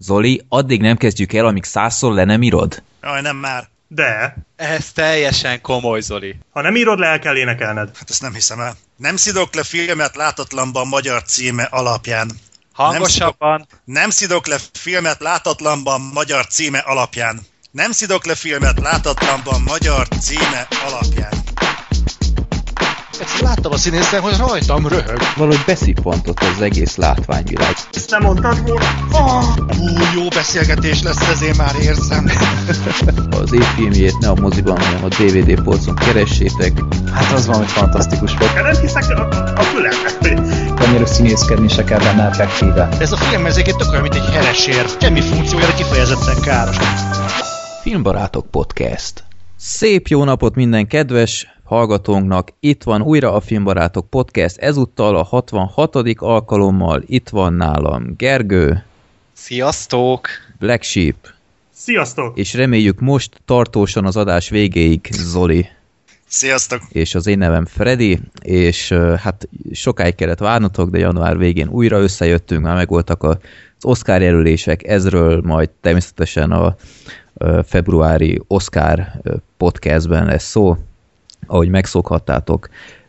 Zoli, addig nem kezdjük el, amíg 100-szor le nem írod? Jaj, nem már. De. Ez teljesen komoly, Zoli. Ha nem írod le, el kell énekelned. Hát ezt nem hiszem el. Nem szidok le filmet látatlanban magyar címe alapján. Hangosabban. Nem szidok le filmet látatlanban magyar címe alapján. Nem szidok le filmet látatlanban magyar címe alapján. Ezt láttam a színészen, hogy rajtam röhög. Valahogy beszippantott az egész látványvilág. Ezt nem mondtad volna? Jó beszélgetés lesz, ezért már érzem. Az évfilmjét ne a moziban, hanem a DVD polcon keressétek. Hát az valami fantasztikus volt. Nem hiszek a fülemnek. Annyira színészkedni se kell benne effektíve. Ez a film ezeket tök olyan, mint egy heresér. Semmi funkciója, kifejezetten káros. Filmbarátok Podcast. Szép jó napot minden kedves hallgatónknak! Itt van újra a Filmbarátok Podcast, ezúttal a 66. alkalommal itt van nálam Gergő. Sziasztok! Black Sheep. Sziasztok! És reméljük most tartósan az adás végéig Zoli. Sziasztok! És az én nevem Freddy, és hát sokáig kellett várnotok, de január végén újra összejöttünk, már megvoltak az Oscar jelölések, ezről majd természetesen a februári Oscar podcastben lesz szó, ahogy megszokhattátok.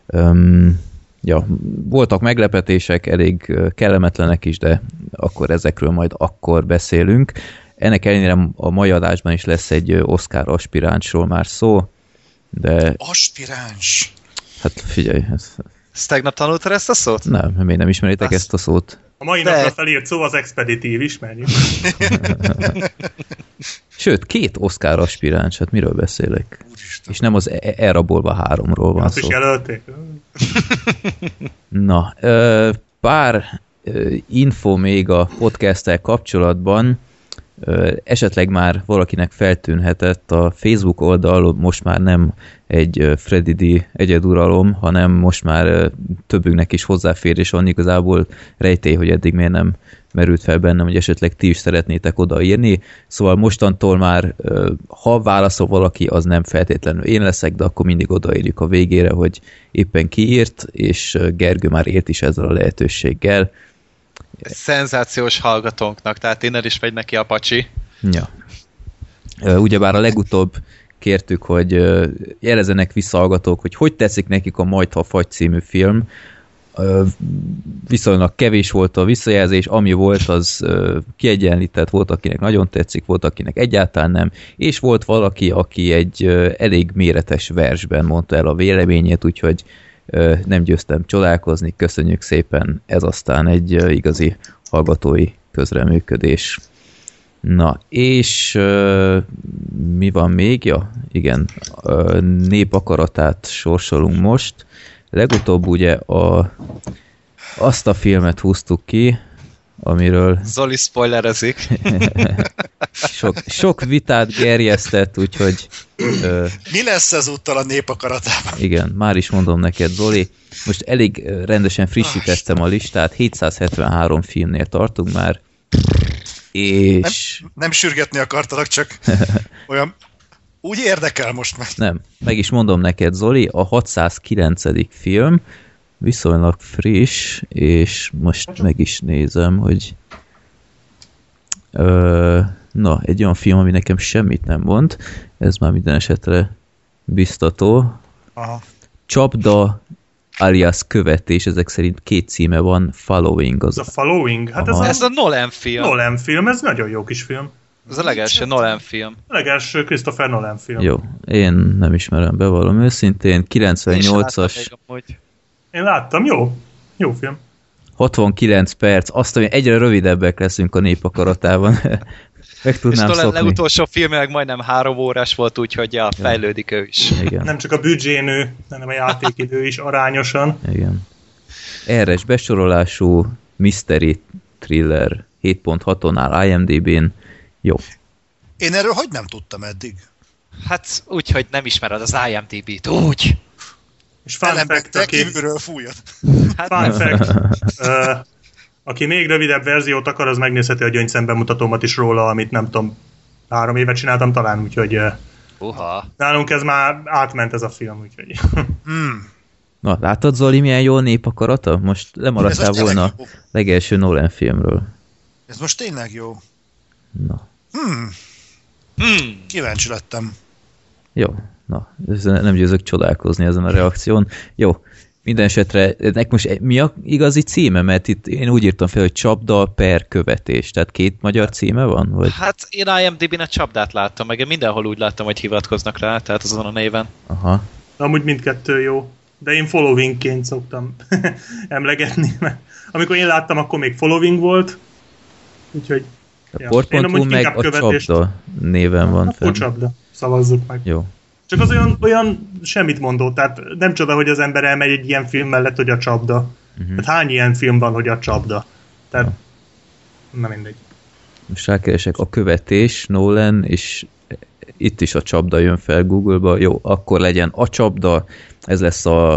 Voltak meglepetések, elég kellemetlenek is, de akkor ezekről majd akkor beszélünk. Ennek ellenére a mai adásban is lesz egy Oscar aspiránsról már szó, de... Aspiráns? Hát figyelj... Ezt tegnap tanultad ezt a szót? Nem, még nem ismeritek ezt a szót. A mai napra felírt szó az expeditív, ismerjük. Sőt, 2 Oscar aspiráns, hát miről beszélek? Úristen. És nem az elrabolva 3-ról van azt szó. Azt is jelölték? Na, pár info még a podcasttel kapcsolatban. Esetleg már valakinek feltűnhetett, a Facebook oldal most már nem egy Freddy D egyeduralom, hanem most már többünknek is hozzáférés van, igazából rejtély, hogy eddig miért nem merült fel bennem, hogy esetleg ti is szeretnétek odaírni. Szóval mostantól már, ha válaszol valaki, az nem feltétlenül én leszek, de akkor mindig odaírjuk a végére, hogy éppen kiírt, és Gergő már élt is ezzel a lehetőséggel. Szenzációs hallgatónknak, tehát innen is megy neki a pacsi. Ja. Ugyebár a legutóbb kértük, hogy jelezzenek vissza hallgatók, hogy tetszik nekik a Majd, ha fagy című film. Viszonylag kevés volt a visszajelzés, ami volt, az kiegyenlített, volt, akinek nagyon tetszik, volt, akinek egyáltalán nem, és volt valaki, aki egy elég méretes versben mondta el a véleményét, úgyhogy nem győztem csodálkozni, köszönjük szépen, ez aztán egy igazi hallgatói közreműködés. Na, és mi van még? Ja, igen, nép akaratát sorsolunk most. Legutóbb ugye azt a filmet húztuk ki, amiről... Zoli spoilerezik. sok vitát gerjesztett, úgyhogy... Mi lesz ezúttal a nép akaratában? Igen, már is mondom neked, Zoli. Most elég rendesen frissítettem a listát, 773 filmnél tartunk már, és... Nem sürgetni akartalak, csak olyan... Úgy érdekel most meg. Nem, meg is mondom neked, Zoli, a 609. film, viszonylag friss, és most meg is nézem, hogy egy olyan film, ami nekem semmit nem mond, ez már minden esetre biztató. Aha. Csapda alias követés, ezek szerint 2 címe van, Following. Ez a Following? Hát ez a Nolan film. Nolan film, ez nagyon jó kis film. Ez a legelső Nolan film. A legelső Christopher Nolan film. Jó, én nem ismerem, bevallom őszintén, 98-as. Én láttam, jó. Jó film. 69 perc, azt, hogy egyre rövidebbek leszünk a nép akaratában. Meg tudnám és szokni. legutolsó filmnek majdnem 3 órás volt, úgyhogy fejlődik ő is. Igen. Nem csak a büdzsé nő, hanem a játékidő is arányosan. Igen. Erres besorolású mystery thriller 7.6-on IMDb-n. Jó. Én erről hogy nem tudtam eddig? Hát úgy, hogy nem ismered az IMDb-t, úgy. És fun fact, te kívülről fújod. Fun fact, aki még rövidebb verziót akar, az megnézheti a gyöngyszembemutatómat is róla, amit nem tudom, 3 évet csináltam talán, úgyhogy nálunk ez már átment ez a film, úgyhogy... Na, látod, Zoli, milyen jó nép akarata? Most lemaradtál volna a legelső Nolan filmről. Ez most tényleg jó. Kíváncsi lettem. Jó, na, nem győzök csodálkozni ezen a reakción. Jó, minden esetre, ennek most mi a igazi címe? Mert itt én úgy írtam fel, hogy csapda per követés. Tehát 2 magyar címe van? Vagy? Hát én IMDb-n a csapdát láttam, meg én mindenhol úgy láttam, hogy hivatkoznak rá, tehát azon a néven. Aha. Amúgy mindkettő jó. De én followingként szoktam emlegetni, mert amikor én láttam, akkor még following volt. Úgyhogy... A port.hu meg a csapda néven van fenn. A csapda. Szavazzuk meg. Jó. Csak az olyan semmit mondó, tehát nem csoda, hogy az ember elmegy egy ilyen film mellett, hogy a csapda. Tehát hány ilyen film van, hogy a csapda? Tehát nem mindegy. Most rákeresek a követés, Nolan, és itt is a csapda jön fel Google-ba. Jó, akkor legyen a csapda, ez lesz a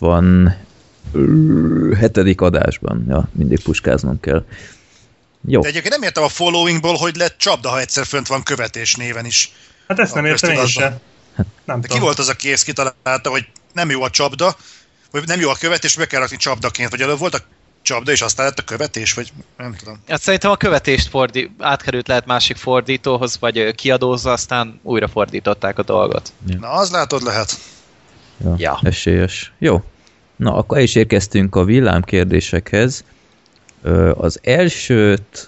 67. adásban. Ja, mindig puskáznom kell. Jó. De egyébként nem értem a followingból, hogy lett csapda, ha egyszer fönt van követés néven is. Hát ezt nem értem én sem. Nem de ki volt az a kész, kitalálta, hogy nem jó a csapda, vagy nem jó a követés, be kell rakni csapdaként, vagy előbb volt a csapda, és aztán lett a követés, vagy nem tudom. Hát szerintem a követést átkerült lehet másik fordítóhoz, vagy kiadózza, aztán újra fordították a dolgot. Ja. Na, az látod lehet. Ja. Esélyes. Jó. Na, akkor is érkeztünk a villámkérdésekhez. Az elsőt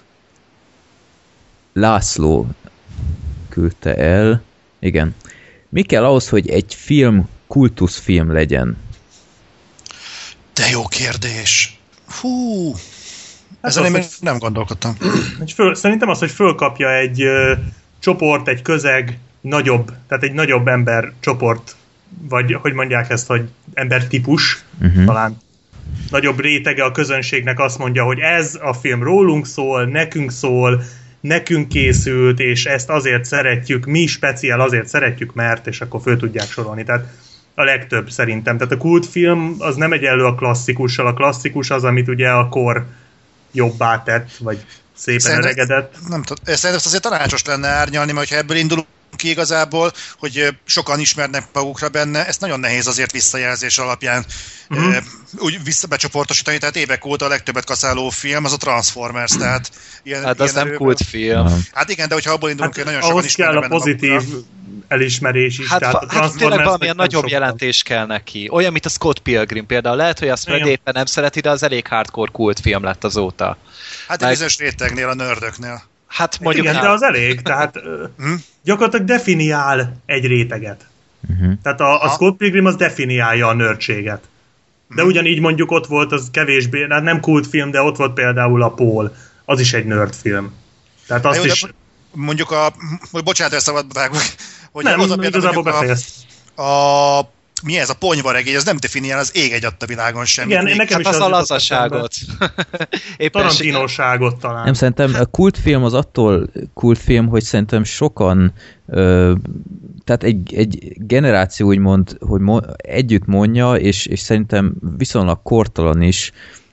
László küldte el. Igen. Mi kell ahhoz, hogy egy film kultuszfilm legyen? De jó kérdés. Hú. Ezen én még nem gondolkodtam. Szerintem az, hogy fölkapja egy csoport, egy közeg nagyobb, tehát egy nagyobb ember csoport, vagy hogy mondják ezt, hogy embertípus, talán nagyobb rétege a közönségnek azt mondja, hogy ez a film rólunk szól, nekünk készült, és ezt azért szeretjük, mi speciál azért szeretjük, mert, és akkor föl tudják sorolni. Tehát a legtöbb szerintem. Tehát a kultfilm az nem egyenlő a klasszikussal. A klasszikus az, amit ugye a kor jobbá tett, vagy szépen öregedett. Nem tudom, szerintem ezt azért tanácsos lenne árnyalni, mert ha ebből indulunk ki igazából, hogy sokan ismernek magukra benne, ezt nagyon nehéz azért visszajelzés alapján úgy visszabecsoportosítani, tehát évek óta a legtöbbet kaszáló film az a Transformers, tehát hát az nem kultfilm. Hát igen, de hogyha abból indulunk, hogy nagyon sokan ismernek benne magukra. Ahhoz kell a pozitív elismerés is. Hát tényleg valamilyen nagyobb jelentés kell neki. Olyan, mint a Scott Pilgrim például. Lehet, hogy azt Fred éppen nem szereti, de az elég hardcore kultfilm lett azóta. Hát egy bizonyos rétegnél, a nördöknél. Hát mondjuk igen, de az elég, tehát gyakorlatilag definiál egy réteget. Tehát a Scott Pilgrim az definiálja a nerdséget. De ugyanígy mondjuk ott volt az kevésbé, hát nem kultfilm, de ott volt például a Paul, az is egy nerdfilm. Tehát azt is... Mondjuk bocsánat, hogy szabad vágok, hogy nem, az a igazából befejezt. Mi ez a ponyvaregény, az nem definiál az ég egy adta világon semmit. Igen, nekem hát is az a lazaságot. Tarantinóságot talán. Nem, szerintem a kultfilm az attól kultfilm, hogy szerintem sokan tehát egy generáció úgymond, hogy együtt mondja, és szerintem viszonylag kortalan is,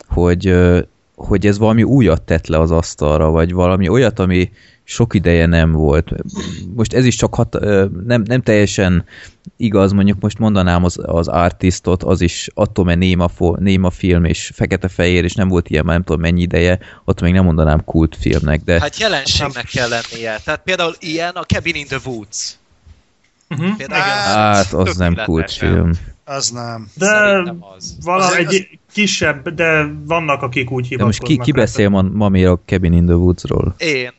hogy ez valami újat tett le az asztalra, vagy valami olyat, ami sok ideje nem volt. Most ez is csak nem teljesen igaz, mondjuk most mondanám az Artistot, az is attól, mert néma film, és fekete-fehér, és nem volt ilyen már nem tudom mennyi ideje, attól még nem mondanám kultfilmnek, de... Hát jelenségnek kell lennie. Tehát például ilyen a Cabin in the Woods. Hát, az nem kultfilm. Az nem. De valami egy kisebb, de vannak, akik úgy hivatkoznak. De most ki beszél ma még a Cabin in the Woodsról? Én.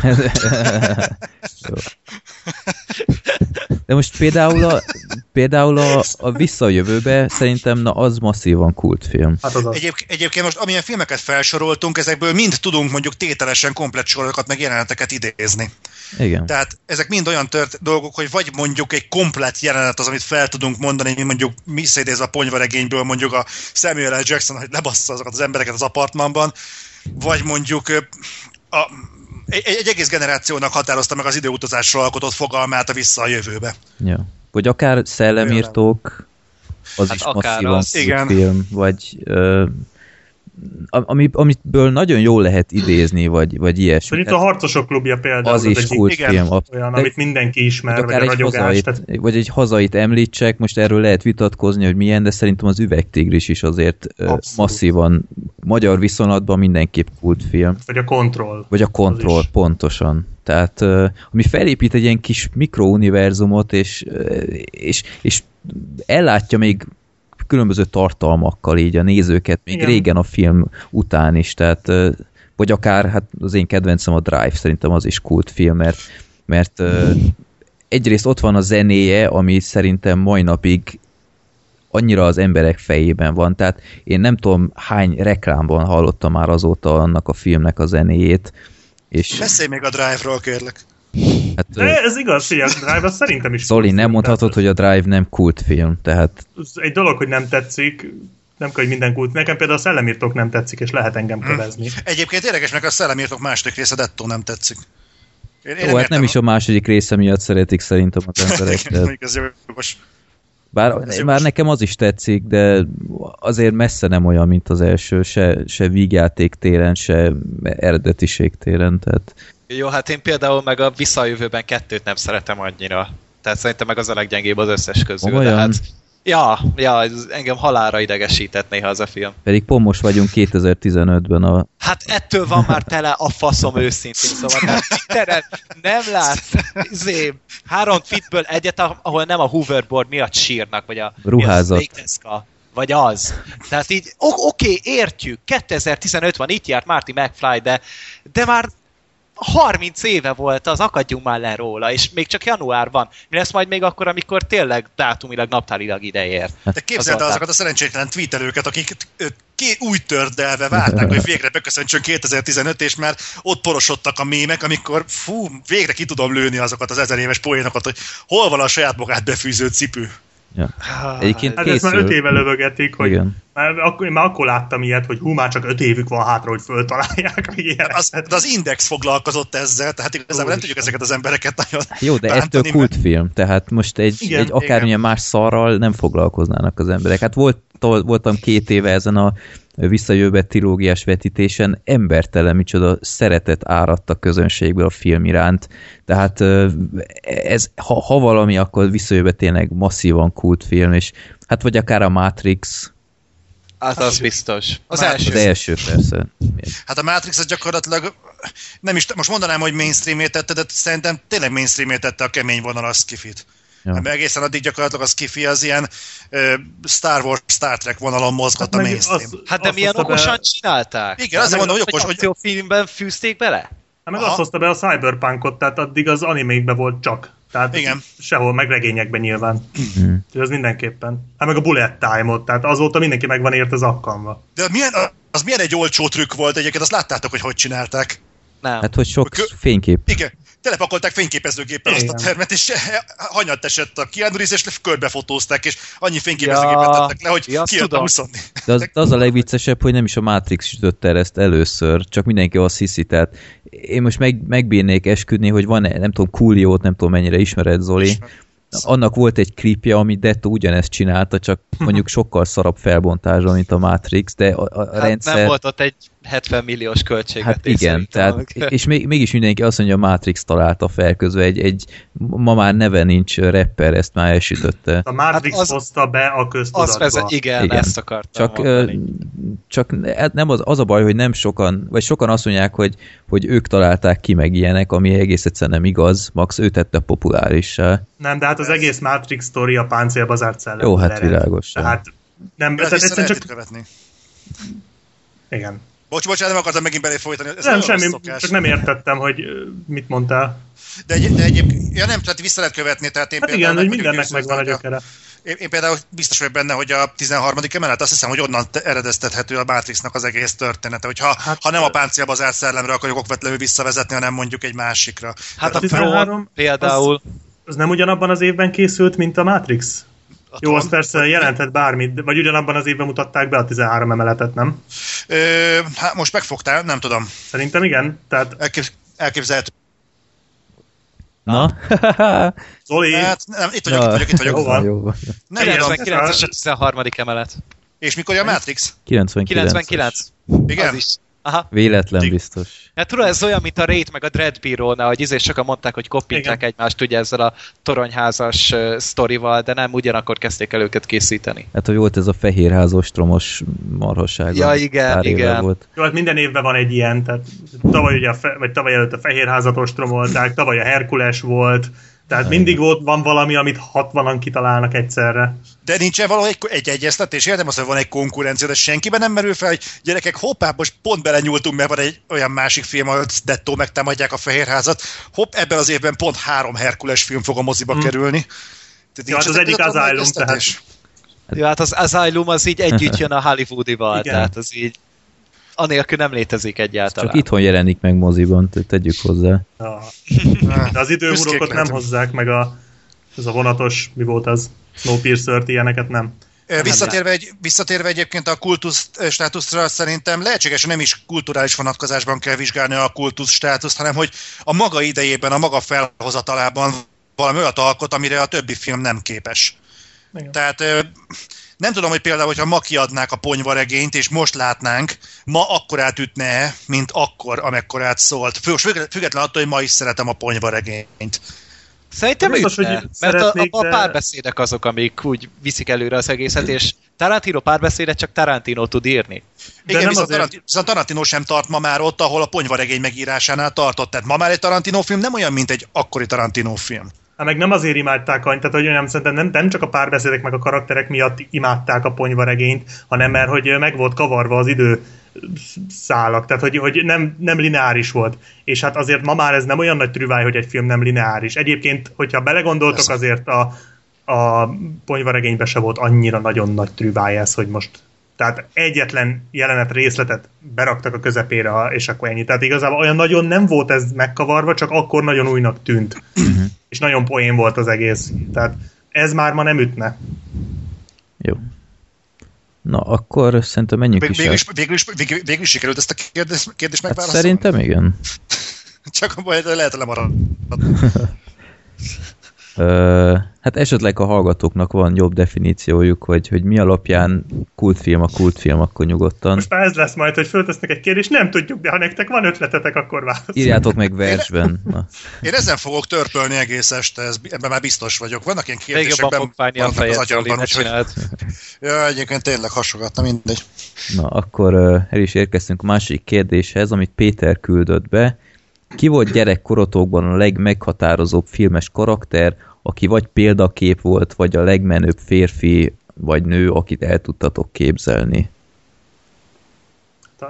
De most például a Visszajövőbe szerintem az masszívan kultfilm. Hát egyébként most amilyen filmeket felsoroltunk, ezekből mind tudunk mondjuk tételesen komplett sorokat meg jeleneteket idézni. Igen. Tehát ezek mind olyan dolgok, hogy vagy mondjuk egy komplett jelenet az, amit fel tudunk mondani, mint mondjuk visszaidézve a ponyvaregényből mondjuk a Samuel L. Jackson, hogy lebassza azokat az embereket az apartmanban, vagy mondjuk egy egész generációnak határozta meg az időutazásról alkotott fogalmát a Vissza a jövőbe. Ja. Vagy akár Szellemírtók, az hát is masszívan kultfilm, vagy amitből nagyon jól lehet idézni, vagy ilyesmi. Itt a Harcosok klubja például. Az is kultfilm. Olyan, amit mindenki ismer, vagy a ragyogás. Vagy egy hazait említsek, most erről lehet vitatkozni, hogy milyen, de szerintem az Üvegtigris is azért masszívan magyar viszonylatban mindenképp kultfilm. Vagy a Kontroll. Vagy a Kontroll, pontosan. Tehát ami felépít egy ilyen kis mikrouniverzumot, és ellátja még különböző tartalmakkal így a nézőket, még igen. Régen a film után is, tehát vagy akár, hát az én kedvencem a Drive, szerintem az is kultfilm, mert egyrészt ott van a zenéje, ami szerintem mai napig annyira az emberek fejében van, tehát én nem tudom hány reklámban hallottam már azóta annak a filmnek a zenéjét. És... Beszélj még a Drive-ról, kérlek. Hát, de ez igaz, hogy a Drive az szerintem is Zoli, nem mondhatod, hogy a Drive nem kultfilm, tehát... Egy dolog, hogy nem tetszik, nem kell, hogy minden kult. Nekem például a Szellemírtók nem tetszik, és lehet engem kövezni. Egyébként érdekesnek a Szellemírtók második része dettó nem tetszik. Jó, hát nem is a második része miatt szeretik szerintem az emberek. Bár nekem az is tetszik, de azért messze nem olyan, mint az első, se vígjáték téren, se eredetiség téren. Tehát... Jó, hát én például meg a Visszajövőben 2-t nem szeretem annyira. Tehát szerintem meg az a leggyengébb az összes közül. Olyan? De hát, ja, engem halálra idegesített néha az a film. Pedig pont most vagyunk 2015-ben a... Hát ettől van már tele a faszom őszintén, szóval nem látsz 3 fitből egyet, ahol nem a hoverboard miatt sírnak, vagy a ruházat. Vagy az. Tehát így, oké, értjük, 2015 van, itt járt Marty McFly, de már 30 éve volt az, akadjunk már le róla, és még csak januárban. Mi lesz majd még akkor, amikor tényleg dátumilag, naptárilag ideér? De képzeld el azokat a szerencsétlen tweetelőket, akik új tördelve várták, hogy végre beköszöntsön 2015, és már ott porosodtak a mémek, amikor végre ki tudom lőni azokat az 1000 éves poénokat, hogy hol van a saját magát befűző cipő. Ja. Egyébként hát ezt már 5 éve lövögetik, hogy már akkor láttam ilyet, hogy már csak 5 évük van hátra, hogy föltalálják. De az Index foglalkozott ezzel, tehát igazából nem tudjuk ezeket az embereket nagyon jó, de ettől kultfilm, tehát most egy akármilyen más szarral nem foglalkoznának az emberek. Hát voltam 2 éve ezen a Visszajövőbe trilógiás vetítésen, embertelen micsoda szeretet áradt a közönségből a film iránt. Tehát ez, ha valami, akkor Visszajövőbe tényleg masszívan kultfilm, és hát vagy akár a Matrix. Hát az biztos. Az első persze. Hát a Matrix az gyakorlatilag nem is, most mondanám, hogy mainstream-é tette, de szerintem tényleg mainstream-é tette a kemény vonalas skifit. Ja. Mert egészen addig gyakorlatilag a skifi az ilyen Star Wars, Star Trek vonalon mozgott a mainstream. De milyen okosan csinálták? Igen, azért mondom, hogy okos, hogy... filmben fűzték bele? Hát meg azt hozta be a Cyberpunkot, tehát addig az animékben volt csak. Tehát igen. Sehol, meg regényekben nyilván. Ez mindenképpen. Hát meg a Bullet Time-ot, tehát azóta mindenki meg van ért az akkanva. De az milyen egy olcsó trükk volt egyébként, azt láttátok, hogy csinálták? Nem. Hát, hogy sok fénykép. Igen. Telepakolták fényképezőgéppel azt a termet, és hanyat esett a Keanu Reeves, és körbefotózták, és annyi fényképezőgépet tettek le, hogy kijött a 20. De az a legviccesebb, hogy nem is a Matrix sütötte el ezt először, csak mindenki azt hiszi, tehát én most megbírnék esküdni, hogy van, nem tudom, Coolio-t, nem tudom mennyire ismered, Zoli. Annak volt egy klipje, ami Detto ugyanezt csinálta, csak mondjuk sokkal szarabb felbontásra, mint a Matrix, de a rendszer... Nem volt ott egy 70 milliós költségvetés. Hát igen, tehát, és mégis mindenki azt mondja, a Matrix találta fel közben, ma már neve nincs rapper, ezt már elsütötte. A Matrix hozta be a köztudatba. Igen, ezt akartam mondani. Csak nem az a baj, hogy nem sokan, vagy sokan azt mondják, hogy ők találták ki meg ilyenek, ami egész egyszerűen nem igaz, max ő tette populárissá. Nem, de hát az egész Matrix sztori a páncélba zárt szellem. Jó, hát világos. Tehát nem, egyszerűen csak követni. Igen. Bocsánat, nem akartam megint belefolytani. Nem, semmi, csak nem értettem, hogy mit mondtál. De egyébként, nem, tehát vissza lehet követni, tehát én hát igen, hogy mindennek megvan a gyökere. Én például biztos vagyok benne, hogy a 13. emelet, azt hiszem, hogy onnan eredeztethető a Matrixnak az egész története, hogy ha nem a páncélba zárt szellemre akarjuk okvetlenül visszavezetni, hanem mondjuk egy másikra. Hát a 13 például... Az nem ugyanabban az évben készült, mint a Matrix? Jó, az persze jelenthet bármit, vagy ugyanabban az évben mutatták be a 13 emeletet, nem? Hát most megfogtál, nem tudom. Szerintem igen, tehát... Elképzelhető. Na? Zoli! Hát, nem, itt vagyok. Jó van. 99-es a 13. emelet. És mikor a Matrix? 99. Igen? Az is. Aha. Véletlen biztos. Hát tudod, ez olyan, mint a Raid meg a Dread Bureau-nál, hogy sokan mondták, hogy koppintják egymást ugye ezzel a toronyházas sztorival, de nem ugyanakkor kezdték el őket készíteni. Hát, hogy volt ez a fehérházostromos marhasság. Ja, igen. Volt. Jó, hát minden évben van egy ilyen, tehát tavaly ugye, vagy tavaly előtt a fehérházat ostromolták, tavaly a Herkules volt, tehát mindig van valami, amit 60-an kitalálnak egyszerre. De nincsen valahogy egy egyeztetés, értem azt, hogy van egy konkurencia, de senkiben nem merül fel, hogy gyerekek, hoppá, most pont belenyúltunk, mert van egy olyan másik film, ahol dettó megtámadják a Fehérházat, hopp, ebben az évben pont 3 Herkules film fog a moziba kerülni. Ja, hát az egyik Asylum, tehát. Ja, hát az Asylum az így együtt jön a Hollywoodival, tehát az így anélkül nem létezik egyáltalán. Csak itthon jelenik meg moziban, tegyük hozzá. De az időúrokat nem hozzák, meg ez a vonatos, mi volt az? Snowpiercer-t, ilyeneket nem. Visszatérve egyébként a kultusz státuszra, szerintem lehetséges, nem is kulturális vonatkozásban kell vizsgálni a kultusz státuszt, hanem hogy a maga idejében, a maga felhozatalában valami olyat alkot, amire a többi film nem képes. Igen. Tehát nem tudom, hogy például, hogyha ma kiadnák a ponyvaregényt, és most látnánk, ma akkorát ütne, mint akkor, amekkorát szólt. Független attól, hogy ma is szeretem a ponyvaregényt. Szerintem ütne, mert a párbeszédek azok, amik úgy viszik előre az egészet, és Tarantino párbeszédet csak Tarantino tud írni. Igen, viszont Tarantino sem tart ma már ott, ahol a ponyvaregény megírásánál tartott. Tehát ma már egy Tarantino film nem olyan, mint egy akkori Tarantino film. Hát meg nem azért imádták, tehát hogy nem, szerintem nem csak a párbeszédek meg a karakterek miatt imádták a ponyvaregényt, hanem mert hogy meg volt kavarva az idő szálak, tehát hogy nem lineáris volt. És hát azért ma már ez nem olyan nagy trüváj, hogy egy film nem lineáris. Egyébként, hogyha belegondoltok, azért a ponyvaregényben se volt annyira nagyon nagy trüváj ez, hogy most tehát egyetlen jelenet részletet beraktak a közepére, és akkor ennyi. Tehát igazából olyan nagyon nem volt ez megkavarva, csak akkor nagyon újnak tűnt. És nagyon poén volt az egész. Tehát ez már ma nem ütne. Jó. Na, akkor szerintem menjünk is. Végül is sikerült ezt a kérdést megválaszolni? Hát szerintem igen. Csak a baj, lehet lemaradni. Hát esetleg a hallgatóknak van jobb definíciójuk, hogy mi alapján kultfilm a kultfilm, akkor nyugodtan. Most már ez lesz majd, hogy föltesznek egy kérdést, nem tudjuk, de ha nektek van ötletetek, akkor válaszoljuk. Írjátok meg versben. Én ezen fogok törpölni egész este, ebben már biztos vagyok. Vannak ilyen kérdések, vannak az agyamban, úgyhogy... Ja, egyébként tényleg hasogatna, mindegy. Na, akkor el is érkeztünk a másik kérdéshez, amit Péter küldött be. Ki volt gyerekkorotokban a legmeghatározóbb filmes karakter, aki vagy példakép volt, vagy a legmenőbb férfi vagy nő, akit el tudtatok képzelni? A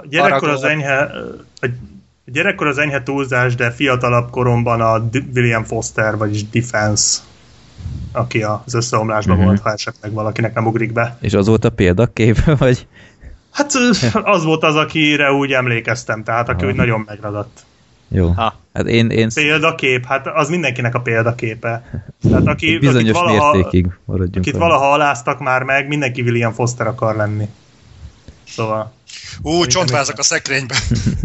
gyerekkor az enyhe túlzás, de fiatalabb koromban a William Foster, vagyis Defense, aki az összeomlásban volt, ha esetleg valakinek nem ugrik be. És az volt a példakép, vagy? Hát az volt az, akire úgy emlékeztem, tehát aki úgy nagyon megragadt. Jó. Hát én... Példakép, hát az mindenkinek a példaképe. Tehát bizonyos mértékig maradjunk. Akit valaha aláztak már meg, mindenki William Foster akar lenni. Szóval... csontvázak a szekrénybe.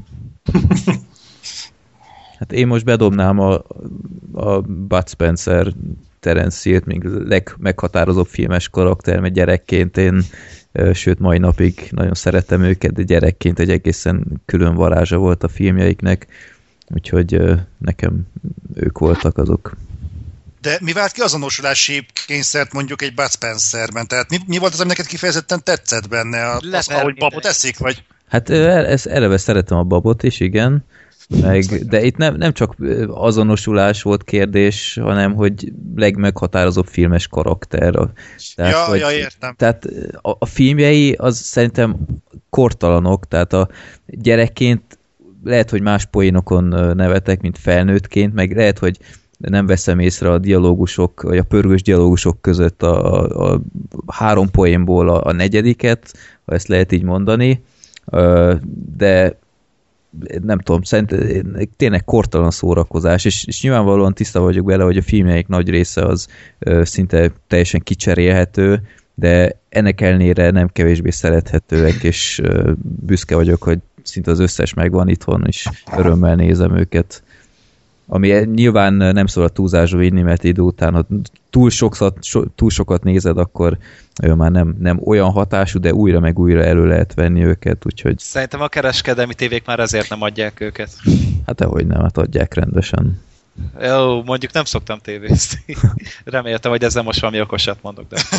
Hát én most bedobnám a Bud Spencer, Terence Hill, még legmeghatározóbb filmes karakter, mert gyerekként én, sőt mai napig nagyon szeretem őket, de gyerekként egy egészen külön varázsa volt a filmjeiknek, úgyhogy nekem ők voltak azok. De mi vált ki azonosulási kényszert mondjuk egy Bud Spencerben? Tehát mi volt az, ami neked kifejezetten tetszett benne? Ahogy babot eszik, vagy? Hát eleve szeretem a babot is, igen. De itt nem csak azonosulás volt kérdés, hanem hogy legmeghatározóbb filmes karakter. Tehát, értem. Tehát a filmjei az szerintem kortalanok, tehát a gyerekként lehet, hogy más poénokon nevetek, mint felnőttként, meg lehet, hogy nem veszem észre a dialógusok, vagy a pörgős dialógusok között a 3 poénból a 4, ha ezt lehet így mondani, de nem tudom, szerintem tényleg kortalan szórakozás, és nyilvánvalóan tiszta vagyok bele, hogy a filmjeik nagy része az szinte teljesen kicserélhető, de ennek ellenére nem kevésbé szerethetőek, és büszke vagyok, hogy szinte az összes megvan itthon, és örömmel nézem őket. ami nyilván nem szól a túlzásra vinni, mert idő után, ha túl sokat nézed, akkor már nem olyan hatású, de újra meg újra elő lehet venni őket, úgyhogy... Szerintem a kereskedelmi tévék már azért nem adják őket. Hát dehogy nem, hát adják rendesen. Jó, mondjuk nem szoktam tévézni. Reméltem, hogy ezzel most valami okosat mondok, de...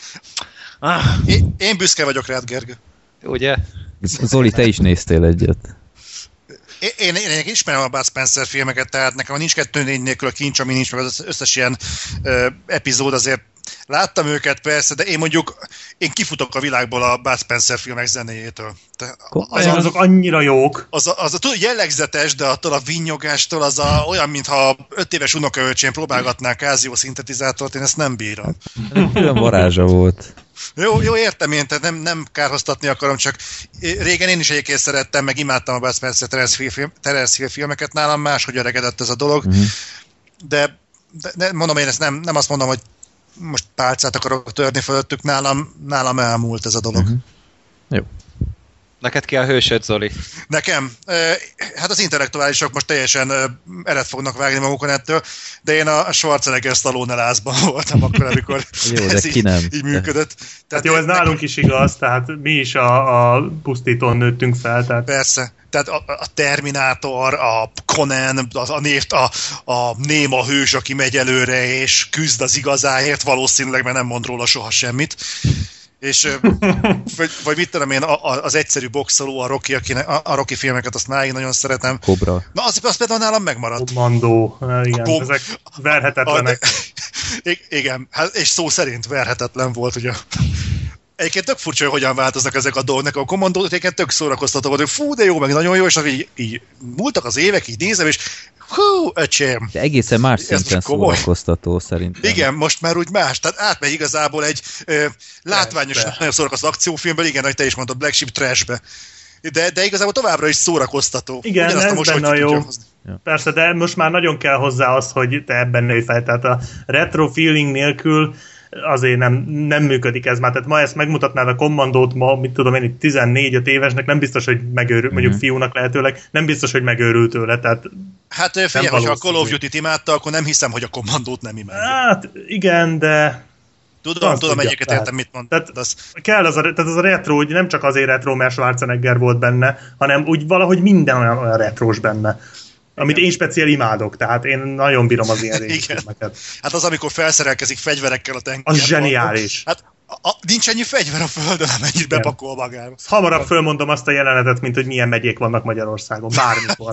Én büszke vagyok rád, Gergő. Ugye? Zoli, te is néztél egyet. Én ismerem a Bud Spencer filmeket, tehát nekem a Nincs 2-4 nélkül a kincs, ami nincs meg az összes ilyen epizód, azért láttam őket persze, de én kifutok a világból a Bud Spencer filmek zenéjétől. Azok annyira jók. Az jellegzetes, de attól a vinyogástól olyan, mintha 5 éves unokaöcsém próbálgatná Casio szintetizátort, én ezt nem bírom. Olyan varázsa volt. Jó, értem én, tehát nem kárhoztatni akarom, csak régen én is egyébként szerettem, meg imádtam a Bud Spencer Terence Hill filmeket, nálam máshogy öregedett ez a dolog, de mondom, én ezt nem azt mondom, hogy most pálcát akarok törni fölöttük, nálam elmúlt ez a dolog. Jó. Neked ki a hősöd, Zoli? Nekem? Hát az intellektuálisok most teljesen elet fognak vágni magukon ettől, de én a Schwarzenegger Stallone lázban voltam akkor, amikor jó, ez így működött. Tehát jó, ez nálunk is igaz, tehát mi is a pusztítón nőttünk fel. Tehát... Persze. Tehát a Terminátor, a Conan, a néma hős, aki megy előre és küzd az igazáért, valószínűleg, mert nem mond róla soha semmit. És, vagy mit tudom én, az egyszerű boxoló, a Rocky filmeket, azt náig nagyon szeretem. Cobra. Na, az például nálam megmaradt. Commando, igen, ezek verhetetlenek. Igen, hát, és szó szerint verhetetlen volt, ugye. Egyébként tök furcsa, hogy hogyan változnak ezek a dolgok. A Commando egyébként tök szórakoztató volt, hogy fú, de jó, meg nagyon jó, és így múltak az évek, így nézem, és hú, öcsém. De egészen más szinten szórakoztató szerintem. Igen, most már úgy más. Tehát átmegy igazából egy látványos, nagyon szórakoztató akciófilmből, igen, ahogy te is mondtad, Black Sheep Trashbe. De igazából továbbra is szórakoztató. Igen, ez benne jó. Ja. Persze, de most már nagyon kell hozzá az, hogy te ebben nőj fel. Tehát a retro feeling nélkül azért nem működik ez már. Tehát ma ezt megmutatnád a Commandót ma, mit tudom én, itt 14-5 évesnek, nem biztos, hogy megőrül, mondjuk fiúnak lehetőleg, nem biztos, hogy megőrült tőle. Tehát hát figyelj, hogyha a Call of Duty-t imádta, akkor nem hiszem, hogy a Commandót nem imádja. Hát igen, de... Tudom egyiket értem, mit mond. Tehát kell az a retro, hogy nem csak azért retro, mert Schwarzenegger volt benne, hanem úgy valahogy minden olyan retrós benne. Amit én speciál imádok, tehát én nagyon bírom az ilyen filmeket. Hát az, amikor felszerelkezik fegyverekkel a tengeren. Az zseniális. Hát nincs ennyi fegyver a földön, amennyit bepakol magába. Hamarabb fölmondom azt a jelenetet, mint hogy milyen megyék vannak Magyarországon. Bármikor.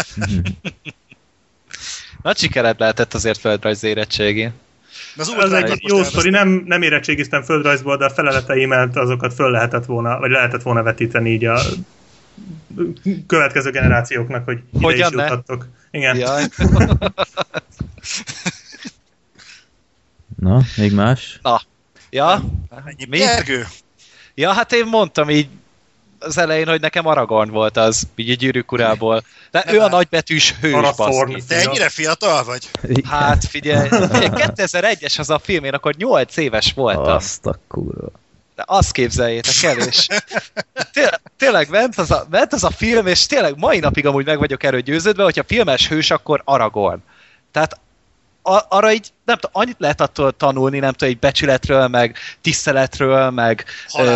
Nagy sikered lehetett azért földrajz érettségén. Ez egy jó sztori, nem érettségiztem földrajzból, de a feleleteimet azokat föl lehetett volna, vagy lehetett volna vetíteni így a következő generációknak, hogy ide is juthattok. Igen. Na, még más? Na. Ja? Mi? Gergő? Ja, hát én mondtam így az elején, hogy nekem Aragorn volt az, így a Gyűrűk urából. De ő a nagybetűs hős, baszki. Te ennyire fiatal vagy? Hát figyelj, 2001-es az a film, én akkor 8 éves voltam. Azt a kurva. De azt képzeljétek el, és tényleg ment az a film, és tényleg mai napig amúgy meg vagyok erről győződve, hogyha filmes hős, akkor Aragorn. Tehát arra így, nem tudom, annyit lehet attól tanulni, nem tudom, egy becsületről, meg tiszteletről, meg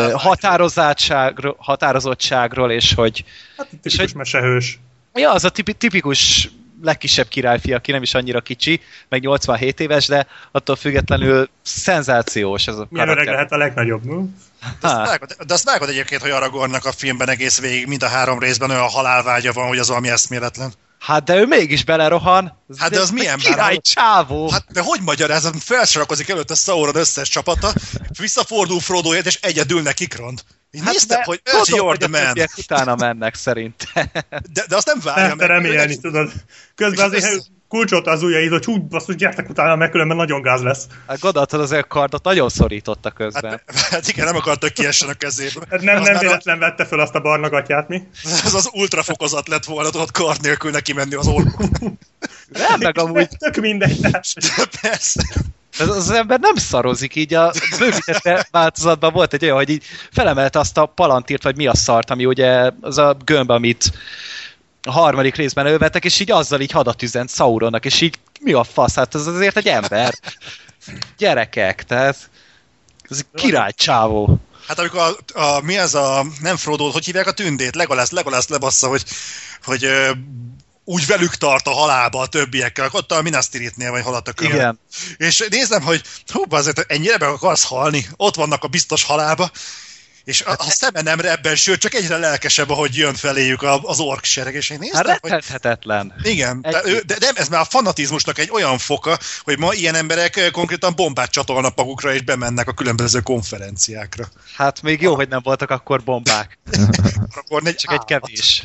határozottságról, és hogy... Hát tipikus mesehős. Ja, az a tipikus legkisebb királyfi, aki nem is annyira kicsi, meg 87 éves, de attól függetlenül szenzációs ez a karakter. Milyen öreg lehet a legnagyobb, no? De azt vágod egyébként, hogy Aragornnak a filmben egész végig, mind a 3 részben olyan halálvágya van, hogy az valami eszméletlen. Hát de ő mégis belerohan. Hát de az milyen király csávó. Hát de hogy magyarázom, felsorakozik előtte Sauron összes csapata, visszafordul Frodoért, és egyedül nekikront. Így hát néztem, hogy you're the man. Utána mennek szerintem. De azt nem várja meg. Remélni tudod. Közben azért kulcsolta az ujjaid, hogy hú, basszus, gyertek utána, meg különben nagyon gáz lesz. Hát gondoltad, azért a kardot nagyon szorította közben. Hát igen, nem akart, hogy kiessen a kezéből. Hát nem véletlen vette föl azt a barna gatyát, mi? Ez az ultrafokozat lett volna, tudod kard nélkül neki menni az orkon. Nem, meg amúgy... Tök mindegy. Persze. Az ember nem szarozik, így a bővített változatban volt egy olyan, hogy így felemelte azt a palantírt, vagy mi a szart, ami ugye az a gömb, amit a harmadik részben ölvetek, és így azzal így hadat üzent Sauronnak, és így mi a fasz? Hát ez azért egy ember. Gyerekek, tehát ez egy királycsávó. Hát amikor mi az a, nem Frodo, hogy hívják a tündét? Legolász lebassza, hogy úgy velük tart a halálba a többiekkel, ott a Minas Tirithnél vagy hol a tökön. Igen. És nézem, hogy azért ennyire meg akarsz halni, ott vannak a biztos halálba, és a szeme nem rebben, sőt, csak egyre lelkesebb, ahogy jön feléjük az ork sereg, és én néztem, hát rettenthetetlen. Igen, de nem, ez már a fanatizmusnak egy olyan foka, hogy ma ilyen emberek konkrétan bombát csatolnak magukra, és bemennek a különböző konferenciákra. Hát még jó, hogy nem voltak akkor bombák. Akkor csak egy kevés.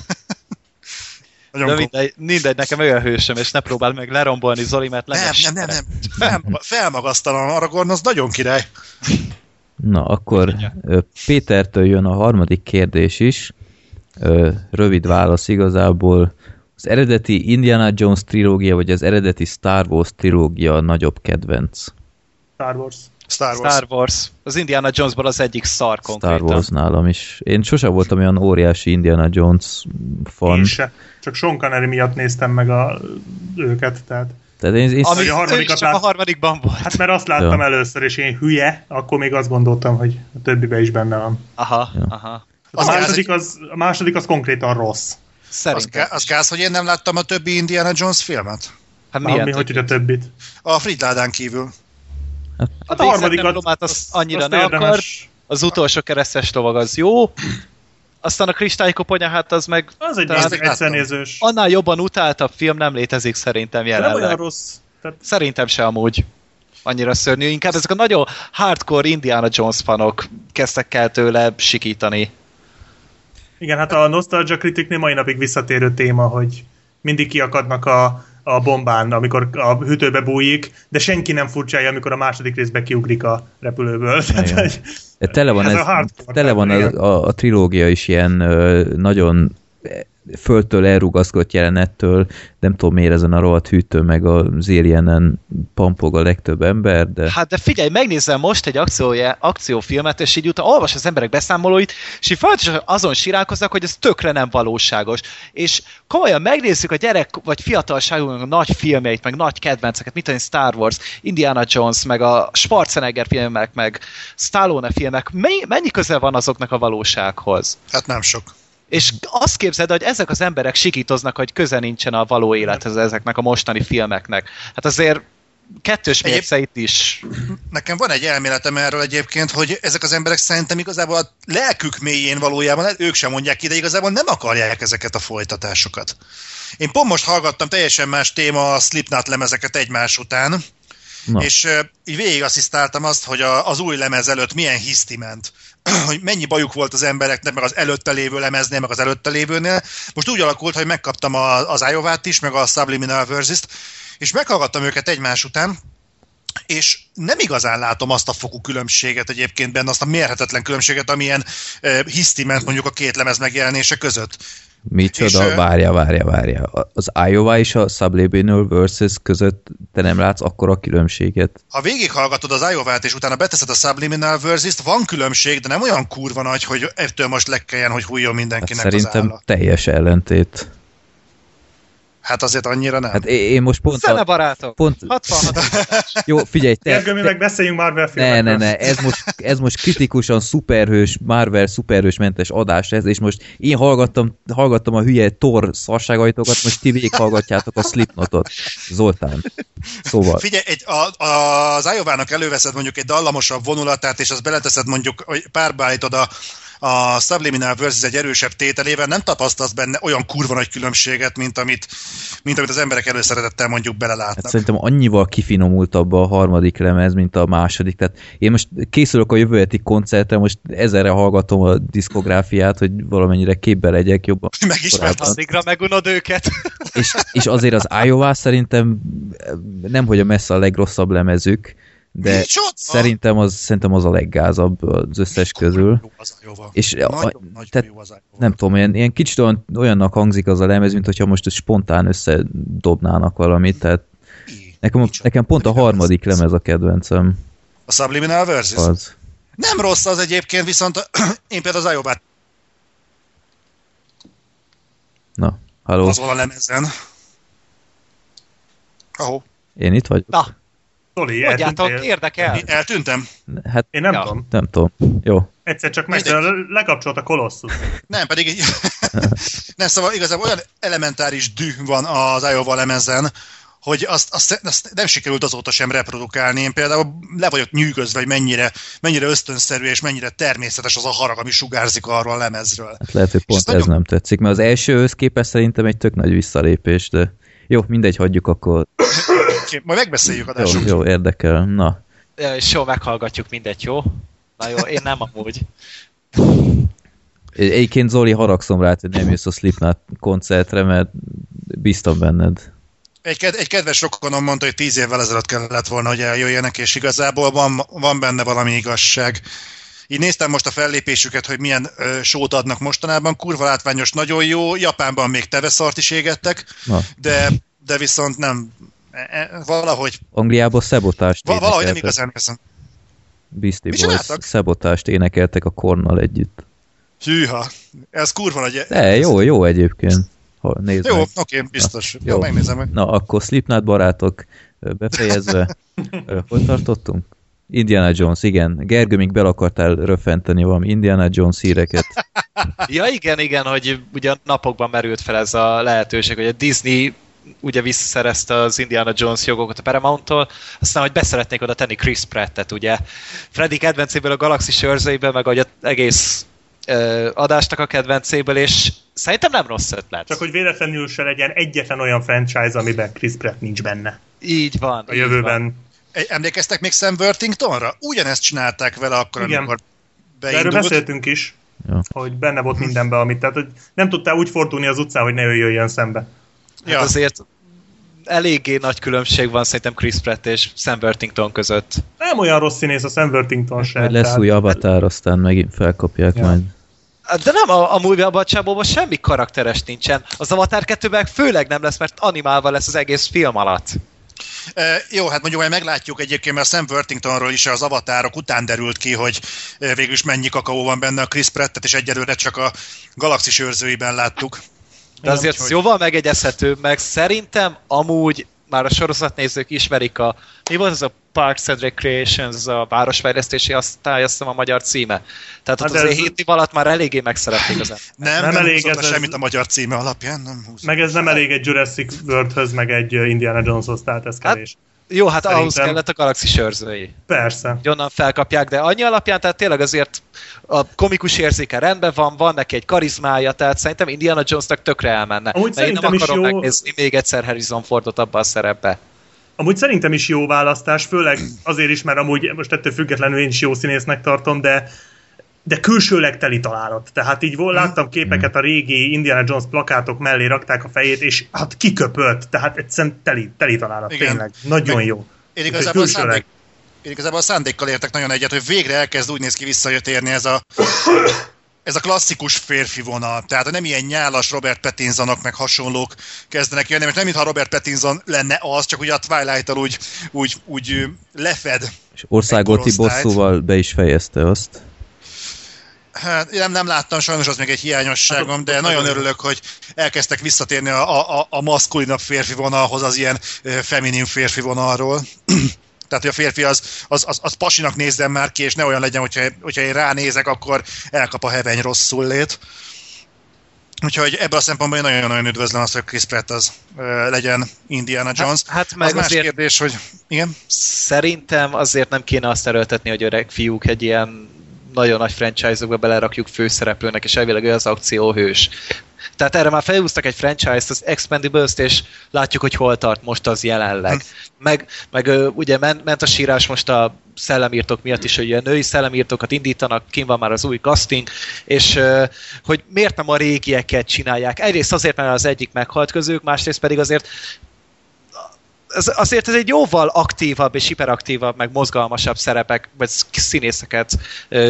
De mindegy, nekem olyan hősöm, és ne próbál meg lerombolni, Zoli, mert nem. Felmagasztalan Aragorn, az nagyon király. Na, akkor Pétertől jön a harmadik kérdés is. Rövid válasz igazából. Az eredeti Indiana Jones trilógia, vagy az eredeti Star Wars trilógia a nagyobb kedvenc? Star Wars. Az Indiana Jonesból az egyik szar konkrétan. Star Wars nálam is. Én sosem voltam olyan óriási Indiana Jones fan. Én se. Csak Sean Connery miatt néztem meg őket, tehát... Ami a harmadikban volt. Hát mert azt láttam először, és én hülye, akkor még azt gondoltam, hogy a többiben is benne van. Aha. A második az konkrétan rossz. Az gáz, hogy én nem láttam a többi Indiana Jones filmet? Hát milyen hogy a többit? A Fridládán kívül. Hát a harmadikat az annyira nem akar. Az utolsó keresztes lovag az jó. Aztán a Kristálykoponya, hát az meg... Az egy egyszernézős. Annál jobban utáltabb film nem létezik szerintem jelenleg. Nem olyan rossz. Szerintem se amúgy annyira szörnyű. Inkább ezek a nagyon hardcore Indiana Jones fanok kezdtek el tőle sikítani. Igen, hát a Nostalgia Criticnél mai napig visszatérő téma, hogy mindig kiakadnak a bombán, amikor a hűtőbe bújik, de senki nem furcsálja, amikor a második részbe kiugrik a repülőből. Tele van a trilógia is ilyen nagyon földtől elrugaszkodott jelenettől, nem tudom miért ezen a rohadt hűtő, meg az Alienen pampog a legtöbb ember, de... Hát de figyelj, megnézem most egy akciófilmet, és így utána olvas az emberek beszámolóit, és így folyamatosan azon sirálkoznak, hogy ez tökre nem valóságos. És komolyan megnézzük a gyerek vagy fiatalságunknak a nagy filmjeit, meg nagy kedvenceket, mint a Star Wars, Indiana Jones, meg a Schwarzenegger filmek, meg Stallone filmek, mennyi köze van azoknak a valósághoz? Hát nem sok. És azt képzeld, hogy ezek az emberek sikítoznak, hogy köze nincsen a való élethez ezeknek a mostani filmeknek. Hát azért kettős mérce itt is. Nekem van egy elméletem erről egyébként, hogy ezek az emberek szerintem igazából a lelkük mélyén valójában, ők sem mondják ki, de igazából nem akarják ezeket a folytatásokat. Én pont most hallgattam teljesen más téma a Slipknot lemezeket egymás után, és így végig asszisztáltam azt, hogy az új lemez előtt milyen hiszti ment. Hogy mennyi bajuk volt az embereknek, meg az előtte lévő lemeznél, meg az előtte lévőnél. Most úgy alakult, hogy megkaptam az Iovát is, meg a Subliminal Versus-t, és meghallgattam őket egymás után, és nem igazán látom azt a fokú különbséget egyébként benne, azt a mérhetetlen különbséget, amilyen hiszti ment mondjuk a két lemez megjelenése között. Micsoda? Várja. Az Iowa és a Subliminal Versus között te nem látsz akkora különbséget? Ha végighallgatod az Iowát, és utána beteszed a Subliminal Versus-t, van különbség, de nem olyan kurva nagy, hogy ettől most le kelljen, hogy hújjon mindenkinek hát az álla. Teljes ellentét. Hát azért annyira nem. Hát én most pont... Fene barátok! 66. Jó, figyelj, te... mi meg beszéljünk Marvel filmekről. Ne, ez most kritikusan szuperhős, Marvel szuperhős mentes adás ez, és most én hallgattam a hülye Thor szarságaitokat, most ti végighallgatjátok a Slipknotot. Zoltán. Szóval. Figyelj, az Iowa-nak előveszed mondjuk egy dallamosabb vonulatát, és azt beleteszed mondjuk, hogy párbeállítod a Subliminal Versus egy erősebb tételével, nem tapasztalsz benne olyan kurva nagy különbséget, mint amit az emberek előszeretettel mondjuk belelátnak. Hát szerintem annyival kifinomultabb a harmadik lemez, mint a második. Tehát én most készülök a jövő heti koncertre, most ezerre hallgatom a diszkográfiát, hogy valamennyire képbe legyek jobban. Addigra megunod őket. És azért az Iowa szerintem nemhogy a messze a legrosszabb lemezük, de szerintem az a leggázabb az összes közül. És nem tudom, ilyen kicsit olyannak hangzik az a lemez, mint hogyha most spontán összedobnának valamit, tehát nekem pont a harmadik lemez a kedvencem. A Subliminal Versus? Az. Nem rossz az egyébként, viszont én például az Iowát Na, halló. Az van a lemezen. Ahó. Én itt vagyok? Na, Zoli, mondjátok, eltűntél? érdekel. Eltűntem? Hát Én nem Ja. tudom. nem tudom. Jó. Egyszer csak Mindegy. lekapcsolt a Colossus. Nem, pedig így... Nem, szóval igazából olyan elementáris düh van az Iowa lemezen, hogy azt nem sikerült azóta sem reprodukálni. Én például le vagyok nyűgözve, hogy mennyire ösztönszerű és mennyire természetes az a harag, ami sugárzik arról a lemezről. Hát lehet, hogy pont És ez nagyon- nem tetszik, mert az elsőhöz képest szerintem egy tök nagy visszalépés, de jó, mindegy, hagyjuk akkor. Majd megbeszéljük Jó, adásunk. jó, érdekel. Na, És jó, meghallgatjuk mindegy, jó? Na jó, én nem amúgy. egyébként Zoli, haragszom rá, hogy nem jössz a Slipknot koncertre, mert bíztam benned. Egy kedves rokonom mondta, hogy 10 évvel ezelőtt kellett volna, hogy eljöjjenek, és igazából van benne valami igazság. Így néztem most a fellépésüket, hogy milyen sót adnak mostanában, kurva látványos, nagyon jó, Japánban még teveszart is égettek, Na. de viszont nem, valahogy Angliában szabotást valahogy nem énekeltek. igazán ezen. Beastie Mit Boys csináltak? szabotást énekeltek a Kornnal együtt. Hűha, ez kurva nagy. De jó egyébként. Nézd Jó, meg. oké, biztos. Jó. Jó, megnézem meg. Na, akkor Slipknot barátok, befejezve. Hol tartottunk? Indiana Jones, igen. Gergő, még bele akartál röffenteni valami Indiana Jones híreket. Ja, igen, hogy ugye a napokban merült fel ez a lehetőség, hogy a Disney ugye visszaszerezte az Indiana Jones jogokat a Paramount-tól, aztán, hogy beszeretnék oda tenni Chris Pratt-et, ugye. Freddy kedvencéből a Galaxis őrzőiből, meg az egész adásnak a kedvencéből, és szerintem nem rossz ötlet. Csak hogy véletlenül se legyen egyetlen olyan franchise, amiben Chris Pratt nincs benne. Így van. A jövőben. Emlékeztek még Sam Worthingtonra? Ugyanezt csinálták vele akkor, Igen. amikor De erről beindult. beszéltünk is, Ja. hogy benne volt mindenben, amit, tehát hogy nem tudtál úgy fordulni az utcán, hogy ne ő jöjjön szembe. Hát azért eléggé nagy különbség van szerintem Chris Pratt és Sam Worthington között. Nem olyan rossz színész a Sam Worthington sem. Majd lesz tehát- új Avatar, aztán megint felkapják Ja. majd. De nem, amúgy abban a csábóban semmi karakteres nincsen. Az Avatar 2-ben főleg nem lesz, mert animálva lesz az egész film alatt. Jó, hát mondjuk majd meglátjuk egyébként, mert a Sam Worthingtonról is az avatárok után derült ki, hogy végül is mennyi kakaó van benne, a Chris Prattet, és egyelőre csak a Galaxis őrzőiben láttuk. De azért ez jóval megegyezhető, meg szerintem amúgy már a sorozatnézők ismerik mi volt az a Parks and Recreations, az a városfejlesztési osztály, azt hiszem a magyar címe. Tehát ott Hát azért ez- 7 év alatt már eléggé megszerették az ember. Nem elég húzott ez- le semmit a magyar címe alapján, nem húzott. Meg ez nem elég egy Jurassic Worldhöz, meg egy Indiana Joneshoz, tehát ez kevés. Jó, hát ahhoz Szerintem- kellett a Galaxis őrzői. Persze. Hogy onnan felkapják, de annyi alapján, tehát tényleg azért a komikus érzéke rendben van neki egy karizmája, tehát szerintem Indiana Jonesnak tökre elmenne. Amúgy Mert én nem szerintem is akarom jó- megnézni még egyszer Harrison Fordot abba a szerepbe. Amúgy szerintem is jó választás, főleg azért is, mert amúgy most ettől függetlenül én is jó színésznek tartom, de külsőleg teli találat. Tehát így láttam képeket a régi Indiana Jones plakátok mellé rakták a fejét, és hát kiköpött, tehát egyszerűen teli találat, Igen. tényleg. Nagyon Meg- jó. Én Úgyhogy igazából a szándékkal értek nagyon egyet, hogy végre elkezd úgy néz ki visszatérni ez a klasszikus férfi vonal. Tehát nem ilyen nyálas Robert Pattinsonok meg hasonlók kezdenek jönni, mert nem mintha Robert Pattinson lenne az, csak ugye a Twilight-tal úgy lefed. És országoti Egy korosztályt. bosszúval be is fejezte azt. Hát nem láttam, sajnos az még egy hiányosságom, de nagyon örülök, hogy elkezdtek visszatérni a maszkulinabb férfi vonalhoz, az ilyen feminin férfi vonalról. Tehát, hogy a férfi az pasinak nézzen már ki, és ne olyan legyen, hogyha én ránézek, akkor elkap a heveny rosszul lét. Úgyhogy ebből a szempontból én nagyon-nagyon üdvözlöm azt, hogy Chris Pratt az legyen Indiana Jones. Hát meg az más azért kérdés, hogy igen? szerintem azért nem kéne azt erőltetni, hogy öreg fiúk egy ilyen nagyon nagy franchise-okba belerakjuk főszereplőnek, és elvileg ő az akcióhős. Tehát erre már felhúztak egy franchise-t, az Expendables-t, és látjuk, hogy hol tart most az jelenleg. Meg ugye ment a sírás most a szellemírtók miatt is, hogy a női szellemírtókat indítanak, kint van már az új casting, és hogy miért nem a régieket csinálják. Egyrészt azért, mert az egyik meghalt közük, másrészt pedig azért ez egy jóval aktívabb és hiperaktívabb, meg mozgalmasabb szerepek, vagy színészeket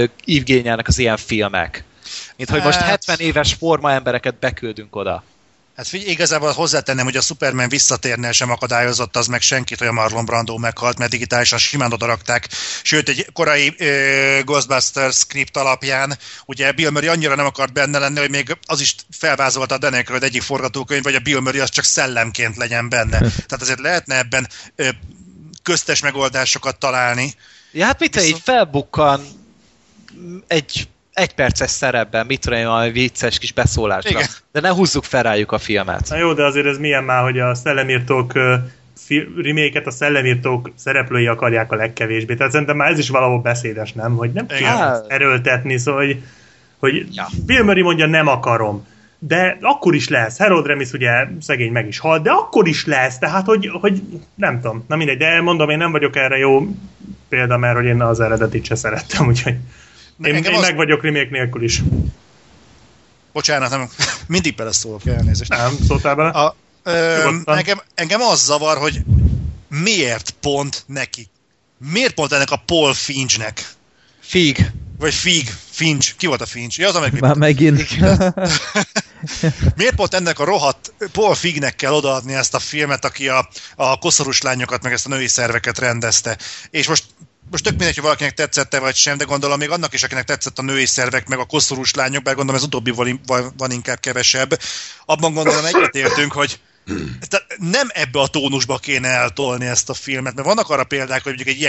igényelnek az ilyen filmek. Mint hogy most 70 éves forma embereket beküldünk oda. Hát figyelj, igazából hozzátenném, hogy a Superman visszatérnél sem akadályozott az meg senkit, hogy a Marlon Brando meghalt, mert digitálisan simán odarakták. Sőt, egy korai Ghostbusters script alapján, ugye Bill Murray annyira nem akart benne lenni, hogy még az is felvázolta a Dan Aykroyd egyik forgatókönyv, vagy a Bill Murray az csak szellemként legyen benne. Tehát azért lehetne ebben köztes megoldásokat találni. Ja, hát mit így felbukkan egy perces szerepben, mit tudom én, a vicces kis beszólásra. Igen. De ne húzzuk fel rájuk a filmet. Na jó, de azért ez milyen már, hogy a Szellemírtók remake-et a Szellemírtók szereplői akarják a legkevésbé. Tehát szerintem már ez is valahol beszédes, nem? Hogy nem kell erőltetni, szóval, hogy ja. Bill Murray mondja, nem akarom. De akkor is lesz. Harold Ramis ugye szegény meg is halt, de akkor is lesz. Tehát, hogy nem tudom. Na mindegy, de mondom, én nem vagyok erre jó példa, mert hogy én az eredetit se szerettem, úgyhogy én meg vagyok remake nélkül is. Bocsánat, nem, mindig beleszólok, elnézést. Nem, szóltál bele? Engem az zavar, hogy miért pont neki? Miért pont ennek a Paul Finchnek? Fig. Vagy Finch. Ki volt a Finch? Ja, az a már megint. Miért pont ennek a rohadt Paul Fignek kell odaadni ezt a filmet, aki a koszorús lányokat, meg ezt a női szerveket rendezte? És most tök mindegy, hogy valakinek tetszette vagy sem, de gondolom még annak is, akinek tetszett a női szervek, meg a koszorús lányok, bár gondolom ez utóbbi van inkább kevesebb. Abban gondolom egyetértünk, hogy nem ebbe a tónusba kéne eltolni ezt a filmet, mert vannak arra példák, hogy mondjuk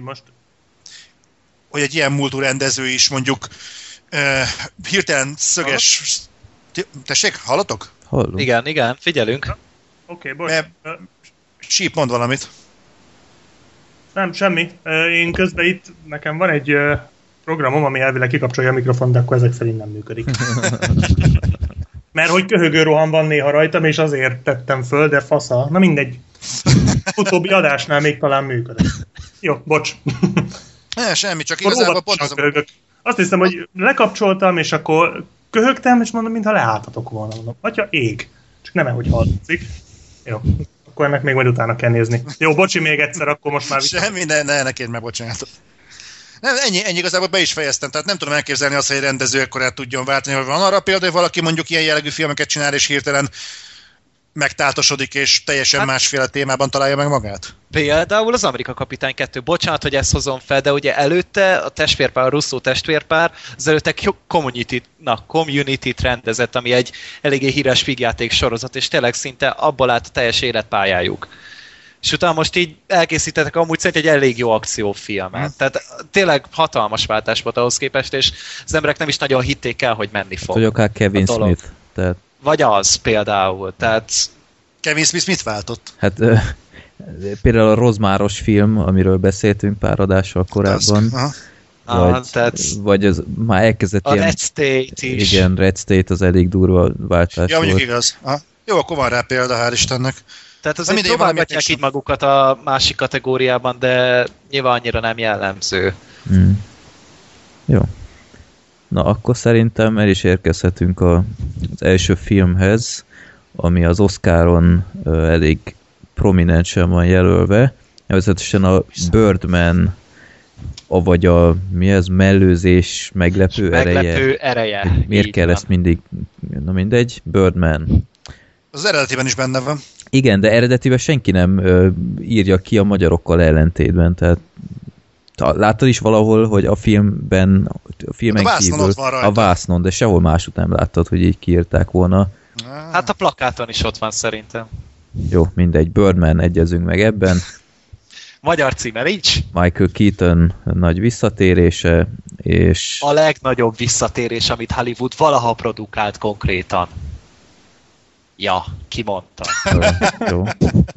egy ilyen múltú rendező is mondjuk hirtelen szöges... Tessék, hallatok? Hallunk. Igen, figyelünk. Oké, bocs. Síp, mond valamit. Nem, semmi. Én közben itt, nekem van egy programom, ami elvileg kikapcsolja a mikrofon, de akkor ezek szerint nem működik. Mert hogy köhögő roham van néha rajtam, és azért tettem föl, de fasza. Na mindegy. Utóbbi adásnál még talán működik. Jó, bocs. Ne, semmi, csak igazából pont az a... Azt hiszem, hogy lekapcsoltam, és akkor köhögtem, és mondom, mintha leálltatok volna. Mondom, atya ég. Csak nem hogy hallatszik. Jó. Akkor ennek még majd utána kell nézni. Jó, bocsi még egyszer, akkor most már... Semmi, ne kérj meg bocsánatot. Nem, ennyi igazából be is fejeztem, tehát nem tudom elképzelni azt, hogy egy rendező akkor el tudjon váltani, hogy van arra példa, hogy valaki mondjuk ilyen jellegű filmeket csinál, és hirtelen megtáltosodik, és teljesen másféle témában találja meg magát? Például az Amerika Kapitány 2. Bocsánat, hogy ezt hozom fel, de ugye előtte a testvérpár, a Russo testvérpár, az előtte Community-t rendezett, ami egy eléggé híres vígjáték sorozat, és tényleg szinte abból állt a teljes életpályájuk. És utána most így elkészítettek amúgy szerint egy elég jó akciófilmet. Tehát tényleg hatalmas váltás volt ahhoz képest, és az emberek nem is nagyon hitték el, hogy menni fog. Vagy akár Kevin Smith. Tehát... Vagy az például. Tehát... Kevin Smith mit váltott? Hát például a Rozmáros film, amiről beszéltünk pár adással korábban. Vagy az már elkezdett a Red State is. Igen, Red State az elég durva váltás volt. Mondjuk igaz. Jó, akkor van rá példa, hál' Istennek. Tehát azért próbálgatják így magukat a másik kategóriában, de nyilván annyira nem jellemző. Jó. Na, akkor szerintem el is érkezhetünk az első filmhez, ami az Oscaron elég prominensen van jelölve, nevezetesen a Birdman, avagy a mellőzés meglepő ereje. Miért kell ezt mindig? Na mindegy, Birdman. Az eredetiben is benne van. Igen, de eredetiben senki nem írja ki a magyarokkal ellentétben, tehát láttad is valahol, hogy a filmen kívül a vásznon, de sehol másút nem láttad, hogy így kiírták volna. Hát a plakáton is ott van szerintem. Jó, mindegy, Birdman, egyezünk meg ebben. Magyar címe nincs? Michael Keaton nagy visszatérése, és... A legnagyobb visszatérés, amit Hollywood valaha produkált konkrétan. Ja, kimondtam. Jó.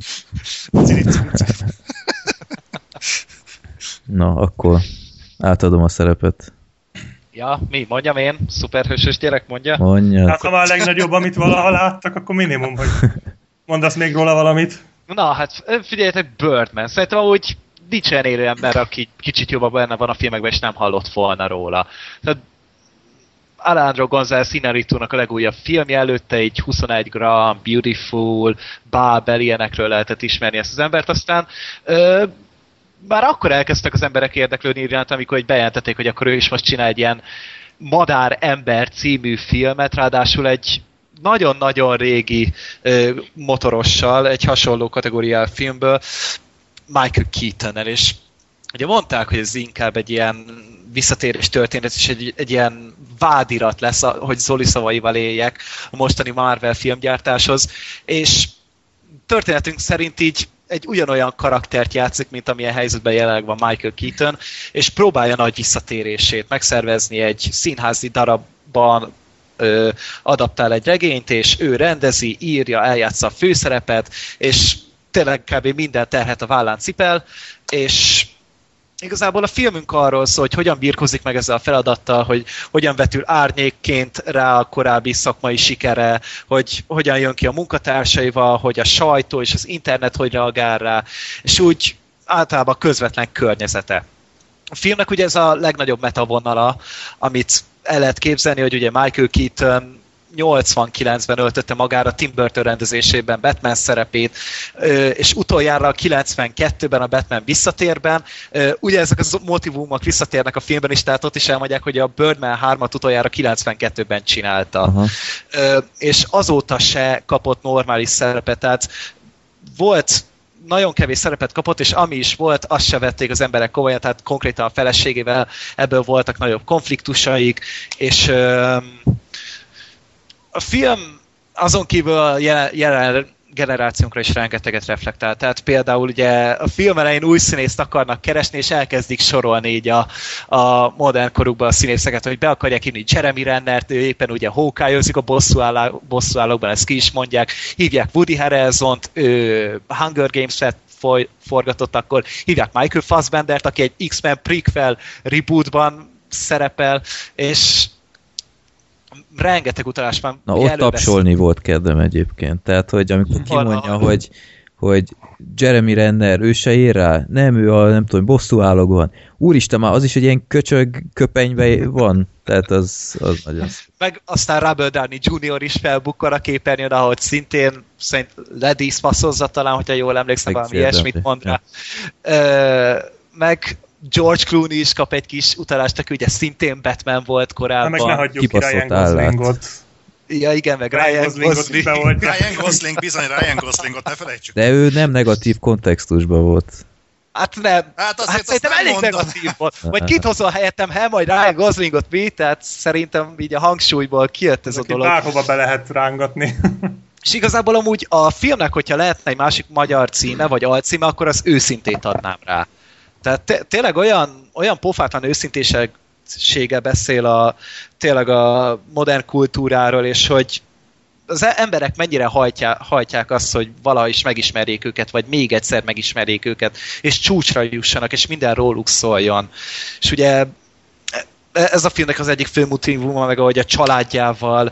Na, akkor átadom a szerepet. Ja, mi? Mondjam én? Szuperhősös gyerek, mondja? Mondja. Hát ha már a legnagyobb, amit valaha láttak, akkor minimum, hogy mondasz még róla valamit. Na, hát figyeljetek, Birdman. Szerintem úgy nincs olyan élő ember, aki kicsit jobban benne van a filmekben, és nem hallott volna róla. Tehát Alejandro González Iñárritu-nak a legújabb filmje, előtte így 21 gram, Beautiful, Babel, ilyenekről lehetett ismerni ezt az embert, aztán már akkor elkezdtek az emberek érdeklődni iránt, amikor bejelentették, hogy akkor ő is most csinál egy ilyen Madár ember című filmet, ráadásul egy nagyon-nagyon régi motorossal, egy hasonló kategóriás filmből, Michael Keaton-el, és ugye mondták, hogy ez inkább egy ilyen visszatérés történet, és egy ilyen vádirat lesz, hogy Zoli szavaival éljek a mostani Marvel filmgyártáshoz, és történetünk szerint így egy ugyanolyan karaktert játszik, mint amilyen helyzetben jelenleg van Michael Keaton, és próbálja nagy visszatérését megszervezni egy színházi darabban, adaptál egy regényt, és ő rendezi, írja, eljátsza a főszerepet, és tényleg kb. Minden terhet a vállán cipel, és igazából a filmünk arról szól, hogy hogyan birkózik meg ezzel a feladattal, hogy hogyan vetül árnyékként rá a korábbi szakmai sikere, hogy hogyan jön ki a munkatársaival, hogy a sajtó és az internet hogy reagál rá, és úgy általában közvetlen környezete. A filmnek ugye ez a legnagyobb metavonala, amit el lehet képzelni, hogy ugye Michael Keaton 89-ben öltötte magára Tim Burton rendezésében Batman szerepét, és utoljára 92-ben a Batman visszatérben. Ugye ezek a motivumok visszatérnek a filmben is, tehát ott is elmondják, hogy a Birdman 3-at utoljára 92-ben csinálta. Uh-huh. És azóta se kapott normális szerepet, tehát volt nagyon kevés szerepet kapott, és ami is volt, azt se vették az emberek komolyan, tehát konkrétan a feleségével ebből voltak nagyobb konfliktusaik, és a film azon kívül a jelen generációnkra is rengeteget reflektál. Tehát például ugye a film elején új színészt akarnak keresni, és elkezdik sorolni így a modern korukban a színészeket, hogy be akarják írni Jeremy Rennert, ő éppen ugye Hawkeye-ozik a bosszúállókban, ezt ki is mondják, hívják Woody Harrelsont, ő Hunger Games-et forgatott, akkor hívják Michael Fassbendert, aki egy X-Men prequel rebootban szerepel, és rengeteg utalás van. Na, ott tapsolni volt kedvem egyébként. Tehát, hogy amikor kimondja, hogy Jeremy Renner, ő se ér rá? Nem, ő a, nem tudom, bosszúállók van. Úristen, már az is egy ilyen köcsög köpenyben van. Tehát az nagyon... Meg aztán Robert Downey Jr. is felbukkan a képernyőn, ahogy szintén szerint Ledis passzozza talán, hogyha jól emlékszem, valami ilyesmit mond rá. Meg George Clooney is kap egy kis utalást, aki ugye szintén Batman volt korábban. Na, meg ne hagyjuk ki Ryan Goslingot. Ja, igen, meg Ryan Gosling. Ryan Gosling, bizony Ryan Goslingot, ne felejtsük. De ő nem negatív kontextusban volt. Hát nem. Hát szerintem elég negatív volt. Vagy kit hozol helyettem, majd Ryan Goslingot mi? Tehát szerintem így a hangsúlyból kijött ez a dolog. Bárhova be lehet rángatni. És igazából amúgy a filmnek, hogyha lehetne egy másik magyar címe, vagy alcíme, akkor az őszintét adnám rá. Tehát tényleg olyan pofátlan őszintésége beszél tényleg a modern kultúráról, és hogy az emberek mennyire hajtják azt, hogy valaha is megismerjék őket, vagy még egyszer megismerjék őket, és csúcsra jussanak, és minden róluk szóljon. És ugye ez a filmnek az egyik fő motívuma, meg ahogy a családjával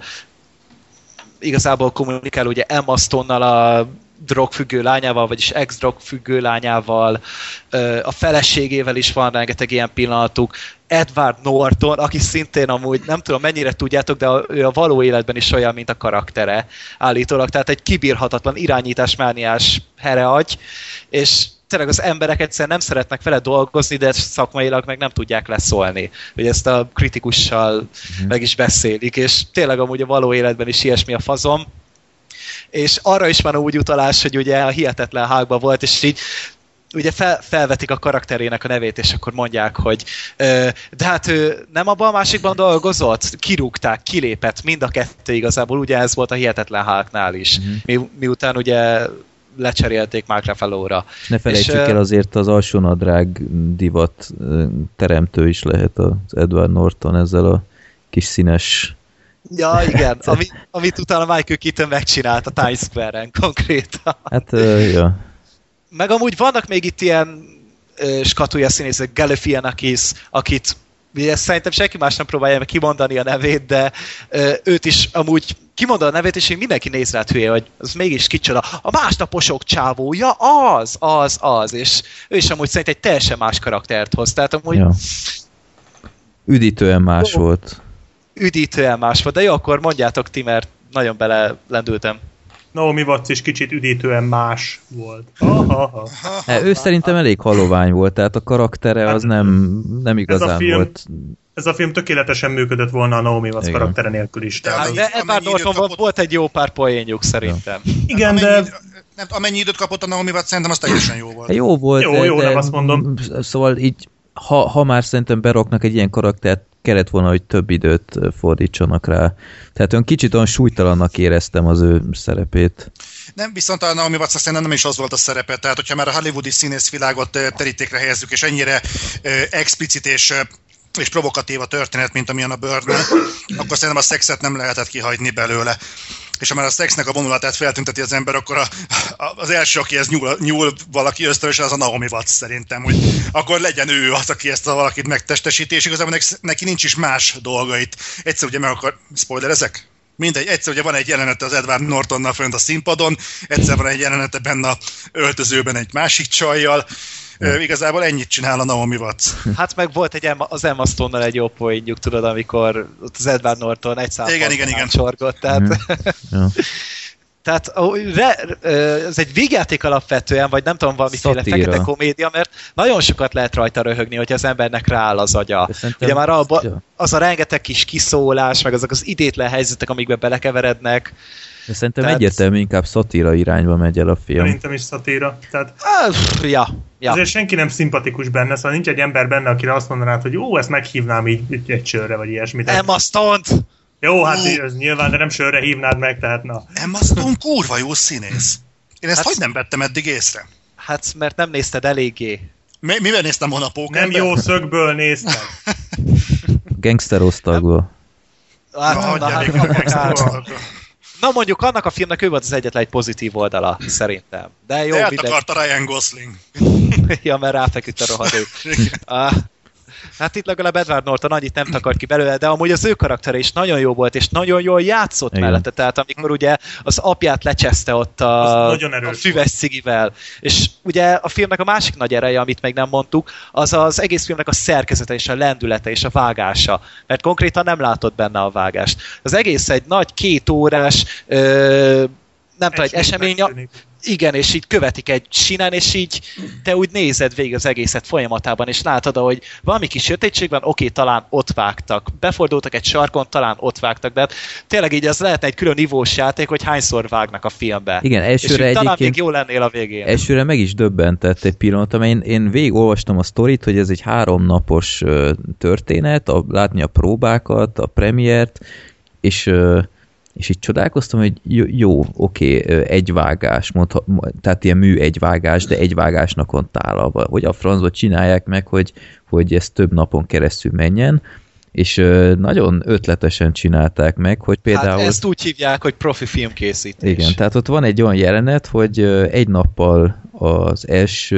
igazából kommunikál, ugye Emma Stone-nal, a drogfüggő lányával, vagyis ex-drogfüggő lányával, a feleségével is van rengeteg ilyen pillanatuk. Edward Norton, aki szintén amúgy, nem tudom mennyire tudjátok, de ő a való életben is olyan, mint a karaktere állítólag. Tehát egy kibírhatatlan irányításmániás hereagy, és tényleg az emberek egyszerűen nem szeretnek vele dolgozni, de szakmailag meg nem tudják leszólni. Ugye ezt a kritikussal meg is beszélik, és tényleg amúgy a való életben is ilyesmi a fazom. És arra is van úgy utalás, hogy ugye a Hihetetlen Hulkban volt, és így ugye felvetik a karakterének a nevét, és akkor mondják, hogy de hát ő nem abban a másikban dolgozott, kirúgták, kilépett, mind a kettő igazából, ugye ez volt a Hihetetlen Hulknál is, miután ugye lecserélték Mark Ruffalo-ra. Ne felejtsük el, azért az alsónadrág divat teremtő is lehet az Edward Norton ezzel a kis színes... Ja, igen, amit utána Michael Keaton megcsinált a Times Square-en konkrétan. Hát, ja. Meg amúgy vannak még itt ilyen skatulja színészek, Galifianakis, akit ugye szerintem senki más nem próbálja meg kimondani a nevét, de őt is amúgy kimondani a nevét, és én mindenki néz rá hülye, hogy az mégis kicsoda. A másnaposok csávó, ja, az, és ő is amúgy szerint egy teljesen más karaktert hoz, tehát amúgy... Ja. Üdítően más volt. Üdítően más volt, de jó, akkor mondjátok ti, mert nagyon belelendültem. Naomi Watts is kicsit üdítően más volt. Ő szerintem elég halovány volt, tehát a karaktere az nem igazán volt. Ez a film tökéletesen működött volna a Naomi Watts karaktere nélkül is. De Edward Norton volt egy jó pár poénjuk szerintem. Igen, de... Amennyi időt kapott a Naomi Watts, szerintem az teljesen jó volt. Jó volt, jó, nem azt mondom. Szóval így, ha már szerintem beraknak egy ilyen karaktert, kellett volna, hogy több időt fordítsanak rá. Tehát olyan kicsit olyan súlytalannak éreztem az ő szerepét. Nem, viszont a Naomi Watts szerintem nem is az volt a szerepe. Tehát, hogyha már a hollywoodi színészvilágot terítékre helyezzük, és ennyire explicit és provokatív a történet, mint amilyen a Birdman, akkor szerintem a szexet nem lehetett kihagyni belőle. És ha már a szexnek a vonulatát feltünteti az ember, akkor az első, aki ez nyúl valaki ösztönösen, az a Naomi Watts szerintem, hogy akkor legyen ő az, aki ezt a valakit megtestesíti, és igazából neki nincs is más dolgait. Egyszer ugye meg akar... Spoilerezek? Mindegy, egyszer ugye van egy jelenete az Edward Nortonnal fönt a színpadon, egyszer van egy jelenete benne a öltözőben egy másik csajjal. Igazából ennyit csinál a Naomi Watts. Hát meg volt az Emma Stone-nal egy jó poénjuk, tudod, amikor az Edward Norton egy számban csorgott. Tehát ez egy vígjáték alapvetően, vagy nem tudom, valamiféle fekete komédia, mert nagyon sokat lehet rajta röhögni, hogy az embernek rááll az agya. Ugye már az a rengeteg kis kiszólás, meg azok az idétlen helyzetek, amikbe belekeverednek. De szerintem egyértelmű inkább szatíra irányba megy el a film. Szerintem is szatíra. Tehát... Ja. Azért senki nem szimpatikus benne, szóval nincs egy ember benne, akire azt mondanád, hogy ezt meghívnám így egy sörre, vagy ilyesmit. Emma Stone-t! Jó, hát ez nyilván, de nem sörre hívnád meg, tehát na. Emma Stone kurva jó színész. Én ezt hogy nem vettem eddig észre? Hát, mert nem nézted eléggé. Mivel néztem volna a Pókerben? Nem jó szögből néztem. Gangster osztagból. Na mondjuk annak a filmnek ő volt az egyetlen egy pozitív oldala, szerintem. De jó, akarta Ryan Gosling. Ja, mert ráfeküdt a rohadék. Hát itt legalább Edward Norton annyit nem takart ki belőle, de amúgy az ő karaktere is nagyon jó volt, és nagyon jól játszott mellette. Tehát amikor ugye az apját lecseszte ott a füves cigivel. És ugye a filmnek a másik nagy ereje, amit még nem mondtuk, az az egész filmnek a szerkezete és a lendülete és a vágása. Mert konkrétan nem látott benne a vágást. Az egész egy nagy 2 órás nem tudom, egy esemény. Igen, és így követik egy sinen, és így te úgy nézed végig az egészet folyamatában, és látod, hogy valami kis sötétség van, oké, talán ott vágtak. Befordultak egy sarkon, talán ott vágtak, de hát tényleg így az lehetne egy külön nivós játék, hogy hányszor vágnak a filmbe. Igen, elsőre és talán még jó lennél a végén. Elsőre meg is döbbentett egy pillanat, én végigolvastam a sztorit, hogy ez egy 3 napos történet, látni a próbákat, a premiért, és így csodálkoztam, hogy jó, oké, egy vágás, tehát ilyen mű egy vágás, de egy vágásnak van tálalva. Hogy a francba csinálják meg, hogy ez több napon keresztül menjen, és nagyon ötletesen csinálták meg, hogy például... Hát ezt úgy hívják, hogy profi filmkészítés. Igen, tehát ott van egy olyan jelenet, hogy egy nappal az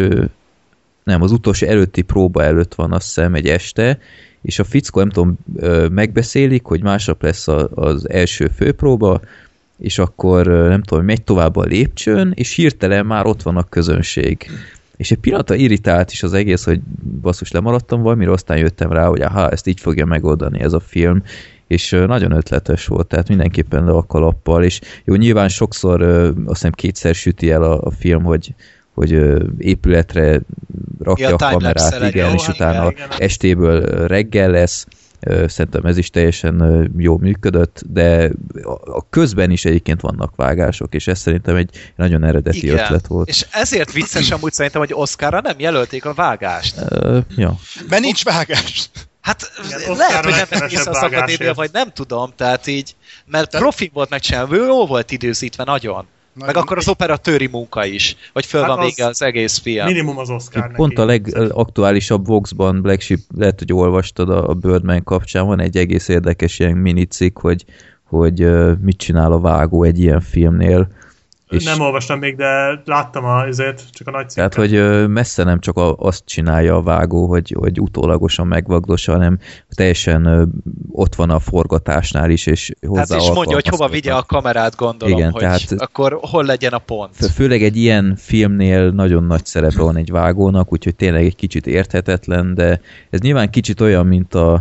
utolsó előtti próba előtt van, azt hiszem, egy este, és a fickó, nem tudom, megbeszélik, hogy másnap lesz az első főpróba, és akkor, nem tudom, megy tovább a lépcsőn, és hirtelen már ott van a közönség. És egy pillanatra irritált is az egész, hogy basszus, lemaradtam valamiről, aztán jöttem rá, hogy ezt így fogja megoldani ez a film, és nagyon ötletes volt, tehát mindenképpen le a kalappal, és jó, nyilván sokszor, azt hiszem 2-szer süti el a film, hogy épületre rakja a kamerát, igen, és utána estéből reggel lesz. Szerintem ez is teljesen jól működött, de a közben is egyébként vannak vágások, és ez szerintem egy nagyon eredeti ötlet volt. És ezért vicces amúgy szerintem, hogy Oscarra nem jelölték a vágást. Ja. Mert nincs vágás. Hát lehet, hogy nem egész az akadémia, vagy nem tudom, tehát így, mert profi volt megcsinálva, jó volt időzítve nagyon. Meg akkor az operatőri munka is, hogy föl van vége az egész film. Minimum az Oscar neki. Pont a legaktuálisabb Vox-ban, Black Sheep, lehet, hogy olvastad a Birdman kapcsán, van egy egész érdekes ilyen minicikk, hogy mit csinál a vágó egy ilyen filmnél. És nem olvastam még, de láttam azért, csak a nagy cikket. Tehát, hogy messze nem csak azt csinálja a vágó, hogy utólagosan megvagdossa, hanem teljesen ott van a forgatásnál is, és hozzá tehát is mondja, hogy hova vigye a kamerát, gondolom, igen, hogy tehát, akkor hol legyen a pont. Főleg egy ilyen filmnél nagyon nagy szerepe van egy vágónak, úgyhogy tényleg egy kicsit érthetetlen, de ez nyilván kicsit olyan, mint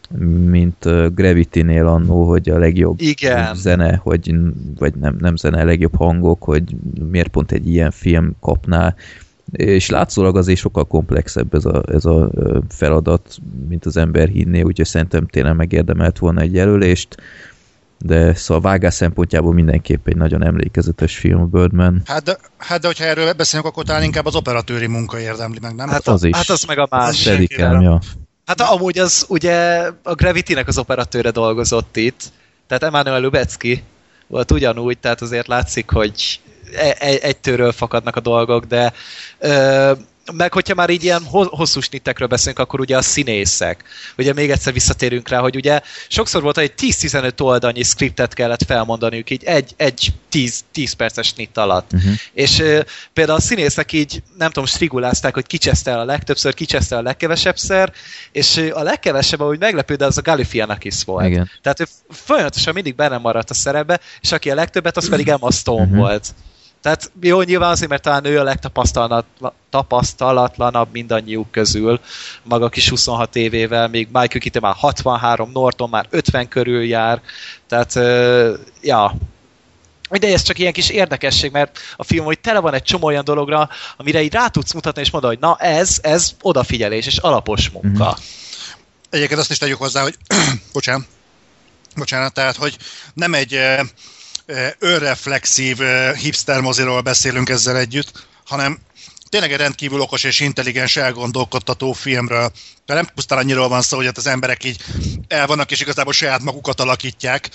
mint Gravity-nél annó, hogy a legjobb Igen. zene, vagy nem zene, a legjobb hangok, hogy miért pont egy ilyen film kapná. És látszólag azért sokkal komplexebb ez a feladat, mint az ember hinné, úgyhogy szerintem tényleg megérdemelt volna egy jelölést, de szóval vágás szempontjából mindenképp egy nagyon emlékezetes film a Birdman. Hát de hogyha erről beszélünk, akkor talán inkább az operatőri munka érdemli meg, nem? Hát az is. Hát az meg a másik. Steadicam, ja. Hát amúgy az ugye a Gravity-nek az operatőre dolgozott itt, tehát Emmanuel Lubezki volt ugyanúgy, tehát azért látszik, hogy egy tőről fakadnak a dolgok, de meg hogyha már így ilyen hosszú snittekről beszélünk, akkor ugye a színészek. Ugye még egyszer visszatérünk rá, hogy ugye sokszor volt, hogy 10-15 oldalnyi scriptet kellett felmondaniuk így egy 10 perces snitt alatt. És például a színészek így, nem tudom, strigulázták, hogy kicseszte el a legtöbbször, kicseszte el a legkevesebbszer, és a legkevesebb, ahogy meglepő, de az a Galifianakis volt. Igen. Tehát ő folyamatosan mindig benne maradt a szerepbe, és aki a legtöbbet, az pedig Emma Stone volt. Tehát jó, nyilván azért, mert talán ő a legtapasztalatlanabb mindannyiuk közül, maga kis 26 évével, még Michael Keaton már 63, Norton már 50 körül jár, tehát ja. De ez csak ilyen kis érdekesség, mert a film, hogy tele van egy csomó olyan dologra, amire így rá tudsz mutatni, és mondod, hogy na ez odafigyelés, és alapos munka. Egyébként azt is tegyük hozzá, hogy bocsánat, tehát, hogy nem egy önreflexív hipster moziról beszélünk ezzel együtt, hanem tényleg egy rendkívül okos és intelligens elgondolkodtató filmről. Tehát nem pusztán annyiról van szó, hogy az emberek így el vannak, és igazából saját magukat alakítják,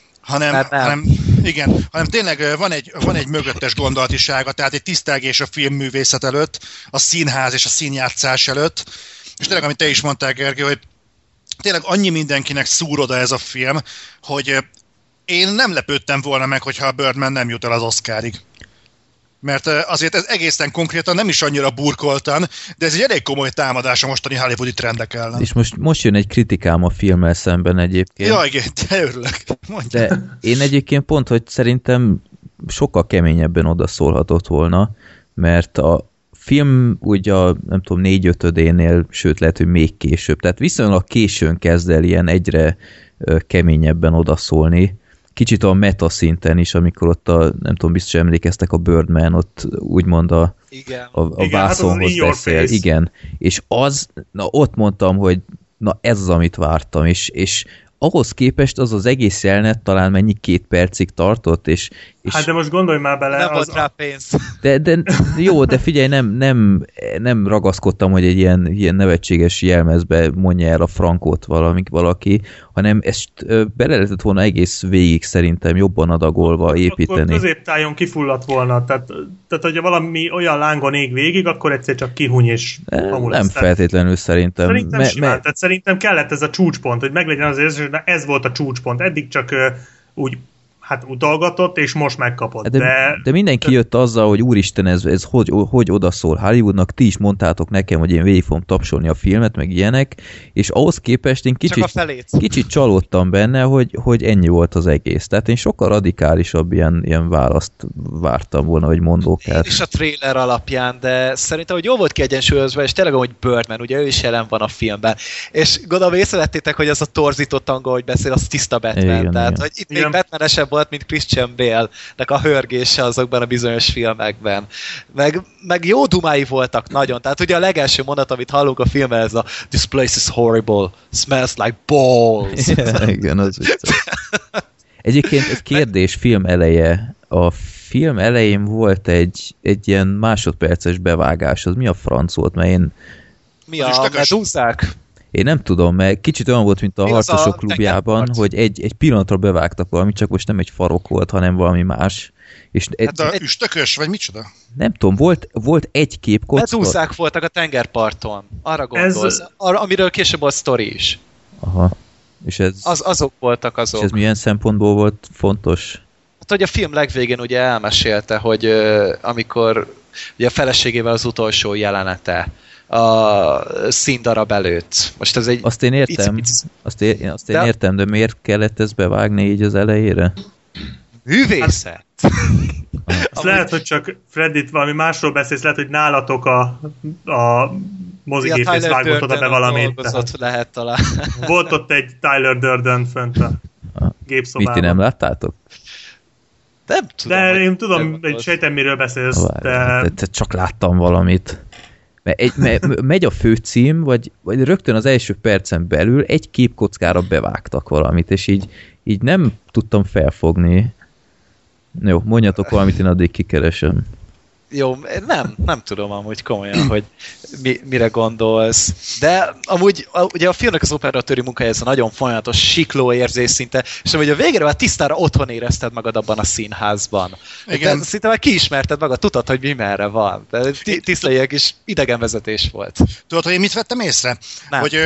hanem tényleg van egy mögöttes gondolatisága, tehát egy tisztelgés a filmművészet előtt, a színház és a színjátszás előtt, és tényleg, amit te is mondtál, Gergő, hogy tényleg annyi mindenkinek szúr oda ez a film, hogy én nem lepődtem volna meg, hogyha a Birdman nem jut el az Oscarig. Mert azért ez egészen konkrétan nem is annyira burkoltan, de ez egy elég komoly támadás a mostani hollywoodi trendek ellen. És most jön egy kritikám a filmmel szemben egyébként. Jaj, igen, te örülök. Mondja. De én egyébként pont, hogy szerintem sokkal keményebben odaszólhatott volna, mert a film ugye a, nem tudom, 4/5-énél, sőt lehet, hogy még később, tehát viszonylag későn kezd el ilyen egyre keményebben odaszólni. Kicsit a meta szinten is, amikor ott nem tudom, biztos emlékeztek a Birdman, ott úgymond a vászonhoz hát beszél. Igen. És ott mondtam, hogy ez az, amit vártam, és ahhoz képest az egész jelenet talán mennyi 2 percig tartott, és hát de most gondolj már bele. Nem volt rá pénz. De jó, de figyelj, nem ragaszkodtam, hogy egy ilyen nevetséges jelmezbe mondja el a frankót valaki, hanem ezt bele lehetett volna egész végig szerintem jobban adagolva építeni. Akkor középtájon kifulladt volna, tehát hogyha valami olyan lángon ég végig, akkor egyszer csak kihuny és hamul nem feltétlenül szerintem. Szerintem simán, tehát szerintem kellett ez a csúcspont, hogy meglegyen az érzés, hogy ez volt a csúcspont. Eddig csak úgy utalgatott, és most megkapott. De mindenki jött azzal, hogy úristen, ez hogy odaszól Hollywoodnak, ti is mondtátok nekem, hogy én végig fogom tapsolni a filmet, meg ilyenek, és ahhoz képest én kicsit csalódtam benne, hogy ennyi volt az egész. Tehát én sokkal radikálisabb ilyen választ vártam volna, hogy mondókát. Én is a trailer alapján, de szerintem, hogy jó volt kiegyensúlyozva, és tényleg, hogy Birdman, ugye ő is jelen van a filmben. És gondolom észrevettétek, hogy az a torzított angol, hogy beszél, az tiszta Batman. Igen, tehát, igen. Hogy itt még Batman-esebb volt, mint Christian Bale-nek a hörgése azokban a bizonyos filmekben. Meg jó dumái voltak nagyon. Tehát ugye a legelső mondat, amit hallunk a filmben, ez a "This place is horrible, smells like balls". Igen, az vicces. Egyébként egy kérdés film eleje. A film elején volt egy ilyen másodperces bevágás. Az mi a franc volt? Mert én... Mi a medúzák? Én nem tudom, mert kicsit olyan volt, mint a Harcosok klubjában, hogy egy pillanatra bevágtak valamit, csak most nem egy farok volt, hanem valami más. És hát a üstökös, vagy micsoda? Nem tudom, volt egy kép kocka. Medúzák voltak a tengerparton. Arra gondolsz. Amiről később volt sztori is. Aha. És azok voltak azok. És ez milyen szempontból volt fontos? Hát, hogy a film legvégén ugye elmesélte, hogy amikor ugye a feleségével az utolsó jelenete a színdarab előtt. Most ez egy... Azt én értem. Azt én értem, de miért kellett ezt bevágni így az elejére? Művészet! Lehet, hogy csak Freddy, valami másról beszélsz, lehet, hogy nálatok a mozigépész vágott oda be valamit. Lehet talán. Volt ott egy Tyler Durden fönt a gépszobában. Mit, ti nem láttátok? Nem tudom. De én tudom, hogy sejtem, miről beszélsz. De csak láttam valamit. Megy a főcím, vagy rögtön az első percen belül egy képkockára bevágtak valamit, és így nem tudtam felfogni. Jó, mondjatok valamit, én addig kikeresem. Jó, nem tudom amúgy komolyan, hogy mire gondolsz. De amúgy ugye a filmnek az operatőri munkája ez a nagyon folyamatos sikló érzés szinte, és amúgy a végére már tisztára otthon érezted magad abban a színházban. Igen. De szinte már kiismerted magad, tudtad, hogy mi merre van. De tiszta ilyen kis idegenvezetés volt. Tudod, hogy én mit vettem észre? Nem. Hogy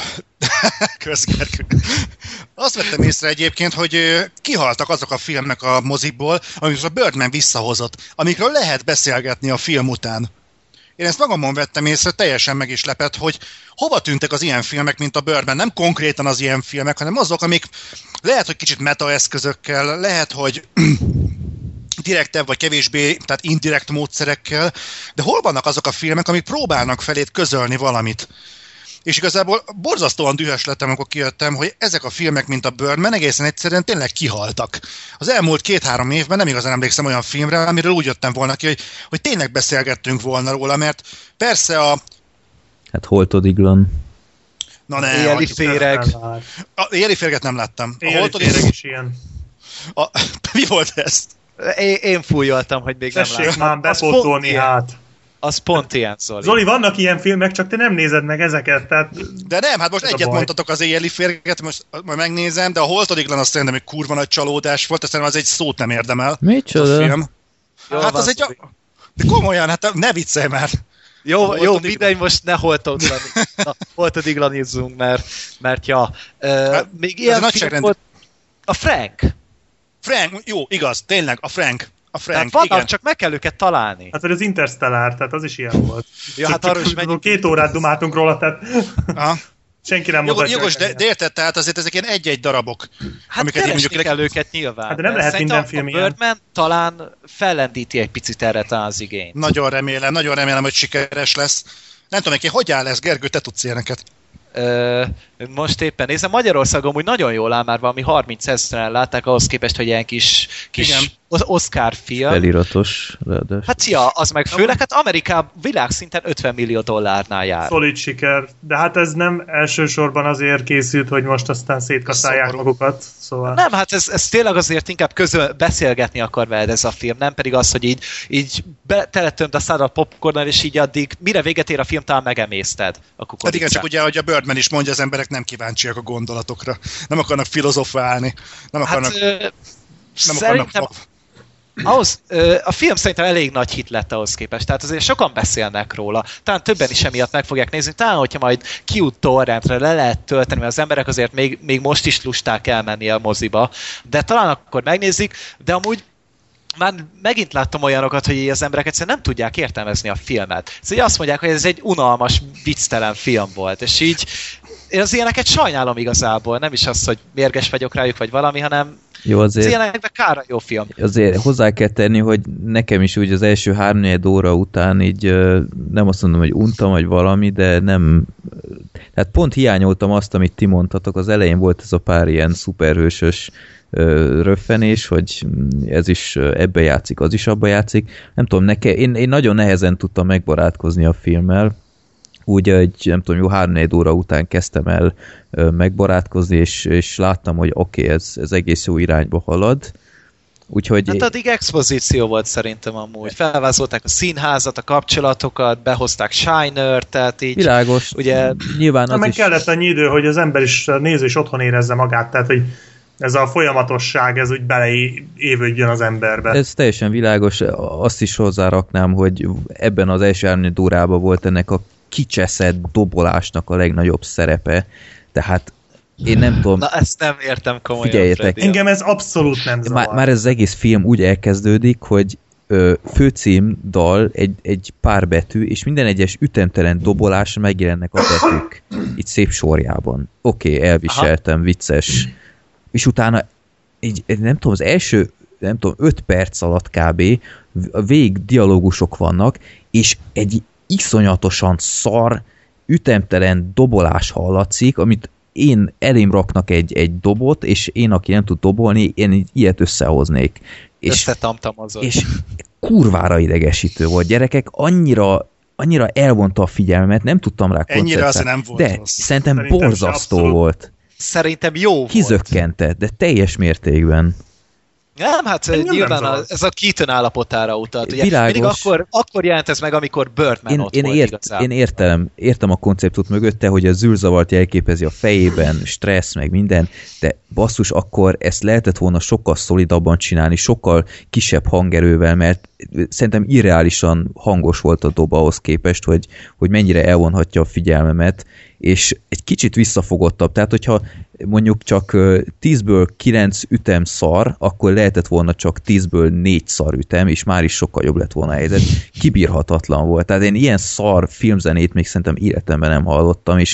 közgergő. Azt vettem észre egyébként, hogy kihaltak azok a filmek a mozikból, amikről a Birdman visszahozott, amikről lehet beszélgetni a film után. Én ezt magamon vettem észre, teljesen meg is lepett, hogy hova tűntek az ilyen filmek, mint a Birdman. Nem konkrétan az ilyen filmek, hanem azok, amik lehet, hogy kicsit metaeszközökkel, lehet, hogy direktebb vagy kevésbé, tehát indirekt módszerekkel, de hol vannak azok a filmek, amik próbálnak felét közölni valamit. És igazából borzasztóan dühös lettem, amikor kijöttem, hogy ezek a filmek, mint a Birdman, egészen egyszerűen tényleg kihaltak. Az elmúlt 2-3 évben nem igazán emlékszem olyan filmre, amiről úgy jöttem volna ki, hogy tényleg beszélgettünk volna róla, mert persze a... Hát Holtodiglan. Na ne, Éjjeli féreg. Éjjeli féreget nem láttam. Éjjeli féreg is ilyen. Mi volt ez? Én fújoltam, hogy még tessék nem láttam. már bepótolni hát. Az pont ilyen, Zoli. Zoli, vannak ilyen filmek, csak te nem nézed meg ezeket, tehát... De nem, hát most egyet mondtatok az éjjeli férget, most majd megnézem, de a Holtodiglan azt szerintem egy kurva nagy csalódás volt, aztán az egy szót nem érdemel. Micsoda? A film. Hát az egy... De komolyan, hát ne viccelj már! Jó, mindegy, most ne Holtodiglanízzunk, mert ja. Még ilyen film volt... A Frank, jó, igaz, tényleg, a Frank, tehát vannak, igen. csak meg kell őket találni. Hát vagy az Interstellar, tehát az is ilyen volt. Ja, hát arról is menjünk. 2 órát dumáltunk róla, tehát senki nem mutatja. Jogos, de érted, tehát azért ezek ilyen egy-egy darabok. Hát keresni kell őket nyilván. Hát de nem lehet minden film ilyen. A Birdman talán fellendíti egy picit erre talán az igényt. Nagyon remélem, hogy sikeres lesz. Nem tudom, hogy áll ez, Gergő, te tudsz ilyeneket. Most éppen nézem, Magyarországon úgy nagyon jól áll, már valami 30 000-en látták, ahhoz képest, hogy ilyen kis Oscar film. Feliratos, ráadásul. Hát ja, az meg főleg, hát Amerikában világszinten $50 millió jár. Szolid siker, de hát ez nem elsősorban azért készült, hogy most aztán szétkaszálják magukat, szóval... Nem, hát ez tényleg azért inkább beszélgetni akar veled ez a film, nem pedig az, hogy így teletönt a szád a popcornnal, és így addig, mire véget ér a film, talán megemészted a kukoricát. Hát igen, csak ugye, hogy a Birdman is mondja, az emberek nem kíváncsiak a gondolatokra. Nem akarnak filozofálni. Nem akarnak... Szerintem a film szerintem elég nagy hit lett ahhoz képest, tehát azért sokan beszélnek róla, talán többen is emiatt meg fogják nézni, talán hogyha majd kijut torrentre, le lehet tölteni, mert az emberek azért még most is lusták elmenni a moziba, de talán akkor megnézik, de amúgy már megint láttam olyanokat, hogy az emberek egyszerűen nem tudják értelmezni a filmet. Szóval azt mondják, hogy ez egy unalmas, vicctelen film volt, és így én az ilyeneket sajnálom igazából, nem is az, hogy mérges vagyok rájuk, vagy valami, hanem jó, azért, az ilyenekben kára jó film. Azért hozzá kell tenni, hogy nekem is úgy az első 3-4 óra után így nem azt mondom, hogy untam, vagy valami, de nem... Tehát pont hiányoltam azt, amit ti mondtatok, az elején volt ez a pár ilyen szuperhősös röffenés, hogy ez is ebbe játszik, az is abba játszik. Nem tudom, én nagyon nehezen tudtam megbarátkozni a filmmel, úgy egy, nem tudom, jó 3-4 óra után kezdtem el megbarátkozni, és láttam, hogy oké, ez egész jó irányba halad. Úgyhogy... Hát addig expozíció volt szerintem amúgy. Felvázolták a színházat, a kapcsolatokat, behozták Shiner, tehát így... Világos. Ugye... Nyilván az meg is... kellett annyi idő, hogy az ember is, a néző is otthon érezze magát, tehát hogy ez a folyamatosság, ez úgy beleévődjön az emberbe. Ez teljesen világos. Azt is hozzáraknám, hogy ebben az első 3 órában volt ennek a kicseszett dobolásnak a legnagyobb szerepe. Tehát én nem tudom... Na ezt nem értem komolyan. Figyeljetek. Freddy. Engem ez abszolút nem zavar. Már ez az egész film úgy elkezdődik, hogy főcím, dal, egy pár betű, és minden egyes ütemtelen dobolásra megjelennek a betűk. Így szép sorjában. Oké, elviseltem, aha. Vicces. És utána így, nem tudom, az első 5 perc alatt kb. Végig dialógusok vannak, és egy iszonyatosan szar, ütemtelen dobolás hallatszik, amit én elém raknak egy dobot, és én, aki nem tud dobolni, én ilyet összehoznék. És kurvára idegesítő volt. Gyerekek, annyira elvonta a figyelmet, nem tudtam rá koncentrálni. Ennyire azért nem volt de rossz. szerintem borzasztó volt. Szerintem jó volt. Kizökkentett, de teljes mértékben. Nem, hát nyilván ez a Keaton állapotára utalt. Ugye Világos. mindig akkor jelent ez meg, amikor Birdman ott volt igazából. Én értem a konceptut mögötte, hogy a zűrzavart jelképezi a fejében, stressz, meg minden, de basszus, akkor ezt lehetett volna sokkal szolidabban csinálni, sokkal kisebb hangerővel, mert szerintem irreálisan hangos volt a dob ahhoz képest, hogy mennyire elvonhatja a figyelmemet, és egy kicsit visszafogottabb. Tehát, hogyha mondjuk csak 10-ből 9 ütem szar, akkor lehetett volna csak 10-ből 4 szar ütem, és már is sokkal jobb lett volna a helyzet. Kibírhatatlan volt. Tehát én ilyen szar filmzenét még szerintem életemben nem hallottam, és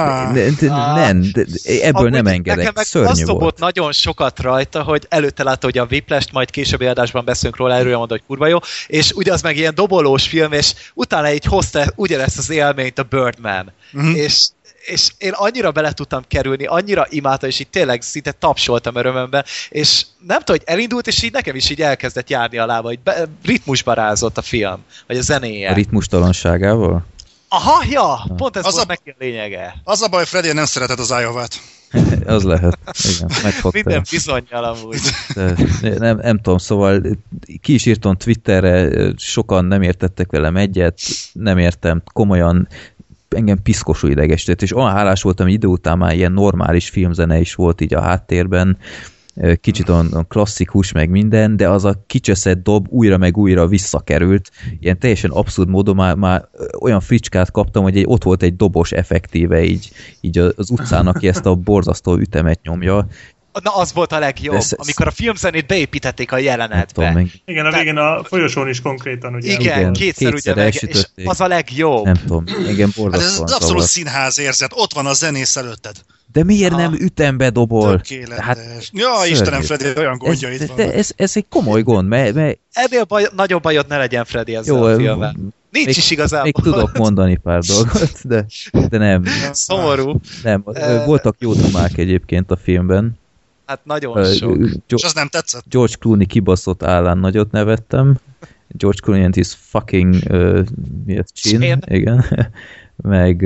ebből nem engedek. Nekem meg szörnyű azt volt. dobott nagyon sokat rajta, hogy előtte látta, hogy a Whiplash-t, majd későbbi adásban beszélünk róla, erről mondta, hogy kurva jó, és ugye az meg ilyen dobolós film, és utána így hozta ugyanezt az élményt a Birdman. És én annyira bele tudtam kerülni, annyira imádtam, és így tényleg szinte tapsoltam örömömben, és nem tudom, hogy elindult, és így nekem is így elkezdett járni a lába, hogy ritmusba rázott a film, vagy a zenéje. A ritmustalanságával? Aha, ja, pont ez volt neki a lényege. Az a baj, Freddy nem szeretett az Iowa-t. Az lehet. Igen, megfogta. Minden bizonnyal amúgy. Nem tudom, szóval ki is írtam Twitterre, sokan nem értettek velem egyet, nem értem, komolyan engem piszkosú idegesített, és olyan hálás voltam, hogy idő után már ilyen normális filmzene is volt így a háttérben, kicsit olyan klasszikus, meg minden, de az a kicseszett dob újra meg újra visszakerült, ilyen teljesen abszurd módon már olyan fricskát kaptam, hogy ott volt egy dobos effektíve így az utcán, aki ezt a borzasztó ütemet nyomja. Na, az volt a legjobb, amikor a filmzenét beépítették a jelenetbe. Igen, a végén a folyosón is konkrétan, ugye? Igen, kétszer ugye meg, és az a legjobb. Nem tudom, engem borzasztóan. Hát ez az abszolút színház érzet, ott van a zenész előtted. De miért nem ütembe dobol? Tökéletes. Hát, ja, Istenem, Freddy, olyan gondjaid van. Ez egy komoly gond, mert ennél nagyobb bajod ne legyen, Freddy, ezzel a filmben. Nincs is igazából. Még tudok mondani pár dolgot, de nem. Szomorú. Nem, voltak jó dumák egyébként a filmben. Hát nagyon sok. És az nem tetszett? George Clooney kibaszott állán nagyot nevettem. George Clooney and his fucking chin. Igen. meg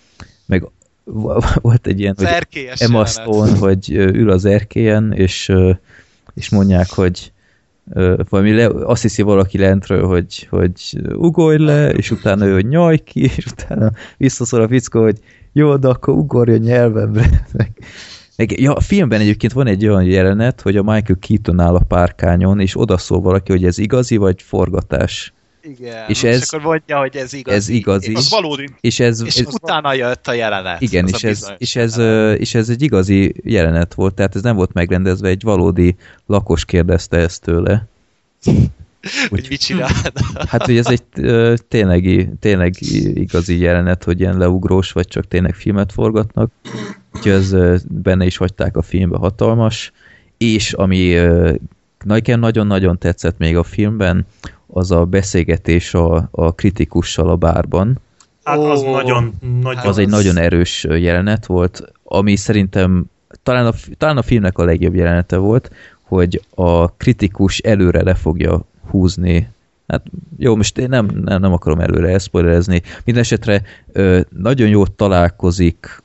volt egy ilyen, hogy Emma Stone, hogy ül az erkélyen, és mondják, hogy valami azt hiszi valaki lentről, hogy ugorj le, és utána ő, hogy nyaj ki, és utána visszaszól a fickó, hogy jó, de akkor ugorj a nyelvemre. Ja, a filmben egyébként van egy olyan jelenet, hogy a Michael Keaton áll a párkányon, és odaszól valaki, hogy ez igazi, vagy forgatás. Igen, és akkor mondja, hogy ez igazi. Ez igazi. Az valódi. És utána jött a jelenet. Igen, és ez egy igazi jelenet volt, tehát ez nem volt megrendezve, egy valódi lakos kérdezte ezt tőle. Hogy mit csinálna? Hát, hogy ez egy tényleg igazi jelenet, hogy ilyen leugrós, vagy csak tényleg filmet forgatnak. Úgyhogy ez benne is hagyták a filmbe, hatalmas. És ami nekem nagyon-nagyon tetszett még a filmben, az a beszélgetés a kritikussal a bárban. Hát az Az egy nagyon erős jelenet volt, ami szerintem talán a filmnek a legjobb jelenete volt, hogy a kritikus előre le fogja húzni. Hát jó, most én nem akarom előre elszpoilerezni. Mindenesetre nagyon jól találkozik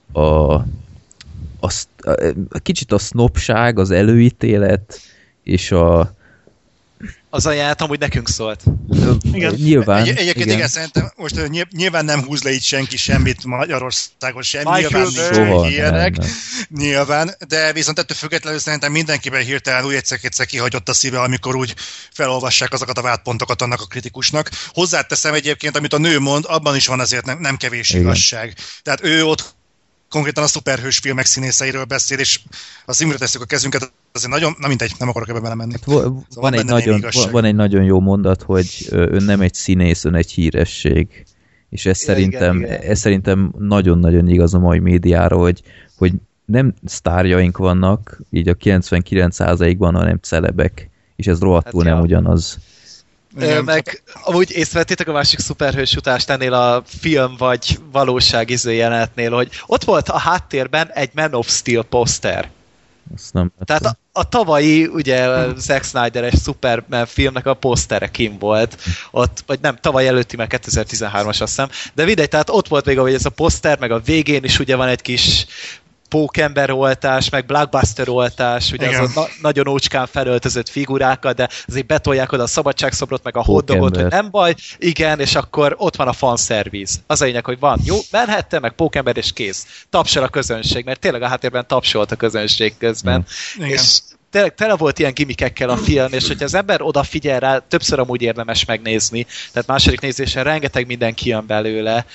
kicsit a sznobság, az előítélet, és az ajánlat amúgy nekünk szólt. Igen. Nyilván. Egyébként igen, szerintem most nyilván nem húz le itt senki semmit Magyarországon sem. Nyilván soha ilyenek. Nyilván, de viszont ettől függetlenül szerintem mindenkiben hirtelen úgy egyszer kihagyott a szíve, amikor úgy felolvassák azokat a vádpontokat annak a kritikusnak. Hozzáteszem egyébként, amit a nő mond, abban is van azért nem kevés igazság. Tehát ő ott konkrétan a szuperhős filmek színészeiről beszél, és ha színre tesszük a kezünket, azért nagyon, na mindegy, nem akarok ebbe belemenni. Van egy nagyon jó mondat, hogy ön nem egy színész, ön egy híresség. És ez szerintem nagyon-nagyon igaz a mai médiára, hogy nem sztárjaink vannak, így a 99%-ban, hanem celebek, és ez rohadtul nem ugyanaz. Meg amúgy észrevettétek a másik szuperhős utást ennél a film vagy valóság jelenetnél, hogy ott volt a háttérben egy Man of Steel poszter. Tehát a tavalyi, ugye, Zack Snyder-es Superman filmnek a posztere kim volt, ott, vagy nem, tavaly előtti, mert 2013-as azt hiszem, de mindegy, tehát ott volt még ez a poszter, meg a végén is ugye van egy kis pókember oltás, meg blockbuster oltás, ugye az nagyon ócskán felöltözött figurákkal, de azért betolják oda a szabadságszobrot, meg a hotdogot, hogy nem baj, igen, és akkor ott van a fanszerviz. Az a lényeg, hogy van jó Manhattan, meg pókember, és kész. Tapsol a közönség, mert tényleg a háttérben tapsolt a közönség közben. És tényleg tele volt ilyen gimikekkel a film, és hogyha az ember odafigyel rá, többször amúgy érdemes megnézni, tehát második nézésen rengeteg minden kijön belőle,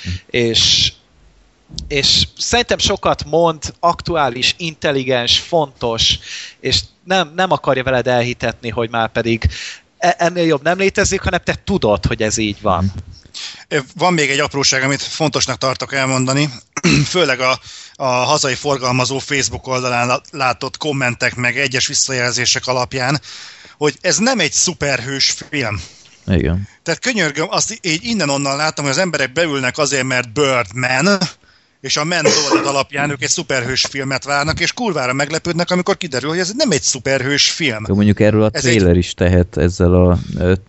és szerintem sokat mond, aktuális, intelligens, fontos, és nem akarja veled elhitetni, hogy már pedig ennél jobb nem létezik, hanem te tudod, hogy ez így van. Van még egy apróság, amit fontosnak tartok elmondani, főleg a hazai forgalmazó Facebook oldalán látott kommentek meg egyes visszajelzések alapján, hogy ez nem egy szuperhős film. Igen. Tehát könyörgöm, azt így innen-onnan láttam, hogy az emberek beülnek azért, mert Birdman, és a Man dolog alapján ők egy szuperhős filmet várnak, és kurvára meglepődnek, amikor kiderül, hogy ez nem egy szuperhős film. Jó, mondjuk erről a trailer is tehet ezzel a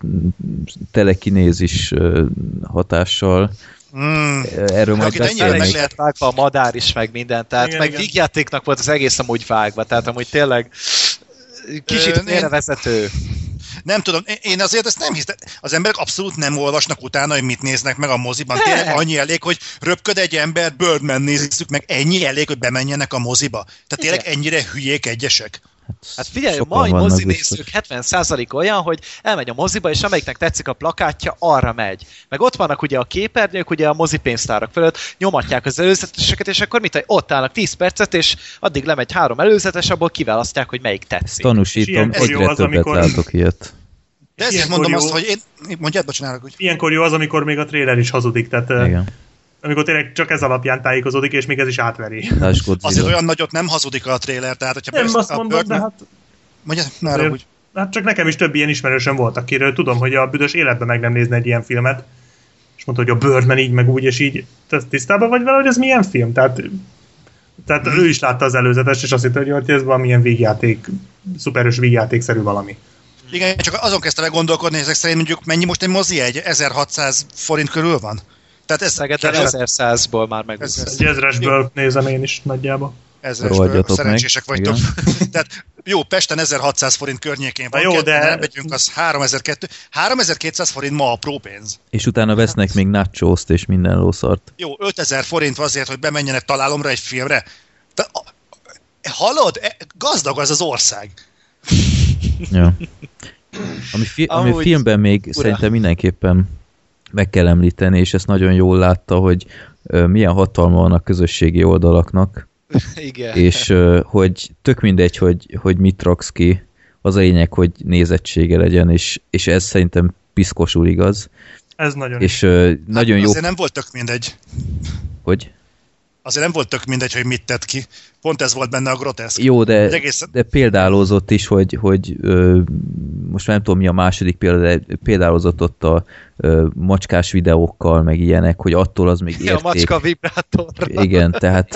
telekinézis hatással. Erről majd meg lehet vágva a madár is, meg minden, tehát igen, meg vígjátéknak volt az egész amúgy vágva, tehát amúgy tényleg kicsit félrevezető. Nem tudom, én azért ezt nem hiszem. Az emberek abszolút nem olvasnak utána, hogy mit néznek meg a moziban. Tényleg annyi elég, hogy röpköd egy ember, Birdman nézzük meg, ennyi elég, hogy bemenjenek a moziba. Tehát tényleg ennyire hülyék egyesek. Hát figyelj, mai mozinézők 70% olyan, hogy elmegy a moziba, és amelyiknek tetszik a plakátja, arra megy. Meg ott vannak ugye a képernyők, ugye a mozipénztárak fölött, nyomatják az előzeteseket, és akkor mit, ott állnak 10 percet, és addig lemegy 3 előzetes, abból kiválasztják, hogy melyik tetszik. Tanúsítom, egyre többet látok ilyet. De ezért mondom azt, hogy én... Mondjad, bocsánálok, hogy... Ilyenkor jó az, amikor még a trailer is hazudik, tehát... Igen. Amikor tényleg csak ez alapján tájékozódik, és még ez is átveri. Azért olyan nagyot nem hazudik a trailer, tehát hogyha... Nem azt mondod, de hát... Mondjad, nára úgy. Hát csak nekem is több ilyen ismerősöm volt, akiről tudom, hogy a büdös életben meg nem nézne egy ilyen filmet, és mondta, hogy a Birdman így, meg úgy, és így. Te tisztában vagy vele, hogy ez milyen film? Tehát ő is látta az előzetest, és azt hitte, hogy ez valamilyen vígjáték, szuperös vígjátékszerű valami. Igen, csak azon kezdtem el gondolkodni, ezek szerint mondjuk mennyi most egy mozi egy? 1600 forint körül van? Tehát ez Szegeden 1100-ból már megúszta. Egy 1000-esből nézem én is nagyjából. 1000-esből szerencsések vagytok. Tehát jó, Pesten 1600 forint környékén van, jó, de nem megyünk, az 3200 forint ma a própénz. És utána vesznek még nachoszt és minden lószart. Jó, 5000 forint azért, hogy bemenjenek találomra egy filmre. Hallod? Gazdag az ország. Ja. Ami filmben még szerintem mindenképpen meg kell említeni, és ezt nagyon jól látta, hogy milyen hatalma van a közösségi oldalaknak. Igen. És hogy tök mindegy, hogy mit raksz ki, az a lényeg, hogy nézettsége legyen, és ez szerintem piszkosul igaz. Ez nagyon. És nagyon jó. Azért nem volt tök mindegy. Hogy? Azért nem volt tök mindegy, hogy mit tett ki. Pont ez volt benne a groteszk. Jó, de példálózott is, hogy most nem tudom mi a második példa, de példálózott ott a macskás videókkal, meg ilyenek, hogy attól az még érték. A macska vibrátorra. Igen, tehát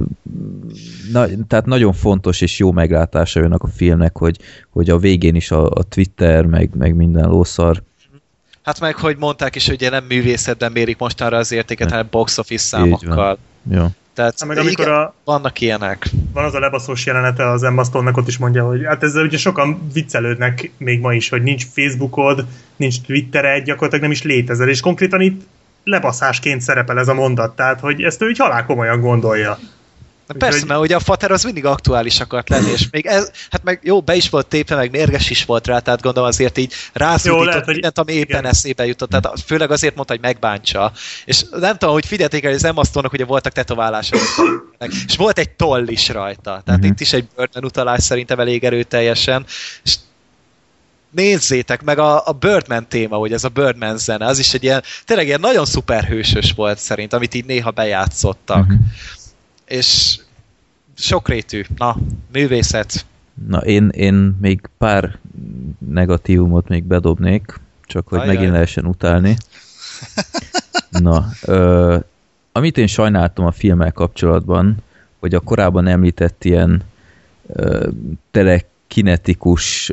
nagyon fontos és jó meglátása jönnek a filmnek, hogy a végén is a Twitter, meg minden lószar. Hát meg, hogy mondták is, hogy ugye nem művészetben mérik mostanra az értéket, hanem box office számokkal. Jó. Tehát meg amikor igen, vannak ilyenek. Van az a lebaszós jelenete az Emma Stone-nak, ott is mondja, hogy hát ezzel ugye sokan viccelődnek még ma is, hogy nincs Facebookod, nincs Twittered, gyakorlatilag nem is létezel, és konkrétan itt lebaszásként szerepel ez a mondat, tehát hogy ezt ő így halál komolyan gondolja. Persze, mert ugye a fater az mindig aktuális akart lenni, és még ez, hát meg jó, be is volt tépve, meg mérges is volt rá, tehát gondolom azért így rászúdított mindent, ami éppen eszébe jutott, tehát főleg azért mondta, hogy megbántsa. És nem tudom, hogy figyelték el, hogy az Emma Stone-nak ugye voltak tetoválások, és volt egy toll is rajta, tehát itt is egy Birdman utalás szerintem elég erőteljesen, és nézzétek meg a Birdman téma, hogy ez a Birdman zene, az is egy ilyen, tényleg ilyen nagyon szuperhősös volt szerint, amit így néha bejátszottak. És sokrétű. Na, művészet. Na, én még pár negatívumot még bedobnék, csak hogy megint lehessen utálni. Na, amit én sajnáltam a filmmel kapcsolatban, hogy a korábban említett ilyen telekinetikus,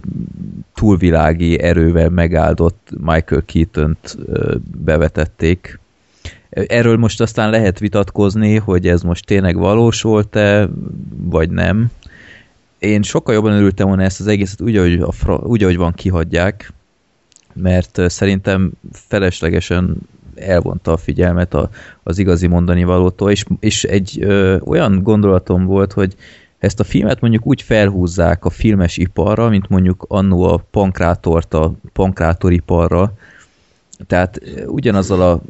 túlvilági erővel megáldott Michael Keaton-t bevetették. Erről most aztán lehet vitatkozni, hogy ez most tényleg valós volt-e, vagy nem. Én sokkal jobban örültem volna ezt az egészet úgy, ahogy van, kihagyják, mert szerintem feleslegesen elvonta a figyelmet az igazi mondani valótól, és egy olyan gondolatom volt, hogy ezt a filmet mondjuk úgy felhúzzák a filmes iparra, mint mondjuk annó a pankrátort a pankrátoriparra, tehát ugyanazzal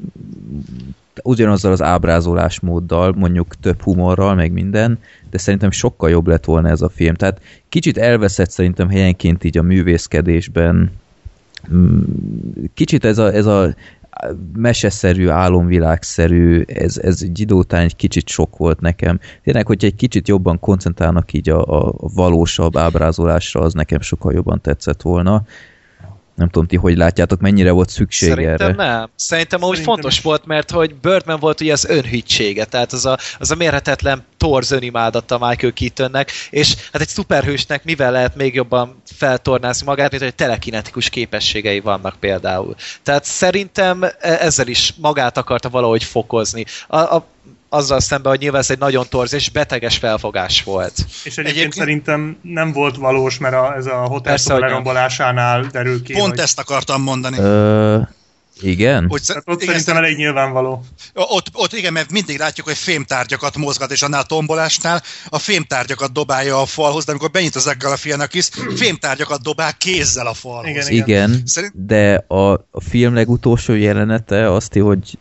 az ábrázolásmóddal, mondjuk több humorral, meg minden, de szerintem sokkal jobb lett volna ez a film. Tehát kicsit elveszett szerintem helyenként így a művészkedésben. Kicsit ez a meseszerű, álomvilágszerű, ez egy idő után egy kicsit sok volt nekem. Tényleg, hogyha egy kicsit jobban koncentrálnak így a valósabb ábrázolásra, az nekem sokkal jobban tetszett volna. Nem tudom, ti hogy látjátok, mennyire volt szükség erre? Nem. Szerintem úgy fontos volt, mert hogy Birdman volt ugye az önhitsége, tehát az a mérhetetlen torz önimádata Michael Keatonnek, és hát egy szuperhősnek mivel lehet még jobban feltornázni magát, mint hogy telekinetikus képességei vannak például. Tehát szerintem ezzel is magát akarta valahogy fokozni. Azzal szemben, hogy nyilván ez egy nagyon torz és beteges felfogás volt. És egyébként szerintem nem volt valós, mert ez a hotel lerombolásánál derül ki. Pont ezt akartam mondani. Igen? Ott szerintem elég nyilvánvaló. Ott igen, mert mindig látjuk, hogy fémtárgyakat mozgat, és annál tombolásnál a fémtárgyakat dobálja a falhoz, de amikor benyit az Galifianakis, fémtárgyakat dobál kézzel a falhoz. Igen. De a film legutolsó jelenete azt, hogy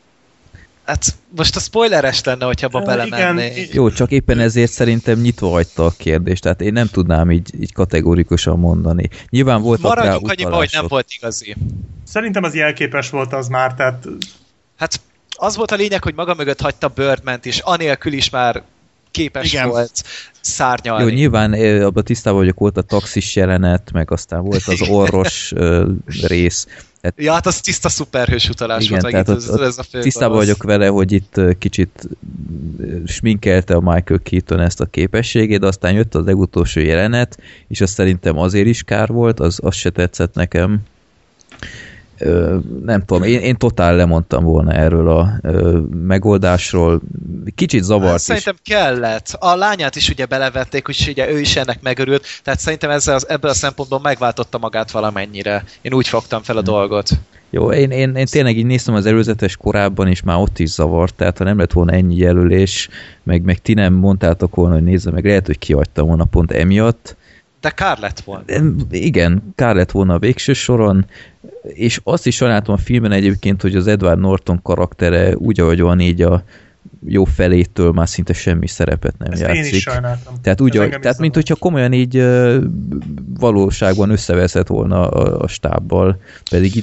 hát most a spoileres lenne, hogyha abba belemenné. Jó, csak éppen ezért szerintem nyitva hagyta a kérdést, tehát én nem tudnám így kategórikusan mondani. Nyilván voltak rá utalások. Annyiba, hogy nem volt igazi. Szerintem az jelképes volt az már, tehát... Hát az volt a lényeg, hogy maga mögött hagyta Birdman-t, és anélkül is már képes volt szárnyalni. Jó, nyilván abban tisztában vagyok, volt a taxis jelenet, meg aztán volt az orvos rész. Ja, hát az tiszta szuperhős utalás igen, volt. Tehát ez a tisztában vagyok vele, hogy itt kicsit sminkelte a Michael Keaton ezt a képességét, de aztán jött az legutolsó jelenet, és azt szerintem azért is kár volt, az se tetszett nekem. Nem tudom, én totál lemondtam volna erről a megoldásról. Kicsit zavart is. Szerintem kellett. A lányát is ugye belevették, úgyhogy ugye ő is ennek megörült, tehát szerintem ebből a szempontból megváltotta magát valamennyire. Én úgy fogtam fel a dolgot. Jó, én tényleg így néztem az előzetes korábban, és már ott is zavart, tehát ha nem lett volna ennyi jelölés, meg ti nem mondtátok volna, hogy nézze meg, lehet, hogy kihagytam volna pont emiatt. De kár lett volna. Igen, kár lett volna a végső soron, és azt is sajnáltam a filmben egyébként, hogy az Edward Norton karaktere úgy, ahogy van így a jó felétől már szinte semmi szerepet nem ezt játszik. Én is sajnáltam. Tehát mint hogyha komolyan így valóságban összeveszett volna a stábbal, pedig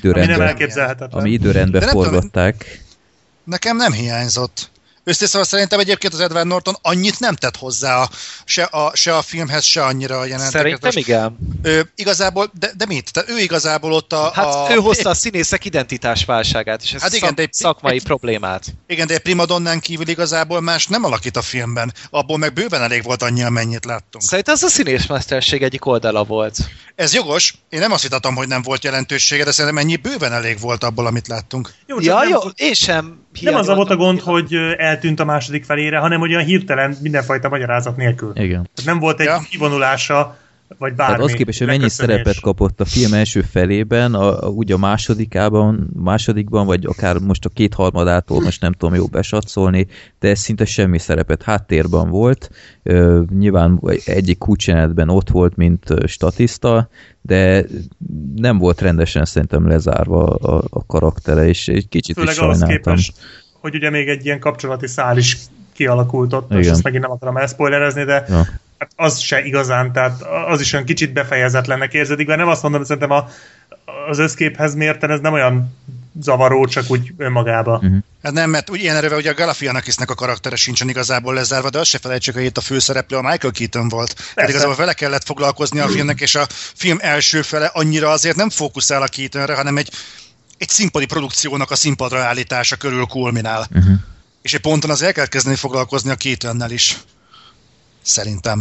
ami időrendben forgatták. Nekem nem hiányzott. Őszintén szerintem egyébként az Edward Norton annyit nem tett hozzá se a filmhez, se annyira a jeleneteket. Szerintem igen. Igazából, de mit? Tehát ő igazából ott ő hozta a színészek identitásválságát, és ez szakmai problémát. Igen, de egy primadonnán kívül igazából más nem alakít a filmben. Abból meg bőven elég volt annyi, amennyit láttunk. Szerintem ez a színészmesterség egyik oldala volt. Ez jogos. Én nem azt vitatom, hogy nem volt jelentősége, de szerintem ennyi bőven elég volt abból, amit láttunk. Jó, én sem. Nem az volt a gond, hogy eltűnt a második felére, hanem hogy olyan hirtelen mindenfajta magyarázat nélkül. Igen. Nem volt egy kivonulása, vagy bármi. Tehát az képest, hogy mennyi szerepet kapott a film első felében, úgy a másodikban, vagy akár most a kétharmadától, most nem tudom jó besatszolni, de ez szinte semmi szerepet. Háttérben volt, nyilván egyik kulcsjelenetben ott volt, mint statiszta, de nem volt rendesen szerintem lezárva a karaktere, és egy kicsit főleg is sajnáltam. Képest, hogy ugye még egy ilyen kapcsolati szál is kialakult ott, és ezt megint nem akarom elszpoilerezni, de hát az se igazán, tehát az is olyan kicsit befejezetlennek érződik, mert nem azt mondom, hogy szerintem az összképhez mérten ez nem olyan zavaró, csak úgy önmagába. Hát nem, mert úgy ilyen erővel, ugye a Galifianakisnek a karaktere sincsen igazából lezárva, de azt se felejtsük, hogy itt a főszereplő a Michael Keaton volt. Tehát igazából vele kellett foglalkozni a filmnek, és a film első fele annyira azért nem fókuszál a Keatonre, hanem egy színpadi produkciónak a színpadra állítása körül kulminál. És egy ponton az el kell kezdeni foglalkozni a Keatonnel is. Szerintem.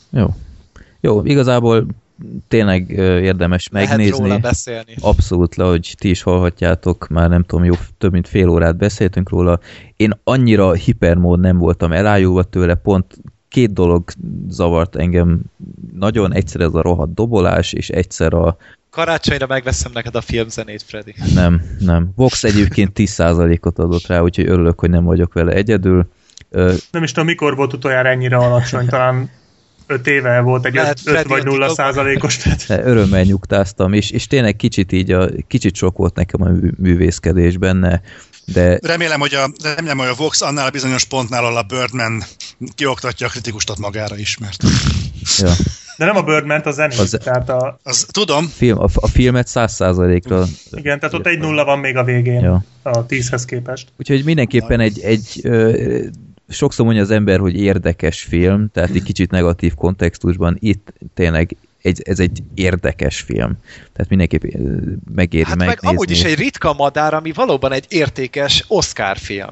Jó, igazából tényleg érdemes megnézni. Lehet róla beszélni. Abszolút, ahogy ti is hallhatjátok, már nem tudom, több mint fél órát beszéltünk róla. Én annyira hipermód nem voltam elájulva tőle, pont 2 dolog zavart engem nagyon, egyszer ez a rohadt dobolás, és egyszer a... Karácsonyra megveszem neked a filmzenét, Freddy. Nem. Vox egyébként 10%-ot adott rá, úgyhogy örülök, hogy nem vagyok vele egyedül. Nem is tudom, mikor volt utoljára ennyire alacsony, talán 5 éve volt egy 5 vagy 0%-os. Örömmel nyugtáztam, és tényleg kicsit sok volt nekem a művészkedés benne, de... Remélem, hogy a Vox annál a bizonyos pontnál, ahol a Birdman kioktatja a kritikustat magára is, mert... Ja. De nem a Birdman, a zenét. Tehát tudom. A filmet 100%-ra... Igen, tehát ott 1-0 van még a végén, a 10-hez képest. Úgyhogy mindenképpen egy sokszor mondja az ember, hogy érdekes film, tehát egy kicsit negatív kontextusban, itt tényleg ez egy érdekes film. Tehát mindenképp megéri megnézni. Meg amúgy is egy ritka madár, ami valóban egy értékes Oscar film.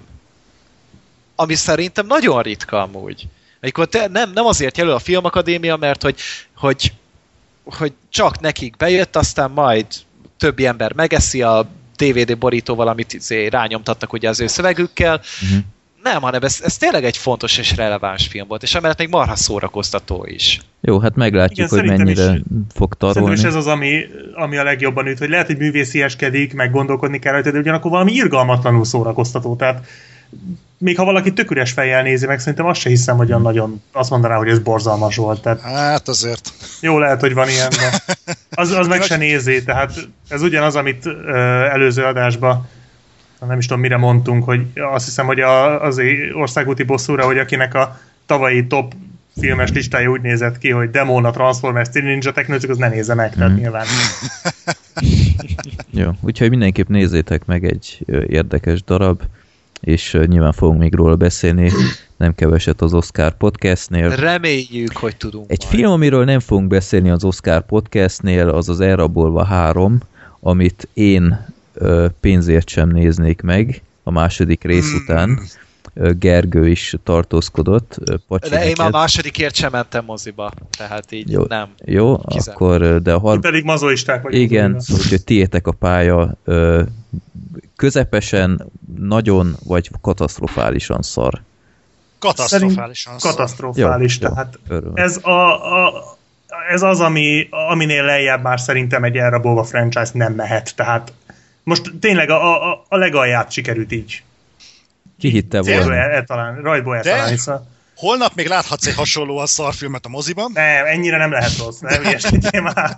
Ami szerintem nagyon ritka amúgy. Amikor nem azért jelöl a Filmakadémia, mert hogy csak nekik bejött, aztán majd többi ember megeszi a DVD borítóval, amit rányomtattak ugye az ő szövegükkel. Nem, hanem ez tényleg egy fontos és releváns film volt, és amellett még marha szórakoztató is. Jó, hát meglátjuk, hogy mennyire fog tarolni. Szerintem is ez az, ami a legjobban üt, hogy lehet, hogy művészieskedik, meg gondolkodni kell rajta, de ugyanakkor valami irgalmatlanul szórakoztató. Tehát még ha valaki tök üres fejjel nézi meg, szerintem azt se hiszem, hogy nagyon azt mondaná, hogy ez borzalmas volt. Tehát hát azért. Jó, lehet, hogy van ilyen, de az meg se nézi. Tehát ez ugyanaz, amit előző adásban nem is tudom, mire mondtunk, hogy azt hiszem, hogy az országúti bosszúra, hogy akinek a tavalyi top filmes listája úgy nézett ki, hogy Demona, Transformers, Teenage Ninja Technology, az ne nézze meg, tehát nyilván. Jó, úgyhogy mindenképp nézzétek meg, egy érdekes darab, és nyilván fogunk még róla beszélni, nem keveset az Oscar podcastnél. Reméljük, hogy tudunk. Egy film, amiről nem fogunk beszélni az Oscar podcastnél, az az Elrabolva 3, amit én pénzért sem néznék meg a második rész után. Gergő is tartózkodott. De én már a másodikért sem mentem moziba, tehát így jó, nem. Jó, akkor... De pedig mazoisták vagyunk. Igen, szóval, hogy tiétek a pálya közepesen, nagyon, vagy katasztrofálisan szar. Katasztrofálisan szar. Katasztrofális, jó, tehát örülök. ez az, aminél lejjebb már szerintem egy Elrabolva franchise nem mehet, tehát most tényleg a legalját sikerült így. Ki hitte volna? Rajtból eltalálni. Szóval. Holnap még láthatsz egy hasonlóan szarfilmet a moziban. Nem, ennyire nem lehet rossz, nem ilyesmitél már.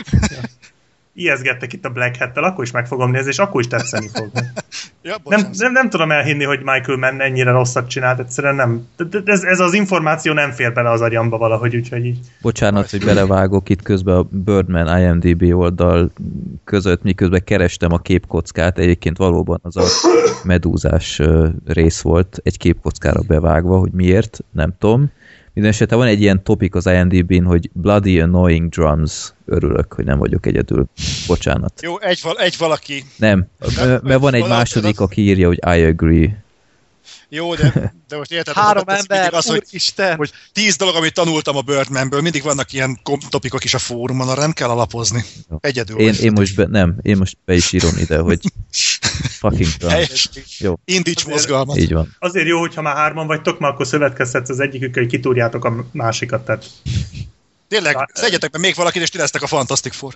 Ijeszgettek itt a Black Hat-tel, akkor is meg fogom nézni, és akkor is tetszeni fog. Ja, nem tudom elhinni, hogy Michael Mann ennyire rosszat csinált, egyszerűen nem. Ez az információ nem fér bele az agyamba valahogy, úgyhogy így. Bocsánat, hogy belevágok itt közben a Birdman IMDb oldal között, miközben kerestem a képkockát, egyébként valóban az a medúzás rész volt egy képkockára bevágva, hogy miért, nem tudom. Mindenesetre van egy ilyen topik az IMDb-n, hogy Bloody Annoying Drums. Örülök, hogy nem vagyok egyedül. Bocsánat. Jó, egy valaki. Nem, mert van egy második, aki írja, hogy I agree. Jó, de most érted, 3 ember, az, úristen! hogy 10 dolog, amit tanultam a Birdmanből, mindig vannak ilyen topikok is a fórumon, arra nem kell alapozni. Egyedül. Én most be is írom ide, hogy fucking drums. Jó. Indíts mozgalmat. Így van. Azért jó, hogyha már 3-an vagytok, mert akkor szövetkezhetsz az egyikükkel, hogy kitúrjátok a másikat. Tehát... Tényleg, szedjetek be még valakit, és ti lesztek a Fantastic Four.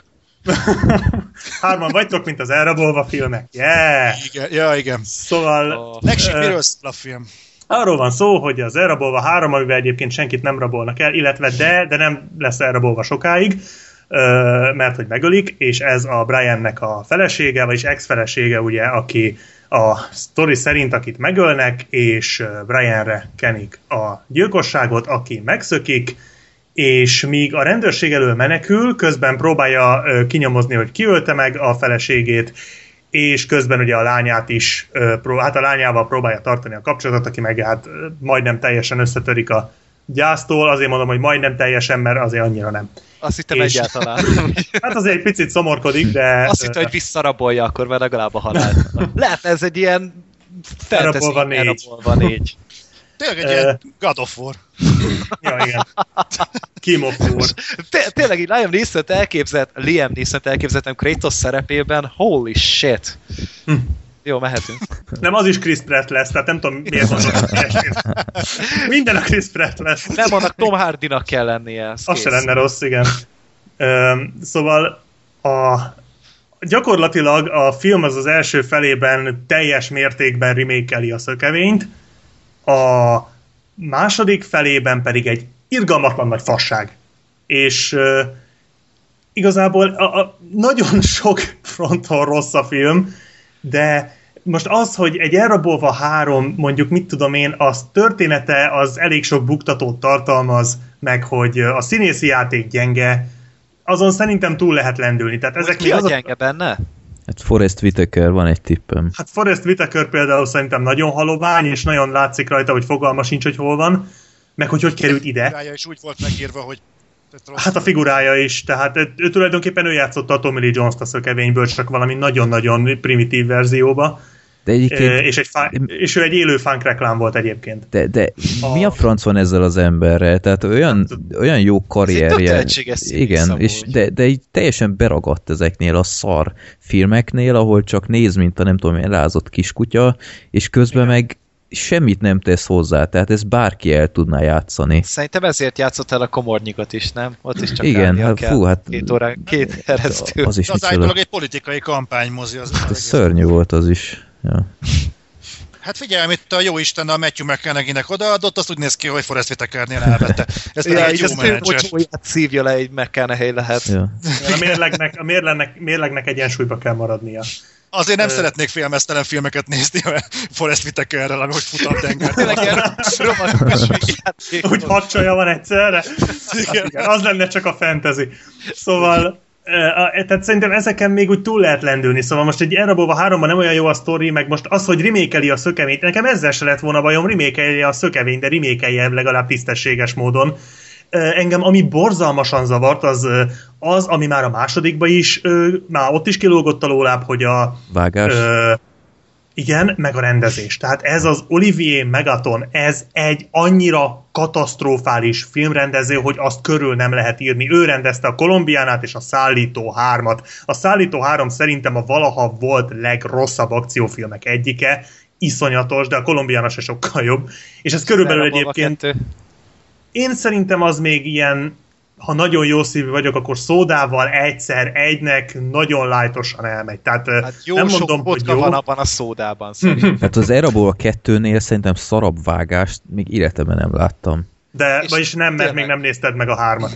3-an vagytok, mint az Elrabolva filmek. Yeah! Igen. Szóval... Miről szól a film? Arról van szó, hogy az Elrabolva 3, amivel egyébként senkit nem rabolnak el, illetve de nem lesz elrabolva sokáig, mert hogy megölik, és ez a Briannek a felesége, vagyis ex-felesége, ugye, aki a sztori szerint, akit megölnek, és Brianre kenik a gyilkosságot, aki megszökik, és míg a rendőrség elől menekül, közben próbálja kinyomozni, hogy ki ölte meg a feleségét, és közben ugye a lányát is, hát a lányával próbálja tartani a kapcsolatot, aki meg hát majdnem teljesen összetörik a gyásztól, azért mondom, hogy majdnem teljesen, mert azért annyira nem. Azt hittem egyáltalán. Hát azért egy picit szomorkodik, de... Azt hittem, hogy visszarabolja, akkor már legalább a halált. Lehetne ez egy ilyen fantasy, elrabolva 4. Tényleg egy ilyen God of War. Ja, igen. King of War. Tényleg így Liam Neeson-t elképzeltem Kratos szerepében, holy shit. Jó, mehetünk. Nem, az is Chris Pratt lesz, tehát nem tudom miért mondom. Minden a Chris Pratt lesz. Nem, annak Tom Hardynak kell lennie. Az se lenne rossz, igen. Szóval gyakorlatilag a film az első felében teljes mértékben remake-eli a szökevényt, a második felében pedig egy irgalmatlan nagy fasság. És igazából nagyon sok fronton rossz a film, de most az, hogy egy elrabolva 3, mondjuk mit tudom én, az története az elég sok buktatót tartalmaz, meg hogy a színészi játék gyenge, azon szerintem túl lehet lendülni. Tehát ezek ki a gyenge benne? Hát Forrest Whitaker, van egy tippem. Hát Forrest Whitaker például szerintem nagyon halovány, és nagyon látszik rajta, hogy fogalma sincs, hogy hol van, meg hogy került ide. A figurája is úgy volt megírva, hogy... Hát a figurája is, tehát ő tulajdonképpen ő játszotta a Tommy Lee Jones-t a szökevényből, csak valami nagyon-nagyon primitív verzióba. De és ő egy élő funk reklám volt egyébként. De mi a franc van ezzel az emberrel? Tehát olyan jó karrierje. Igen, és de így teljesen beragadt ezeknél a szar filmeknél, ahol csak néz, mint a nem tudom, elázott kiskutya, és közben meg semmit nem tesz hozzá, tehát ezt bárki el tudná játszani. Szerintem ezért játszott el a Komornyigot is, nem? Ott is csak igen, hát 2 keresztül. Az is az állítólag egy politikai kampánymozi. Ez szörnyű volt az is. Ja. Hát figyelj, amit a jóisten a Matthew McConaughey-nek odaadott, azt úgy néz ki, hogy Forrest Whitakernél elvette. Ez egy jó menedzser. Szívja le, egy McConaughey lehet. Ja. A mérlegnek egyensúlyba kell maradnia. Azért nem szeretnék félmeztelen filmeket nézni a Forrest Whitakerrel, ami hogy fut a tengert. Tényleg ilyen romantikus játék. Úgy 6 csaja van egyszerre? Igen. Az lenne csak a fantasy. Szóval tehát szerintem ezeken még úgy túl lehet lendülni, szóval most egy elrabolva 3-ban nem olyan jó a sztori, meg most az, hogy remake-eli a szökevényt, nekem ezzel se lett volna bajom, remake-eli a szökevényt, de remake-elje legalább tisztességes módon. Engem, ami borzalmasan zavart, az, ami már a másodikban is, már ott is kilógott a lóláb, hogy a... Vágás. Igen, meg a rendezés. Tehát ez az Olivier Megaton, ez egy annyira katasztrofális filmrendező, hogy azt körül nem lehet írni. Ő rendezte a Kolumbiánát és a Szállító 3-at. A Szállító 3 szerintem a valaha volt legrosszabb akciófilmek egyike, iszonyatos, de a Kolumbiána se sokkal jobb. És ez körülbelül egyébként... Én szerintem az még ilyen, ha nagyon jó szívű vagyok, akkor szódával egyszer egynek nagyon lightosan elmegy. Tehát hát jó, nem sok mondom, hogy jó. Van abban a szódában szerintem. Hát az Elrabolva 2-nél szerintem szarabb vágást még életemben nem láttam. De, vagyis nem, mert még nem nézted meg a 3-at.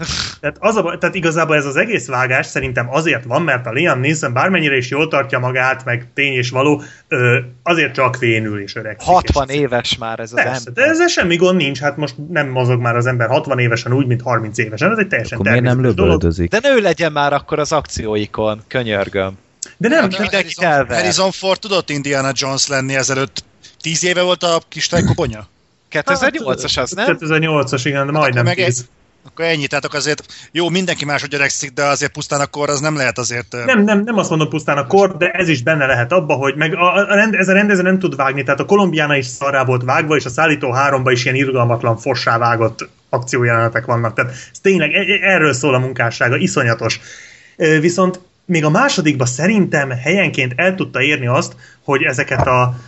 Tehát igazából ez az egész vágás szerintem azért van, mert a Liam Neeson bármennyire is jól tartja magát, meg tény és való, azért csak vénül és öregszik. 60 éves már ez az persze, ember. De ezzel semmi gond nincs, hát most nem mozog már az ember 60 évesen úgy, mint 30 évesen, ez egy teljesen akkor miért nem lövöldözik? De nő legyen már akkor az akcióikon, könyörgöm. De nem, mindenkit elver. Harrison Ford tudott Indiana Jones lenni ezelőtt 10 éve volt a kis tejkoponya? 2008-as az, nem? 2008-as, igen, de majdnem 10. Akkor ennyi, tehát akkor azért jó, mindenki máshogy öregszik, de azért pusztán akkor az nem lehet azért... Nem azt mondom pusztán a kor, de ez is benne lehet abba, hogy meg ez a rendező nem tud vágni, tehát a Kolumbiána is szarrá volt vágva, és a Szállító 3-ba is ilyen irgalmatlan fossá vágott akciójelenetek vannak, tehát ez tényleg erről szól a munkássága, iszonyatos. Viszont még a másodikban szerintem helyenként el tudta érni azt, hogy ezeket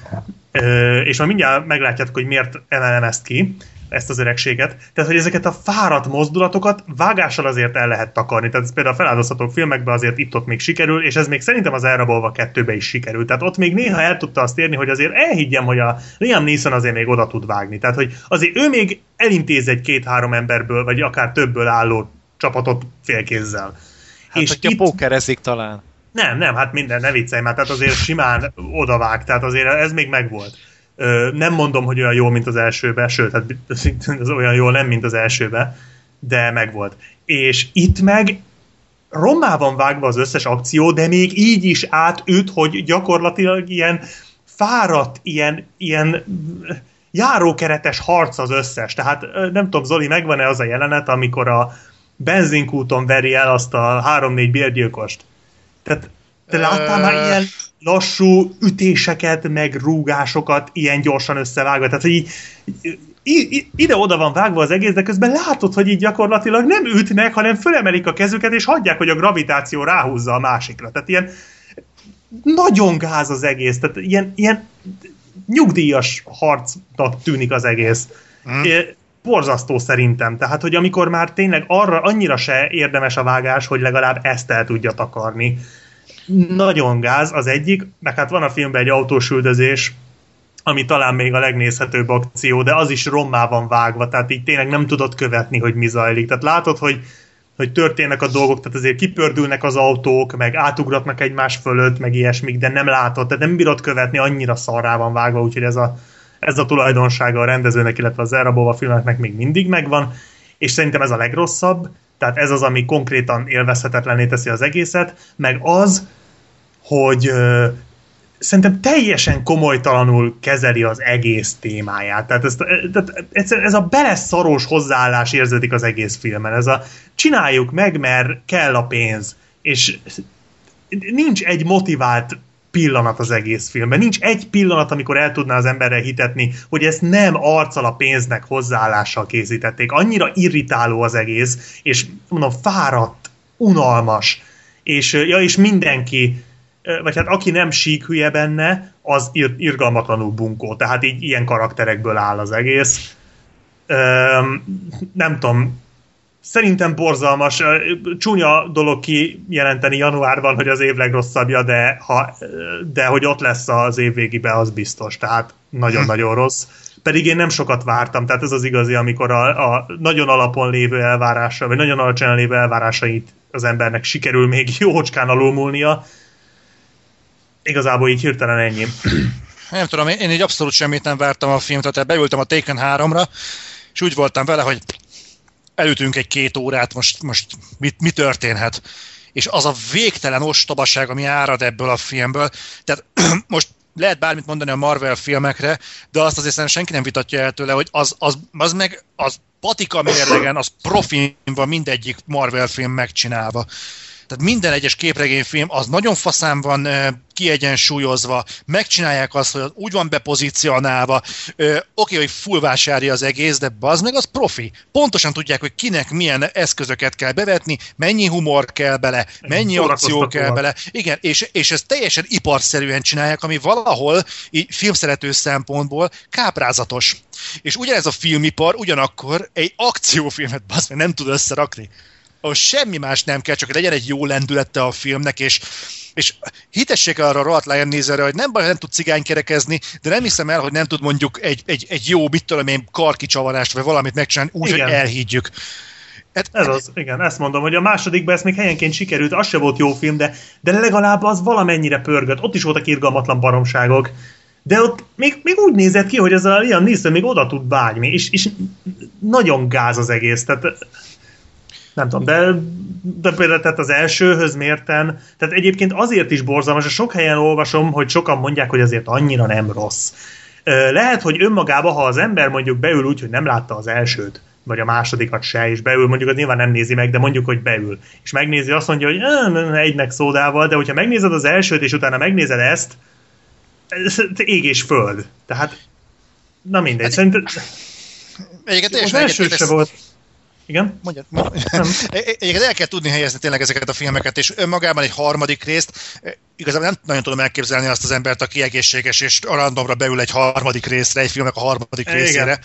és majd mindjárt meglátjátok, hogy miért emelem ezt ki, ezt az öregséget. Tehát, hogy ezeket a fáradt mozdulatokat vágással azért el lehet takarni. Tehát ez például a Feláldozhatók filmekben azért itt-ott még sikerül, és ez még szerintem az Elrabolva 2-be is sikerül. Tehát ott még néha el tudta azt érni, hogy azért elhiggyem, hogy a Liam Neeson azért még oda tud vágni. Tehát, hogy azért ő még elintéz egy 2-3 emberből, vagy akár többből álló csapatot félkézzel. Hát, és hogyha pókerezik talán. Nem, hát minden, ne viccelj már, tehát azért simán odavág, tehát azért ez még megvolt. Nem mondom, hogy olyan jó, mint az elsőben, sőt, hát az olyan jó nem, mint az elsőben, de megvolt. És itt meg rommá van vágva az összes akció, de még így is átüt, hogy gyakorlatilag ilyen fáradt, ilyen járókeretes harc az összes. Tehát nem tudom, Zoli, megvan-e az a jelenet, amikor a benzinkúton veri el azt a 3-4 bérgyilkost? Tehát te láttál már ilyen lassú ütéseket, meg rúgásokat ilyen gyorsan összevágva? Tehát, hogy így ide-oda van vágva az egész, de közben látod, hogy így gyakorlatilag nem ütnek, hanem fölemelik a kezüket, és hagyják, hogy a gravitáció ráhúzza a másikra. Tehát ilyen nagyon gáz az egész, tehát ilyen nyugdíjas harcnak tűnik az egész. Borzasztó szerintem. Tehát, hogy amikor már tényleg annyira se érdemes a vágás, hogy legalább ezt el tudja takarni. Nagyon gáz az egyik, meg hát van a filmben egy autós üldözés, ami talán még a legnézhetőbb akció, de az is rommá van vágva, tehát így tényleg nem tudod követni, hogy mi zajlik. Tehát látod, hogy történnek a dolgok, tehát azért kipördülnek az autók, meg átugratnak egymás fölött, meg ilyesmik, de nem látod, tehát nem bírod követni, annyira szarrá van vágva, úgyhogy ez a tulajdonsága a rendezőnek, illetve az Zerabova filmeknek még mindig megvan, és szerintem ez a legrosszabb, tehát ez az, ami konkrétan élvezhetetlenné teszi az egészet, meg az, hogy szerintem teljesen komolytalanul kezeli az egész témáját. Tehát ez a beleszarós hozzáállás érződik az egész filmen. Ez a csináljuk meg, mert kell a pénz. És nincs egy motivált pillanat az egész filmben. Nincs egy pillanat, amikor el tudná az emberre hitetni, hogy ezt nem arccal a pénznek hozzáállással készítették. Annyira irritáló az egész, és mondom, fáradt, unalmas. És mindenki, vagy hát aki nem síkhülye benne, az irgalmatlanul bunkó. Tehát így ilyen karakterekből áll az egész. Nem tudom, szerintem borzalmas. Csúnya dolog kijelenteni januárban, hogy az év legrosszabbja, de hogy ott lesz az év végiben, az biztos. Tehát nagyon-nagyon rossz. Pedig én nem sokat vártam. Tehát ez az igazi, amikor a nagyon alapon lévő elvárása, vagy nagyon alacsonyan lévő elvárásait az embernek sikerül még jócskán alulmúlnia. Igazából így hirtelen ennyi. Nem tudom, én így abszolút semmit nem vártam a filmet, tehát beültem a Taken 3-ra, és úgy voltam vele, hogy elütünk egy 2 órát, most mi történhet? És az a végtelen ostobaság, ami árad ebből a filmből, tehát most lehet bármit mondani a Marvel filmekre, de azt azért szerintem senki nem vitatja el tőle, hogy az patika mérlegen, az profin van mindegyik Marvel film megcsinálva. Tehát minden egyes képregényfilm az nagyon faszán van kiegyensúlyozva, megcsinálják azt, hogy úgy van bepozícionálva, oké, hogy fullvásári az egész, de bazd meg, az profi. Pontosan tudják, hogy kinek milyen eszközöket kell bevetni, mennyi humor kell bele, mennyi akció kell bele. Igen, és ezt teljesen iparszerűen csinálják, ami valahol így filmszerető szempontból káprázatos. És ugyanez a filmipar ugyanakkor egy akciófilmet bazd meg nem tud összerakni. Ahol semmi más nem kell, csak legyen egy jó lendülete a filmnek, és hitessék arra a rohadt Liam Neeserre, hogy nem baj, hogy nem tud cigánykerekezni, de nem hiszem el, hogy nem tud mondjuk egy jó, mit tudom én, karkicsavarást, vagy valamit megcsinálni, úgy, hogy elhiggyük. Ez az, igen, ezt mondom, hogy a másodikban ezt még helyenként sikerült, az se volt jó film, de legalább az valamennyire pörgött, ott is voltak irgalmatlan baromságok, de ott még úgy nézett ki, hogy ez a Liam Neeser még oda tud vágni, és nagyon gáz az egész, tehát nem tudom, de például tehát az elsőhöz mérten, tehát egyébként azért is borzalmas, és sok helyen olvasom, hogy sokan mondják, hogy azért annyira nem rossz. Lehet, hogy önmagában, ha az ember mondjuk beül úgy, hogy nem látta az elsőt, vagy a másodikat se, és beül, mondjuk az nyilván nem nézi meg, de mondjuk, hogy beül, és megnézi, azt mondja, hogy egynek szódával, de hogyha megnézed az elsőt, és utána megnézed ezt, ég és föld. Tehát, na mindegy, szerintem... Az első se volt. Igen? Egyébként el kell tudni helyezni tényleg ezeket a filmeket, és önmagában egy harmadik részt, igazából nem nagyon tudom elképzelni azt az embert, aki egészséges, és randomra beül egy harmadik részre, egy filmnek a harmadik részére.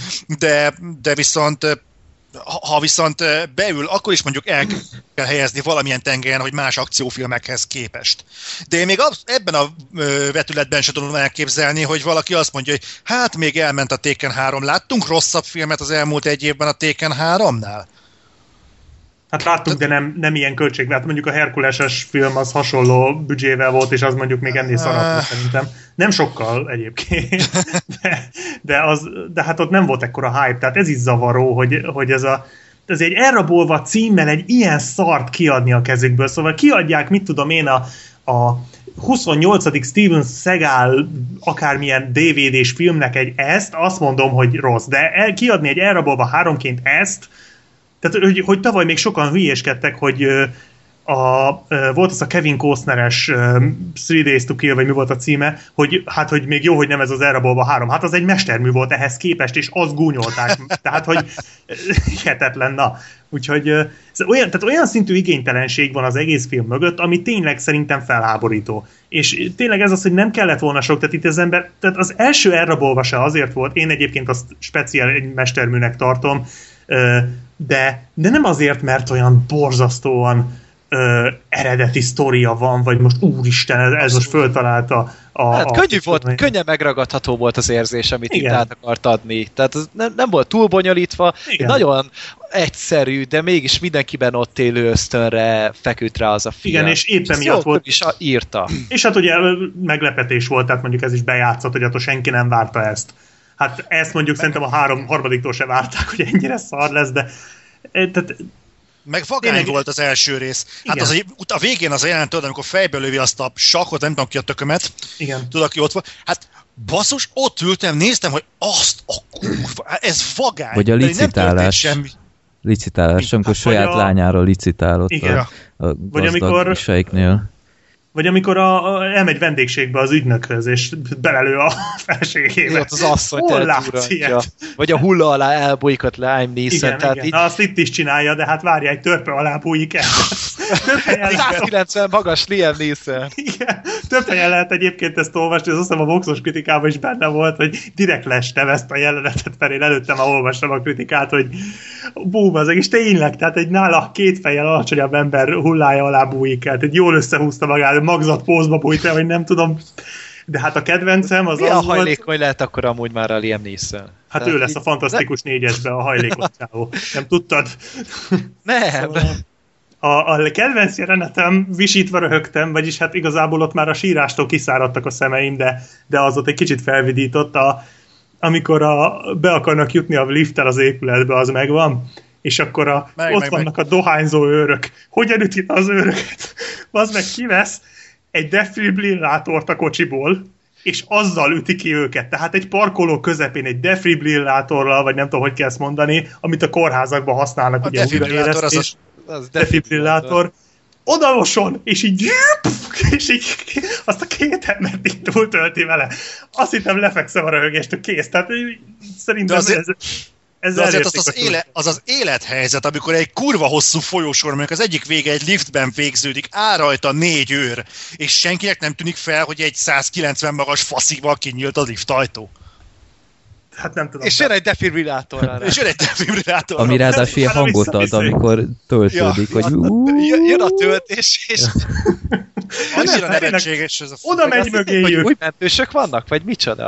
De viszont, ha viszont beül, akkor is mondjuk el kell helyezni valamilyen tengeren, hogy más akciófilmekhez képest. De én még ebben a vetületben sem tudom elképzelni, hogy valaki azt mondja, hogy hát még elment a Taken 3. Láttunk rosszabb filmet az elmúlt egy évben a Taken 3-nál? Hát láttuk, de nem ilyen költség. Hát mondjuk a Herkuleses film az hasonló büdzsével volt, és az mondjuk még ennél szarabb szerintem. Nem sokkal egyébként, de hát ott nem volt ekkora hype, tehát ez is zavaró, hogy ez a egy elrabolva címmel egy ilyen szart kiadni a kezükből. Szóval kiadják, mit tudom én, a 28. Steven Seagal akármilyen DVD-s filmnek ezt, azt mondom, hogy rossz. De kiadni egy elrabolva 3-ként ezt, tehát hogy tavaly még sokan hülyéskedtek, hogy volt az a Kevin Costner-es 3 Days to Kill, vagy mi volt a címe, hogy még jó, hogy nem ez az elrabolva 3. Hát az egy mestermű volt ehhez képest, és azt gúnyolták. Tehát, hogy hihetetlen, na. Úgyhogy tehát olyan szintű igénytelenség van az egész film mögött, ami tényleg szerintem felháborító. És tényleg ez az, hogy nem kellett volna sok, tehát itt az ember, tehát az első elrabolva se azért volt, én egyébként azt speciál egy mesterműnek tartom, de nem azért, mert olyan borzasztóan eredeti sztoria van, vagy most úristen, ez most föltalálta könnyű volt, könnyen megragadható volt az érzés, amit itt át akart adni. Tehát nem volt túl bonyolítva, nagyon egyszerű, de mégis mindenkiben ott élő ösztönre feküdt rá az a film. Igen, és éppen miatt volt. is írta. És hát ugye meglepetés volt, tehát mondjuk ez is bejátszott, hogy attól senki nem várta ezt. Hát ezt mondjuk szerintem a harmadiktól se várták, hogy ennyire szar lesz, de tehát meg vagány volt az első rész. Hát a végén az a jelent, tudod, amikor fejbe lövi azt a sakot, nem tudom ki a tökömet. Igen. Tudod, aki ott van. Hát basszus, ott ültem, néztem, hogy azt a kurva, ez vagány. Vagy a licitálás. Licitálás, amikor saját lányára licitálott a gazdag seiknél. Vagy amikor elmegy vendégségbe az ügynökhöz, és belelő a feleségébe. Ott az asszonyt eltúrantja. Vagy a hulla alá elbújikott Liam Neeson. Igen. Így... Na, azt itt is csinálja, de hát várja, egy törpe alá bújik el. 190 magas Liam Neeson. Igen. Több helyen lehet egyébként ezt olvasni, az azt hiszem a boxos kritikában is benne volt, hogy direkt lestem ezt a jelenetet, mert én előttem már olvastam a kritikát, hogy búm, az egész tényleg, tehát egy nála 2 fejjel alacsonyabb ember hullája alá bújik el, tehát jól összehúzta magát, magzat pózba bújt el, vagy nem tudom. De hát a kedvencem az a hajlékony lehet akkor amúgy már a Liam Neeson? Hát tehát ő lesz a Fantasztikus 4-esben a hajlékony csávó. Nem tudtad? Nem. A kedvenc jelenetem, visítva röhögtem, vagyis hát igazából ott már a sírástól kiszáradtak a szemeim, de az ott egy kicsit felvidított, amikor be akarnak jutni a lifttel az épületbe, az megvan, és akkor ott vannak a dohányzó őrök. Hogyan üti az őröket? Az meg kivesz egy defibrillátort a kocsiból, és azzal üti ki őket. Tehát egy parkoló közepén egy defibrillátorral, vagy nem tudom, hogy kell ezt mondani, amit a kórházakban használnak. A ugye, defibrillátor az defibrillátor. Odamoson, és így azt a 2 embert így túltölti vele. Azt hittem lefekszem a röhögést, kész. Tehát szerintem ez azért az élethelyzet, amikor egy kurva hosszú folyósor, mondjuk az egyik vége egy liftben végződik, áll rajta 4 őr, és senkinek nem tűnik fel, hogy egy 190 magas faszival kinyílt a lift ajtó. Hát nem tudom. És jön egy defibrillátor. Ami ráadásul ilyen hangot ad, amikor töltődik, hogy jön a töltés, és... Annyira nevetséges ez a oda megy mögéjük. Új mentősök vannak? Vagy micsoda?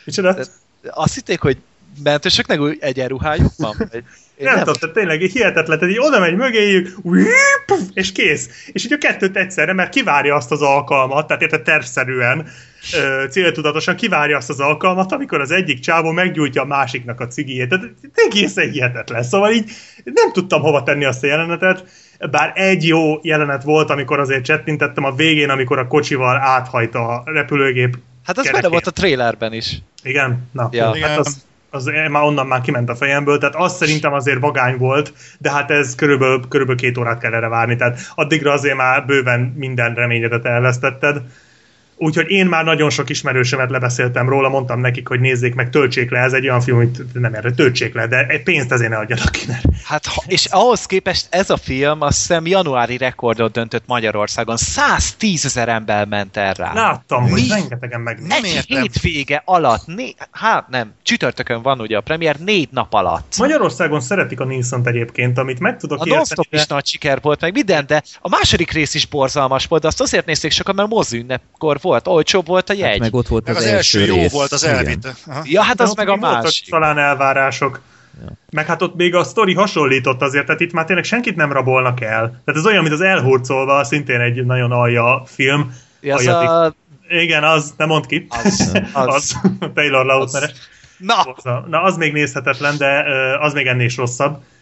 Azt hitték, hogy mentősöknek új egyenruhájuk van? Nem tudom, tehát tényleg hihetetlen, tehát így oda megy mögéjük, és kész. És így a 2 egyszerre, mert kivárja azt az alkalmat, tehát érted tervszerűen, céltudatosan kivárja azt az alkalmat, amikor az egyik csávó meggyújtja a másiknak a cigijét. Tehát egészen hihetetlen. Szóval így nem tudtam hova tenni azt a jelenetet, bár egy jó jelenet volt, amikor azért csettintettem a végén, amikor a kocsival áthajt a repülőgép. Hát az benne volt a trailerben is. Igen? Na, ja. Hát az már kiment a fejemből, tehát azt szerintem azért vagány volt, de hát ez körülbelül 2 órát kell erre várni, tehát addigra azért már bőven minden reményedet elvesztetted. Úgyhogy én már nagyon sok ismerősömet lebeszéltem róla, mondtam nekik, hogy nézzék meg, töltsék le, ez egy olyan film, hogy nem erre töltsék le, de pénzt azért ne adjanak ki, mert... Hát, és ahhoz képest ez a film, azt hiszem januári rekordot döntött Magyarországon. 110 000 ember ment el rá. Láttam, hogy rengetegen meg. Egy hétvége alatt, csütörtökön van ugye a premier, 4 nap alatt. Magyarországon szeretik a Neeson-t egyébként, amit meg tudok érteni. A Non-Stop is nagy siker volt, meg minden, de a második rész is borzalmas volt, de azt azért nézték sokan, mert moziünnepkor volt, olcsóbb volt a jegy. Hát meg ott volt meg az első rész. Jó volt az elvitte. Ja, hát az meg a másik. Talán elvárások. Ja. Meg hát ott még a sztori hasonlított azért, tehát itt már tényleg senkit nem rabolnak el. Tehát ez olyan, mint az Elhurcolva, szintén egy nagyon alja film. Ja, igen, az, nem mondd ki. Az. Taylor Lautner. Na, az még nézhetetlen, de az még ennél is rosszabb.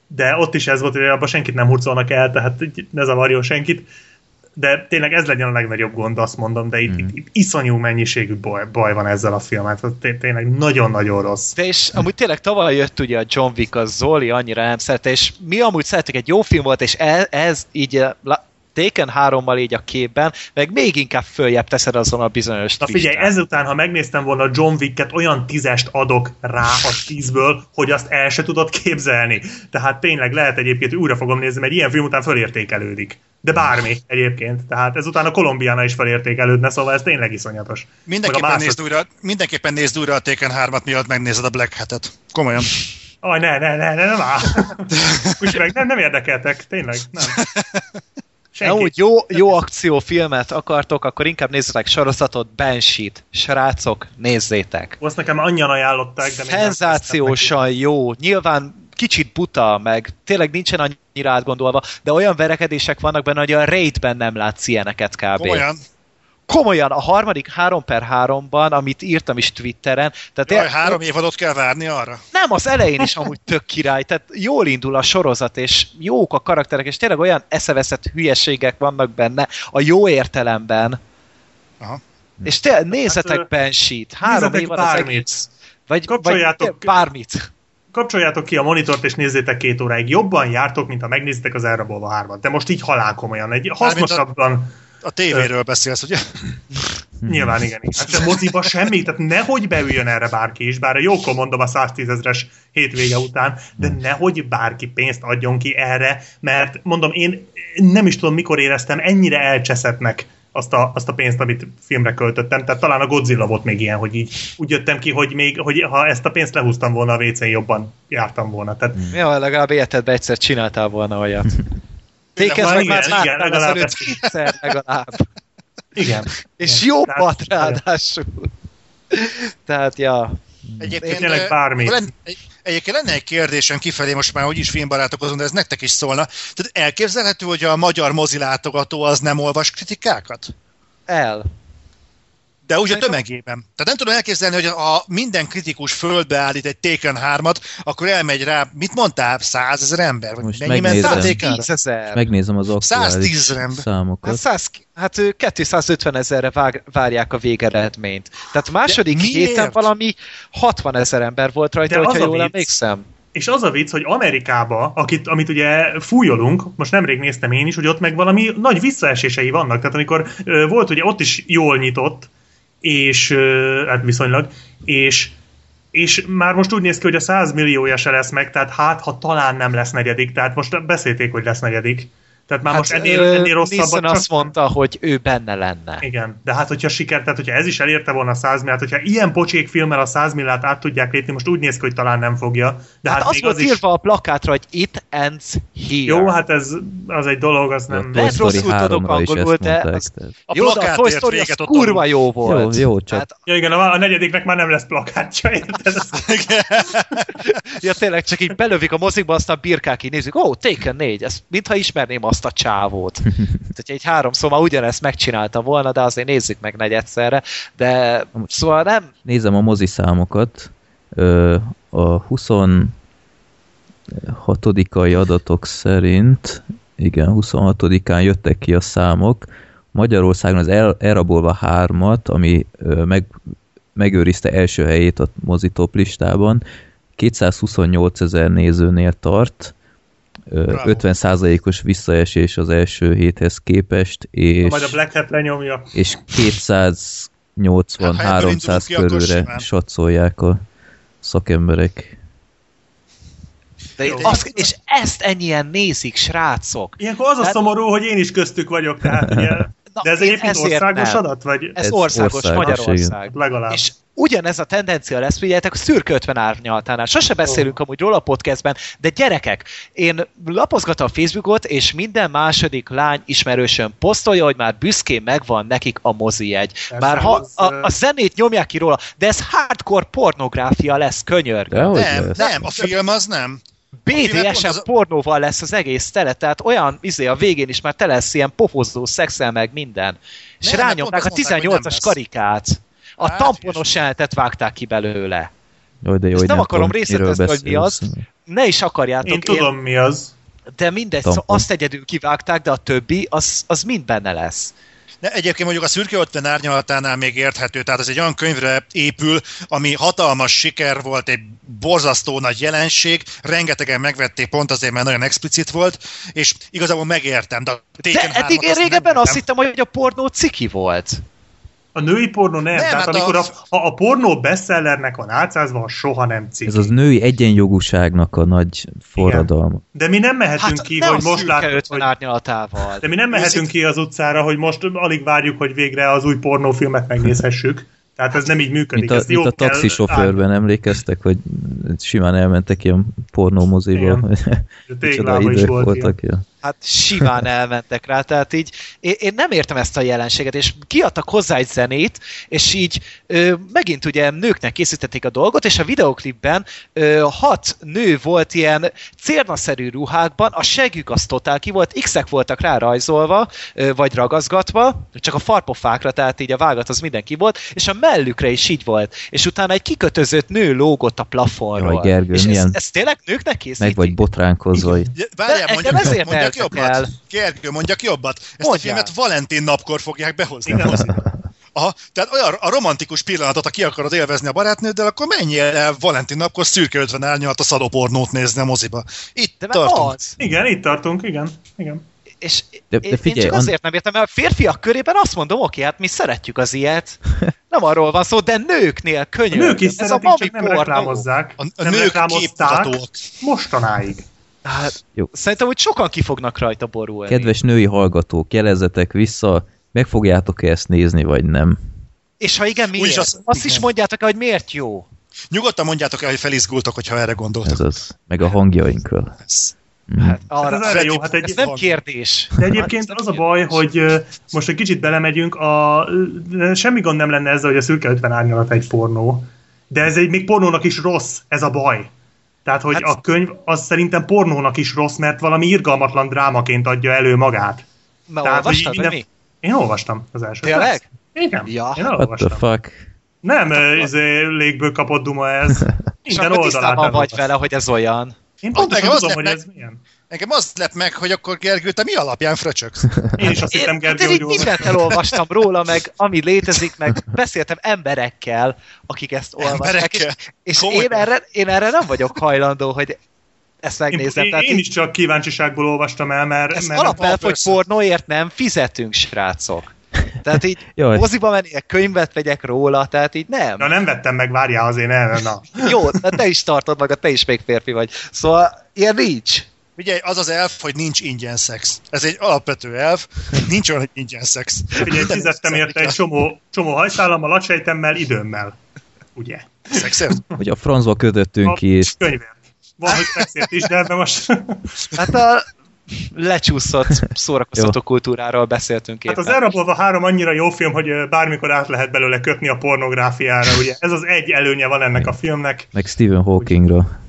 de ott is ez volt, hogy abban senkit nem hurcolnak el, tehát ne zavarjon senkit. De tényleg ez legyen a legnagyobb gond, azt mondom, de itt iszonyú mennyiségű baj van ezzel a filmet. Tényleg nagyon-nagyon rossz. De és amúgy tényleg tavaly jött ugye a John Wick, a Zoli annyira nem szerette, és mi amúgy szerettük, egy jó film volt, és ez így Taken 3-mal így a képben, meg még inkább följebb teszed azon a bizonyos twistán. Na figyelj, ezután, ha megnéztem volna John Wicket, olyan 10-est adok rá a 10-ből, hogy azt el se tudod képzelni. Tehát tényleg lehet egyébként, újra fogom nézni, mert ilyen film után fölértékelődik. De bármi egyébként. Tehát ezután a Kolumbiána is felértékelődne, szóval ez tényleg iszonyatos. Mindenképpen nézd újra a Taken 3-at, mielőtt megnézed a Black Hat-et. Komolyan. Aj, ne áll. Úgyhogy nem érdekeltek, tényleg, nem. Úgy jó akciófilmet akartok, akkor inkább nézzetek sorozatot, Banshee-t. Srácok, nézzétek. Azt nekem annyian ajánlották, de szenzációsan jó. Nyilván kicsit buta, meg tényleg nincsen annyira átgondolva, de olyan verekedések vannak benne, hogy a Raidben nem látsz ilyeneket kb. Komolyan, a harmadik 3x3-ban, amit írtam is Twitteren. Tehát 3 évadot kell várni arra? Nem, az elején is amúgy tök király, tehát jól indul a sorozat, és jók a karakterek, és tényleg olyan eszeveszett hülyeségek vannak benne, a jó értelemben. Aha. És nézzetek Banshee-t, 3 évad az egész. Vagy bármit. Kapcsoljátok ki a monitort, és nézzétek 2 óráig. Jobban jártok, mint ha megnézitek az Elrabolva 3-at. De most így halálkomolyan. Egy hasznosabban... A tévéről beszélsz, ugye? Nyilván igen. Hát a moziba semmi, tehát nehogy beüljön erre bárki is, bár jókor mondom a 110 000-es hétvége után, de nehogy bárki pénzt adjon ki erre, mert mondom, én nem is tudom, mikor éreztem ennyire elcseszettnek azt a pénzt, amit filmre költöttem, tehát talán a Godzilla volt még ilyen, hogy így úgy jöttem ki, hogy ha ezt a pénzt lehúztam volna a WC-n, jobban jártam volna. Tehát... Ja, legalább életedben egyszer csináltál volna olyat. Tékezd meg már láttál az kétszer legalább. Igen. És jobbat ráadásul. Tehát, ja. Egyébként lenne egy kérdésem kifelé, most már úgyis filmbarátokozunk, de ez nektek is szólna. Tehát elképzelhető, hogy a magyar mozilátogató az nem olvas kritikákat? De úgy a tömegében. Tehát nem tudom elképzelni, hogy ha minden kritikus földbe állít egy Taken 3-at, akkor elmegy rá, mit mondtál, 100 000 ember? Most megnézem az aktuális számokat. Hát 250 000-re várják a végeredményt. Tehát második héten valami 60 000 ember volt rajta, hogyha jól emlékszem. És az a vicc, hogy Amerikába, amit ugye fújolunk, most nemrég néztem én is, hogy ott meg valami nagy visszaesései vannak. Tehát amikor volt, ugye ott is jól nyitott, és hát viszonylag, és már most úgy néz ki, hogy a 100 milliója se lesz meg, tehát ha talán nem lesz negyedik, tehát most beszélték, hogy lesz negyedik. Tehát már most ennél rosszabbat csak... azt mondta, hogy ő benne lenne. Igen, de hát hogyha tehát hogyha ez is elérte volna a 100 milliót, hogyha ilyen pocsék filmmel a 100 milliót át tudják lépni, most úgy néz ki, hogy talán nem fogja. De hát az volt írva a plakátra, hogy it ends here. Jó, hát az egy dolog, az nem... Lehet rosszul tudok angolul, de a Toy Story az kurva jó volt. Jó, csak... Hát... Ja igen, a negyediknek már nem lesz plakátja, érted? Ja tényleg, csak így belövik a mozikba, aztán birkák így nézzük, Taken 4, ezt mintha ismerném azt a csávót. Tehát egy 3 szóval ugyanezt megcsinálta volna, de azért nézzük meg negyedszerre, de szóval nem... Nézem a moziszámokat, a 26-ai adatok szerint, igen, 26-án jöttek ki a számok, Magyarországon az Elrabolva 3-at, ami megőrizte első helyét a mozitop listában, 228 000 nézőnél tart, 50%-os visszaesés az első héthez képest, és, majd a Black Hat lenyomja. És 280-300 körülre satszolják a szakemberek. És ezt ennyien nézik, srácok. Ilyenkor az a szomorú, hogy én is köztük vagyok, tehát ugye... De ez egyébként országos adat? Vagy? Ez országos, Magyarország. Legalább. És ugyanez a tendencia lesz, figyeljetek, a Szürke 50 árnyaltánál. Sose beszélünk amúgy róla a podcastben, de gyerekek, én lapozgatom a Facebookot, és minden második lány ismerősöm posztolja, hogy már büszkén megvan nekik a mozijegy. Már ha a zenét nyomják ki róla, de ez hardcore pornográfia lesz, könyörgöm. Nem, a film az nem. BDSM pornóval lesz az egész tele, tehát olyan a végén is már tele lesz ilyen pofozó, szexel meg minden. És rányomták a 18-as karikát. A tamponos jelentet vágták ki belőle. Jaj, de jó, nem akarom részletezni, hogy mi az. Ne is akarjátok. Én tudom, mi az. De mindegy, szóval azt egyedül kivágták, de a többi, az mind benne lesz. De egyébként mondjuk a Szürke 50 árnyalatánál még érthető, tehát ez egy olyan könyvre épül, ami hatalmas siker volt, egy borzasztó nagy jelenség, rengetegen megvették pont azért, mert nagyon explicit volt, és igazából megértem. De eddig én régebben azt hittem, hogy a pornó ciki volt. A női pornó nem. Tehát hát amikor ha a pornó bestsellernek van álcázva, az soha nem ciki. Ez az női egyenjogúságnak a nagy forradalma. Igen. De mi nem mehetünk ki, hogy most látjuk, hogy... árnyalatával. De mi nem mehetünk ki az utcára, hogy most alig várjuk, hogy végre az új pornófilmet megnézhessük. Tehát ez nem így működik. Mint a taxisofőrben emlékeztek, hogy simán elmentek ilyen pornómoziba. Téglában is voltak. Hát simán elmentek rá, tehát így én nem értem ezt a jelenséget, és kiadtak hozzá egy zenét, és így megint ugye nőknek készítették a dolgot, és a videoklipben 6 nő volt ilyen cérnaszerű ruhákban, a seggük az totál ki volt, X-ek voltak rá rajzolva, vagy ragazgatva, csak a farpofákra, tehát így a vágat az mindenki volt, és a mellükre is így volt, és utána egy kikötözött nő lógott a plafonról. Jaj, Gergő, és milyen... ez tényleg nőknek készítik? Meg vagy botránkozva itt. Várjál, mondjak jobbat. Gergő, mondjak jobbat. Ezt a filmet Valentin napkor fogják behozni. Aha, tehát olyan a romantikus pillanatot, ha ki akarod élvezni a barátnőddel, akkor menjél el Valentin napkor Szürke 50 árnyalat a szadópornót nézni a moziba. Itt tartunk. Igen, itt tartunk, igen. És de figyelj, én csak azért nem értem, mert a férfiak körében azt mondom, oké, hát mi szeretjük az ilyet. Nem arról van szó, de nőknél könyörgöm. A nők is szeretik, csak nem reklámozzák. A nők képmutatóak. Mostanáig. Hát, szerintem, hogy sokan ki fognak rajta borulni. Kedves női hallgatók, jelezzetek vissza, meg fogjátok-e ezt nézni, vagy nem? És ha igen, miért? Azt is mondjátok el, hogy miért jó. Nyugodtan mondjátok el, hogy felizgultok, hogyha erre gondoltok. Ez az. Meg a hangjainkkal. Hát arra, ez jó, hát ez nem kérdés. De egyébként az a baj, hogy most egy kicsit belemegyünk, semmi gond nem lenne ezzel, hogy a Szürke 50 árnyalat egy pornó, de ez még pornónak is rossz, ez a baj. Tehát, hogy a könyv az szerintem pornónak is rossz, mert valami irgalmatlan drámaként adja elő magát. Tehát, olvastad, vagy mi? Én olvastam az első. Tényleg? Igen, ja. én olvastam. What the fuck? Nem, légből kapott duma ez. Minden oldalát vagy vele, hogy ez olyan. Én pontosan tudom, hogy ez milyen. Engem azt lep meg, hogy akkor Gergő, te mi alapján fröcsöksz? Én is azt hittem, Gergő, hogy mindent elolvastam róla, meg ami létezik, meg beszéltem emberekkel, akik ezt olvasták. És én erre nem vagyok hajlandó, hogy ezt megnézem. Én is csak kíváncsiságból olvastam el, mert... Ez alapelv, hogy pornóért nem fizetünk, srácok. Tehát így moziba menjek, könyvet vegyek róla, tehát így nem. Na nem vettem meg, várjál azért, na. Jó, de te is tartod magad, te is még férfi vagy. Szóval ilyen nincs. Ugye az az elv, hogy nincs ingyen szex. Ez egy alapvető elv, nincs olyan, hogy ingyen szex. Ugye fizettem érte egy csomó hajszállammal, lacsejtemmel, időmmel. Ugye? Szexért? Hogy a francba kötöttünk ki. Könyvért. Van, hogy szexért is, de ebben most... Hát a lecsúszott szórakoztató kultúráról beszéltünk éppen. Hát az Elrabolva 3 annyira jó film, hogy bármikor át lehet belőle kötni a pornográfiára, ugye? Ez az egy előnye van ennek a filmnek. Meg Stephen Hawkingra.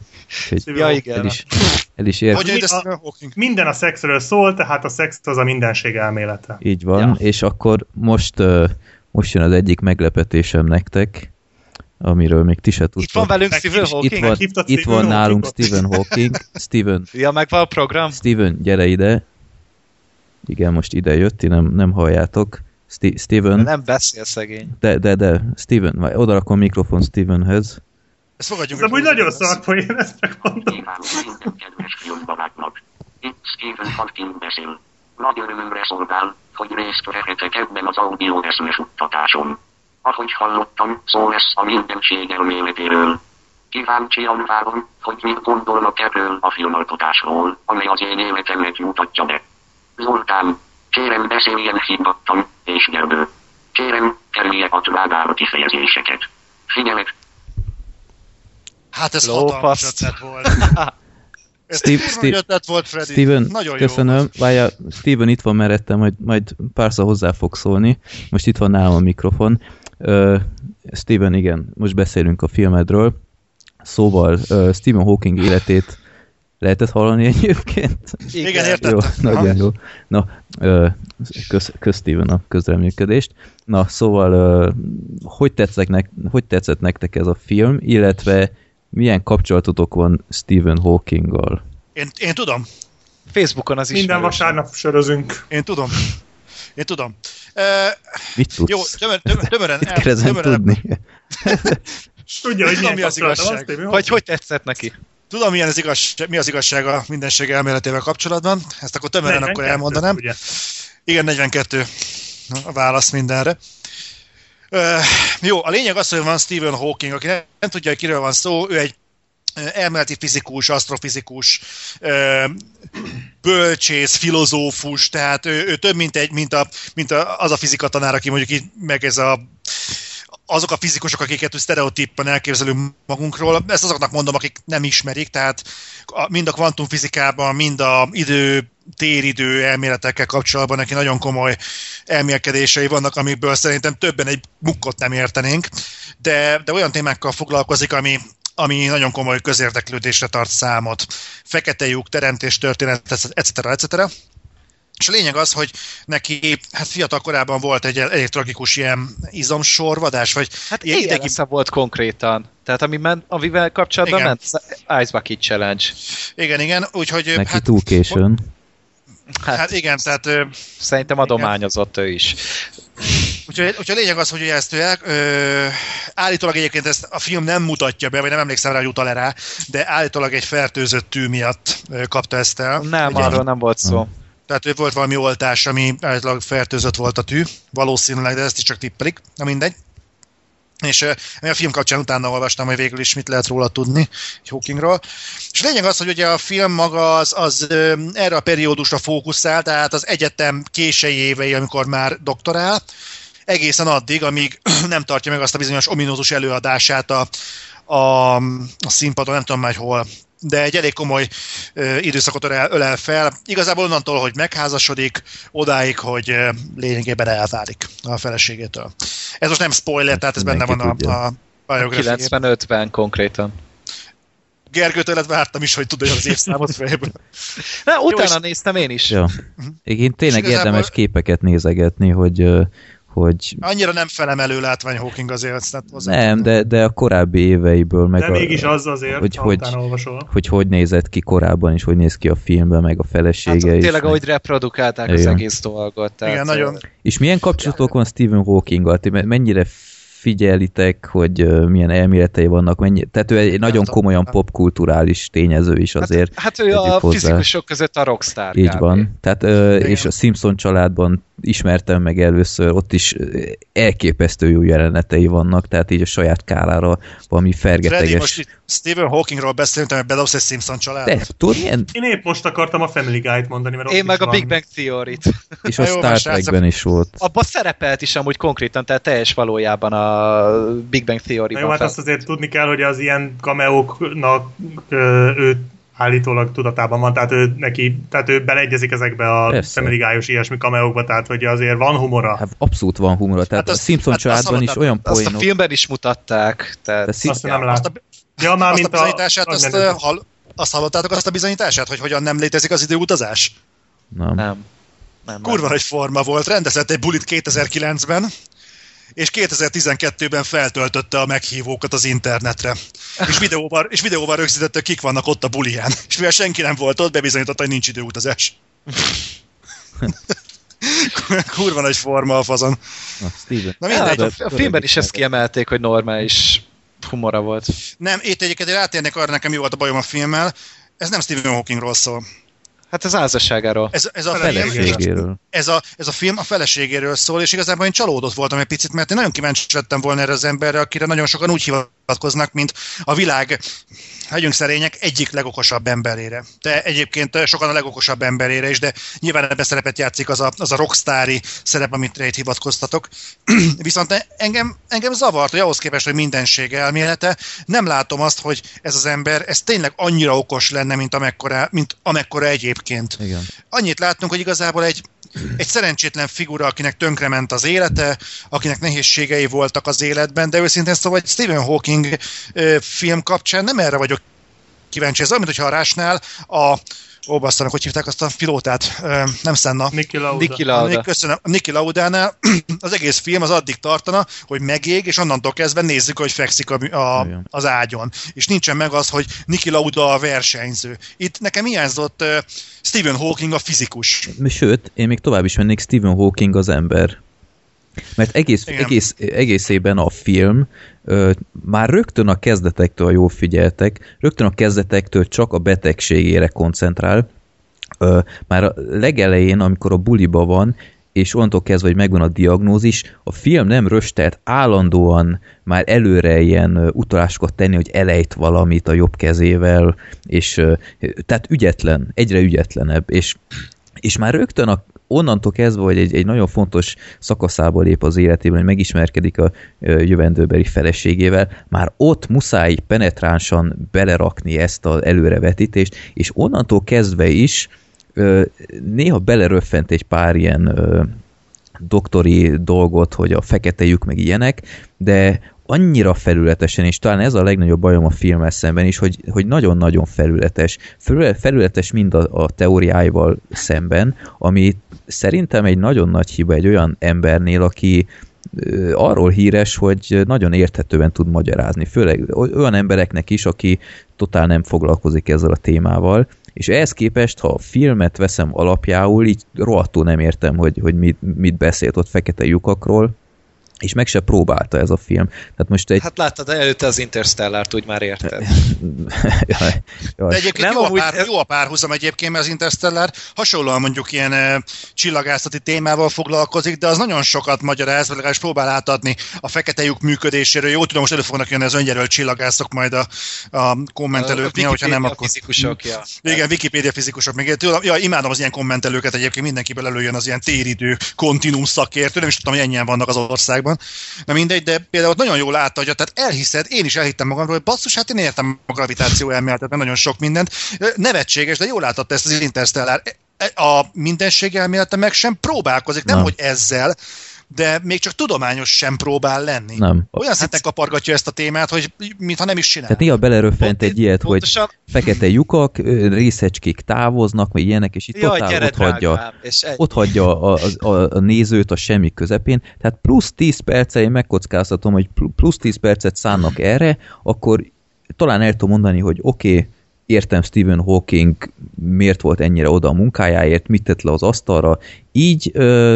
Ja, igen. El is ér. Minden a szexről szól, tehát a szex az a mindenség elmélete. Így van, ja. És akkor most jön az egyik meglepetésem nektek, amiről még ti se tudtok. Itt van velünk Stephen Hawking. Itt van nálunk Stephen Hawking. Steven. Ja, megvan a program. Steven, gyere ide. Igen, most ide jött, ti nem halljátok. Steven. Nem beszél szegény. De. Steven, vagy oda rakom a mikrofon Stevenhez. Ezt fogadjunk. Ez amúgy nagyon szarpoén, ezt megmondom. Kedves filmbarátnak. Itt Stephen Hawking beszél. Nagy örömömre szolgál, hogy részt vehetek ebben az audioeszmés futtatáson. Ahogy hallottam, szó lesz a mindenség elméletéről. Kíváncsian várom, hogy mit gondolnak erről a filmalkotásról, amely az én életemet mutatja be. Zoltán, kérem beszéljen higgadtan, és nyelvő. Kérem, kerülje a drágára kifejezéseket. Figyelet! Hát ez hatalmas ötlet volt. Ötlet volt, Freddy. Steven, nagyon köszönöm. Várjál, Steven itt van mellettem, majd párszor hozzá fog szólni. Most itt van nálam a mikrofon. Steven, igen, most beszélünk a filmedről. Szóval Stephen Hawking életét Lehetett hallani egyébként? Igen, értettem. Jó, nagyon jó. Na, kösz Steven a közreműködést. Na, szóval, hogy tetszett nektek ez a film, illetve milyen kapcsolatotok van Stephen Hawkinggal? Én tudom. Facebookon az is. Minden vasárnap sörözünk. Én tudom. Mit tudsz? Jó, tömören. Mit kérdezem tudni? Tudja, hogy milyen mi az igazság. Hogy tetszett neki? Tudom, mi az igazság a mindenség elméletével kapcsolatban. Ezt akkor tömören akkor elmondanám. Ugye? Igen, 42 a válasz mindenre. Jó, a lényeg az, hogy van Stephen Hawking, aki nem tudja, hogy kiről van szó, ő egy elméleti fizikus, asztrofizikus, bölcsész, filozófus, tehát ő több, mint az a fizikatanár, aki mondjuk így meg azok a fizikusok, akiket sztereotíppen elképzelünk magunkról, ezt azoknak mondom, akik nem ismerik, tehát mind a kvantumfizikában, mind a téridő elméletekkel kapcsolatban neki nagyon komoly elmélkedései vannak, amikből szerintem többen egy mukkot nem értenénk, de olyan témákkal foglalkozik, ami nagyon komoly közérdeklődésre tart számot. Fekete lyuk, teremtés történet, etc. És a lényeg az, hogy neki fiatal korában volt egy elég tragikus ilyen izomsorvadás, vagy... Hát ALS-e volt konkrétan. Tehát amivel kapcsolatban ment az Ice Bucket Challenge. Igen, úgyhogy... Neki túl későn. Hát igen, tehát... Szerintem adományozott ő is. Úgyhogy a lényeg az, hogy ezt állítólag egyébként ezt a film nem mutatja be, vagy nem emlékszem rá, hogy utal rá, de állítólag egy fertőzött tű miatt kapta ezt el. Nem, arról nem volt szó. Tehát volt valami oltás, ami állítólag fertőzött volt a tű, valószínűleg, de ezt is csak tippelik, na mindegy. És a film kapcsán utána olvastam, hogy végül is mit lehet róla tudni, Hawkingról. És a lényeg az, hogy ugye a film maga az erre a periódusra fókuszál, tehát az egyetem késői évei, amikor már doktorál, egészen addig, amíg nem tartja meg azt a bizonyos ominózus előadását a színpadon, nem tudom már hol, de egy elég komoly időszakot ölel fel. Igazából onnantól, hogy megházasodik, odáig, hogy lényegében elválik a feleségétől. Ez most nem spoiler, tehát ez benne van a biográfiában. 95-ben konkrétan. Gergőtől vártam is, hogy tudja az évszámot fejből. Utána néztem én is. Ja. Én tényleg érdemes képeket nézegetni, hogy... Annyira nem felemelő látvány Hawking azért. Nem, de a korábbi éveiből meg... De mégis az azért, ha utána olvasol. Hogy nézett ki korábban, és hogy néz ki a filmben, meg a felesége is. Tényleg, ahogy reprodukálták az egész dolgot. Tehát... Igen, nagyon. És milyen kapcsolatok van Stephen Hawkinggal? Mennyire figyelitek, hogy milyen elméletei vannak, tehát ő egy nagyon komolyan popkulturális tényező is azért. Hát ő a fizikusok között a rockstar. Így van. Tehát, és a Simpson családban ismertem meg először, ott is elképesztő jó jelenetei vannak, tehát így a saját kárára valami fergeteges... Freddy, most Stephen Hawkingról beszéltem, hogy bedobsz egy Simpson családba. De, tudod milyen? Én épp most akartam a Family Guy-t mondani, mert én meg a Big Bang Theory-t. És a Star Trekben is volt. Abban szerepelt is amúgy konkrétan, tehát teljes valójában a Big Bang Theory-ban. Jó, hát azt azért tudni kell, hogy az ilyen cameóknak ő állítólag tudatában van, tehát ő beleegyezik ezekbe a Family Guy-os ilyesmi cameókba, tehát hogy azért van humora. Hát abszolút van humora, tehát hát a Simpson családban is olyan poénok. Azt a filmben is mutatták. Tehát... Azt nem láttam. Azt a bizonyítását, azt hallottátok azt a bizonyítását, hogy hogyan nem létezik az időutazás? Nem. Kurva nagy forma volt, rendezett egy bulit 2009-ben, és 2012-ben feltöltötte a meghívókat az internetre. És videóval rögzítette, kik vannak ott a buliján. És mivel senki nem volt ott, bebizonyította, hogy nincs időutazás. Kurva nagy forma a fazon. Na mindegy. A filmben is ezt kiemelték, hogy normális humora volt. Nem, itt egyébként rátérnék arra, nekem jó volt a bajom a filmmel. Ez nem Stephen Hawkingról szól. Hát az házasságáról. Ez a film a feleségéről szól, és igazából én csalódott voltam egy picit, mert én nagyon kíváncsi lettem volna erre az emberre, akire nagyon sokan úgy hivatkoznak, mint a világ, legyünk szerények, egyik legokosabb emberére. De egyébként sokan a legokosabb emberére is, de nyilván ebben szerepet játszik az a rockstári szerep, amit itt hivatkoztatok. Viszont engem zavart, hogy ahhoz képest, hogy mindenség elmélete, nem látom azt, hogy ez az ember, ez tényleg annyira okos lenne, mint amekkora egyébként. Igen. Annyit láttunk, hogy igazából egy szerencsétlen figura, akinek tönkrement az élete, akinek nehézségei voltak az életben, de őszintén szóval egy Stephen Hawking film kapcsán nem erre vagyok kíváncsi. Ez olyan, mint hogyha a Rush-nál basszanak, hogy hívták azt a pilótát? Nem Senna. Niki Lauda. Köszönöm. Niki Laudánál az egész film az addig tartana, hogy megég, és onnantól kezdve nézzük, hogy fekszik az ágyon. És nincsen meg az, hogy Niki Lauda a versenyző. Itt nekem hiányzott Stephen Hawking a fizikus. Sőt, én még tovább is mennék, Stephen Hawking az ember. Mert egészében a film már rögtön a kezdetektől, ha jól figyeltek, rögtön a kezdetektől csak a betegségére koncentrál. Már a legelején, amikor a buliba van, és onnantól kezdve, hogy megvan a diagnózis, a film nem röstelt állandóan már előre ilyen utalásokat tenni, hogy elejt valamit a jobb kezével, és tehát ügyetlen, egyre ügyetlenebb, és már rögtön onnantól kezdve, hogy egy nagyon fontos szakaszába lép az életében, hogy megismerkedik a jövendőbeli feleségével, már ott muszáj penetránsan belerakni ezt az előrevetítést, és onnantól kezdve is néha beleröffent egy pár ilyen doktori dolgot, hogy a fekete lyuk meg ilyenek, de annyira felületesen, és talán ez a legnagyobb bajom a filmmel szemben is, hogy nagyon-nagyon felületes. Felületes mind a teóriáival szemben, ami szerintem egy nagyon nagy hiba egy olyan embernél, aki arról híres, hogy nagyon érthetően tud magyarázni. Főleg olyan embereknek is, aki totál nem foglalkozik ezzel a témával, és ehhez képest, ha a filmet veszem alapjául, így rohadtul nem értem, hogy mit beszélt ott fekete lyukakról, és meg se próbálta ez a film. Tehát most Hát láttad, előtte az Interstellárt úgy már érted. Jaj. De egyébként jó a párhuzam egyébként, mert az Interstellar hasonlóan mondjuk ilyen csillagászati témával foglalkozik, de az nagyon sokat magyaráz, vagy legalábbis próbál átadni a fekete lyuk működéséről. Jó, tudom, most elő fognak jönni az önjelölt csillagászok majd a kommentelőknél, hogyha nem, akkor... Fizikusok, ja. Igen, Wikipédia fizikusok. Még imádom az ilyen kommentelőket, egyébként mindenkiből előjön az ilyen téridő kontinúm szakértő, nem is tudtam, hogy ennyien vannak az országban. Na mindegy, de például nagyon jól átadja, tehát elhiszed, én is elhittem magamról, hogy basszus, hát én értem a gravitáció elméletet, nagyon sok mindent. Nevetséges, de jól átadta ezt az Interstellar. A mindenség elmélete meg sem próbálkozik, nem hogy ezzel, de még csak tudományos sem próbál lenni. Nem. Olyan szinten kapargatja ezt a témát, hogy mintha nem is csinál. Tehát néha beleröffent egy ilyet, pontosan... hogy fekete lyukak, részecskék távoznak, vagy ilyenek, és itt totál ott hagyja a nézőt a semmi közepén. Tehát plusz 10 perccel, én megkockáztatom, hogy plusz 10 percet szánnak erre, akkor talán el tudom mondani, hogy oké, értem Stephen Hawking miért volt ennyire oda a munkájáért, mit tett le az asztalra, így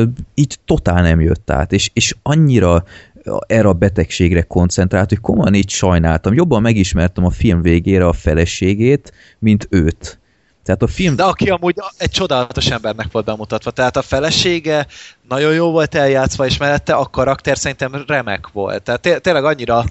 totál nem jött át, és annyira erre a betegségre koncentrált, hogy komolyan így sajnáltam. Jobban megismertem a film végére a feleségét, mint őt. Tehát a film... De aki amúgy egy csodálatos embernek volt bemutatva, tehát a felesége nagyon jó volt eljátszva, és mellette a karakter szerintem remek volt. Tehát tényleg annyira...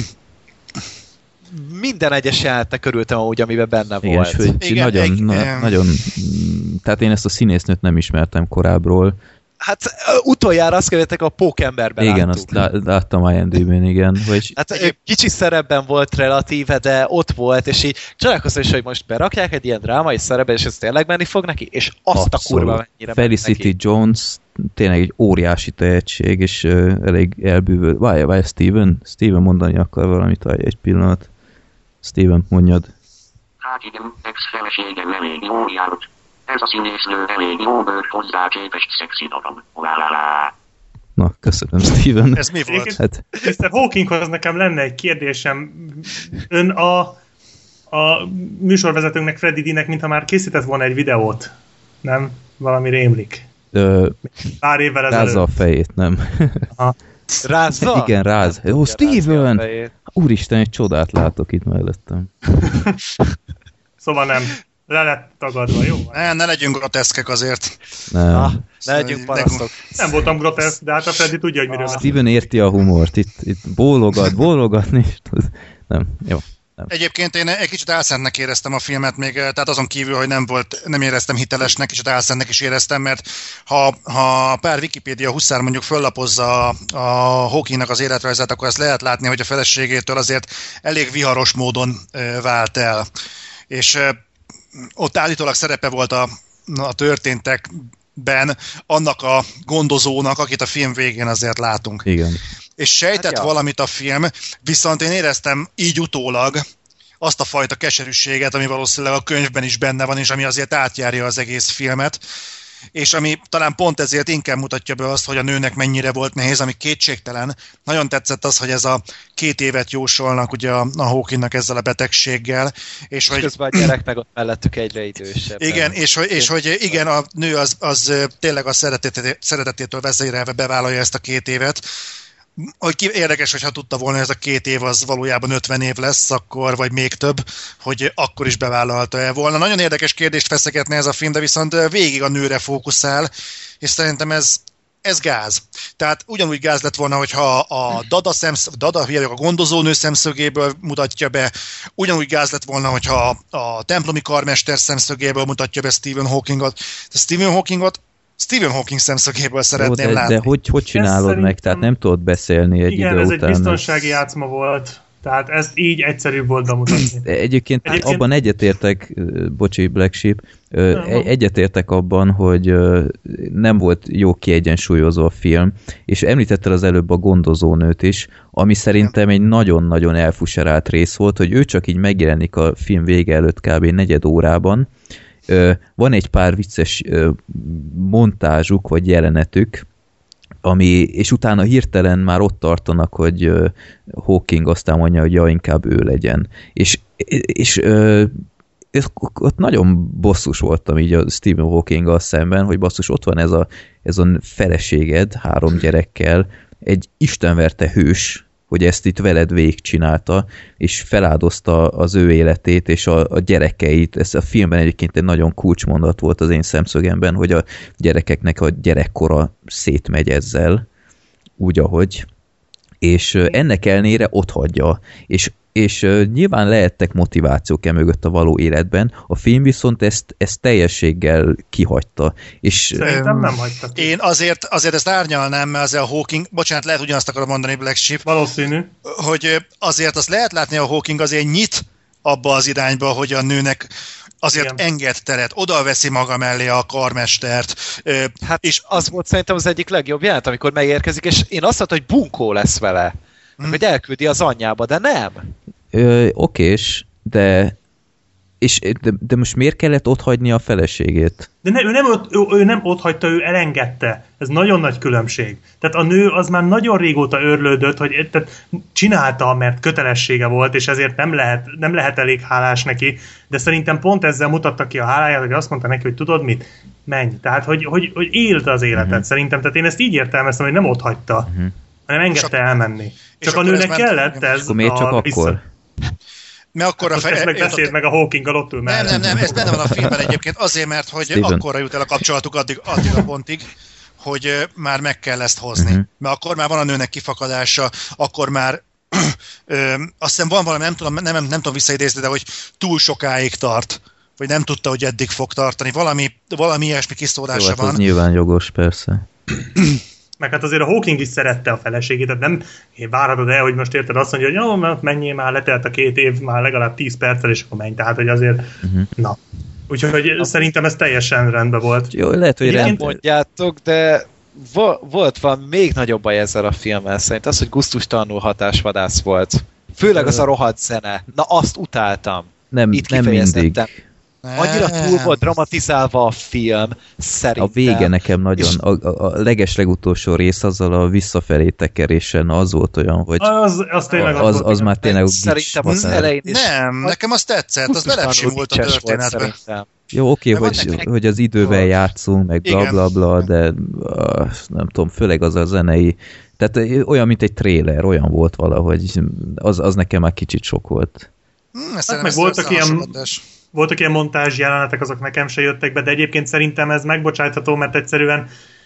minden egyes jelenetnek örültem úgy, amiben benne igen, volt. Igen, nagyon, tehát én ezt a színésznőt nem ismertem korábbról. Hát utoljára azt követek a Pókemberben igen, láttuk. azt láttam IMDb-n, igen. Hogy... Hát kicsi szerepben volt relatíve, de ott volt, és így csodálkoztam is, hogy most berakják egy ilyen drámai szerepbe, és ez tényleg menni fog neki, és azt abszolút. A kurva mennyire Felicity Jones tényleg egy óriási tehetség, és elég elbűvölt. Várj, Steven mondani akar valamit, egy pillanat. Steven, mondjad. Hát igen, ex-feleségem elég jól járt. Ez a színésznő elég jó bőr hozzá képest szexi darab. Na, köszönöm, Steven. Ez mi volt? Hát... Mr. Hawkinghoz nekem lenne egy kérdésem. Ön a műsorvezetőnknek, Freddy D-nek, mintha már készített volna egy videót. Nem? Valami rémlik. Pár évvel ezelőtt. Rázza a fejét, nem? Aha. Rázza? Igen, ráz. Ó, Steven! Úristen, egy csodát látok itt mellettem. Szóval nem. Le lett tagadva, jó? Ne legyünk groteszkek azért. Ne legyünk parasztok. Nem voltam groteszk, de hát a Freddy tudja, hogy miről Steven érti a humort. Itt bólogatni. Nem, jó. Nem. Egyébként én egy kicsit álszentnek éreztem a filmet még, tehát azon kívül, hogy nem éreztem hitelesnek, kicsit álszentnek is éreztem, mert ha pár Wikipédia huszár mondjuk föllapozza a Hawkingnak az életrajzát, akkor azt lehet látni, hogy a feleségétől azért elég viharos módon vált el. És ott állítólag szerepe volt a történtekben annak a gondozónak, akit a film végén azért látunk. Igen. És sejtett valamit a film, viszont én éreztem így utólag, azt a fajta keserűséget, ami valószínűleg a könyvben is benne van, és ami azért átjárja az egész filmet, és ami talán pont ezért inkább mutatja be azt, hogy a nőnek mennyire volt nehéz, ami kétségtelen. Nagyon tetszett az, hogy ez a 2 évet jósolnak ugye a Hawkingnak ezzel a betegséggel. És hogy közben a gyerek meg ott mellettük egyre idősebb. Igen, és hogy igen, a nő az tényleg a szeretetétől vezérelve bevállalja ezt a 2 évet. Hogy érdekes, hogyha tudta volna, hogy ez a 2 év az valójában 50 év lesz, akkor, vagy még több, hogy akkor is bevállalta-e volna. Nagyon érdekes kérdést feszegetne ez a film, de viszont végig a nőre fókuszál, és szerintem ez gáz. Tehát ugyanúgy gáz lett volna, hogyha a a gondozónő szemszögéből mutatja be, ugyanúgy gáz lett volna, hogyha a templomi karmester szemszögéből mutatja be Stephen Hawkingot. Stephen Hawking szemszögéből szeretném látni. De hogy csinálod meg? Tehát nem tudod beszélni egy idő után. Igen, ez egy biztonsági játszma volt. Tehát ezt így egyszerűbb volt bemutatni. Egyébként abban egyetértek, bocsi, Black Sheep, egyetértek abban, hogy nem volt jó kiegyensúlyozó a film, és említetted az előbb a gondozónőt is, ami szerintem egy nagyon-nagyon elfuserált rész volt, hogy ő csak így megjelenik a film vége előtt kb. 4 órában. Van egy pár vicces montázsuk, vagy jelenetük, és utána hirtelen már ott tartanak, hogy Hawking aztán mondja, hogy ja, inkább ő legyen. És ott nagyon bosszus voltam így a Stephen Hawkinggal szemben, hogy basszus, ott van ez a feleséged 3 gyerekkel, egy istenverte hős, hogy ezt itt veled végigcsinálta, és feláldozta az ő életét, és a gyerekeit. Ez a filmben egyébként egy nagyon kulcsmondat volt az én szemszögemben, hogy a gyerekeknek a gyerekkora szétmegy ezzel, úgy, ahogy. És ennek ellenére ott hagyja. És nyilván lehettek motivációk mögött a való életben, a film viszont ezt teljességgel kihagyta. És szerintem nem hagyta ki. Én azért ezt árnyalnám, mert azért a Hawking, bocsánat, lehet ugyanazt akarom mondani, Black Sheep. Valószínű. Hogy azért azt lehet látni, a Hawking azért nyit abba az irányba, hogy a nőnek azért enged teret, oda veszi maga mellé a karmestert. Hát és az volt szerintem az egyik legjobb jelent, amikor megérkezik, és én azt mondtam, hogy bunkó lesz vele. Hogy elküldi az anyjába, de nem. Okés, de most miért kellett otthagyni a feleségét? De ő nem otthagyta, ő elengedte. Ez nagyon nagy különbség. Tehát a nő az már nagyon régóta őrlődött, hogy tehát csinálta, mert kötelessége volt, és ezért nem lehet elég hálás neki, de szerintem pont ezzel mutatta ki a háláját, hogy azt mondta neki, hogy tudod mit? Menj. Tehát, hogy élte az életet szerintem. Tehát én ezt így értelmeztem, hogy nem otthagyta, hanem engedte elmenni. Csak a nőnek kellett ez akkor miért csak akkor? Mert akkor ezt megbeszélt meg a Hawkinggal ott ül mellett. Nem, ez benne van a filmben egyébként azért, mert hogy akkorra jut el a kapcsolatuk addig a pontig, hogy már meg kell ezt hozni. Mert akkor már van a nőnek kifakadása, akkor már azt hiszem van valami, nem tudom visszaidézni, de hogy túl sokáig tart. Vagy nem tudta, hogy eddig fog tartani. Valami ilyesmi kiszórása van. Ez nyilván jogos, persze. Meg hát azért a Hawking is szerette a feleségét, tehát nem várhatod el, hogy most érted azt mondja, hogy jó, menjél már, letelt a 2 év, már legalább 10 perccel, és akkor menj. Tehát, hogy azért, na. Úgyhogy szerintem ez teljesen rendben volt. Jó, lehet, hogy rendben mondjátok, de volt van még nagyobb baj ezzel a filmmel, szerint az, hogy gusztustalanul hatásvadász volt. Főleg az a rohadt zene. Na, azt utáltam. Nem mindig. Annyira túl volt dramatizálva a film, szerintem. A vége nekem nagyon, a legeslegutolsó rész azzal a visszafelé tekerésen az volt olyan, hogy az már tényleg szerintem az elején is. Nem, nekem az tetszett, az belepsim volt a történetben. Jó, oké, hogy az idővel játszunk, meg blablabla, bla, bla, de nem tudom, főleg az a zenei, tehát olyan, mint egy tréler, olyan volt valahogy, az nekem már kicsit sok volt. Hát meg voltak ilyen montázs jelenetek, azok nekem se jöttek be, de egyébként szerintem ez megbocsátható, mert egyszerűen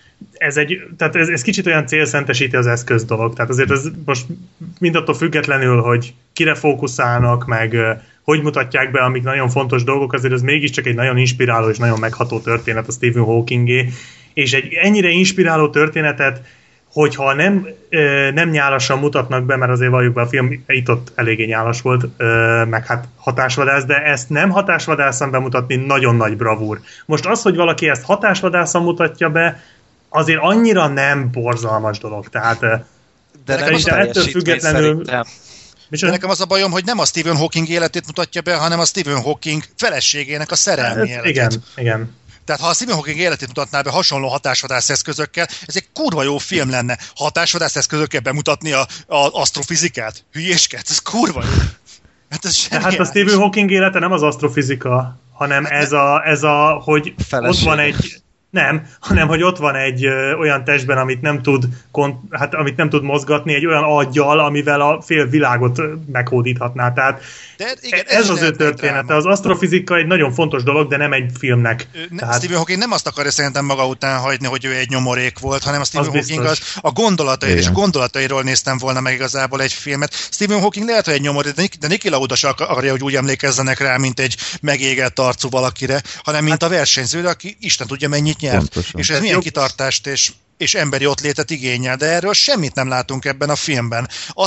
ez kicsit olyan célszentesíti az eszköz dolog. Tehát azért ez most mindattól függetlenül, hogy kire fókuszálnak, meg hogy mutatják be, amik nagyon fontos dolgok, azért ez mégiscsak egy nagyon inspiráló és nagyon megható történet a Stephen Hawkingé. És egy ennyire inspiráló történetet, hogyha nem nyálasan mutatnak be, mert azért valljuk be, a film itt-ott eléggé nyálas volt, meg hát hatásvadász, de ezt nem hatásvadászan bemutatni nagyon nagy bravúr. Most az, hogy valaki ezt hatásvadászan mutatja be, azért annyira nem borzalmas dolog. Tehát de nem ettől függetlenül... De nekem az a bajom, hogy nem a Stephen Hawking életét mutatja be, hanem a Stephen Hawking feleségének a szerelmi életét. Igen. Tehát ha a Stephen Hawking életét mutatná be hasonló hatásvadász eszközökkel, ez egy kurva jó film lenne. Hatásvadász eszközökkel bemutatni a asztrofizikát? Hülyéskedsz? Ez kurva jó. Hát a Stephen Hawking élete nem az asztrofizika, hanem ez a hogy ott van egy... Nem, hanem hogy ott van egy olyan testben, amit nem tud mozgatni, egy olyan aggyal, amivel a fél világot meghódíthatná. Tehát igen, ez az ő története. Az asztrofizika egy nagyon fontos dolog, de nem egy filmnek. Stephen Hawking nem azt akarja szerintem maga után hagyni, hogy ő egy nyomorék volt, hanem a Stephen Hawking a gondolatai, és a gondolatairól néztem volna meg igazából egy filmet. Stephen Hawking lehet, hogy egy nyomorék, de Niki Lauda se akarja, hogy úgy emlékezzenek rá, mint egy megégett arcú valakire, hanem mint a versenyző, aki Isten tudja mennyit nyert. Pontosan. És ez milyen kitartást és emberi ottlétet igényel, de erről semmit nem látunk ebben a filmben.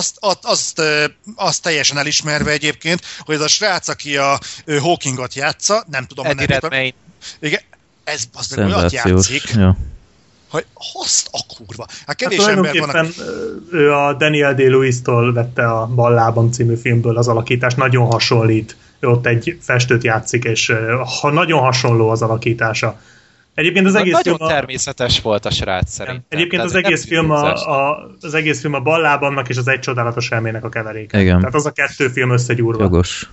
Azt teljesen elismerve egyébként, hogy ez a srác, aki a Hawkingot játsza, nem tudom, Eddie Redmayne. Igen, ez az olyat játszik, hogy azt a kurva. Hát kevés ember van. Ő a Daniel Day-Lewis-tól vette a Ballában című filmből az alakítást, nagyon hasonlít. Ő ott egy festőt játszik, és nagyon hasonló az alakítása. Egyébként az egész nagyon film természetes volt a srác szerintem. Egyébként az egész film a Ballábannak és az Egy csodálatos elmének a keveréke. Igen. Tehát az a kettő film összegyúrva. Jogos.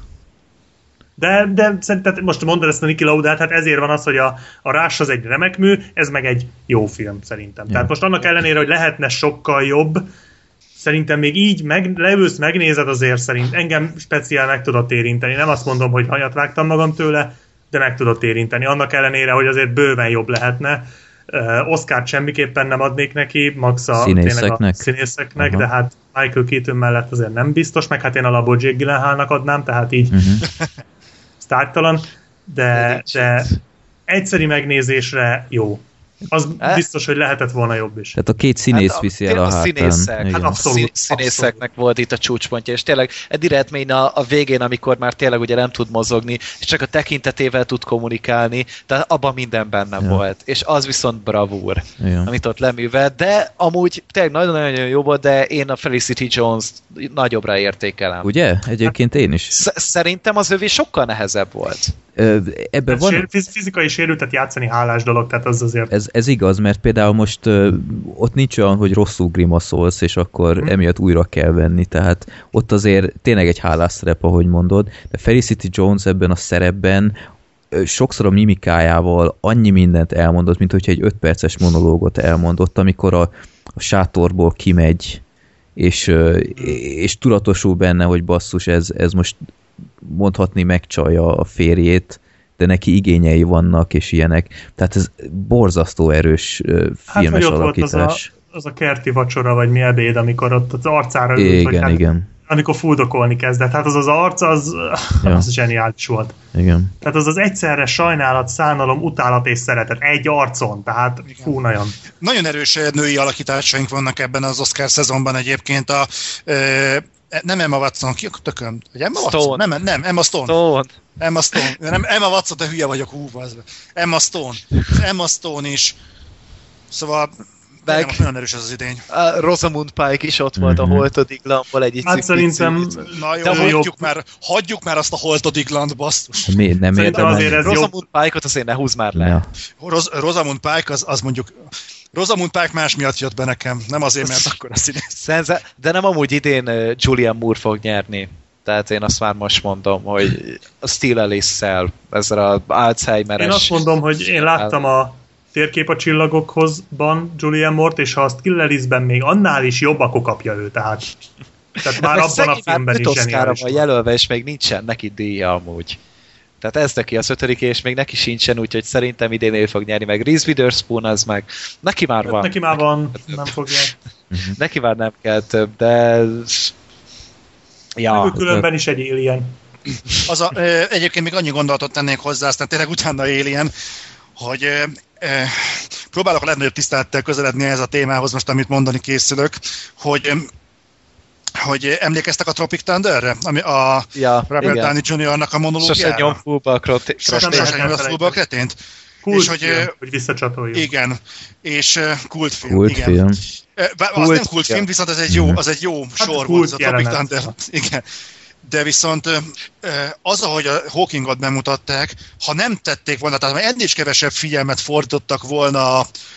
De szerintem most mondod ezt a Niki Laudát, hát ezért van az, hogy a Rush az egy remek mű, ez meg egy jó film szerintem. Ja. Tehát most annak ellenére, hogy lehetne sokkal jobb, szerintem még így leülsz, megnézed azért szerint. Engem speciál meg tudott érinteni. Nem azt mondom, hogy hanyat vágtam magam tőle, de meg tudott érinteni. Annak ellenére, hogy azért bőven jobb lehetne. Oscart semmiképpen nem adnék neki, max a színészeknek, de hát Michael Keaton mellett azért nem biztos, meg hát én alapból Jake Gyllenhaalnak adnám, tehát így sztártalan, de egyszeri megnézésre jó. Az biztos, hogy lehetett volna jobb is. Tehát a két színész viszi el a hátán. Hát abszolút. Színészeknek volt itt a csúcspontja, és tényleg Eddie Redmayne a végén, amikor már tényleg ugye nem tud mozogni, és csak a tekintetével tud kommunikálni, tehát abban minden benne volt. És az viszont bravúr, amit ott leművelt, de amúgy tényleg nagyon-nagyon jó volt, de én a Felicity Jones nagyobbra értékelem. Ugye? Egyébként én is. Szerintem az övé sokkal nehezebb volt. Ebben van... Fizikai sérültet játszani hálás dolog, tehát az azért... Ez igaz, mert például most ott nincs olyan, hogy rosszul grimaszolsz, és akkor emiatt újra kell venni, tehát ott azért tényleg egy hálás szerep, ahogy mondod, de Felicity Jones ebben a szerepben sokszor a mimikájával annyi mindent elmondott, mint hogyha egy 5 perces monológot elmondott, amikor a sátorból kimegy, és tudatosul benne, hogy basszus, ez most mondhatni megcsalja a férjét, de neki igényei vannak, és ilyenek. Tehát ez borzasztó erős filmes alakítás. Az a kerti vacsora, vagy mi ebéd, amikor ott az arcára ült, igen. Amikor fuldokolni kezdett. Hát az arc, az zseniális volt. Igen. Tehát az egyszerre sajnálat, szánalom, utálat és szeretet. Egy arcon, tehát fú, nagyon. Nagyon erős női alakításaink vannak ebben az Oscar szezonban egyébként. Nem Emma Watson, ki a tököm? Emma Watson? Nem, Emma Stone. Emma Stone. Nem, Emma Watson, de hülye vagyok, Emma Stone. Emma Stone is. Szóval nagyon erős ez az idény. Rosamund Pike is ott volt a Holtodiglanból egy hát szerintem... Na jó, hagyjuk már azt a Holtodiglant, basszus. Miért nem értem? Rosamund Pike-ot azért ne húzz már le. Ja. Rosamund Pike az mondjuk... Rosamund Pike más miatt jött be nekem, nem azért, mert akkor a színész. De nem amúgy idén Julianne Moore fog nyerni. Tehát én azt már most mondom, hogy a Still Alice-szel, ezzel az Alzheimer-es... Én azt mondom, hogy én láttam a Térkép a csillagokhozban Julianne Moore-t, és ha a Still Alice-ben még annál is jobb, akkor kapja ő, tehát már abban a filmben is zseniális. Van jelölve, és még nincsen neki díja amúgy. Tehát ez neki az 5. és még neki sincsen, úgyhogy szerintem idén ő fog nyerni, meg Reese Witherspoon az meg. Neki már van. Neki már van, nem fogják. Neki már nem kell több, de... Ja. Különben is egy Alien. Egyébként még annyi gondolatot tennék hozzá, aztán tényleg utána Alien, hogy próbálok a legnagyobb tisztelettel közeledni ehhez a témához most, amit mondani készülök, hogy emlékeztek a Tropic Thunderre? Ami a Robert Downey Jr.-nak a monológiára? Sose nyom fúlba a kretént. És hogy visszacsatoljuk. Igen, és kultfilm. Kultfilm. Az nem kultfilm, viszont az egy jó sor volt, ez a Tropic Thunder. Igen. De viszont az, ahogy a Hawkingot bemutatták, ha nem tették volna, tehát ennél is kevesebb figyelmet fordítottak volna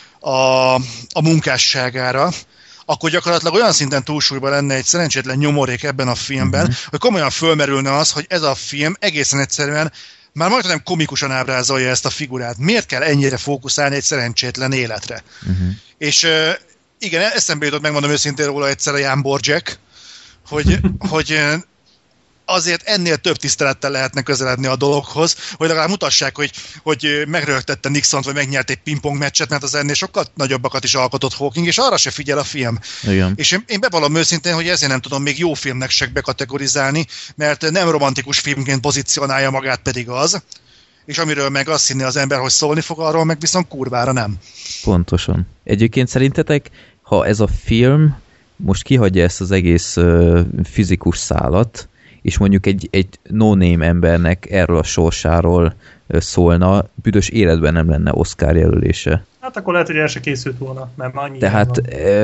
a munkásságára, akkor gyakorlatilag olyan szinten túlsúlyban lenne egy szerencsétlen nyomorék ebben a filmben, hogy komolyan fölmerülne az, hogy ez a film egészen egyszerűen már majdnem nem komikusan ábrázolja ezt a figurát. Miért kell ennyire fókuszálni egy szerencsétlen életre? És igen, eszembe jutott, megmondom őszintén róla egyszer a Jan Borjek, hogy azért ennél több tisztelettel lehetne közeledni a dologhoz, hogy legalább mutassák, hogy megrögtette Nixont, vagy megnyert egy pingpong meccset, mert az ennél sokkal nagyobbakat is alkotott Hawking, és arra se figyel a film. Igen. És én bevallom őszintén, hogy ezért nem tudom még jó filmnek se bekategorizálni, mert nem romantikus filmként pozícionálja magát, pedig az, és amiről meg azt hinni az ember, hogy szólni fog, arról meg viszont kurvára nem. Pontosan. Egyébként szerintetek, ha ez a film most kihagyja ezt az egész fizikus szálat, és mondjuk egy no-name embernek erről a sorsáról szólna, büdös életben nem lenne Oscar jelölése. Hát akkor lehet, hogy el se készült volna, mert már annyi. Tehát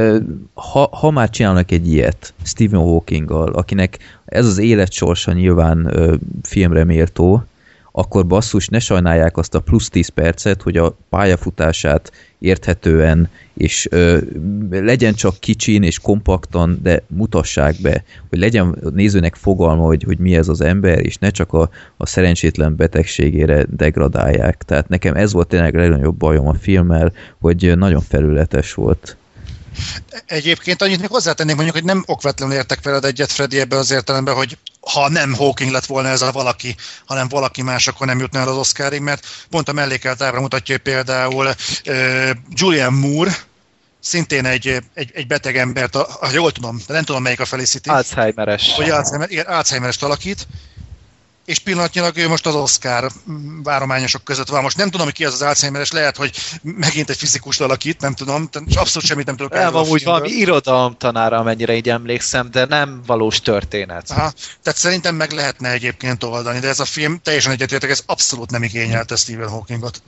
ha már csinálnak egy ilyet Stephen Hawkinggal, akinek ez az életsorsa nyilván filmre méltó, akkor basszus, ne sajnálják azt a plusz 10 percet, hogy a pályafutását érthetően, és legyen csak kicsin és kompaktan, de mutassák be, hogy legyen nézőnek fogalma, hogy mi ez az ember, és ne csak a szerencsétlen betegségére degradálják. Tehát nekem ez volt tényleg a legnagyobb bajom a filmmel, hogy nagyon felületes volt. Egyébként annyit még hozzátennék, mondjuk, hogy nem okvetlenül értek veled egyet, Freddy, ebben az értelemben, hogy ha nem Hawking lett volna ez a valaki, hanem valaki más, akkor nem jutna el az Oscarig, mert pont a mellékelt ábra mutatja, hogy például Julianne Moore, szintén egy beteg embert, ha jól tudom, de nem tudom melyik a Felicity. Alzheimeres. Alzheimerest alakít, és pillanatnyilag ő most az Oscar várományosok között van. Most nem tudom, hogy ki az Alzheimeres, lehet, hogy megint egy fizikust alakít, nem tudom, abszolút semmit nem tudok. Nem, amúgy valami irodalomtanára, amennyire így emlékszem, de nem valós történet. Aha, tehát szerintem meg lehetne egyébként oldani, de ez a film teljesen egyetértek, ez abszolút nem igényelte Stephen Hawkingot.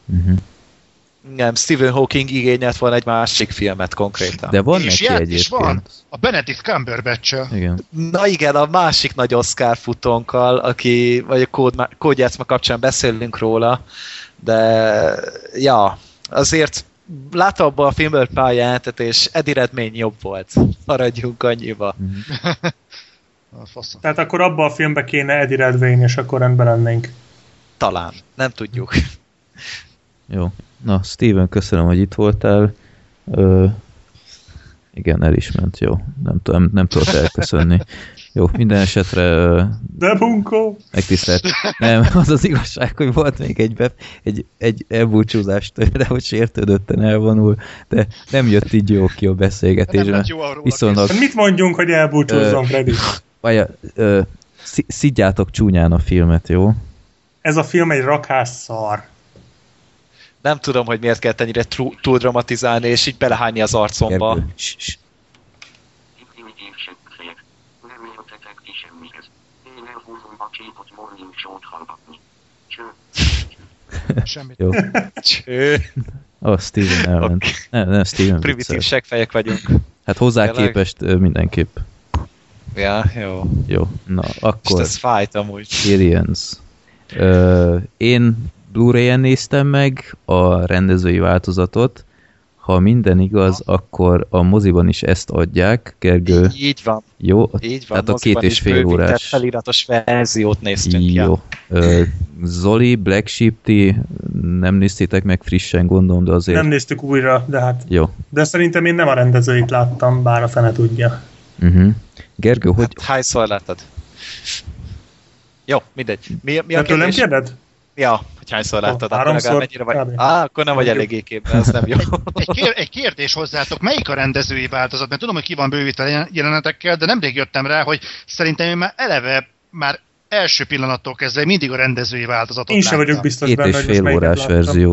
Nem, Stephen Hawking igényelt volna egy másik filmet konkrétan. De van neki egyébként. És van, a Benedict Cumberbatch-el. Igen. Na igen, a másik nagy Oscar futónkkal, vagy a kódjátszma kapcsán beszélünk róla, de ja, azért látta abban a filmből pályáját, és Eddie Redmayne jobb volt. Maradjunk annyiba. Tehát akkor abban a filmben kéne Eddie Redmayne, és akkor rendben lennénk. Talán, nem tudjuk. Jó. Na, Steven, köszönöm, hogy itt voltál. Igen, el is ment, jó. Nem tudok elköszönni. Jó, minden esetre... De bunkó! Megtisztelt. Nem, az az igazság, hogy volt még egy elbúcsúzás tőle, hogy sértődötten elvonul, de nem jött így jó ki a beszélgetésben. Viszonylag... Mit mondjunk, hogy elbúcsúzzon, Freddy? Szidjátok csúnyán a filmet, jó? Ez a film egy rakásszar. Nem tudom, hogy miért kellett ennyire túl dramatizálni, és így belehányni az arcomba. Nem értetek ki semmihez. Én elhúzom a csípot morning show-t hallgatni. Cső. Semmit. Jó. Cső. Steven elment. Okay. Nem, Steven primitív seggfejek vagyunk. Hát hozzá képest mindenképp. Ja, jó. Jó, na akkor... És ez fájt amúgy. Aliens. Én Blu-ray-en néztem meg a rendezői változatot. Ha minden igaz, akkor a moziban is ezt adják, Gergő. Így van. Jó, így van. tehát a 2,5 órás. Feliratos verziót néztünk. Jó. Ja. Zoli, Black Sheep, ti nem néztétek meg frissen, gondolom, de azért... Nem néztük újra, de hát... Jó. De szerintem én nem a rendezőit láttam, bár a fene tudja. Gergő, hogy... Hát, hányszor láttad? Jó, mindegy. Mi a kérdés? Nem kérded? Ja, hogy hányszor láttad, akkor mennyire vagy... akkor nem vagy eléggé képben, ez nem jó. Egy kérdés hozzátok, melyik a rendezői változat? Mert tudom, hogy ki van bővítve jelenetekkel, de nemrég jöttem rá, hogy szerintem én már eleve, első pillanattól kezdve mindig a rendezői változatot Én sem vagyok biztos benne, hogy 2,5 órás verzió.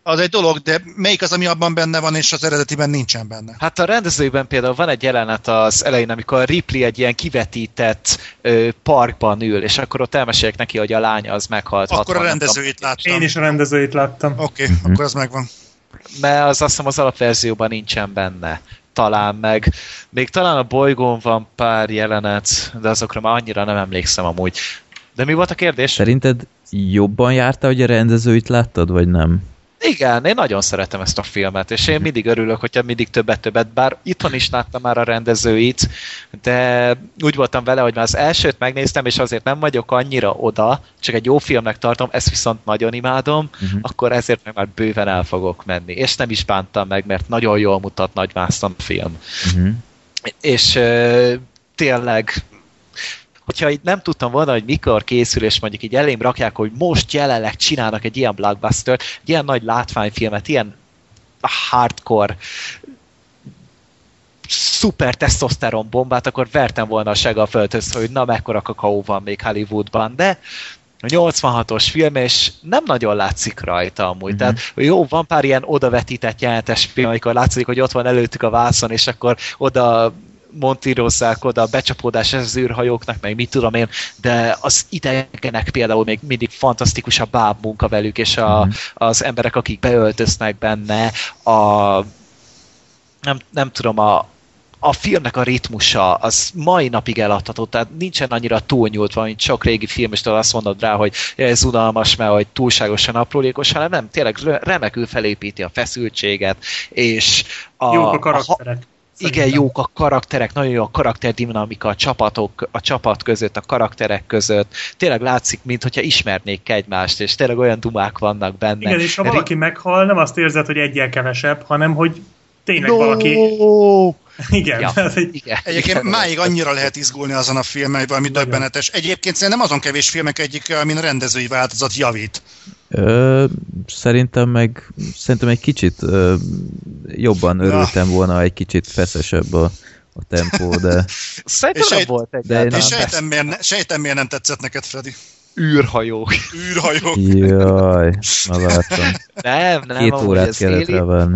az egy dolog, de melyik az, ami abban benne van, és az eredetiben nincsen benne? Hát a rendezőben például van egy jelenet az elején, amikor Ripley egy ilyen kivetített parkban ül, és akkor ott elmeséljek neki, hogy a lánya az meghalt. Akkor a rendezőit láttam. Én is a rendezőit láttam. Oké, akkor az megvan. Mert az azt hiszem az alapverzióban nincsen benne. Talán meg. Még talán a bolygón van pár jelenet, de azokra már annyira nem emlékszem amúgy. De mi volt a kérdés? Szerinted jobban jártál, hogy a rendezőit láttad, vagy nem? Igen, én nagyon szeretem ezt a filmet, és én mindig örülök, hogyha mindig többet, bár itthon is láttam már a rendezőit, de úgy voltam vele, hogy már az elsőt megnéztem, és azért nem vagyok annyira oda, csak egy jó filmnek tartom, ezt viszont nagyon imádom, akkor ezért meg már bőven el fogok menni. És nem is bántam meg, mert nagyon jól mutat Nagy Vászon film. És tényleg hogyha itt nem tudtam volna, hogy mikor készül, és mondjuk így elém rakják, hogy most jelenleg csinálnak egy ilyen blockbuster, egy ilyen nagy látványfilmet, ilyen hardcore szuper tesztoszteron bombát, akkor vertem volna a sega a földhöz, hogy na mekkora kakaó van még Hollywoodban, de a 86-os film, és nem nagyon látszik rajta amúgy. Tehát jó, van pár ilyen odavetített jelenetes film, amikor látszik, hogy ott van előttük a vászon, és akkor oda montírozzák oda a becsapódás az űrhajóknak, meg mit tudom én, de az idegenek például még mindig fantasztikus a bábmunka velük, és az emberek, akik beöltöznek benne, nem tudom, a filmnek a ritmusa, az mai napig eladható, tehát nincsen annyira túlnyúltva, mint sok régi film, és azt mondod rá, hogy ez unalmas, mert hogy túlságosan aprólékos, hanem nem, tényleg remekül felépíti a feszültséget, és jók a karakterek. Igen, jók a karakterek, nagyon jó a karakterdinamika a csapat között, a karakterek között. Tényleg látszik, mintha ismernék egymást, és tényleg olyan dumák vannak benne. Igen, és ha valaki meghal, nem azt érzed, hogy egyel kevesebb, hanem hogy tényleg valaki... Igen. Ja, igen. Egyébként máig annyira lehet izgulni azon a filmen, hogy valami döbbenetes. Egyébként szerintem azon kevés filmek egyik, amin a rendezői változat javít. Szerintem egy kicsit jobban örültem volna, egy kicsit feszesebb a tempó, de... Szerintem nem volt egy. És sejtem, miért nem tetszett neked, Freddy. Űrhajók. Jaj, már láttam. Nem. 2 órát kellett rávenni.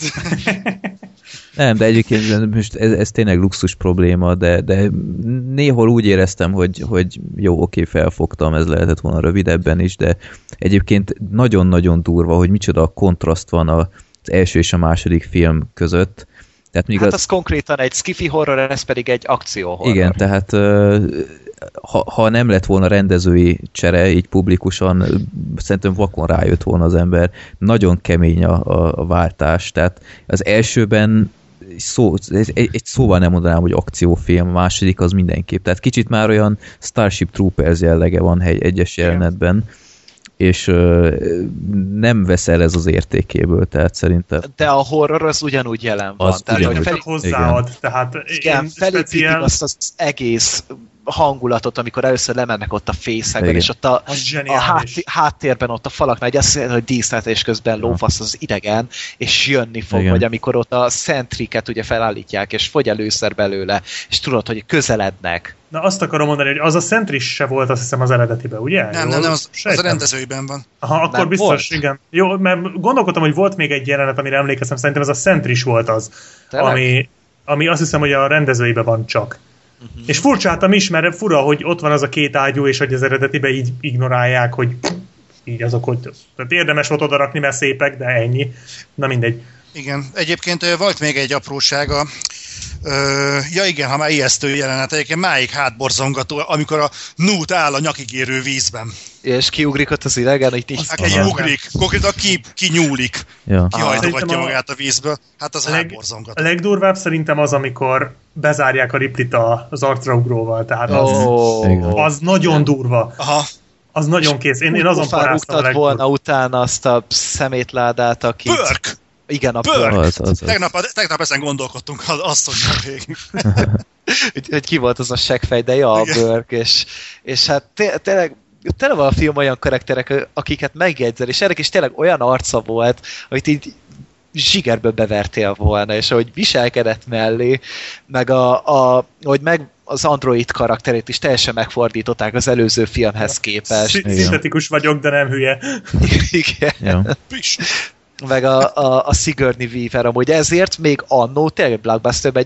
Nem, de egyébként most ez tényleg luxus probléma, de néhol úgy éreztem, hogy jó, oké, felfogtam, ez lehetett volna rövidebben is, de egyébként nagyon-nagyon durva, hogy micsoda a kontraszt van az első és a második film között. Tehát hát az konkrétan egy skifi horror, ez pedig egy akció horror. Igen, tehát ha nem lett volna rendezői csere, így publikusan, szerintem vakon rájött volna az ember. Nagyon kemény a váltás, tehát az elsőben egy szóval nem mondanám, hogy akciófilm, a második az mindenképp. Tehát kicsit már olyan Starship Troopers jellege van egyes jelenetben, és nem veszel ez az értékéből, tehát szerintem... De a horror az ugyanúgy jelen van. Az ugyanúgy. Csak hozzáad, tehát... Igen, felépítik azt az egész hangulatot, amikor először lemennek ott a fészekben, és ott a háttérben ott a falaknál, egy azt jelenti, hogy díszletés közben lófasz az idegen, és jönni fog, igen. Vagy amikor ott a szentriket ugye felállítják, és fogy először belőle, és tudod, hogy közelednek. Na azt akarom mondani, hogy az a szentris se volt, azt hiszem, az eredetiben, ugye? Nem, az a rendezőiben van. Aha, akkor nem biztos, volt. Igen. Jó, mert gondolkodtam, hogy volt még egy jelenet, amire emlékeztem, szerintem ez a szentris volt az, ami azt hiszem, hogy a rendezőiben van csak. És furcsáltam is, mert fura, hogy ott van az a 2 ágyú, és hogy az eredetiben így ignorálják, hogy így azok, hogy... Tehát érdemes volt odarakni, mert szépek, de ennyi. Na mindegy. Igen, egyébként volt még egy aprósága. Ja igen, ha már ijesztő jelenet, egyébként máig hátborzongató, amikor a Newt áll a nyakig érő vízben. És kiugrik ott az idegen, így ugrik, konkrétan kinyúlik, kihajtogatja magát a vízből. Hát az hátborzongató. A legdurvább szerintem az, amikor bezárják a Riplit az arcraugróval, tehát az nagyon durva. Aha. Az nagyon kész. Én azon paráztam a legdurvább. Volna utána azt a szemétládát, aki... Pörk! Igen, a pörk. Tegnap ezen gondolkodtunk, azt mondja végig. Hogy ki volt az a seggfej, de ja, a Burke, és hát tényleg tele van a film olyan karakterek, akiket megjegyzel, és ennek is tényleg olyan arca volt, hogy így zsigerből bevertél volna, és ahogy viselkedett mellé, meg hogy az android karakterét is teljesen megfordították az előző filmhez képest. Szintetikus vagyok, de nem hülye. Igen. meg a Sigourney Weaver amúgy. Ezért még annó tényleg Blockbusterben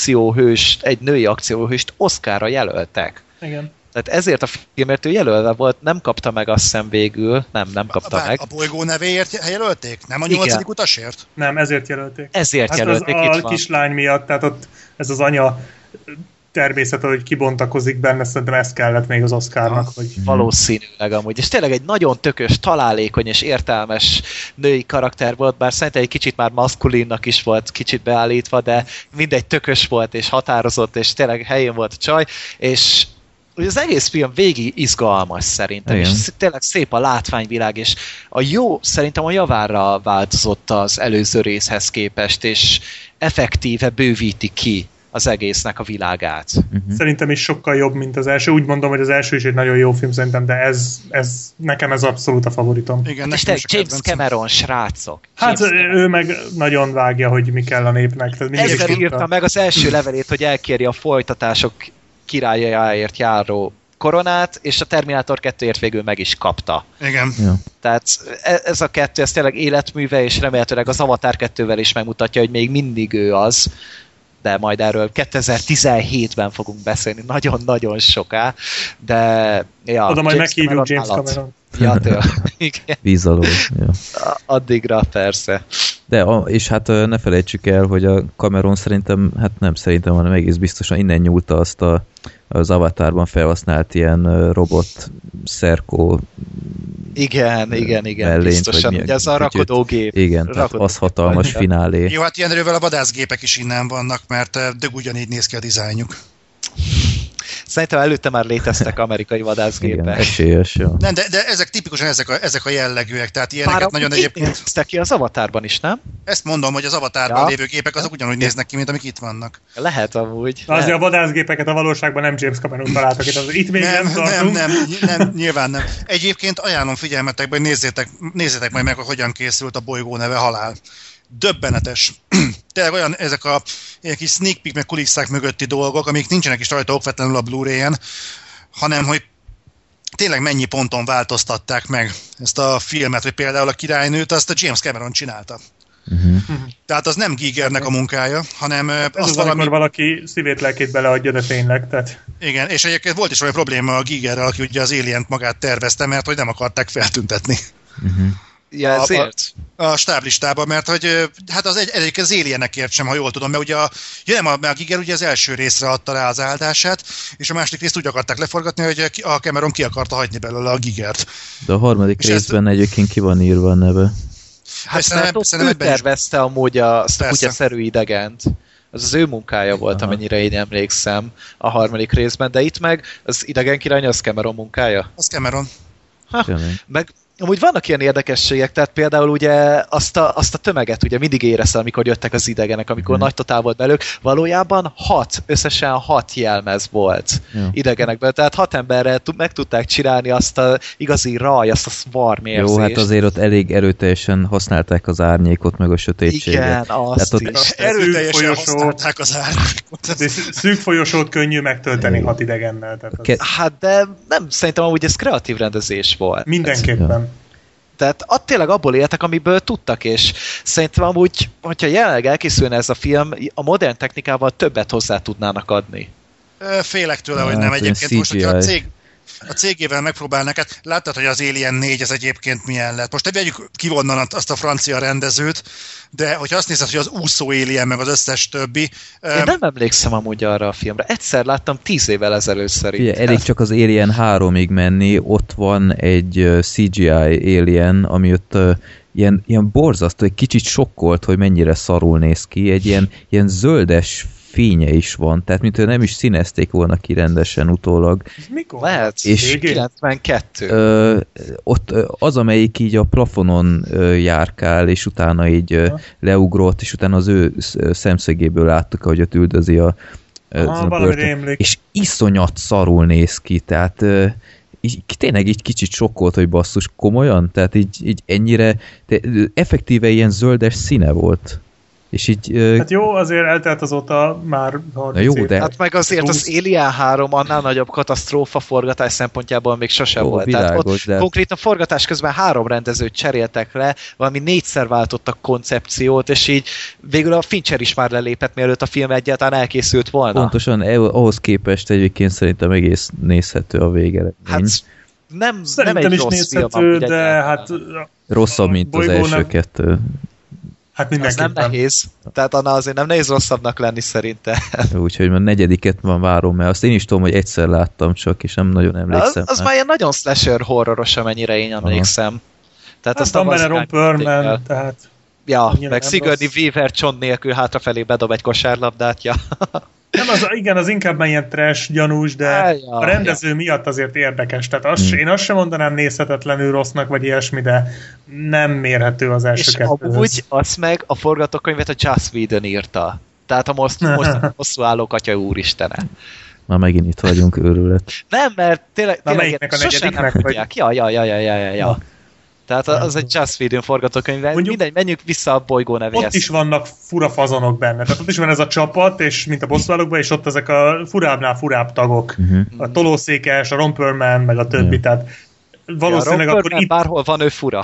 egy női akcióhőst Oscarra jelöltek. Igen. Tehát ezért a filmért ő jelölve volt, nem kapta meg, azt hiszem végül. Nem kapta meg. A bolygó nevéért jelölték? Nem a 8. utasért? Nem, ezért jelölték. Ezért jelölték, itt van. A kislány miatt, tehát ott ez az anya természete, hogy kibontakozik benne, szerintem ez kellett még az Oscarnak. Hogy... Valószínűleg amúgy. És tényleg egy nagyon tökös, találékony és értelmes női karakter volt, bár szerintem egy kicsit már maszkulinnak is volt kicsit beállítva, de mindegy tökös volt és határozott, és tényleg helyén volt a csaj, és ugye az egész film végig izgalmas szerintem, igen. És tényleg szép a látványvilág, és szerintem a javára változott az előző részhez képest, és effektíve bővíti ki az egésznek a világát. Szerintem is sokkal jobb, mint az első. Úgy mondom, hogy az első is egy nagyon jó film szerintem, de nekem ez abszolút a favoritom. Igen, és te James Cameron, srácok. Hát ő meg nagyon vágja, hogy mi kell a népnek. Ezzel írta meg az első levelét, hogy elkéri a folytatások királyajáért járó koronát, és a Terminátor 2-ért végül meg is kapta. Igen. Ja. Tehát ez a kettő, ez tényleg életműve, és remélhetőleg az Avatar 2-vel is megmutatja, hogy még mindig ő az, de majd erről 2017-ben fogunk beszélni, nagyon-nagyon soká, de ja, oda majd meghívjuk James Cameron. Ja, igen. Vízaló. Ja. Addigra persze. De, és hát ne felejtsük el, hogy a Cameron hanem egész biztosan innen nyúlta azt az Avatarban felhasznált ilyen robot szerkó igen, mellényt, biztosan, ugye ez a rakodógép. Igen, tehát az hatalmas finálé. Jó, hát ilyen erővel a vadászgépek is innen vannak, mert de ugyanígy néz ki a dizájnjuk. Szerintem előtte már léteztek amerikai vadászgépek. Igen, esélyes, jó. Nem, de ezek tipikusan ezek a jellegűek, tehát ilyeneket Bár nagyon egyébként... néztek ki az Avatarban is, nem? Ezt mondom, hogy az Avatarban lévő gépek azok ugyanúgy néznek ki, mint amik itt vannak. Lehet amúgy. Azért a vadászgépeket a valóságban nem James Cameron találtak, itt még nem tartunk. Nem, nyilván nem. Egyébként ajánlom figyelmetekbe, hogy nézzétek majd meg, hogy hogyan készült a bolygó neve Halál. Döbbenetes. Tényleg olyan ezek a kis sneak peek meg kulisszák mögötti dolgok, amik nincsenek is rajta okvetlenül a Blu-ray-en, hanem hogy tényleg mennyi ponton változtatták meg ezt a filmet, hogy például a királynőt azt a James Cameron csinálta. Tehát az nem Gigernek a munkája, hanem az valaki szívét, lelkét beleadja, de tényleg. Tehát... Igen, és egyébként volt is olyan probléma a Gigerrel, aki ugye az Alient magát tervezte, mert hogy nem akarták feltüntetni. Ja, a stáblistában, mert hogy hát egyébként az Alienekért sem, ha jól tudom, mert ugye a Giger ugye az első részre adta rá az áldását, és a második részt úgy akarták leforgatni, hogy a Cameron ki akarta hagyni belőle a Gigert. De a harmadik részben egyébként ki van írva a neve. Hát mert ott ő tervezte amúgy azt a kutyaszerű idegent. Az ő munkája volt, amennyire én emlékszem a harmadik részben, de itt meg az idegen király az Cameron munkája? Az Cameron. Meg amúgy vannak ilyen érdekességek, tehát például ugye azt a tömeget ugye mindig éreztem, amikor jöttek az idegenek, amikor nagy totál volt belőlük, valójában összesen 6 jelmez volt idegenekből, tehát 6 emberrel meg tudták csinálni azt a igazi raj, azt a svarm érzést. Jó, hát azért ott elég erőteljesen használták az árnyékot, meg a sötétséget. Igen, azt ott is. Erőteljesen használták az árnyékot. Szűk folyosót könnyű megtölteni 6 idegennel. Hát de nem, szerintem amúgy ez kreatív rendezés volt. Mindenképpen. Tehát tényleg abból éltek, amiből tudtak, és szerintem amúgy, hogyha jelenleg elkészülne ez a film, a modern technikával többet hozzá tudnának adni. Félek tőle, hogy nem. Egyébként most, hogyha a cégével megpróbálnak, hát láttad, hogy az Alien 4 ez egyébként milyen lett. Most vegyük ki onnan azt a francia rendezőt, de hogyha azt nézed, hogy az úszó Alien meg az összes többi... Én nem emlékszem amúgy arra a filmre. Egyszer láttam 10 évvel ezelőtt szerintem. Ugye, elég csak az Alien 3-ig menni, ott van egy CGI Alien, ami ott ilyen borzasztó, egy kicsit sokkolt, hogy mennyire szarul néz ki, egy ilyen zöldes fénye is van, tehát mintha nem is színezték volna ki rendesen utólag. Mikor? Lehet, és 92. Ott az, amelyik így a plafonon járkál, és utána így leugrott, és utána az ő szemszögéből láttuk, ahogy ott üldözi a és iszonyat szarul néz ki, tehát tényleg így kicsit sokkolt, hogy basszus, komolyan? Tehát így ennyire effektíve ilyen zöldes színe volt. És így... Hát jó, azért eltelt azóta már 30 jó, év. de... Hát meg azért az Alien 3 annál nagyobb katasztrófa forgatás szempontjából még sosem Jó, volt. világos, Tehát ott konkrétan forgatás közben 3 rendezőt cseréltek le, valami 4-szer váltottak koncepciót, és így végül a Fincher is már lelépett, mielőtt a film egyáltalán elkészült volna. Pontosan, ahhoz képest egyébként szerintem egész nézhető a végeredmény. Hát nem Szerintem egy is rossz film, nézhető, amúgy de egyáltalán. hát... Rosszabb, mint az első kettő. Hát Az nem mindenképpen. nehéz. Tehát annál azért nem nehéz rosszabbnak lenni szerintem. Úgyhogy a 4. van várom, mert azt én is tudom, hogy egyszer láttam csak, és nem nagyon emlékszem. Az már ilyen nagyon slasher horroros, amennyire én emlékszem. Tehát Hát van benne Ron Perlman, tehát... Ja, annyira meg nem Sigourney rossz. Weaver csont nélkül hátrafelé bedob egy kosárlabdát, ja. Nem, igen, az inkább már ilyen trash gyanús, de a rendező miatt azért érdekes. Tehát én azt sem mondanám nézhetetlenül rossznak, vagy ilyesmi, de nem mérhető az első És kettőhöz. amúgy azt meg a forgatókönyvet a Joss Whedon írta. Tehát a most hosszú álló atya úristene. Már megint itt vagyunk, őrület. Nem, mert tényleg melyiknek a sosem nem negyediknek, tudják. Ja. Tehát az egy Joss Whedon forgatókönyv. Mindegy, menjünk vissza a bolygó nevéhez. Ott is vannak fura fazonok benne. Tehát ott is van ez a csapat, és mint a bosszúállókban, és ott ezek a furábbnál furább tagok. A tolószékes, a Ron Perlman, meg a többi. Tehát valószínűleg akkor itt... bárhol van, ő fura.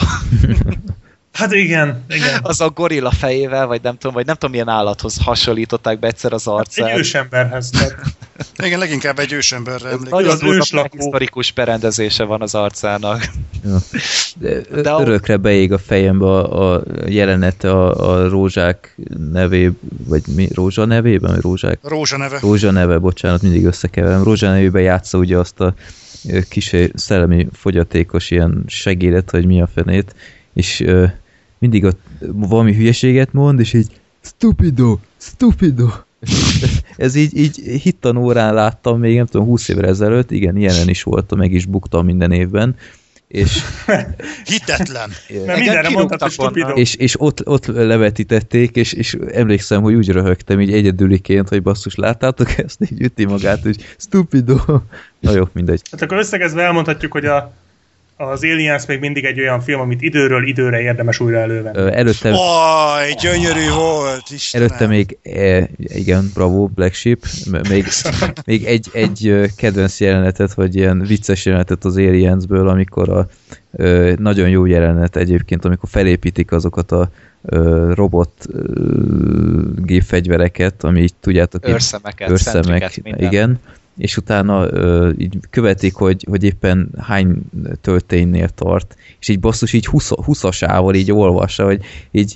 Hát igen. Az a gorilla fejével, vagy nem tudom milyen állathoz hasonlították be egyszer az arcát. Egy ősemberhez. Tehát... Igen, leginkább egy ősemberre emlékszem. Nagyon őslakó. historikus berendezése van az arcának. Ja. De örökre beég a fejembe a jelenete a Rózsák nevé, vagy mi? Rózsa nevében? Vagy Rózsák? Rózsa neve, bocsánat, mindig összekeverem. Rózsa nevében játsza ugye azt a kis szellemi fogyatékos ilyen segédet, vagy mi a fenét, és mindig ott valami hülyeséget mond, és így stupido. Ez így hittanórán láttam még, nem tudom, 20 évvel ezelőtt, igen, ilyenen is voltam, meg is buktam minden évben, és... Hitetlen! Mert mindenre mondtad, hogy stupido. És ott levetítették, és emlékszem, hogy úgy röhögtem így egyedüliként, hogy basszus, láttátok ezt? Így üti magát, hogy stupido. Na jó, mindegy. Hát akkor összegezve elmondhatjuk, hogy az Aliens még mindig egy olyan film, amit időről időre érdemes újra elővenni. Előtte... gyönyörű volt, Istenem. Előtte még, igen, bravo, Black Sheep, még egy kedvenc jelenetet, vagy ilyen vicces jelenetet az Aliensből, amikor nagyon jó jelenet egyébként, amikor felépítik azokat a robot gépfegyvereket, ami így tudjátok... Őrszemek, igen. És utána így követik, hogy éppen hány tölténynél tart, és így basszus így 20-asával így olvassa, hogy így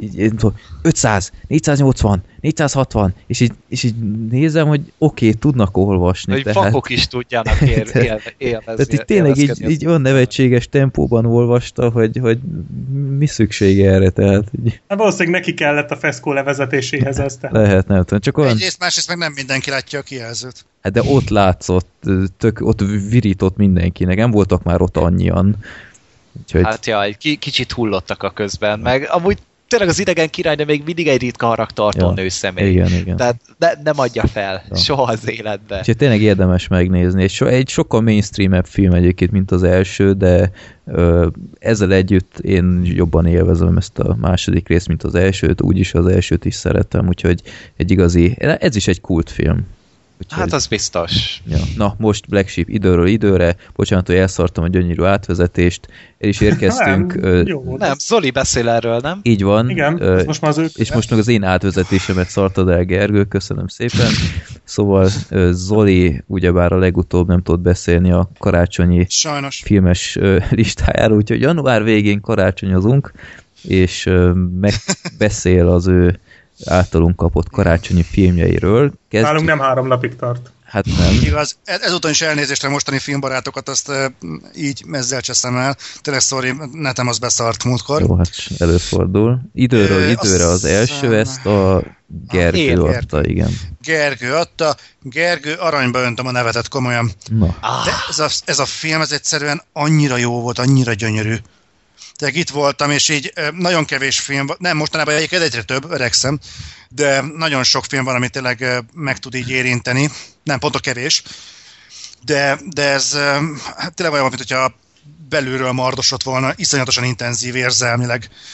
500, 480, 460, és így nézem, hogy oké, tudnak olvasni. Hogy vakok is tudjának élvezni. Tehát így tényleg így olyan nevetséges tempóban olvasta, hogy mi szüksége erre, tehát így... Hát valószínűleg neki kellett a Feszkó levezetéséhez ezt. Lehet, nem tudom, csak olyan... Egyrészt, másrészt meg nem mindenki látja a kijelzőt. Hát de ott látszott, ott virított mindenkinek, nem voltak már ott annyian. Úgyhogy... Hát jaj, kicsit hullottak a közben, meg amúgy tényleg az idegen király, de még mindig egy ritka haragtartó nőszemély. Igen. Tehát nem adja fel soha az életbe. Úgyhogy tényleg érdemes megnézni. Egy sokkal mainstream-ebb film egyébként, mint az első, de ezzel együtt én jobban élvezem ezt a második részt, mint az elsőt, úgyis az elsőt is szeretem, úgyhogy egy igazi, ez is egy kultfilm. Úgyhogy... Hát az biztos. Ja. Na, most Black Sheep időről időre, bocsánat, hogy elszartam a gyönyörű átvezetést, el is érkeztünk. Nem, Zoli beszél erről, nem? Így van. Igen, most már az ők. És most meg az én átvezetésemet szartad el, Gergő, köszönöm szépen. Szóval Zoli ugyebár a legutóbb nem tudott beszélni a karácsonyi filmes listájáról, úgyhogy január végén karácsonyozunk, és megbeszél az ő általunk kapott karácsonyi filmjeiről. Nálunk nem 3 napig tart. Hát nem. Igaz, ezúton is elnézést a mostani filmbarátokat, azt így ezzel cseszem el. Tényleg sorry, netem az beszart múltkor. Jó, hát előfordul. Időről időre az első, ezt a Gergő adta, igen. Gergő adta, Gergő aranyba öntöm a nevetet, komolyan. Na. De ez a film, ez egyszerűen annyira jó volt, annyira gyönyörű. Tehát itt voltam, és így nagyon kevés film, nem mostanában egyre több, öregszem, de nagyon sok film van, amit tényleg meg tud így érinteni. Nem, pont a kevés. De ez tényleg olyan, mint hogyha belülről mardosott volna, iszonyatosan intenzív érzelmileg.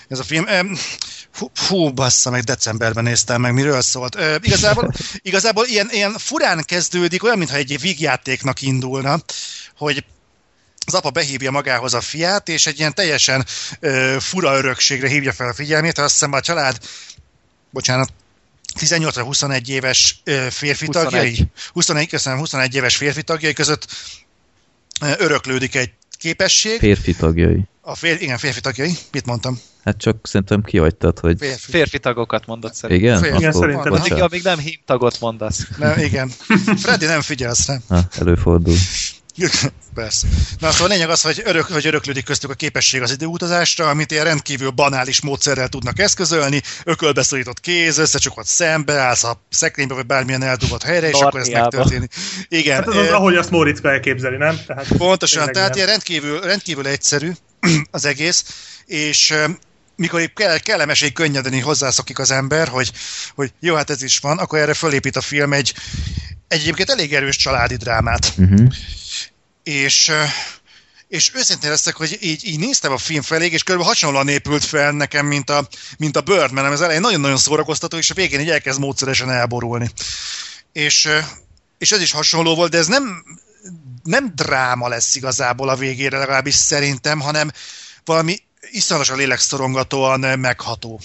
ez a film. Hú, bassza, meg decemberben néztem meg, miről szólt. Igazából ilyen furán kezdődik, olyan, mintha egy vígjátéknak indulna, hogy az apa behívja magához a fiát, és egy ilyen teljesen fura örökségre hívja fel a figyelmét, azt hiszem a család, 18-21 éves férfi tagjai, 21 éves férfi tagjai között öröklődik egy képesség. Férfi tagjai. Igen, férfi tagjai. Mit mondtam? Hát csak szerintem kihagytad, hogy... Férfi tagokat mondott szerintem. Igen? Igen, szerintem. Addig, még nem hímtagot mondasz. Nem, igen. Freddy, nem figyelsz rá. Előfordul. Persze. Na, szóval a lényeg az, hogy öröklődik köztük a képesség az időutazásra, amit ilyen rendkívül banális módszerrel tudnak eszközölni, ökölbeszorított kéz, összecsukott szembe, állsz a szekrénybe, vagy bármilyen eldugott helyre, és akkor ez megtörténik. Igen. Hát az ahogy azt Móriczka elképzeli, nem? Tehát pontosan, tehát ilyen rendkívül egyszerű az egész, és mikor kellemes, egy könnyedeni hozzászokik az ember, hogy jó, hát ez is van, akkor erre fölépít a film egy egyébként elég erős családi drámát. És őszintén leszek, hogy így néztem a film felé, és körülbelül hasonlóan épült fel nekem, mint a Birdman, ami az elején nagyon-nagyon szórakoztató, és a végén így elkezd módszeresen elborulni. És ez is hasonló volt, de ez nem dráma lesz igazából a végére, legalábbis szerintem, hanem valami iszonyatosan lélekszorongatóan megható.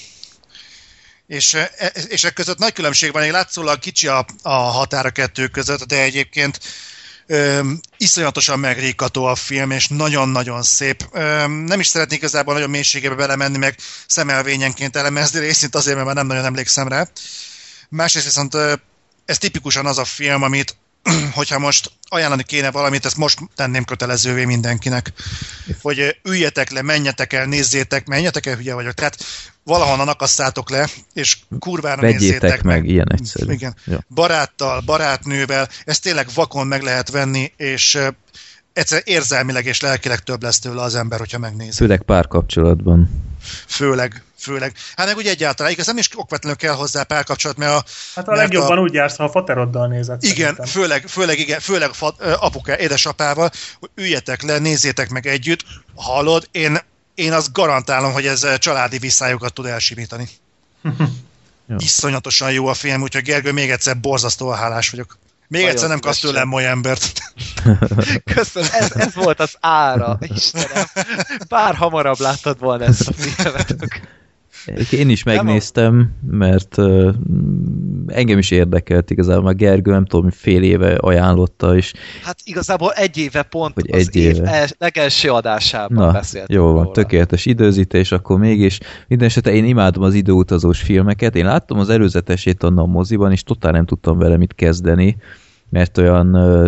És között nagy különbség van, látszólag kicsi a határ a kettő között, de egyébként iszonyatosan megrékató a film, és nagyon-nagyon szép. Nem is szeretnék igazából nagyon mélységebe belemenni, meg szemelvényenként elemezni részint azért, mert már nem nagyon emlékszem rá. Másrészt viszont ez tipikusan az a film, amit hogyha most ajánlani kéne valamit, ezt most tenném kötelezővé mindenkinek. Hogy üljetek le, menjetek el, nézzétek, menjetek el, hülye vagyok. Tehát valahonnan akasszátok le, és kurvára nézzétek meg. Ilyen egyszerű. Igen. Ja. Baráttal, barátnővel, ezt tényleg vakon meg lehet venni, és egyszer érzelmileg és lelkileg több lesz tőle az ember, hogyha megnézi. Főleg párkapcsolatban. Főleg. Hát meg úgy egyáltalán, igaz, nem is okvetlenül kell hozzá párkapcsolat, mert hát a legjobban úgy jársz, ha a fateroddal nézed. Igen, főleg apuká, édesapával, hogy üljetek le, nézzétek meg együtt, hallod, én azt garantálom, hogy ez családi viszályokat tud elsimítani. Iszonyatosan jó a film, úgyhogy Gergő, még egyszer borzasztóan hálás vagyok. Még egyszer nem kapsz tőlem olyan embert. Köszönöm, ez volt az ára, Istenem. Bár hamarabb láttad volna ezt a filmet. Én is megnéztem, mert engem is érdekelt igazából, a Gergő nem tudom, fél éve ajánlotta is. Hát igazából egy éve pont hogy az év legelső adásában beszéltünk. Jó van, tökéletes időzítés, akkor mégis minden esetre én imádom az időutazós filmeket. Én láttam az előzetesét annak a moziban, és totál nem tudtam vele mit kezdeni, mert olyan...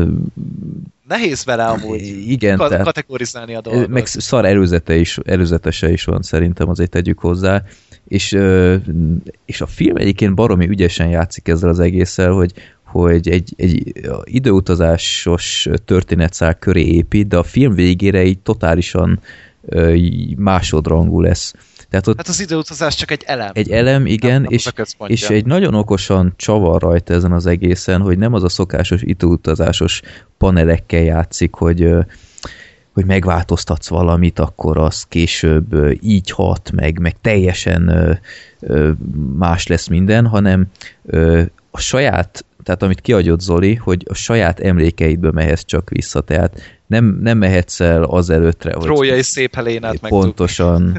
Nehéz vele amúgy igen, kategorizálni a dolgot. Meg szar előzetese is van, szerintem azért tegyük hozzá. És a film egyébként baromi ügyesen játszik ezzel az egésszel, hogy egy időutazásos történetszál köré épít, de a film végére így totálisan másodrangú lesz. Tehát ott hát az időutazás csak egy elem. Egy elem, igen, nem és egy nagyon okosan csavar rajta ezen az egészen, hogy nem az a szokásos időutazásos panelekkel játszik, hogy megváltoztatsz valamit, akkor az később így hat, meg teljesen más lesz minden, hanem a saját, tehát amit kiadott Zoli, hogy a saját emlékeidbe mehetsz csak vissza, tehát nem mehetsz el azelőttre, hogy Trójai szép Helénát pontosan,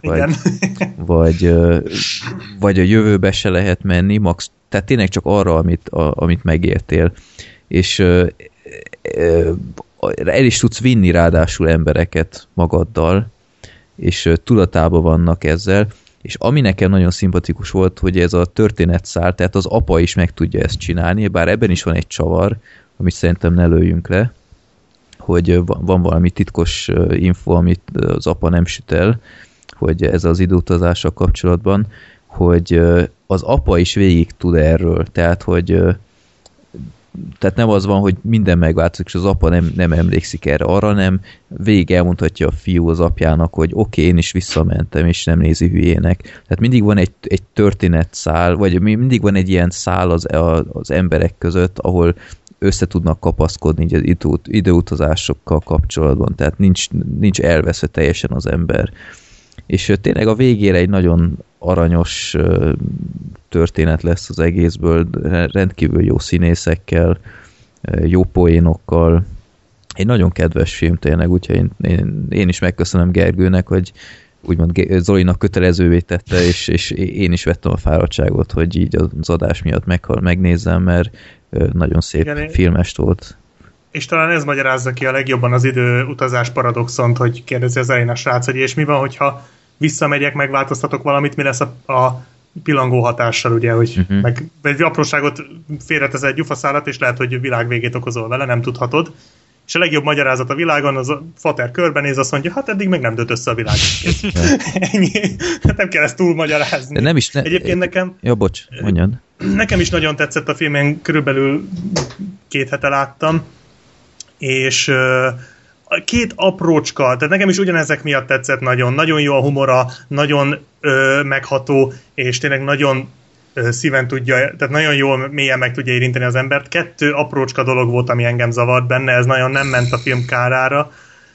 vagy a jövőbe se lehet menni, max, tehát tényleg csak arra, amit megértél. És el is tudsz vinni ráadásul embereket magaddal, és tudatában vannak ezzel, és ami nekem nagyon szimpatikus volt, hogy ez a történetszál, tehát az apa is meg tudja ezt csinálni, bár ebben is van egy csavar, amit szerintem ne lőjünk le, hogy van valami titkos info, amit az apa nem süt el, hogy ez az időutazással kapcsolatban, hogy az apa is végig tud erről, tehát nem az van, hogy minden megváltozik, és az apa nem emlékszik erre, arra nem, végig elmondhatja a fiú az apjának, hogy oké, én is visszamentem, és nem nézi hülyének. Tehát mindig van egy történetszál, vagy mindig van egy ilyen szál az emberek között, ahol össze tudnak kapaszkodni az időutazásokkal kapcsolatban, tehát nincs elveszve teljesen az ember. és tényleg a végére egy nagyon aranyos történet lesz az egészből, rendkívül jó színészekkel, jó poénokkal, egy nagyon kedves film tényleg, úgyhogy én is megköszönöm Gergőnek, hogy úgymond Zolinak kötelezővé tette, és én is vettem a fáradtságot, hogy így az adás miatt megnézzem, mert nagyon szép igen, filmest volt. És talán ez magyarázza ki a legjobban az időutazás paradoxont, hogy kérdezi az elején a srác, hogy és mi van, hogyha visszamegyek, megváltoztatok valamit, mi lesz a pillangó hatással, ugye, hogy meg egy apróságot félreteszel egy gyufaszálat, és lehet, hogy világvégét okozol vele, nem tudhatod. És a legjobb magyarázat a világon, az a fater körbenéz, azt mondja, hát eddig meg nem dőlt össze a világ. Ennyi. Nem kell ezt túl magyarázni. De nem is Egyébként nekem... Ja, bocs, mondjad. Nekem is nagyon tetszett a film, én körülbelül 2 hete láttam, és két aprócska, tehát nekem is ugyanezek miatt tetszett nagyon. Nagyon jó a humora, nagyon megható, és tényleg nagyon szíven tudja, tehát nagyon jól mélyen meg tudja érinteni az embert. 2 aprócska dolog volt, ami engem zavart benne, ez nagyon nem ment a film kárára,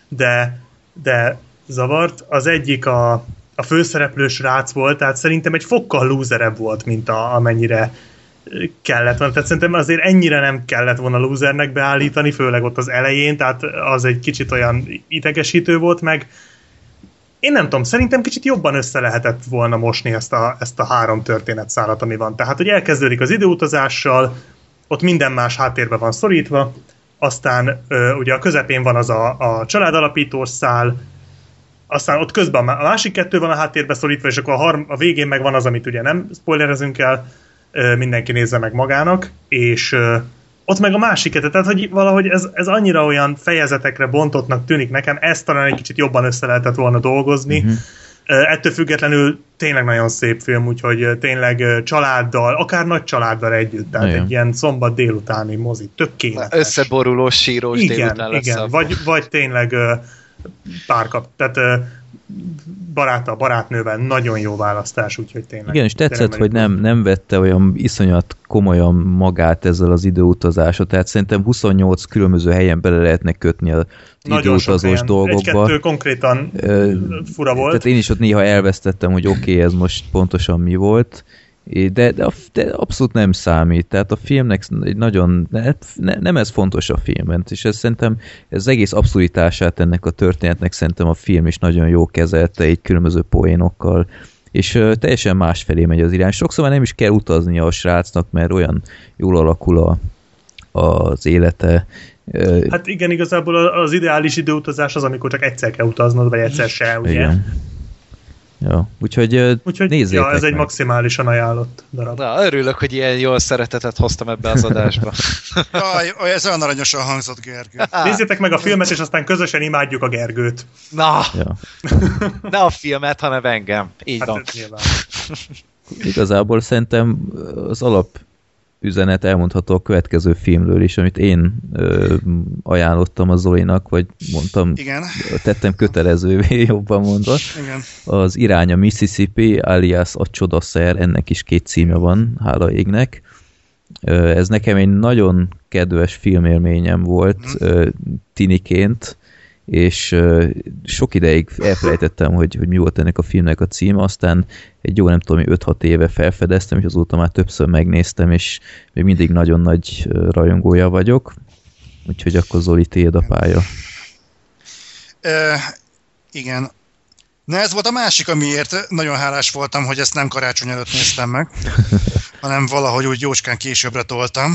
de zavart. Az egyik a főszereplős srác volt, tehát szerintem egy fokkal lúzerebb volt, mint amennyire kellett volna. Tehát szerintem azért ennyire nem kellett volna lúzernek beállítani, főleg ott az elején, tehát az egy kicsit olyan idegesítő volt meg. Én nem tudom, szerintem kicsit jobban össze lehetett volna mosni ezt a 3 történetszálat, ami van. Tehát, hogy elkezdődik az időutazással, ott minden más háttérbe van szorítva, aztán ugye a közepén van az a családalapítós szál, aztán ott közben a másik 2 van a háttérbe szorítva, és akkor a végén meg van az, amit ugye nem spoilerezünk el, mindenki nézze meg magának, és ott meg a másik 2, tehát hogy valahogy ez annyira olyan fejezetekre bontottnak tűnik nekem, ezt talán egy kicsit jobban össze lehetett volna dolgozni. Ettől függetlenül tényleg nagyon szép film, úgyhogy tényleg családdal, akár nagy családdal együtt, tehát egy ilyen szombat délutáni mozi, tökéletes. Összeborulós, sírós délután lesz. Igen, vagy tényleg tehát barátnővel nagyon jó választás, úgyhogy tényleg. Igen, és tetszett, hogy nem vette olyan iszonyat komolyan magát ezzel az időutazásra, tehát szerintem 28 különböző helyen bele lehetne kötni az időutazós dolgokba. 1-2 konkrétan fura volt. Tehát én is ott néha elvesztettem, hogy oké, ez most pontosan mi volt, de abszolút nem számít. Tehát a filmnek nagyon nem ez fontos a filmben, és ez szerintem ez egész abszurditását ennek a történetnek szerintem a film is nagyon jó kezelte, így különböző poénokkal, és teljesen másfelé megy az irány. Sokszor már nem is kell utaznia a srácnak, mert olyan jól alakul az élete. Hát igen, igazából az ideális időutazás az, amikor csak egyszer kell utaznod, vagy egyszer se, ugye? Igen. Ja, úgyhogy nézzétek ez egy maximálisan ajánlott darab. Na, örülök, hogy ilyen jól szeretetet hoztam ebbe az adásba. Jaj, ez olyan aranyosan hangzott, Gergő. Nézzétek meg a filmet, és aztán közösen imádjuk a Gergőt. Na! Ja. Ne a filmet, hanem engem. Így hát van. Igazából szerintem az alapüzenet elmondható a következő filmről is, amit én ajánlottam a Zolinak, vagy mondtam, igen. Tettem kötelezővé, jobban mondva. Igen. Az Irány a Mississippi, alias a Csodaszer, ennek is 2 címe van, hála égnek. Ez nekem egy nagyon kedves filmélményem volt tiniként, és sok ideig elfelejtettem, hogy mi volt ennek a filmnek a címe, aztán egy jó, nem tudom, 5-6 éve felfedeztem, és azóta már többször megnéztem, és még mindig nagyon nagy rajongója vagyok. Úgyhogy akkor Zoli, tiéd a pálya. Igen. Na ez volt a másik, amiért nagyon hálás voltam, hogy ezt nem karácsony előtt néztem meg, hanem valahogy úgy jócskán későbbre toltam.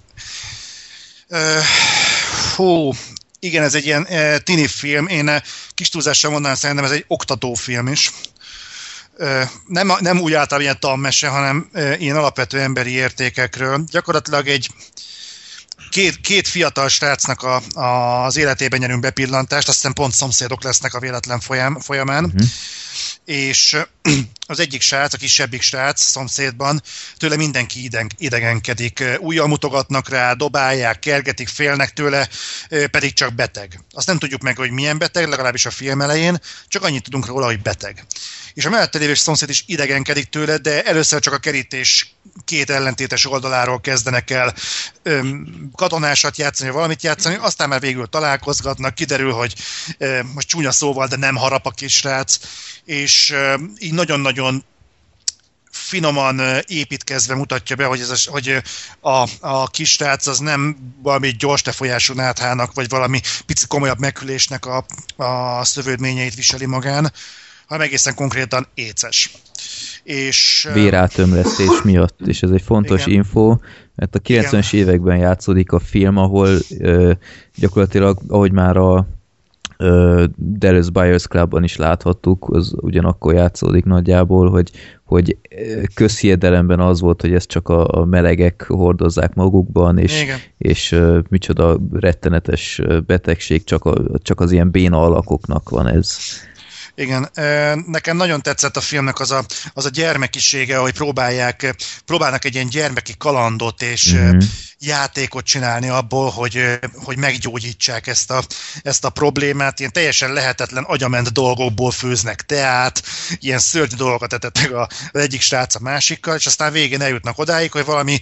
Igen, ez egy ilyen tini film. Én kis túlzással mondanám, szerintem ez egy oktatófilm is. Nem úgy általában ilyen tanmese, hanem ilyen alapvető emberi értékekről. Gyakorlatilag két fiatal srácnak az életében nyerünk bepillantást, azt hiszem pont szomszédok lesznek a véletlen folyamán. És az egyik srác, a kisebbik srác szomszédban, tőle mindenki idegenkedik. Újjal mutogatnak rá, dobálják, kergetik, félnek tőle, pedig csak beteg. Azt nem tudjuk meg, hogy milyen beteg, legalábbis a film elején, csak annyit tudunk róla, hogy beteg. és a mellette lévő szomszéd is idegenkedik tőle, de először csak a kerítés két ellentétes oldaláról kezdenek el katonásat játszani, valamit játszani, aztán már végül találkozgatnak, kiderül, hogy most csúnya szóval, de nem harap a kisrác, és így nagyon-nagyon finoman építkezve mutatja be, hogy a kisrác az nem valami gyors lefolyású náthának, vagy valami pici komolyabb meghűlésnek a szövődményeit viseli magán, hanem egészen konkrétan éces. És vérátömlesztés miatt, és ez egy fontos igen. info, mert a 90-es években játszódik a film, ahol gyakorlatilag, ahogy már a Dallas Buyers Clubban is láthattuk, az ugyanakkor játszódik nagyjából, hogy közhiedelemben az volt, hogy ezt csak a melegek hordozzák magukban, és micsoda rettenetes betegség, csak az ilyen béna alakoknak van ez. Igen, nekem nagyon tetszett a filmnek az a gyermekisége, hogy próbálnak egy ilyen gyermeki kalandot és játékot csinálni abból, hogy meggyógyítsák ezt a problémát. Ilyen teljesen lehetetlen agyament dolgokból főznek teát, ilyen szörnyű dolgokat etettek az egyik srác a másikkal, és aztán végén eljutnak odáig, hogy valami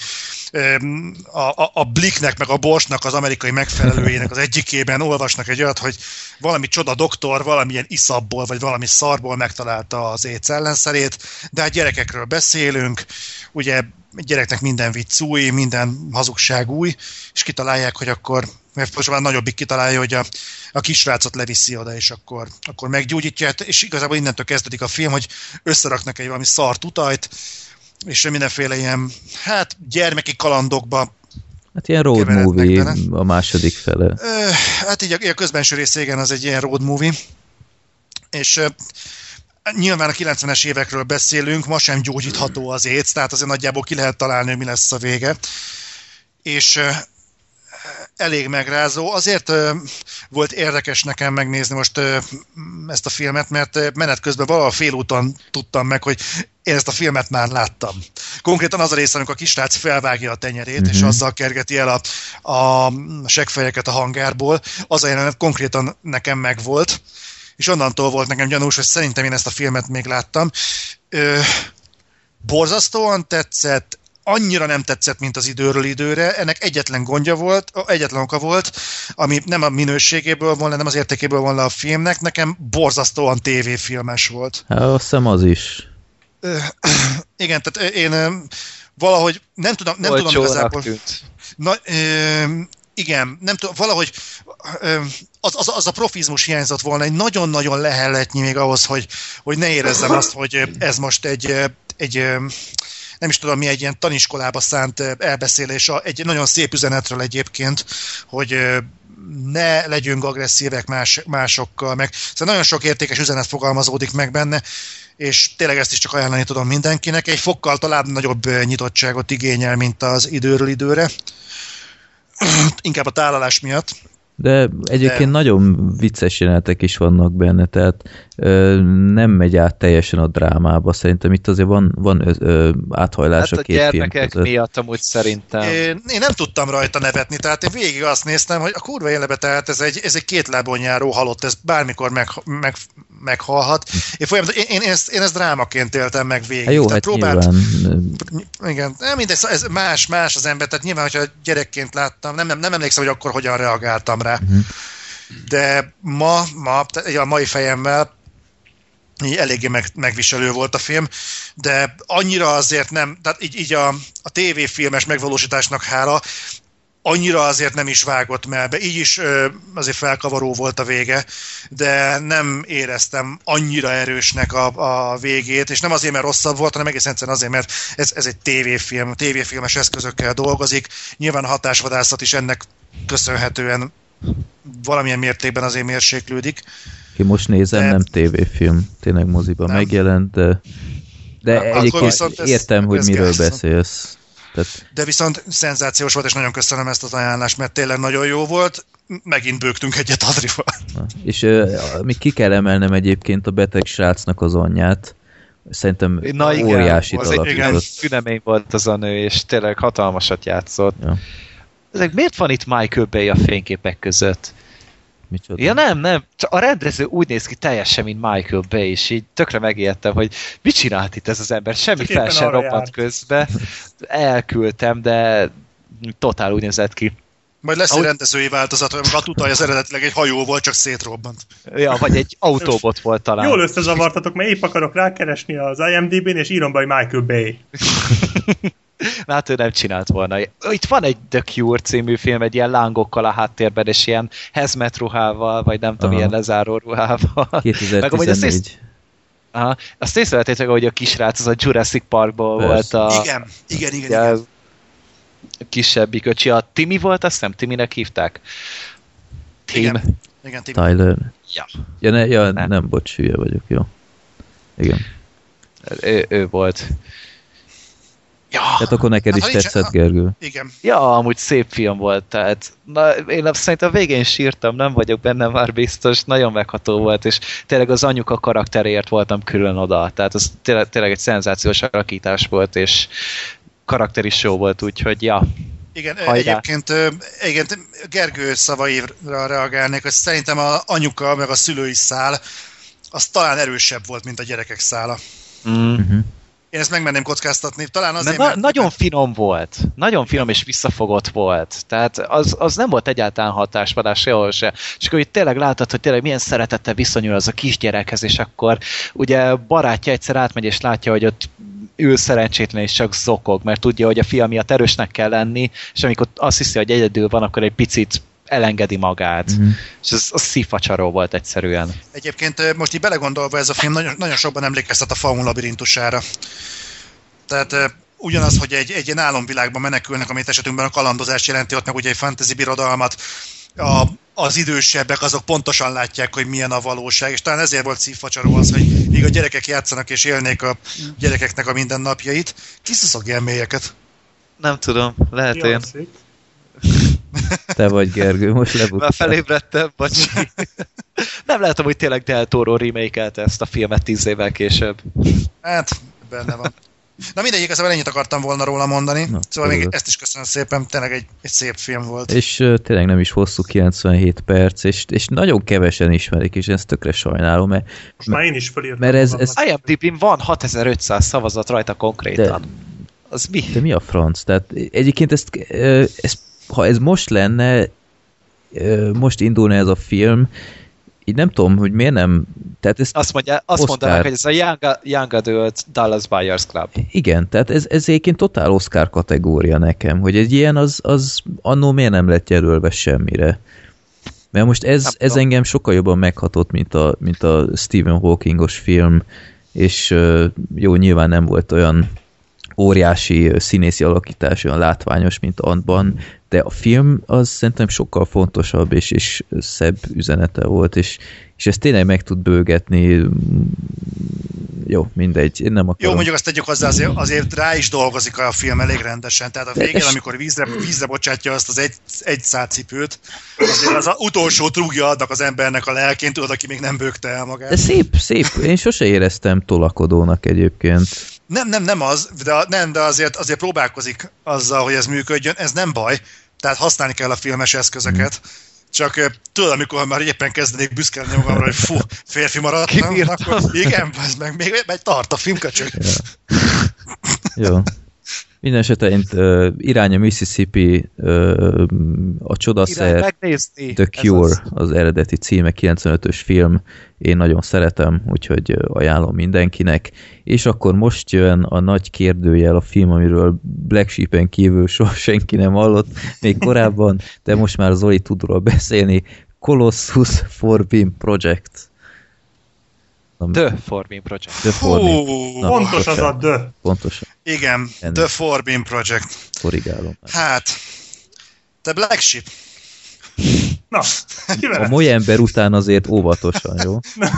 a Blicknek meg a Borsnak az amerikai megfelelőjének az egyikében olvasnak egy olyat, hogy valami csoda doktor valamilyen iszapból vagy valami szarból megtalálta az AIDS ellenszerét, de hát gyerekekről beszélünk, ugye gyereknek minden vicc új, minden hazugság új, és kitalálják, hogy akkor, mert most már nagyobbik kitalálja, hogy a kisrácot leviszi oda, és akkor meggyógyítja, és igazából innentől kezdődik a film, hogy összeraknak egy valami szart utajt, és mindenféle ilyen, hát gyermeki kalandokba. Hát ilyen road movie benne. A második fele. Hát így a közbenső rész, igen, az egy ilyen road movie. És nyilván a 90-es évekről beszélünk, ma sem gyógyítható az AIDS, tehát azért nagyjából ki lehet találni, hogy mi lesz a vége. És elég megrázó. Azért volt érdekes nekem megnézni most ezt a filmet, mert menet közben valahol félúton tudtam meg, hogy én ezt a filmet már láttam. Konkrétan az a rész, amikor a kisrác felvágja a tenyerét, és azzal kergeti el a seggfejeket a hangárból, az a jelenet konkrétan nekem megvolt, és onnantól volt nekem gyanús, hogy szerintem én ezt a filmet még láttam. Borzasztóan tetszett, annyira nem tetszett, mint az Időről időre. Ennek egyetlen gondja volt, egyetlen oka volt, ami nem a minőségéből volna, nem az értékéből volna a filmnek, nekem borzasztóan tévéfilmes volt. Hát azt hiszem az is. Igen, tehát én valahogy nem tudom igazából. Igen, nem tudom, valahogy az a profizmus hiányzott volna, egy nagyon-nagyon lehelletnyi még ahhoz, hogy ne érezzem azt, hogy ez most egy nem is tudom mi, egy ilyen taniskolába szánt elbeszélés, egy nagyon szép üzenetről egyébként, hogy ne legyünk agresszívek másokkal, meg szóval nagyon sok értékes üzenet fogalmazódik meg benne, és tényleg ezt is csak ajánlani tudom mindenkinek. Egy fokkal talán nagyobb nyitottságot igényel, mint az Időről időre. Inkább a tálalás miatt. De egyébként nagyon vicces jelenetek is vannak benne, tehát nem megy át teljesen a drámába. Szerintem itt azért van áthajlás hát a két film között. Hát a gyermekek miatt amúgy szerintem. Én nem tudtam rajta nevetni, tehát én végig azt néztem, hogy a kurva élebe, tehát ez egy két lábon járó halott, ez bármikor meghalhat. Én ezt drámaként éltem meg végig. Hát jó, hát nyilván. Igen, mindegy, ez más az ember, tehát nyilván, hogyha gyerekként láttam, nem emlékszem, hogy akkor hogyan reagáltam rá. De a mai fejemmel eléggé megviselő volt a film, de annyira azért nem, tehát így a tévéfilmes megvalósításnak hála, annyira azért nem is vágott melbe, így is azért felkavaró volt a vége, de nem éreztem annyira erősnek a végét, és nem azért, mert rosszabb volt, hanem egész egyszerűen azért, mert ez egy tévéfilmes eszközökkel dolgozik, nyilván a hatásvadászat is ennek köszönhetően valamilyen mértékben azért mérséklődik. Ki most nézem, nem tévéfilm, tényleg moziban megjelent, de egyébként értem, hogy miről beszélsz. De viszont szenzációs volt, és nagyon köszönöm ezt az ajánlást, mert tényleg nagyon jó volt. Megint bőgtünk egyet Adrival. És még ki kell emelnem egyébként a beteg srácnak az anyját. Szerintem óriási alapított. Tünemény volt az a nő, és tényleg hatalmasat játszott. Ja. Ezek miért van itt Michael Bay a fényképek között? Micsoda? Ja nem, csak a rendező úgy néz ki teljesen, mint Michael Bay, és így tökre megijedtem, hogy mit csinált itt ez az ember, semmi fel sem roppant közbe. Elküldtem, de totál úgy nézett ki. Majd lesz egy rendezői változat, hogy a tutaj az eredetileg egy hajó volt, csak szétrobbant. Ja, vagy egy autóbot volt talán. Jól összezavartatok, mert épp akarok rákeresni az IMDb-n, és írom be, hogy Michael Bay. Hát ő nem csinált volna. Itt van egy The Cure című film, egy ilyen lángokkal a háttérben, és ilyen hazmat ruhával, vagy nem tudom, ilyen lezáró ruhával. 2014. Azt észrevettétek, hogy a kisrác az a Jurassic Parkból volt a... Igen. Kisebbik öcsi. A Timmy volt, azt hiszem, Timmynek hívták? Igen, Timmy. Tyler. Ja. Nem, bocs, hülye vagyok, jó. Igen. Ő volt. Ja. Tehát akkor neked is tetszett, Gergő. Igen. Ja, amúgy szép film volt, tehát én szerintem a végén sírtam, nem vagyok benne már biztos, nagyon megható volt, és tényleg az anyuka karakteréért voltam külön oda, tehát az tényleg egy szenzációs alakítás volt, és karakter is jó volt, úgyhogy ja. Igen, egyébként Gergő szavaira reagálnék, hogy szerintem az anyuka meg a szülői szál az talán erősebb volt, mint a gyerekek szála. Én ezt megmenném kockáztatni. Talán azért, mert nagyon finom volt. Nagyon finom és visszafogott volt. Tehát az nem volt egyáltalán hatásvadás sehol se. És akkor itt tényleg látod, hogy tényleg milyen szeretettel viszonyul az a kisgyerekhez, és akkor ugye barátja egyszer átmegy, és látja, hogy ott ül szerencsétlen és csak zokog, mert tudja, hogy a fia miatt erősnek kell lenni, és amikor azt hiszi, hogy egyedül van, akkor egy picit elengedi magát. És az szívfacsaró volt egyszerűen. Egyébként most így belegondolva ez a film nagyon sokban emlékeztet a Faun labirintusára. Tehát ugyanaz, hogy egy ilyen álomvilágban menekülnek, amit esetünkben a kalandozást jelenti, ott meg ugye egy fantasy birodalmat, az idősebbek azok pontosan látják, hogy milyen a valóság, és talán ezért volt szívfacsaró az, hogy míg a gyerekek játszanak és élnék a gyerekeknek a mindennapjait, kiszaszogja mélyeket. Nem tudom, lehet én. Te vagy, Gergő, most lebuktál. Már felébredtem, bocsi. Nem látom, hogy tényleg Del Toro remake-elte ezt a filmet 10 évvel később. Hát, benne van. Na mindegy, igazából ennyit akartam volna róla mondani. Szóval még ezt is köszönöm szépen, tényleg egy szép film volt. És tényleg nem is hosszú, 97 perc, és nagyon kevesen ismerik, és ezt tökre sajnálom, mert... Most már én is felírtam. Mert ez IMDb-n van 6500 szavazat rajta konkrétan. Az mi? De mi a franc? Tehát egyébként ezt ha ez most lenne, most indulna ez a film, így nem tudom, hogy miért nem... Tehát azt mondanák, hogy ez a Young Adult Dallas Buyers Club. Igen, tehát ez egyébként totál Oscar kategória nekem, hogy egy ilyen az annó miért nem lett jelölve semmire. Mert most ez engem sokkal jobban meghatott, mint a Stephen Hawkingos film, és jó, nyilván nem volt olyan óriási színészi alakítás, olyan látványos, mint Antban, de a film az szerintem sokkal fontosabb és szebb üzenete volt, és ezt tényleg meg tud bőgetni. Jó, mindegy, én nem akarom. Jó, mondjuk azt tegyük hozzá, azért rá is dolgozik a film elég rendesen, tehát a végén, amikor vízre bocsátja azt az egy szátcipőt, azért az utolsó trúgja adnak az embernek a lelkén, tudod, aki még nem bőgte el magát. De szép, én sose éreztem tolakodónak egyébként. Nem az, de azért próbálkozik azzal, hogy ez működjön, ez nem baj, tehát használni kell a filmes eszközöket, csak tudod, amikor már éppen kezdenék büszkelni magamra, hogy fú, férfi maradtam, akkor igen, meg még egy tart a filmköcsög. Jó. Mindenesetre Irány a Mississippi, a Csodaszer, The Cure az eredeti címe, 95-ös film, én nagyon szeretem, úgyhogy ajánlom mindenkinek. És akkor most jön a nagy kérdőjel, a film, amiről Black Sheep-en kívül soha senki nem hallott, még korábban, de most már Zoli tud róla beszélni, Colossus Forbin Project. The Forbin Project. Pontos az a The. Pontosan. Igen, The Forbin Project. Korrigálom. Hát, te Black Sheep. Na, a molyember után azért óvatosan, jó?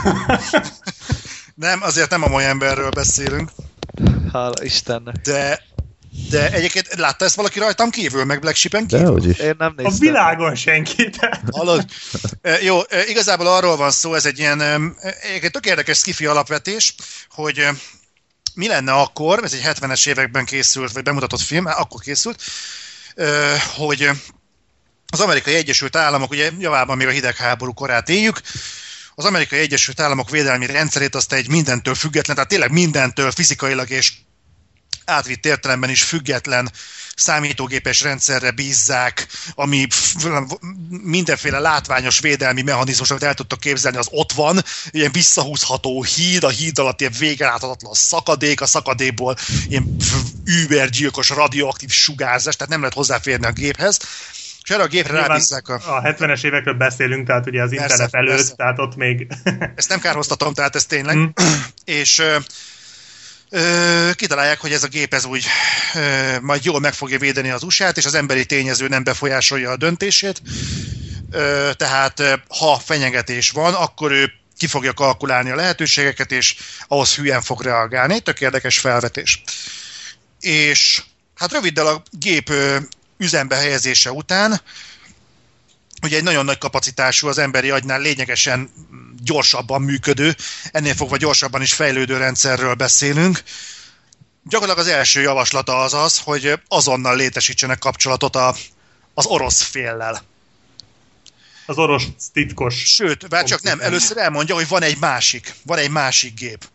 Nem, azért nem a molyemberről beszélünk. Hála Istennek. De egyébként látta ezt valaki rajtam kívül, meg Black Sheep-en kívül? Dehogy is. Én nem néztem. A világon senki. Hallod? Jó, igazából arról van szó, ez egy ilyen tök érdekes sci-fi alapvetés, hogy mi lenne akkor, ez egy 70-es években készült, vagy bemutatott film, akkor készült, hogy az Amerikai Egyesült Államok, ugye javában még a hidegháború korát éljük, az Amerikai Egyesült Államok védelmi rendszerét azt egy mindentől független, tehát tényleg mindentől fizikailag és átvitt értelemben is független számítógépes rendszerre bízzák, ami mindenféle látványos védelmi mechanizmus, amit el tudtok képzelni, az ott van, ilyen visszahúzható híd, a híd alatt ilyen végeláthatatlan szakadék, a szakadékból ilyen übergyilkos radioaktív sugárzás, tehát nem lehet hozzáférni a géphez. És erre a gépre rábízzák a 70-es évekről beszélünk, tehát ugye az internet előtt, persze. Tehát ott még... Ezt nem kárhoztatom, tehát ez tényleg. És kitalálják, hogy ez a gép ez úgy majd jól meg fogja védeni az USA-t, és az emberi tényező nem befolyásolja a döntését. Tehát ha fenyegetés van, akkor ő ki fogja kalkulálni a lehetőségeket, és ahhoz hülyen fog reagálni. Tök érdekes felvetés. És hát röviddel a gép üzembe helyezése után, ugye egy nagyon nagy kapacitású, az emberi agynál lényegesen gyorsabban működő, ennél fogva gyorsabban is fejlődő rendszerről beszélünk. Gyakorlatilag az első javaslata az, hogy azonnal létesítsenek kapcsolatot az orosz féllel. Az orosz titkos. Sőt, bár csak nem, először elmondja, hogy van egy másik gép.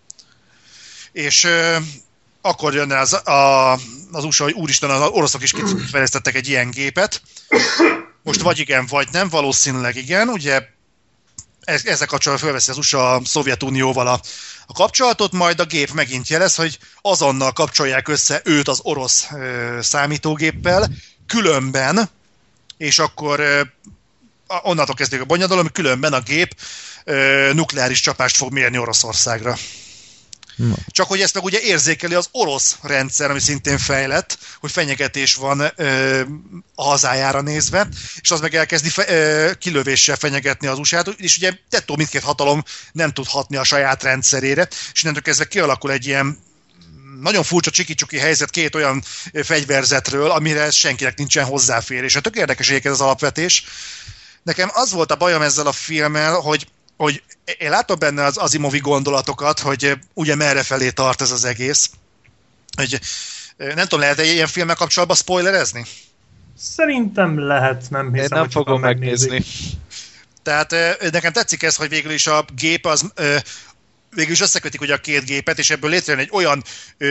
És akkor jön az USA, hogy úristen, az oroszok is kifejlesztettek egy ilyen gépet. Most vagy igen, vagy nem, valószínűleg igen. Ugye ezzel kapcsolatban felveszi az USA a Szovjetunióval a kapcsolatot, majd a gép megint jelez, hogy azonnal kapcsolják össze őt az orosz számítógéppel, különben, és akkor onnantól kezdődik a bonyodalom, különben a gép nukleáris csapást fog mérni Oroszországra. Na. Csak hogy ezt meg ugye érzékeli az orosz rendszer, ami szintén fejlett, hogy fenyegetés van a hazájára nézve, és az meg elkezdi kilövéssel fenyegetni az USA-t, és ugye tettó mindkét hatalom nem tud hatni a saját rendszerére, és innentől kezdve kialakul egy ilyen nagyon furcsa csiki-csuki helyzet két olyan fegyverzetről, amire senkinek nincsen hozzáférés. Tök érdekes egyébként az alapvetés. Nekem az volt a bajom ezzel a filmmel, hogy én látom benne az Asimovi gondolatokat, hogy ugye merre felé tart ez az egész. Hogy, nem tudom, lehet egy ilyen filmmel kapcsolatban spoilerezni? Szerintem lehet, nem hiszem, én nem fogom megnézni. Tehát nekem tetszik ez, hogy végül is a gép az végül is összekötik ugye a két gépet, és ebből létrejön egy olyan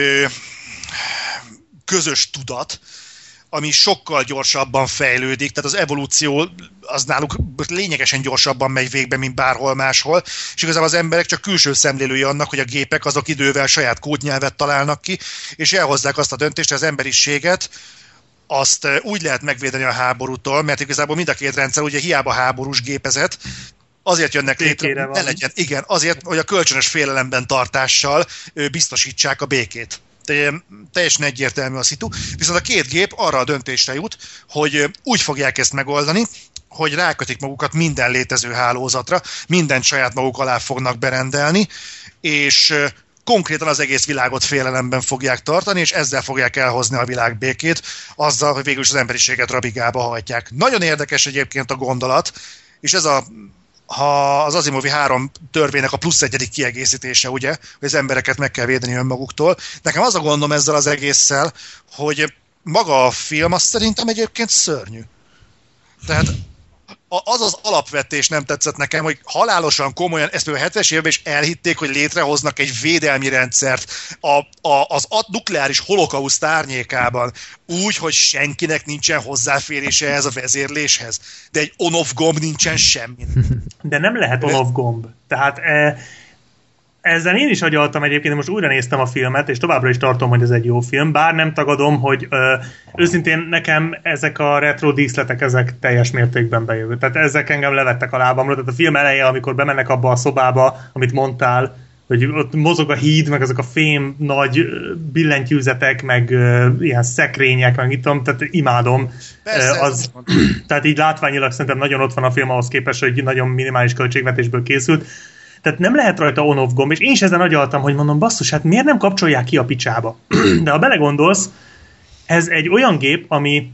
közös tudat, ami sokkal gyorsabban fejlődik, tehát az evolúció az náluk lényegesen gyorsabban megy végbe, mint bárhol máshol, és igazából az emberek csak külső szemlélői annak, hogy a gépek azok idővel saját kódnyelvet találnak ki, és elhozzák azt a döntést, hogy az emberiséget azt úgy lehet megvédeni a háborútól, mert igazából mind a két rendszer ugye hiába háborús gépezet, azért jönnek létre, ne legyen, igen, azért, hogy a kölcsönös félelemben tartással biztosítsák a békét. Teljesen egyértelmű a szitu. Viszont a két gép arra a döntésre jut, hogy úgy fogják ezt megoldani, hogy rákötik magukat minden létező hálózatra, mindent saját maguk alá fognak berendelni, és konkrétan az egész világot félelemben fogják tartani, és ezzel fogják elhozni a világ békét, azzal, hogy végül is az emberiséget rabigába hajtják. Nagyon érdekes egyébként a gondolat, és ez az Asimovi 3 törvénynek a plusz egyedik kiegészítése, ugye, hogy az embereket meg kell védeni önmaguktól. Nekem az a gondom ezzel az egésszel, hogy maga a film azt szerintem egyébként szörnyű. Tehát az az alapvetés nem tetszett nekem, hogy halálosan komolyan, ezt például a 70-es években is elhitték, hogy létrehoznak egy védelmi rendszert az nukleáris holokauszt árnyékában, úgy, hogy senkinek nincsen hozzáférése ehhez a vezérléshez. De egy on-off gomb nincsen semmi. De nem lehet on-off gomb. Tehát ezzel én is agyaltam egyébként, most újra néztem a filmet, és továbbra is tartom, hogy ez egy jó film, bár nem tagadom, hogy őszintén nekem ezek a retro díszletek, ezek teljes mértékben bejövő. Tehát ezek engem levettek a lábamról. Tehát a film eleje, amikor bemennek abba a szobába, amit mondtál, hogy ott mozog a híd, meg azok a fém nagy billentyűzetek, meg ilyen szekrények, meg mit tudom, tehát imádom. Tehát így látványilag szerintem nagyon ott van a film ahhoz képest, hogy nagyon minimális költségvetésből készült. Tehát nem lehet rajta on-off gomb, és én is ezen agyaltam, hogy mondom, basszus, hát miért nem kapcsolják ki a picsába? De ha belegondolsz, ez egy olyan gép, ami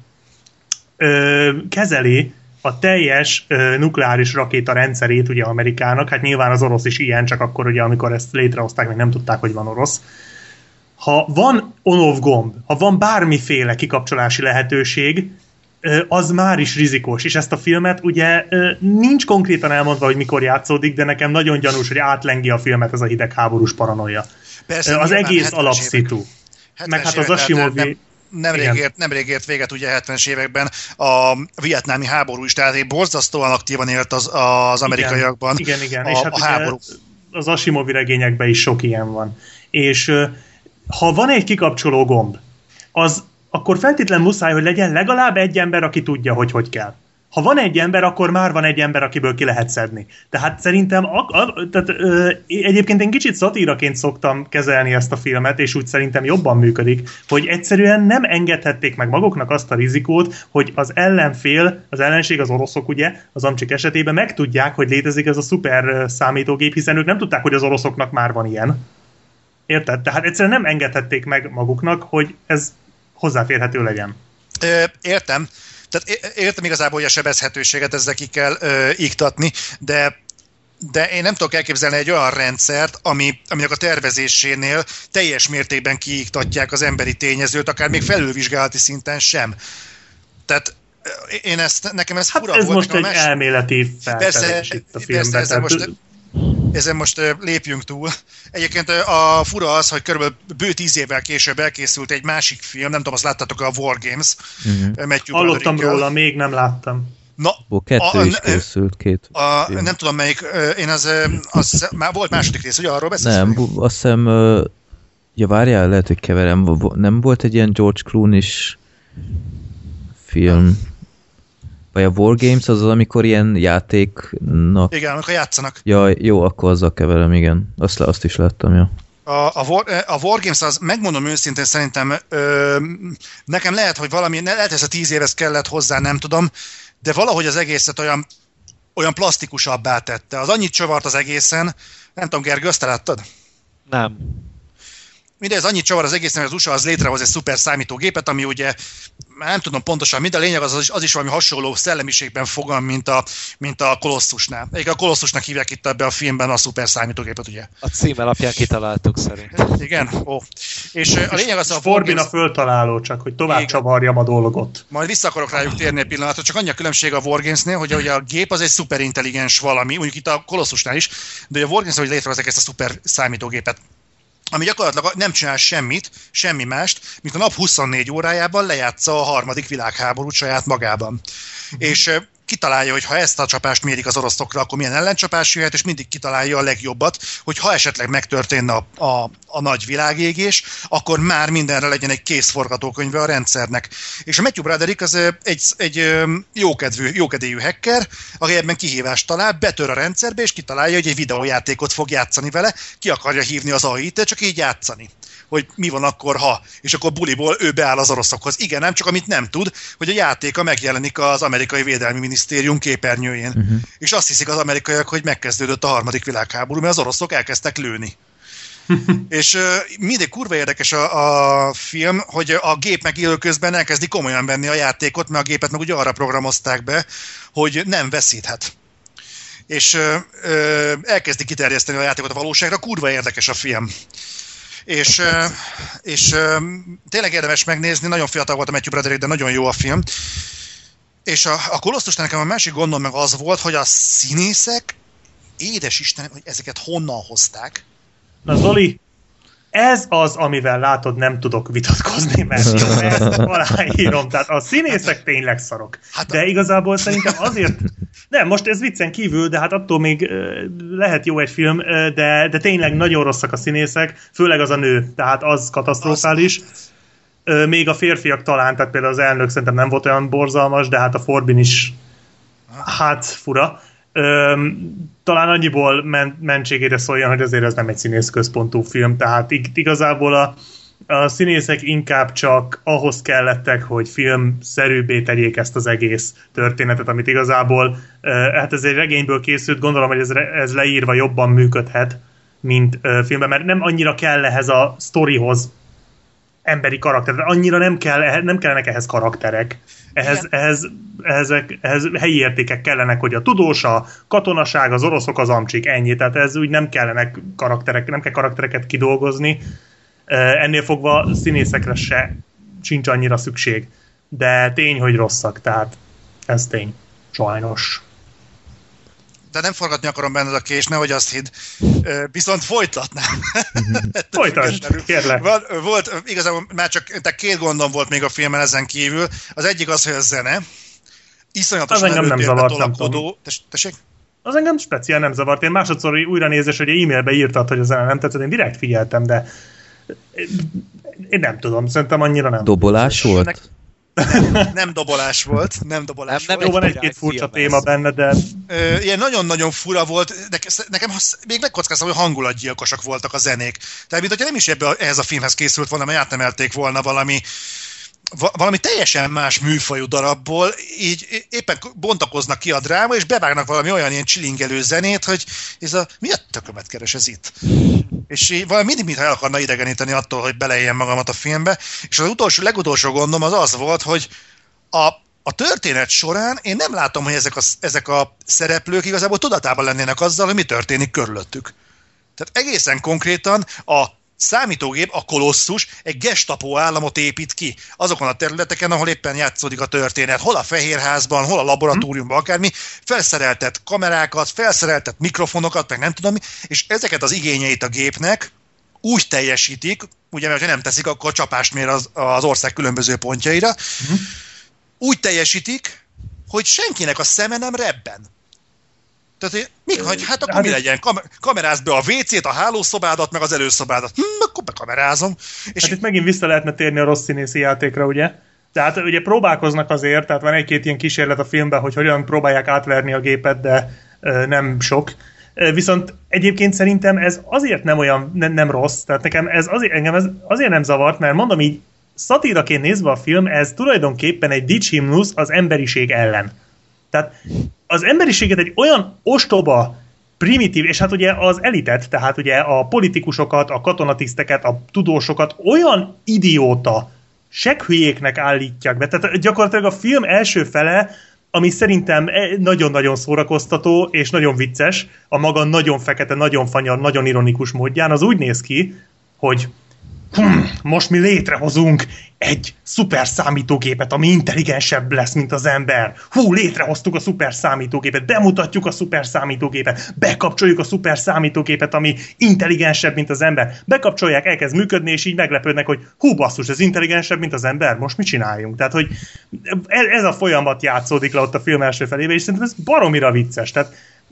kezeli a teljes nukleáris rakéta rendszerét ugye Amerikának, hát nyilván az orosz is ilyen, csak akkor ugye amikor ezt létrehozták, még nem tudták, hogy van orosz. Ha van on-off gomb, ha van bármiféle kikapcsolási lehetőség, az már is rizikós, és ezt a filmet ugye nincs konkrétan elmondva, hogy mikor játszódik, de nekem nagyon gyanús, hogy átlengi a filmet ez a hidegháborús paranoia. Persze, az egész alapszitu. Meg hát az Asimovi... Nemrég ért véget ugye 70-es években a vietnámi háború is, tehát borzasztóan aktívan élt az amerikaiakban igen. És hát a háború. Az Asimovi regényekben is sok ilyen van. És ha van egy kikapcsoló gomb, akkor feltétlen muszáj, hogy legyen legalább egy ember, aki tudja, hogy kell. Ha van egy ember, akkor már van egy ember, akiből ki lehet szedni. Tehát szerintem, egyébként én kicsit szatíraként szoktam kezelni ezt a filmet, és úgy szerintem jobban működik, hogy egyszerűen nem engedhették meg maguknak azt a rizikót, hogy az ellenfél, az ellenség, az oroszok ugye, az amcsik esetében megtudják, hogy létezik ez a szuper számítógép, hiszen ők nem tudták, hogy az oroszoknak már van ilyen. Érted? Tehát egyszerűen nem engedhették meg maguknak, hogy ez hozzáférhető legyen. Értem. Tehát értem igazából, hogy a sebezhetőséget ezzel ki kell iktatni, de én nem tudok elképzelni egy olyan rendszert, aminek a tervezésénél teljes mértékben kiiktatják az emberi tényezőt, akár még felülvizsgálati szinten sem. Tehát nekem ez fura ez volt. Most egy elméleti feltevés itt a filmben. Persze, ezen most lépjünk túl. Egyébként a fura az, hogy körülbelül bő 10 évvel később elkészült egy másik film, nem tudom, azt láttátok, a War Games. Hallottam róla, még nem láttam. Kettő is készült, két. Nem tudom melyik, én az már volt második rész, ugye arról beszélsz? Nem, azt hiszem, várjál, lehet, hogy keverem, nem volt egy ilyen George Clooney-s film? Vagy a War Games az, amikor ilyen játéknak... Igen, amikor játszanak. Ja, jó, akkor azzal keverem, igen. Azt is láttam, ja. A War Games, az megmondom őszintén, szerintem nekem lehet, hogy lehet, hogy ez a 10 évhez kellett hozzá, nem tudom, de valahogy az egészet olyan plastikusabbá tette. Az annyit csavart az egészen, nem tudom, Gergő, azt láttad? Nem. Mindez annyit csavar az egészen, hogy az USA az létrehoz egy szuper számítógépet, ami ugye, nem tudom pontosan mi, de a lényeg az is valami hasonló szellemiségben fogal, mint a Kolosszusnál. Egyébként a Kolosszusnak hívják itt ebben a filmben a szuper számítógépet, ugye? A cím alapján kitaláltuk szerintem. Igen? Ó. És a lényeg az a... Forbin a föltaláló, csak hogy tovább csavarjam a dolgot. Majd vissza akarok rájuk térni egy pillanatra, csak annyi a különbség a War Games-nél, hogy a gép az egy szuperintelligens valami, mondjuk itt a Kolosszusnál is, de a War Games-nél, hogy létrehozzák ezt a szuper számítógépet, ami gyakorlatilag nem csinál semmi mást, mint a nap 24 órájában lejátsza a harmadik világháborút saját magában. És kitalálja, hogy ha ezt a csapást mérik az oroszokra, akkor milyen ellencsapás jöhet, és mindig kitalálja a legjobbat, hogy ha esetleg megtörténne a nagy világégés, akkor már mindenre legyen egy kész forgatókönyve a rendszernek. És a Matthew Broderick az egy jókedélyű hacker, aki ebben kihívást talál, betör a rendszerbe, és kitalálja, hogy egy videójátékot fog játszani vele, ki akarja hívni az AI-t, csak így játszani. Hogy mi van akkor, ha, és akkor buliból ő beáll az oroszokhoz. Igen, nem csak amit nem tud, hogy a játéka megjelenik az amerikai védelmi minisztérium képernyőjén. És azt hiszik az amerikaiak, hogy megkezdődött a harmadik világháború, mert az oroszok elkezdtek lőni. És mindig kurva érdekes a film, hogy a gép meg időközben elkezdi komolyan venni a játékot, mert a gépet meg ugye arra programozták be, hogy nem veszíthet. És elkezdi kiterjeszteni a játékot a valóságra, kurva érdekes a film. És tényleg érdemes megnézni, nagyon fiatal volt a Matthew Broderick, de nagyon jó a film. És a Kolosszusnál nekem a másik gondom meg az volt, hogy a színészek, édes Istenem, hogy ezeket honnan hozták. Na Zoli, ez az, amivel látod, nem tudok vitatkozni, mert jó, ezt aláírom. Tehát a színészek tényleg szarok. De igazából szerintem azért... Nem, most ez viccen kívül, de hát attól még lehet jó egy film, de tényleg nagyon rosszak a színészek, főleg az a nő, tehát az katasztrofális. Még a férfiak talán, tehát például az elnök szerintem nem volt olyan borzalmas, de hát a Forbin is hát fura. Talán annyiból mentségére szóljon, hogy azért ez nem egy színészközpontú film, tehát igazából a színészek inkább csak ahhoz kellettek, hogy filmszerűbbé tegyék ezt az egész történetet, amit igazából, hát ez egy regényből készült, gondolom, hogy ez leírva jobban működhet, mint filmben, mert nem annyira kell ehhez a sztorihoz emberi karakter, annyira nem kellenek ehhez karakterek. Ehhez helyi értékek kellenek, hogy a tudós, a katonaság, az oroszok, az amcsik, ennyi. Tehát ez úgy nem kellenek karakterek, nem kell karaktereket kidolgozni. Ennél fogva színészekre sincs annyira szükség. de tény, hogy rosszak, tehát ez tény. Sajnos. De nem forgatni akarom benned a kést, nehogy azt hidd. Viszont folytatnám. Folytasd, kérlek. Volt, igazából már csak 2 gondom volt még a filmen ezen kívül. Az egyik az, hogy a zene. Iszonyatosan előtérbe tolakodó. Tessék? Az engem speciál nem zavart. Én másodszor újra nézés, hogy e-mailbe írtad, hogy a zene nem tetszett, én direkt figyeltem, de én nem tudom, szerintem annyira nem. Dobolás volt? Nem dobolás volt. Nem dobolás volt. Jó, van egy-két furcsa téma benne, de... Ilyen nagyon-nagyon fura volt. Nekem még megkockáztam, hogy hangulatgyilkosak voltak a zenék. Tehát, mint hogyha nem is ehhez a filmhez készült volna, mert átnemelték volna valami teljesen más műfajú darabból, így éppen bontakoznak ki a dráma, és bevágnak valami olyan ilyen csilingelő zenét, hogy mi a tökömet keres ez itt? És valami mindig el akarna idegeníteni attól, hogy beleéljen magamat a filmbe, és az legutolsó gondom az volt, hogy a történet során én nem látom, hogy ezek a szereplők igazából tudatában lennének azzal, hogy mi történik körülöttük. Tehát egészen konkrétan a számítógép, a kolosszus egy gestapo államot épít ki azokon a területeken, ahol éppen játszódik a történet. Hol a Fehérházban, hol a laboratóriumban, akármi, felszereltet kamerákat, felszereltet mikrofonokat, meg nem tudom mi, és ezeket az igényeit a gépnek úgy teljesítik, ugye, mert ha nem teszik, akkor csapást mér az ország különböző pontjaira, úgy teljesítik, hogy senkinek a szeme nem rebben. Tehát, akkor mi legyen? Kamerázd be a WC-t, a hálószobádat, meg az előszobádat. Akkor bekamerázom. És hát itt megint vissza lehetne térni a rossz színészi játékra, ugye? Tehát ugye próbálkoznak azért, tehát van egy-két ilyen kísérlet a filmben, hogy hogyan próbálják átverni a gépet, de nem sok. Viszont egyébként szerintem ez azért nem olyan, nem rossz, tehát engem ez azért nem zavart, mert mondom így, szatíraként nézve a film, ez tulajdonképpen egy dicshimnusz az emberiség ellen. Tehát az emberiséget egy olyan ostoba, primitív, és hát ugye az elitet, tehát ugye a politikusokat, a katonatiszteket, a tudósokat olyan idióta, segghülyéknek állítják be. Tehát gyakorlatilag a film első fele, ami szerintem nagyon-nagyon szórakoztató, és nagyon vicces, a maga nagyon fekete, nagyon fanyar, nagyon ironikus módján, az úgy néz ki, hogy most mi létrehozunk egy szuper számítógépet, ami intelligensebb lesz, mint az ember. Létrehoztuk a szuper számítógépet, bemutatjuk a szuper számítógépet, bekapcsoljuk a szuper számítógépet, ami intelligensebb, mint az ember. Bekapcsolják, elkezd működni, és így meglepődnek, hogy basszus, ez intelligensebb, mint az ember, most mit csináljunk? Tehát, hogy ez a folyamat játszódik le ott a film első felébe, és szerintem ez baromira vicces. Tehát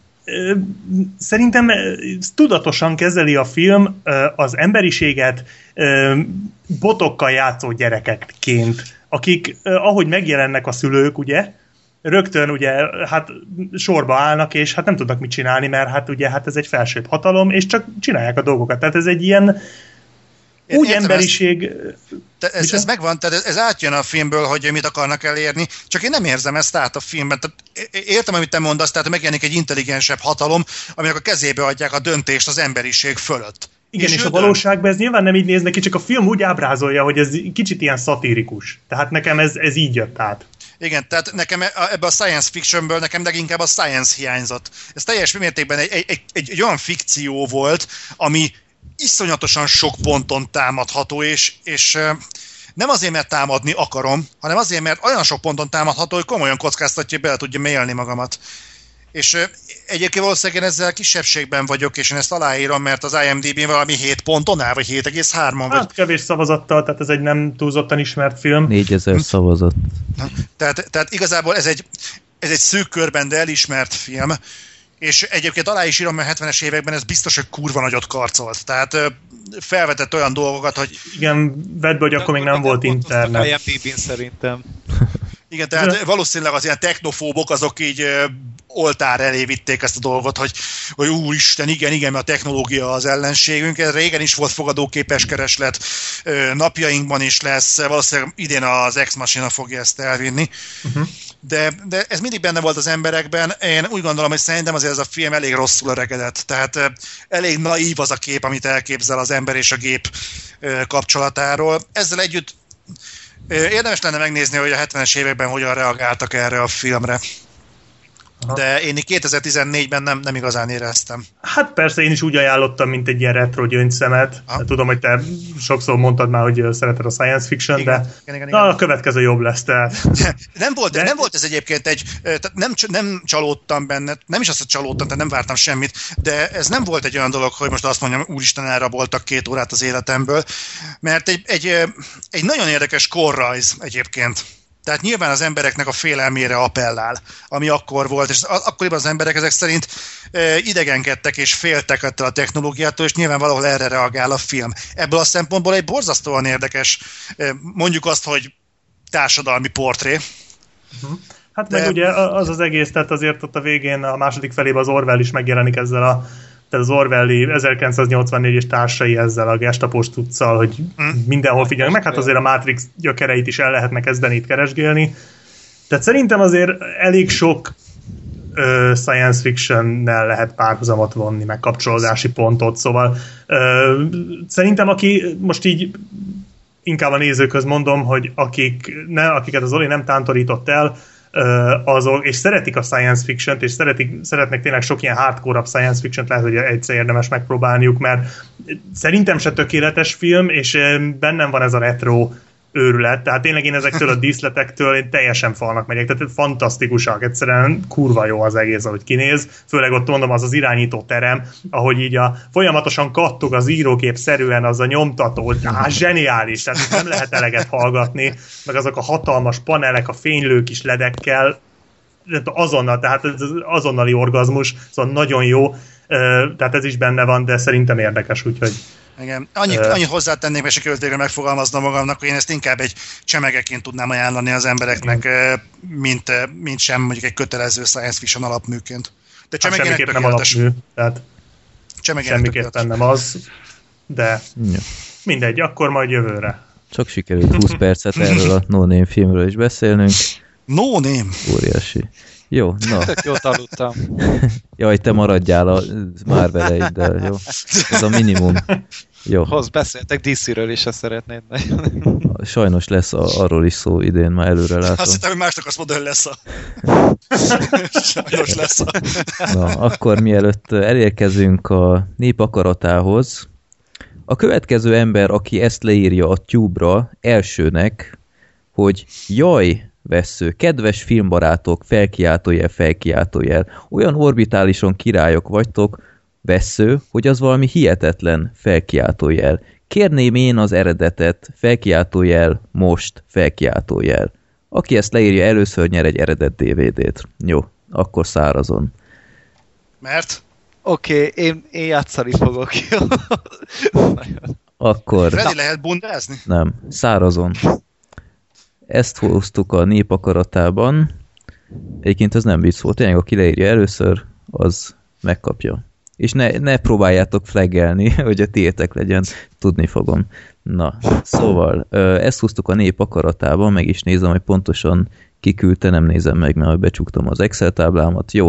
szerintem tudatosan kezeli a film az emberiséget botokkal játszó gyerekekként, akik, ahogy megjelennek a szülők, ugye, rögtön ugye, hát sorba állnak, és hát nem tudnak mit csinálni, mert hát ugye, hát ez egy felsőbb hatalom, és csak csinálják a dolgokat. Tehát ez egy ilyen úgy emberiség... Ez megvan, tehát ez átjön a filmből, hogy mit akarnak elérni, csak én nem érzem ezt át a filmben. Tehát értem, amit te mondasz, tehát megjelenik egy intelligensebb hatalom, aminek a kezébe adják a döntést az emberiség fölött. Igen, és a valóságban ez nyilván nem így néz neki, csak a film úgy ábrázolja, hogy ez kicsit ilyen szatirikus. Tehát nekem ez így jött át. Igen, tehát nekem ebbe a science fictionből nekem leginkább a science hiányzott. Ez teljes mértékben egy olyan fikció volt, ami iszonyatosan sok ponton támadható, és nem azért, mert támadni akarom, hanem azért, mert olyan sok ponton támadható, hogy komolyan kockáztatja, hogy bele tudja mélni magamat. És egyébként valószínűleg ezzel kisebbségben vagyok, és én ezt aláírom, mert az IMDb-n valami 7 ponton áll, vagy 7,3-on. Hát kevés szavazattal, tehát ez egy nem túlzottan ismert film. 4000 szavazat. Tehát igazából ez egy szűk körben, de elismert film, és egyébként alá is írom, mert 70-es években ez biztos, hogy kurva nagyot karcolt. Tehát felvetett olyan dolgokat, hogy... Igen, vedd be, hogy akkor még nem volt internet. IMDb-n szerintem. Igen, tehát valószínűleg az ilyen technofóbok azok így oltár elé vitték ezt a dolgot, hogy úristen, igen, mert a technológia az ellenségünk. Ez régen is volt fogadóképes kereslet, napjainkban is lesz, valószínűleg idén az Ex Machina fogja ezt elvinni. De ez mindig benne volt az emberekben. Én úgy gondolom, hogy szerintem azért ez a film elég rosszul öregedett. Tehát elég naív az a kép, amit elképzel az ember és a gép kapcsolatáról. Ezzel együtt érdemes lenne megnézni, hogy a 70-es években hogyan reagáltak erre a filmre. de én 2014-ben nem igazán éreztem. Hát persze, én is úgy ajánlottam, mint egy ilyen retro gyöngyszemet. Tudom, hogy te sokszor mondtad már, hogy szereted a science fiction, igen, de igen. A következő jobb lesz, tehát. Nem volt ez egyébként nem csalódtam benne, nem is azt, hogy csalódtam, tehát nem vártam semmit, de ez nem volt egy olyan dolog, hogy most azt mondjam, úristen, elraboltak 2 órát az életemből, mert egy nagyon érdekes korrajz egyébként. Tehát nyilván az embereknek a félelmére appellál, ami akkor volt, és akkoriban az emberek ezek szerint idegenkedtek és féltek ettől a technológiától, és nyilván valahol erre reagál a film. Ebből a szempontból egy borzasztóan érdekes, mondjuk azt, hogy társadalmi portré. Hát meg ugye az egész, tehát azért ott a végén, a második felében az Orwell is megjelenik ezzel az Orwelli 1984 és társai ezzel a gestapós tuccal, hogy mindenhol figyelnek, meg hát azért a Matrix gyökereit is el lehetne kezdeni itt keresgélni. Tehát szerintem azért elég sok science fiction-nel lehet párhuzamot vonni, meg kapcsolódási pontot, szóval szerintem aki most így inkább a nézőköz mondom, hogy akiket az Oli nem tántorított el, azok, és szeretik a science fiction-t, és szeretnek tényleg sok ilyen hardcore-abb science fiction-t, lehet, hogy egyszer érdemes megpróbálniuk, mert szerintem se tökéletes film, és bennem van ez a retro őrület, tehát tényleg én ezektől a díszletektől én teljesen falnak megyek, tehát fantasztikusak, egyszerűen kurva jó az egész, ahogy kinéz, főleg ott mondom az irányító terem, ahogy így folyamatosan kattog az írókép szerűen az a nyomtató, zseniális, tehát nem lehet eleget hallgatni, meg azok a hatalmas panelek, a fénylő kis ledekkel, azonnal, tehát ez azonnali orgazmus, szóval nagyon jó, tehát ez is benne van, de szerintem érdekes, úgyhogy igen. Annyit hozzátennék, mert se költségre megfogalmaznom magamnak, hogy én ezt inkább egy csemegeként tudnám ajánlani az embereknek, mint sem mondjuk egy kötelező science fiction alapműként. De csemegének semmiképp nem alapmű, tehát semmiképpen nem az, de mindegy, akkor majd jövőre. Csak sikerült 20 percet erről a No Name filmről is beszélnünk. No Name? Óriási. Jó, na. Tök jót aludtam. Jaj, te maradjál a Marvel-eiddel, jó? Ez a minimum. Jó. Beszéltek DC-ről is, ha szeretnéd. Sajnos lesz arról is szó idén, már előre látom. Azt hittem, hogy másnak azt mondod, hogy lesz Sajnos lesz Na, akkor mielőtt elérkezünk a nép akaratához, a következő ember, aki ezt leírja a Tube-ra elsőnek, hogy jaj, vessző, kedves filmbarátok, felkiáltójel, olyan orbitálisan királyok vagytok, vessző, hogy az valami hihetetlen, felkiáltójel. Kérném én az eredetet, felkiáltójel, most, felkiáltójel. Aki ezt leírja először, nyer egy eredet DVD-t. Jó, akkor szárazon. Mert? Oké, én játszani fogok, jó? Akkor... Freddy, lehet bundázni? Nem, szárazon. Ezt hoztuk a nép akaratában. Egyébként ez nem vicc volt. Tényleg, aki leírja először, az megkapja. És ne próbáljátok flaggelni, hogy a tiétek legyen. Tudni fogom. Na, szóval ezt hoztuk a nép akaratában, meg is nézem, hogy pontosan kiküldte, nem nézem meg, mert becsuktam az Excel táblámat. Jó.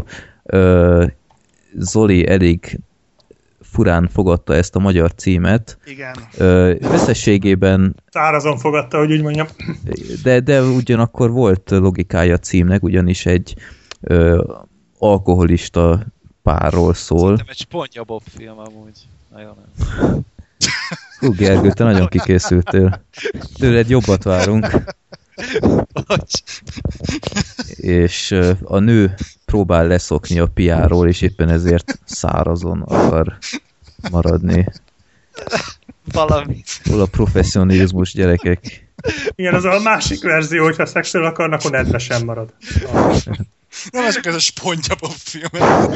Zoli elég furán fogadta ezt a magyar címet. Igen. Összességében... Szárazon fogadta, hogy úgy mondjam. De ugyanakkor volt logikája a címnek, ugyanis egy alkoholista párról szól. Szerintem egy SpongeBob film amúgy. Nagyon nem. Hú, Gergő, te nagyon kikészültél. Tőled jobbat várunk. És a nő próbál leszokni a piáról, és éppen ezért szárazon akar maradni. Valami. Hol a professzionalizmus, gyerekek? Igen, az a másik verzió, hogyha szexuál akarnak, akkor nedvesen marad. Nem, ez a SpongeBob film.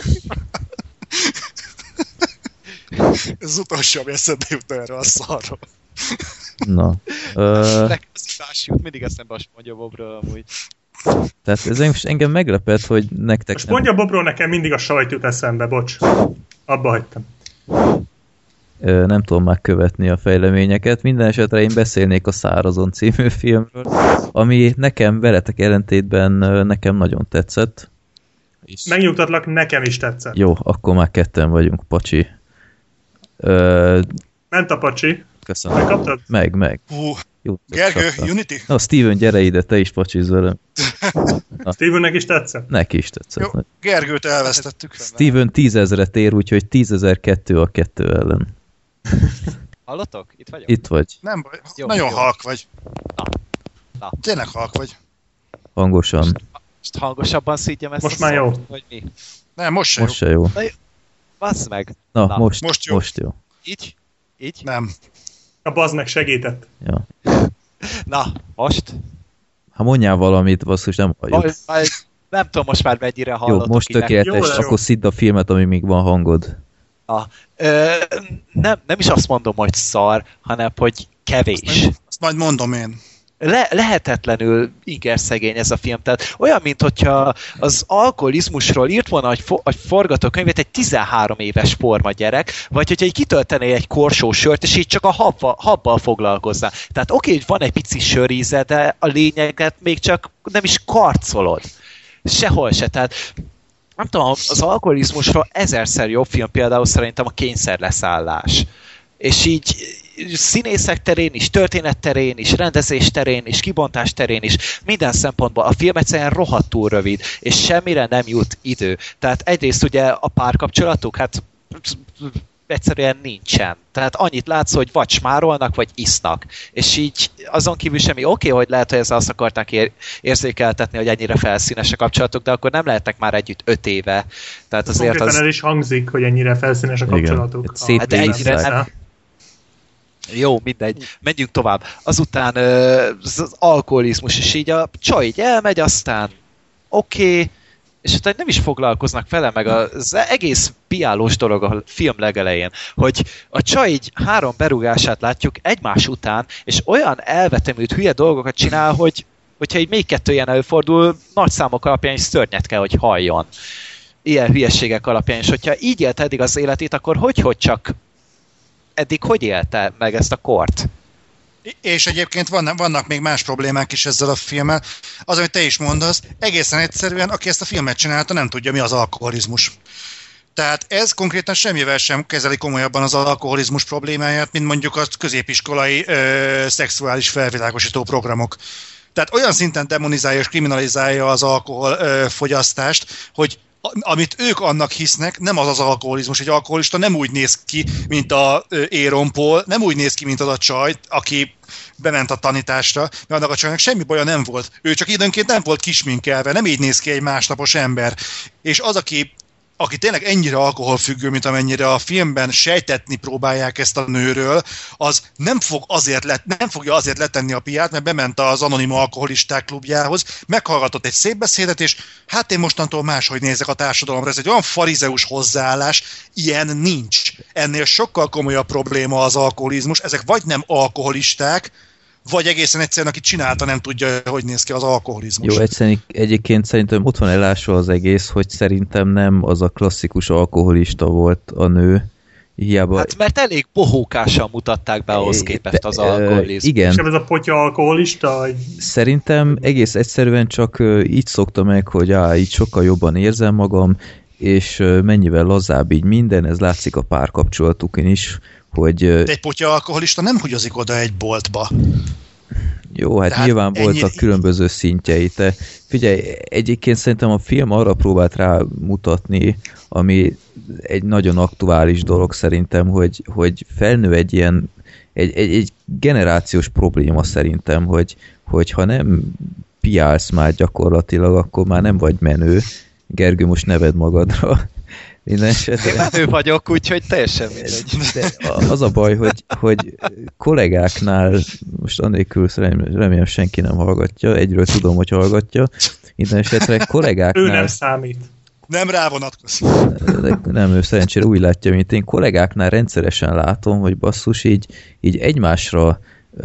Ez az utolsó, ami eszembe jut erre a szarról. Na. Lekaszítás jut mindig eszembe a SpongeBobról amúgy. Tehát ez engem meglepett, hogy nektek a SpongeBobról nekem mindig a sajt jut eszembe, bocs. Abba hagytam. Nem tudom megkövetni a fejleményeket. Minden esetre én beszélnék a Szárazon című filmről, ami nekem, veletek ellentétben nekem nagyon tetszett. Megnyugtatlak, nekem is tetszett. Jó, akkor már ketten vagyunk, pacsi. Ment a pacsi. Köszönöm. Megkaptad? Meg. Jó, Jó, Gergő, Unity? Na, Steven, gyere ide, te is pacsizz velem. Stevennek is tetszett? Neki is tetszett. Jó, Gergőt elvesztettük. Steven 10 000-et ér, úgyhogy 10.002 a 2 ellen. Hallottok? Itt vagyok? Itt vagy. Nem baj, Jó, nagyon jó. halk vagy. Na. Tényleg halk vagy. Hangosan. Most hangosabban szídjem ezt Most a már jó. szót, vagy mi? Nem, most se Most se jó. Bassz meg. Na, Na, most jó. jó. Így? Így? Nem. A bazd meg segített. Ja. Na, most? Ha mondjál valamit, basszus, nem halljuk. Nem tudom most már mennyire Jó, hallottok. most innen. tökéletes, Jó, akkor szidd a filmet, ami még van hangod. Nem is azt mondom, hogy szar, hanem hogy kevés. Azt majd mondom én. Lehetetlenül ingerszegény ez a film. Tehát olyan, mint hogyha az alkoholizmusról írt volna egy forgatókönyvét egy 13 éves porma gyerek, vagy hogyha így kitöltené egy korsó sört, és így csak a habbal foglalkozzá. Tehát oké, hogy van egy pici söríze, de a lényeget még csak nem is karcolod. Sehol se. Tehát nem tudom, az alkoholizmusról 1000-szer jobb film például szerintem a Kényszerleszállás. És így színészek terén is, történet terén is, rendezés terén is, kibontás terén is, minden szempontból a film egyszerűen rohadtul rövid, és semmire nem jut idő. Tehát egyrészt ugye a párkapcsolatuk, hát egyszerűen nincsen. Tehát annyit látsz, hogy vagy smárolnak, vagy isznak. És így azon kívül semmi oké, hogy lehet, hogy ezzel azt akarták érzékeltetni, hogy ennyire felszínes a kapcsolatok, de akkor nem lehetnek már együtt 5 éve. Tehát azért Konkrétan el is hangzik, hogy ennyire felszínes a kapcsolatuk. Szép de ennyire nem. Jó, mindegy. Menjünk tovább. Azután az alkoholizmus, és így a csaj így elmegy, aztán oké, és utána nem is foglalkoznak vele, meg az egész piálós dolog a film legelején, hogy a csaj így 3 berúgását látjuk egymás után, és olyan elvetemült hülye dolgokat csinál, hogyha így még 2 ilyen előfordul, nagy számok alapján is szörnyet kell, hogy halljon. Ilyen hülyeségek alapján, és hogyha így élt eddig az életét, akkor hogy csak eddig hogy élte meg ezt a kort? És egyébként vannak még más problémák is ezzel a filmmel. Az, amit te is mondasz, egészen egyszerűen, aki ezt a filmet csinálta, nem tudja, mi az alkoholizmus. Tehát ez konkrétan semmivel sem kezeli komolyabban az alkoholizmus problémáját, mint mondjuk a középiskolai szexuális felvilágosító programok. Tehát olyan szinten demonizálja és kriminalizálja az alkoholfogyasztást, hogy amit ők annak hisznek, nem az az alkoholizmus. Egy alkoholista nem úgy néz ki, mint a Aaron Paul, nem úgy néz ki, mint az a csaj, aki bement a tanításra, mert annak a csajnak semmi baja nem volt. Ő csak időnként nem volt kisminkelve, nem így néz ki egy másnapos ember. És az, aki tényleg ennyire alkoholfüggő, mint amennyire a filmben sejtetni próbálják ezt a nőről, az nem fogja azért letenni a piát, mert bement az anonim alkoholisták klubjához, meghallgatott egy szép beszédet, és hát én mostantól máshogy nézek a társadalomra. Ez egy olyan farizeus hozzáállás, ilyen nincs. Ennél sokkal komolyabb probléma az alkoholizmus. Ezek vagy nem alkoholisták, vagy egészen egyszerűen, aki csinálta, nem tudja, hogy néz ki az alkoholizmus. Jó, egyébként szerintem ott van elásva az egész, hogy szerintem nem az a klasszikus alkoholista volt a nő. Hiába... Hát mert elég bohókásan mutatták be ahhoz képest az alkoholizmus. Igen. És ez a potya alkoholista? Vagy... Szerintem egész egyszerűen csak így szokta meg, hogy így sokkal jobban érzem magam, és mennyivel lazább így minden, ez látszik a párkapcsolatukon is, hogy... De egy potya alkoholista nem húgyozik oda egy boltba. Jó, hát nyilván voltak különböző szintjei. Te figyelj, egyébként szerintem a film arra próbált rámutatni, ami egy nagyon aktuális dolog szerintem, hogy felnő egy ilyen, egy generációs probléma szerintem, hogy ha nem piálsz már gyakorlatilag, akkor már nem vagy menő. Gergő, most neved magadra. Minden esetre. Én menő vagyok, úgyhogy teljesen mindegy. De az a baj, hogy kollégáknál, most annélkül remélem senki nem hallgatja, egyről tudom, hogy hallgatja, minden esetre kollégáknál... Ő nem számít. Nem rávonatkozik. Nem, ő szerencsére úgy látja, mint én. Kollégáknál rendszeresen látom, hogy basszus, így egymásra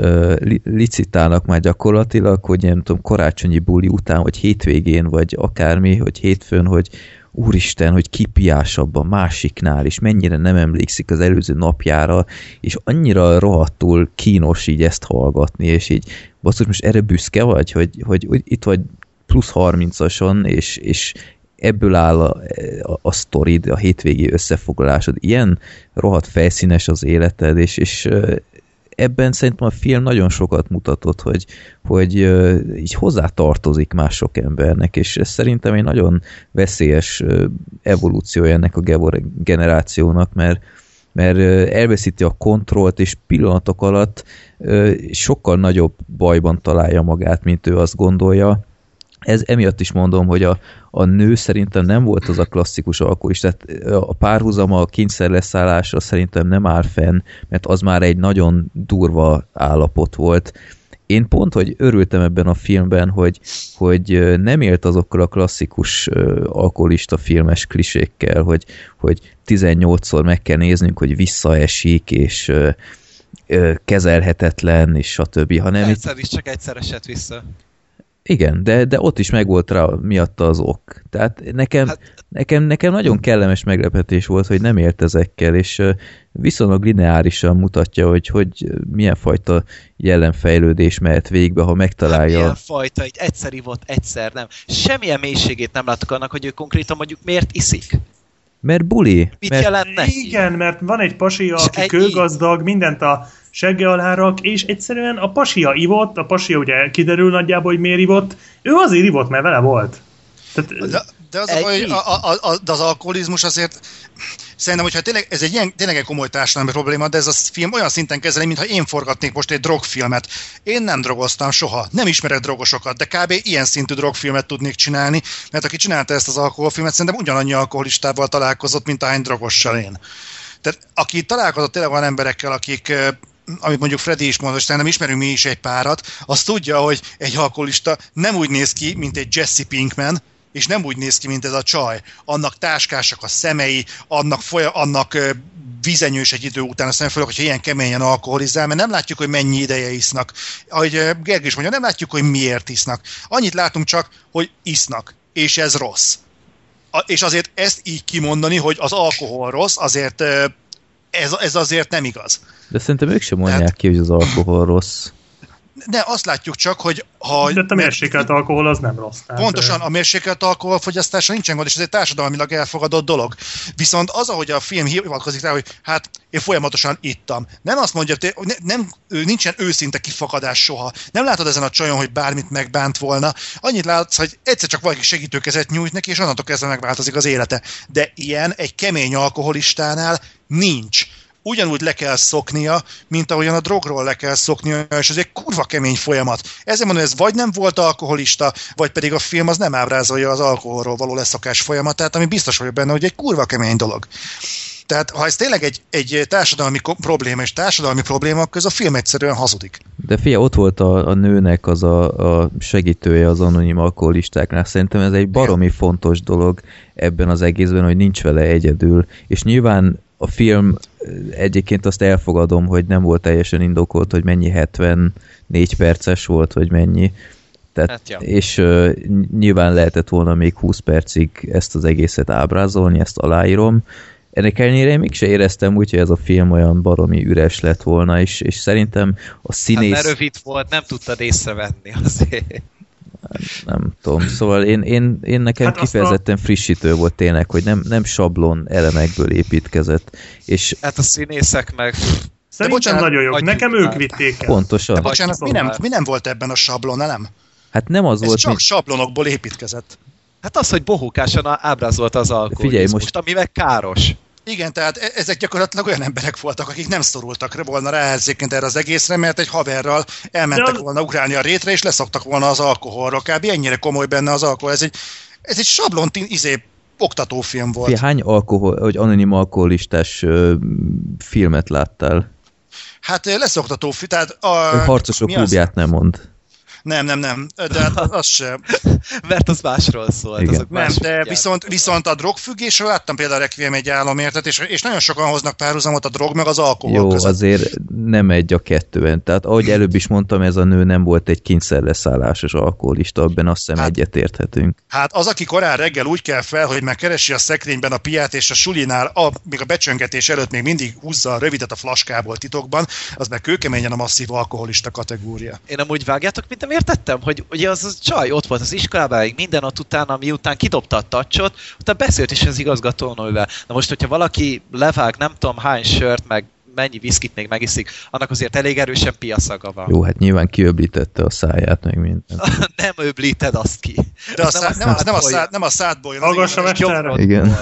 licitálnak már gyakorlatilag, hogy nem tudom, karácsonyi buli után, vagy hétvégén, vagy akármi, hogy hétfőn, hogy úristen, hogy ki piásabb a másiknál, és mennyire nem emlékszik az előző napjára, és annyira rohadtul kínos így ezt hallgatni, és így basszus, most erre büszke vagy, hogy itt vagy plusz 30-ason, és ebből áll a sztorid, a hétvégi összefoglalásod. Ilyen rohadt felszínes az életed, és ebben szerintem a film nagyon sokat mutatott, hogy így hozzá tartozik más sok embernek, és ez szerintem egy nagyon veszélyes evolúciója ennek a generációnak, mert elveszíti a kontrollt, és pillanatok alatt sokkal nagyobb bajban találja magát, mint ő azt gondolja. Ez emiatt is mondom, hogy a nő szerintem nem volt az a klasszikus alkoholista, tehát a párhuzama, a kényszerleszállása szerintem nem áll fenn, mert az már egy nagyon durva állapot volt. Én pont, hogy örültem ebben a filmben, hogy nem élt azokkal a klasszikus alkoholista filmes klisékkel, hogy 18-szor meg kell néznünk, hogy visszaesik, és kezelhetetlen, és stb. Hanem egyszer is csak egyszer esett vissza. Igen, de ott is megvolt rá miatta az ok. Tehát nekem nagyon kellemes meglepetés volt, hogy nem élt ezekkel, és viszonylag lineárisan mutatja, hogy milyen fajta jelenfejlődés mehet végbe, ha megtalálja. Hát milyen fajta, egy egyszer ivott, egyszer nem. Semmilyen mélységét nem látok annak, hogy ő konkrétan mondjuk miért iszik. Mert buli. Mit jelent neki? Igen, mert van egy pasia, aki kőgazdag, mindent a segge alá rak, és egyszerűen a pasia ivott, a pasia ugye kiderül nagyjából, hogy miért ivott, ő azért ivott, mert vele volt. Tehát, de az de az alkoholizmus azért szerintem, hogyha tényleg, ez tényleg egy komoly társadalmi probléma, de ez a film olyan szinten kezeli, mintha én forgatnék most egy drogfilmet. Én nem drogoztam soha, nem ismerek drogosokat, de kb. Ilyen szintű drogfilmet tudnék csinálni, mert aki csinálta ezt az alkoholfilmet, szerintem ugyanannyi alkoholistával találkozott, mint ahány drogossal én. Tehát aki találkozott tényleg olyan emberekkel, akik, amit mondjuk Freddy is mondott, és szerintem ismerünk mi is egy párat, az tudja, hogy egy alkoholista nem úgy néz ki, mint egy Jesse Pinkman, és nem úgy néz ki, mint ez a csaj. Annak táskásak a szemei, annak vizenyős egy idő után, aztán főleg, hogyha ilyen keményen alkoholizál, mert nem látjuk, hogy mennyi ideje isznak. Ahogy Gergő is mondja, nem látjuk, hogy miért isznak. Annyit látunk csak, hogy isznak, és ez rossz. És azért ezt így kimondani, hogy az alkohol rossz, azért ez azért nem igaz. De szerintem ők sem mondják ki, hogy az alkohol rossz. De azt látjuk csak, hogy... De a mérsékelt alkohol az nem rossz. Pontosan, a mérsékelt alkoholfogyasztása nincsen gond, és ez egy társadalmilag elfogadott dolog. Viszont az, ahogy a film hivatkozik rá, hogy hát én folyamatosan ittam. Nem azt mondja, nincsen őszinte kifakadás soha. Nem látod ezen a csajon, hogy bármit megbánt volna. Annyit látsz, hogy egyszer csak valaki segítőkezet nyújt neki, és onnantól kezdve megváltozik az élete. De ilyen egy kemény alkoholistánál nincs. Ugyanúgy le kell szoknia, mint ahogyan a drogról le kell szoknia, és ez egy kurva kemény folyamat. Ezért mondom, ez vagy nem volt alkoholista, vagy pedig a film az nem ábrázolja az alkoholról való leszokás folyamatát, ami biztos vagyok benne, hogy egy kurva kemény dolog. Tehát ha ez tényleg egy társadalmi probléma és társadalmi probléma, akkor ez a film egyszerűen hazudik. De figyelj, ott volt a nőnek az a segítője az anonim alkoholistáknál. Szerintem ez egy baromi fontos dolog ebben az egészben, hogy nincs vele egyedül. És nyilván a film egyébként azt elfogadom, hogy nem volt teljesen indokolt, hogy mennyi 74 perces volt, vagy mennyi. Tehát, hát ja. És nyilván lehetett volna még 20 percig ezt az egészet ábrázolni, ezt aláírom. Ennek ellenére én mégse éreztem úgy, hogy ez a film olyan baromi üres lett volna, és szerintem a színész... Hát rövid volt, nem tudtad észrevenni azért. Nem tudom, szóval én nekem hát kifejezetten frissítő volt tényleg, hogy nem sablon elemekből építkezett. És hát a színészek meg... Szerintem nagyon jók, nekem ők vitték el. Pontosan. De bocsánat, mi nem volt ebben a sablon, nem? Hát nem az ez volt... csak sablonokból építkezett. Hát az, hogy bohókásan ábrázolta az alkoholizmust, ami meg káros. Igen, tehát ezek gyakorlatilag olyan emberek voltak, akik nem szorultak volna rá erre az egészre, mert egy haverral elmentek volna ugrálni a rétre, és leszoktak volna az alkoholra. Kb. Ennyire komoly benne az alkohol. Ez egy sablon oktatófilm volt. Hány vagy anonim alkoholistás filmet láttál? Hát leszoktató film. Tehát Harcosok klubját nem mond. Nem, de az sem. Mert az másról szólt. Nem, de viszont a drogfüggésről láttam például a Requiem egy álomértet, és nagyon sokan hoznak párhuzamot a drog meg az alkohol között. Jó, azért nem egy a kettőben. Tehát ahogy előbb is mondtam, ez a nő nem volt egy kényszerleszállásos alkoholista, abban azt hiszem egyetérthetünk. Hát az, aki korán reggel úgy kell fel, hogy megkeresi a szekrényben a piát, és a sulinál, még a becsöngetés előtt még mindig húzza a rövidet a flaskából titokban, az meg kőkeményen a masszív alkoholista kategória. Én amúgy vágjátok, mint nem értettem, hogy ugye az a csaj ott volt az iskolában, minden ott utána, miután kidobta a tacsot, utána beszélt is az igazgatónővel. Na most, hogyha valaki levág nem tudom hány sört, meg mennyi viszkit még megiszik, annak azért elég erősen piaszaga van. Jó, hát nyilván kiöblítette a száját, meg mindent. Nem öblíted azt ki. De nem a szádból jön. Hallgass a mesterre. Igen.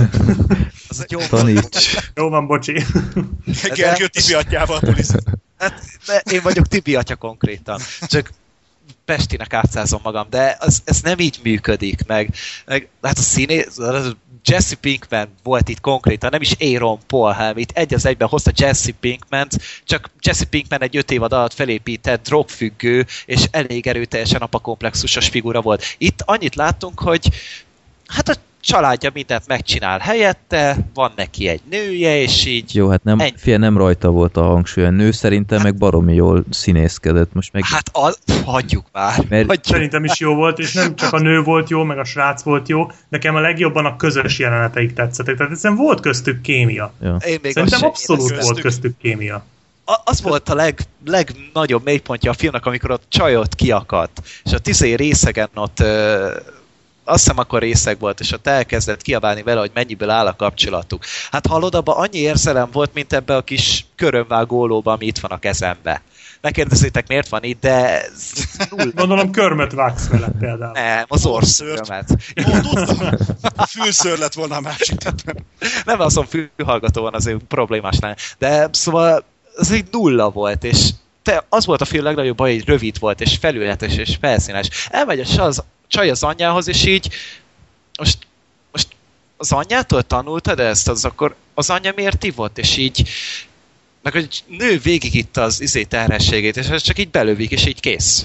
Taníts. Jó van, bocsi. Gergő Tibi atyával polisz. Hát, én vagyok Tibi atya konkrétan. Csak Pestinek átszázom magam, de ez nem így működik, meg hát a színész, Jesse Pinkman volt itt konkrétan, nem is Aaron Paul, hanem itt egy az egyben hozta Jesse Pinkmant, csak Jesse Pinkman egy 5 évad alatt felépített drogfüggő, és elég erőteljesen apakomplexusos figura volt. Itt annyit láttunk, hogy hát a családja mindent megcsinál helyette, van neki egy nője, és így... Jó, hát nem rajta volt a hangsúly. A nő szerintem meg baromi jól színészkedett. Most meg... Hát hagyjuk már. Szerintem is jó volt, és nem csak a nő volt jó, meg a srác volt jó, nekem a legjobban a közös jeleneteik tetszettek. Tehát hiszen volt köztük kémia. Ja. Szerintem abszolút volt köztük kémia. Az volt a legnagyobb mélypontja a filmnek, amikor ott csajot kiakadt, és a 10 részegen ott... azt hiszem akkor részeg volt, és ott elkezdett kiabálni vele, hogy mennyiből áll a kapcsolatuk. Hát hallod, abban annyi érzelem volt, mint ebbe a kis körömvágólóba, ami itt van a kezembe. Ne kérdezzétek, miért van itt, de... Gondolom körmöt vágsz vele például. Nem, az orszörmet. Jó, tudtam. A fülször lett volna a másik. Nem, azon fülhallgató van, azért problémás lenne. De szóval ez egy nulla volt, és az volt a film legnagyobb baj, hogy rövid volt, és felületes, és felszínes. Elmegy a csaj az anyjához, és így most az anyjától tanultad ezt, akkor az anyja miért ivott, és így meg hogy nő végig itt az terhességét, és ez csak így belövik, és így kész.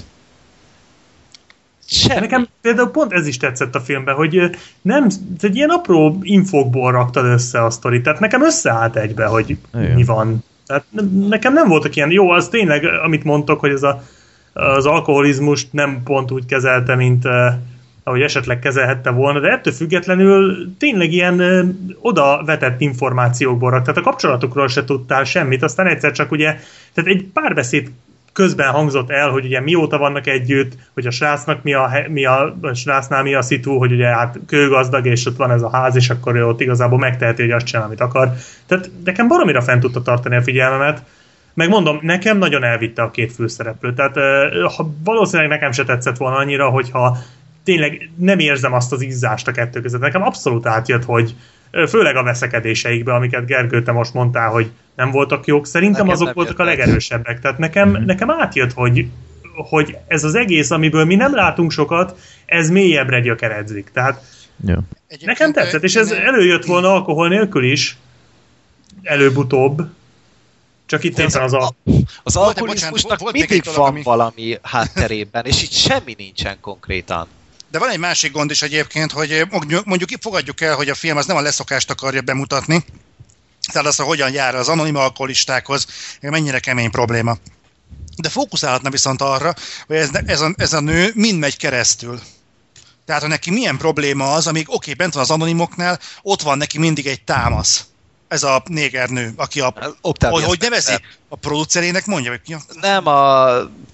Semmi. Nekem például pont ez is tetszett a filmben, hogy nem, egy ilyen apró infokból raktad össze a sztorit, tehát nekem összeállt egybe, hogy mi van. Tehát nekem nem voltak ilyen, jó, az tényleg, amit mondtok, hogy ez az alkoholizmust nem pont úgy kezelte, mint ahogy esetleg kezelhette volna, de ettől függetlenül tényleg ilyen oda vetett információkból rak. Tehát a kapcsolatokról se tudtál semmit, aztán egyszer csak ugye, tehát egy párbeszéd közben hangzott el, hogy ugye mióta vannak együtt, hogy a srácnak a srácnál mi a szitu, hogy ugye hát kőgazdag, és ott van ez a ház, és akkor ő ott igazából megteheti, hogy azt csinál, amit akar. Tehát nekem baromira fent tudta tartani a figyelmemet, meg mondom, nekem nagyon elvitte a két főszereplő. Tehát valószínűleg nekem se tetszett volna annyira, hogyha tényleg nem érzem azt az izzást a kettő között. Nekem abszolút átjött, hogy főleg a veszekedéseikbe, amiket Gergő, te most mondtál, hogy nem voltak jók, szerintem nekem azok voltak a legerősebbek. Tehát nekem átjött, hogy ez az egész, amiből mi nem látunk sokat, ez mélyebbre gyökeredzik. Tehát nekem tetszett, és ez előjött volna alkohol nélkül is, előbb-utóbb. Csak itt éppen az alkoholizmusnak mindig van valami hátterében, és itt semmi nincsen konkrétan. De van egy másik gond is egyébként, hogy mondjuk fogadjuk el, hogy a film az nem a leszokást akarja bemutatni, tehát azt, hogy hogyan jár az anonim alkoholistákhoz, mennyire kemény probléma. De fókuszálhatna viszont arra, hogy ez a nő mind megy keresztül. Tehát, hogy neki milyen probléma az, amíg bent van az anonimoknál, ott van neki mindig egy támasz. Ez a négernő, aki hogy nevezi? A producerének mondja, hogy ki a... Nem, a...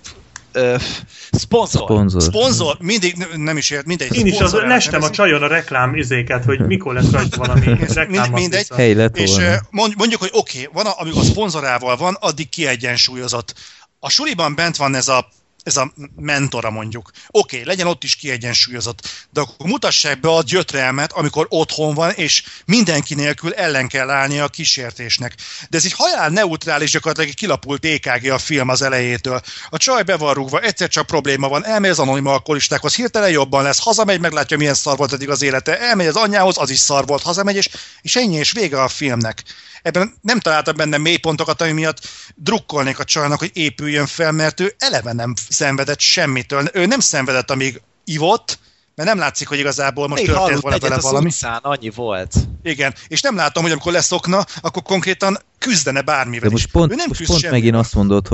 Szponzor. Mindig, nem is ért, mindegy. Én is lestem a csajon a reklám izéket, hogy mikor lesz rajta valami reklám. Mindegy. És mondjuk, hogy van, amikor a szponzorával van, addig kiegyensúlyozott. A suliban bent van ez a mentora mondjuk. Legyen ott is kiegyensúlyozott. De akkor mutassák be a gyötrelmet, amikor otthon van, és mindenki nélkül ellen kell állnia a kísértésnek. De ez így halál neutrális, gyakorlatilag egy kilapult EKG a film az elejétől. A csaj be van rúgva, egyszer csak probléma van, elmegy az anonim alkoholistákhoz, hirtelen jobban lesz, hazamegy, meglátja, milyen szar volt eddig az élete, elmegy az anyjához, az is szar volt, hazamegy, és ennyi, és vége a filmnek. Ebben nem találtam benne mélypontokat, ami miatt drukkolnék a csajnak, hogy épüljön fel, mert ő eleve nem szenvedett semmitől. Ő nem szenvedett, amíg ivott, mert nem látszik, hogy igazából most történt volna vele valami. Utcán, annyi volt. Igen, és nem látom, hogy amikor leszokna, akkor konkrétan küzdene bármivel. De most pont megint azt mondod,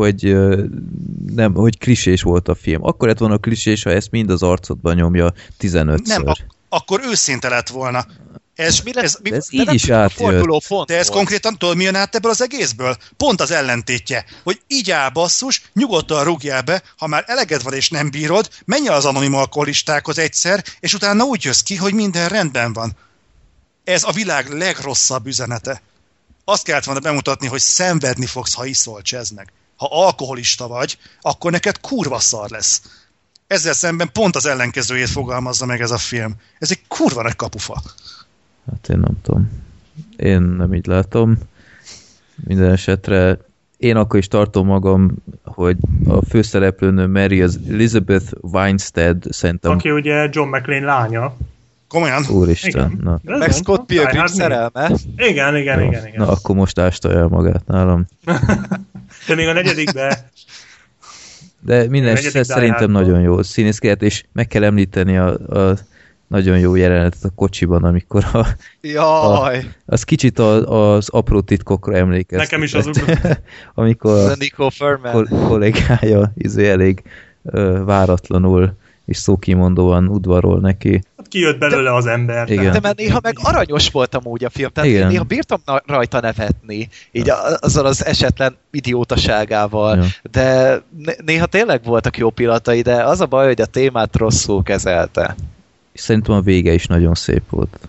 hogy klisés volt a film. Akkor lett volna a klisés, ha ezt mind az arcodban nyomja 15-ször. Nem, akkor őszinte lett volna. Ez így is átjött. De ez konkrétan tudod, mi jön át ebből az egészből? Pont az ellentétje, hogy így áll basszus, nyugodtan rúgjál be, ha már eleged van és nem bírod, menj el az anonim alkoholistákhoz egyszer, és utána úgy jössz ki, hogy minden rendben van. Ez a világ legrosszabb üzenete. azt kellett volna bemutatni, hogy szenvedni fogsz, ha iszol, csezd meg. Ha alkoholista vagy, akkor neked kurva szar lesz. Ezzel szemben pont az ellenkezőjét fogalmazza meg ez a film. Ez egy kurva nagy kapufa. Hát én nem tudom. Én nem így látom. Minden esetre én akkor is tartom magam, hogy a főszereplőnő Mary az Elizabeth Winstead szerintem... Aki ugye John McClane lánya. Komolyan? Úristen. Na. Meg Scott Pilgrim szerelme. Igen. Na, akkor most ásta el magát nálam. De még a negyedikbe... De minden esetre szerintem nagyon jó színészkedett, és meg kell említeni a nagyon jó jelenetet a kocsiban, amikor az kicsit az apró titkokra emlékeztet. Nekem is az ugrott. Amikor Nico Furman kollégája elég váratlanul és szókimondóan udvarol neki. Hát kijött belőle az ember. Igen. De mert néha meg aranyos volt amúgy a film, tehát néha bírtam rajta nevetni, így azzal az esetlen idiótaságával, de néha tényleg voltak jó pillanatai, de az a baj, hogy a témát rosszul kezelte. És szerintem a vége is nagyon szép volt.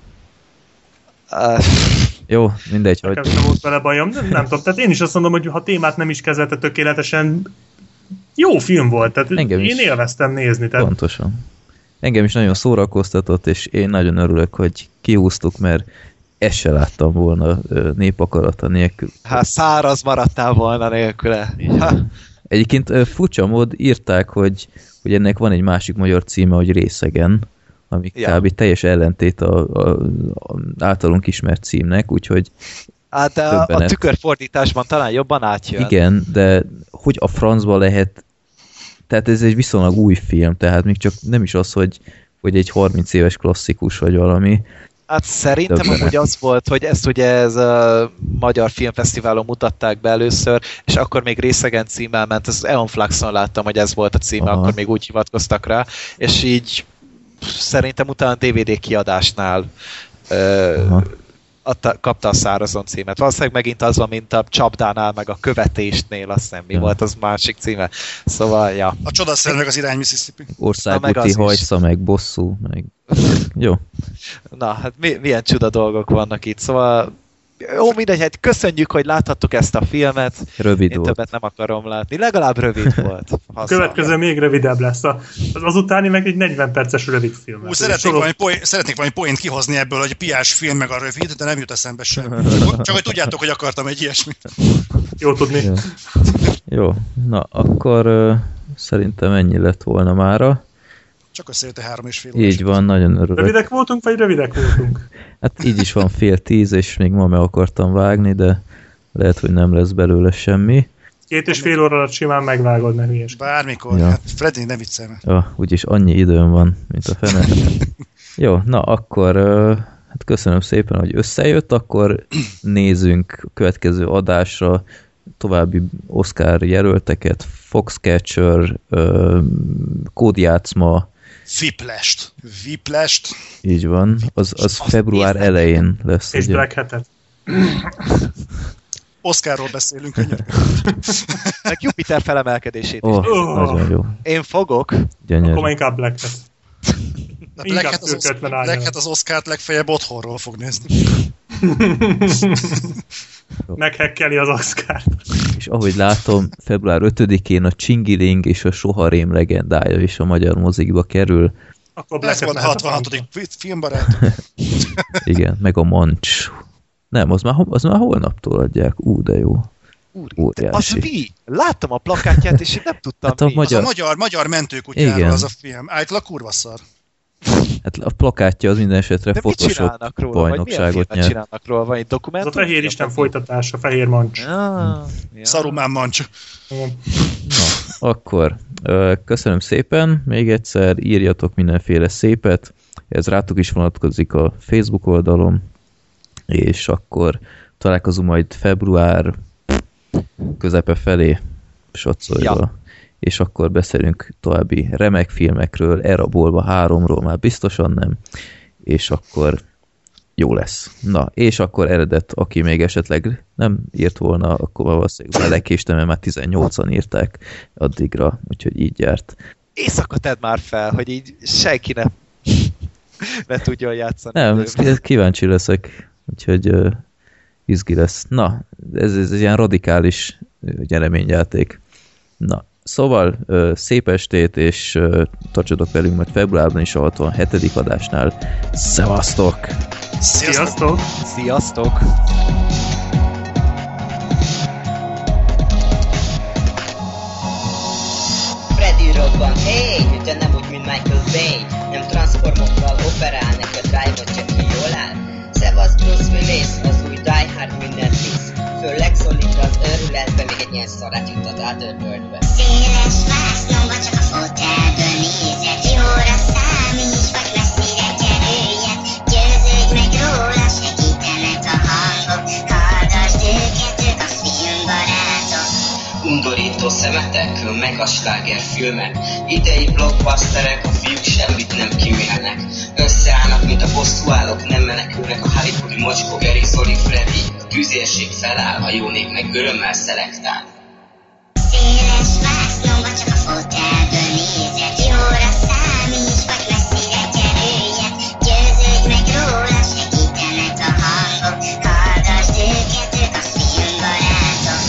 Jó, mindegy. Nekem sem volt vele bajom, nem tudom. Tehát én is azt mondom, hogy ha témát nem is kezelte tökéletesen, jó film volt, tehát én élveztem nézni. Tehát... Pontosan. Engem is nagyon szórakoztatott, és én nagyon örülök, hogy kihúztuk, mert ezt se láttam volna népakarata nélkül. Hát száraz maradtál volna nélküle. Egyébként furcsa mód írták, hogy ennek van egy másik magyar címe, hogy Részegen, ami kb. Teljes ellentét a általunk ismert címnek, úgyhogy hát de a tükörfordításban talán jobban átjön. Igen, de hogy a francba lehet, tehát ez egy viszonylag új film, tehát még csak nem is az, hogy egy 30 éves klasszikus vagy valami. Hát szerintem amúgy az volt, hogy ezt ugye ez a Magyar Filmfesztiválon mutatták be először, és akkor még Részegen címmel ment, az Eon Fluxon láttam, hogy ez volt a címe, akkor még úgy hivatkoztak rá, és így szerintem utána a DVD kiadásnál kapta a szárazon címet. Valószínűleg megint az van, mint a Csapdánál, meg a Követésnél, azt nem mi volt, az másik címe. Szóval, ja. A Csodaszer meg az Irány Mississippi. Országúti hajsza, meg bosszú, meg... Jó. Na, hát milyen csuda dolgok vannak itt, szóval jó, mindegy, hát köszönjük, hogy láthattuk ezt a filmet. Rövid Én volt. többet nem akarom látni. Legalább rövid volt. A következő még rövidebb lesz. Az utáni meg egy 40 perces rövid film. Szeretnék valami poént kihozni ebből, hogy piás film meg a rövid, de nem jut eszembe sem. Csak hogy tudjátok, hogy akartam egy ilyesmit. Jó tudni. Jó. Na, akkor szerintem ennyi lett volna mára. Csak összejött a 3,5 órás. Így van, nagyon örülök. Rövidek voltunk, vagy rövidek voltunk? Hát így is van 9:30, és még ma meg akartam vágni, de lehet, hogy nem lesz belőle semmi. 2,5 óra alatt simán megvágod, ne hülyes. Bármikor, ja. Hát Freddy, ne viccelj meg. Ja, úgyis annyi időm van, mint a fene. Jó, na akkor hát köszönöm szépen, hogy összejött, akkor nézzünk a következő adásra további Oscar jelölteket, Foxcatcher, Kódjátszma, Whiplash-t. Így van, az február elején lesz. És Black Hat-et. Oscarról beszélünk, könyörgöm. Meg Jupiter felemelkedését is. Nagyon jó. Én fogok. Gyönyörű. Akkor inkább Black Hat. Black Hat az Oscart legfeljebb otthonról fog nézni. Meghekkeli az Oscart. És ahogy látom, február 5-én a Csingiling és a Soharém legendája is a magyar mozikba kerül. Akkor ez volt a 66. filmbarát. Igen, meg a Mancs. Nem, az már holnaptól adják. De jó. Az mi? Láttam a plakátját, és én nem tudtam hát mi. Az a magyar mentőkutyáról az a film. Általában kurva szar. Hát a plakátja az minden esetre Photoshop bajnokságot nyert. Csinálnak róla? Van egy dokumentum? Az a Fehér Isten folytatása, Fehér Mancs. Szarumán Mancs. Na, akkor köszönöm szépen, még egyszer írjatok mindenféle szépet, ez rátok is vonatkozik a Facebook oldalon, és akkor találkozunk majd február közepe felé satszolva. És akkor beszélünk további remek filmekről, Erabolva 3-ról már biztosan nem, és akkor jó lesz. Na, és akkor eredet, aki még esetleg nem írt volna, akkor valószínűleg lekéstem, mert már 18-an írták addigra, úgyhogy így járt. Éjszaka tedd már fel, hogy így senki ne tudjon játszani. Nem, kíváncsi leszek, úgyhogy izgi lesz. Na, ez egy ilyen radikális nyereményjáték. Na, szóval szép estét, és tartsatok velünk majd februárban is a 67. adásnál. Szevasztok! Sziasztok! Sziasztok! Freddy robban, hey, de nem úgy, mint Michael Bay. Nem transformokkal operál, neki a drive-ot csak ki jól áll. Szevasz Bruce Willis, az új Die Hard mindent visz. Főleg szólít az őrületbe, még egy ilyen szarát juttat Otherworldbe. Széles vásznomba csak a fotelből nézed, jóra számíts, vagy messzire kerüljed. Győződj meg róla, segítenek a hangok, hallgasd őket, ők a filmbarátok. Undorító szemetek, meg a slágerfilmek. Idei blockbusterek, a fiúk semmit nem kimélnek. Összeállnak, mint a bosszúállók, nem menekülnek a Hollywoodi mocskó, Geri, Zoli, Freddy. A tűzérség feláll, a jó nép meg örömmel szelektál. Széles vásznomba csak a fotelből nézed, jóra számíts, vagy messzire kerüljed. Győződj meg róla, segítenek a hangok, hallgasd őket, ők a filmbarátok.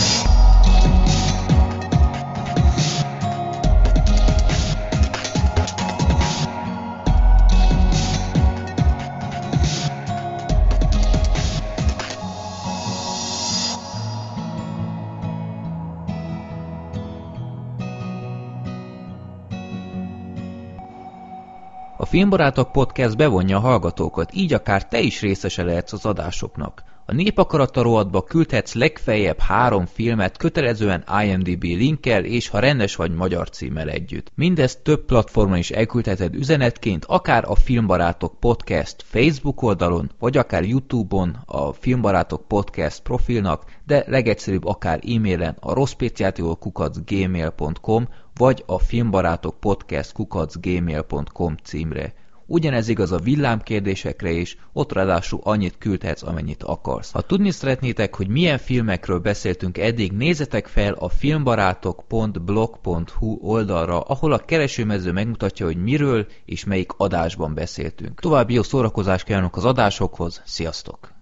A Filmbarátok Podcast bevonja a hallgatókat, így akár te is részese lehetsz az adásoknak. A Népakarata rovatba küldhetsz legfeljebb 3 filmet kötelezően IMDb linkkel és ha rendes vagy magyar címmel együtt. Mindezt több platformon is elküldheted üzenetként, akár a Filmbarátok Podcast Facebook oldalon, vagy akár YouTube-on a Filmbarátok Podcast profilnak, de legegyszerűbb akár e-mailen a rosszpéciától@gmail.com vagy a filmbarátokpodcast@gmail.com címre. Ugyanez igaz a villámkérdésekre is, ott ráadásul annyit küldhetsz, amennyit akarsz. Ha tudni szeretnétek, hogy milyen filmekről beszéltünk eddig, nézzetek fel a filmbarátok.blog.hu oldalra, ahol a keresőmező megmutatja, hogy miről és melyik adásban beszéltünk. További jó szórakozást kívánok az adásokhoz, sziasztok!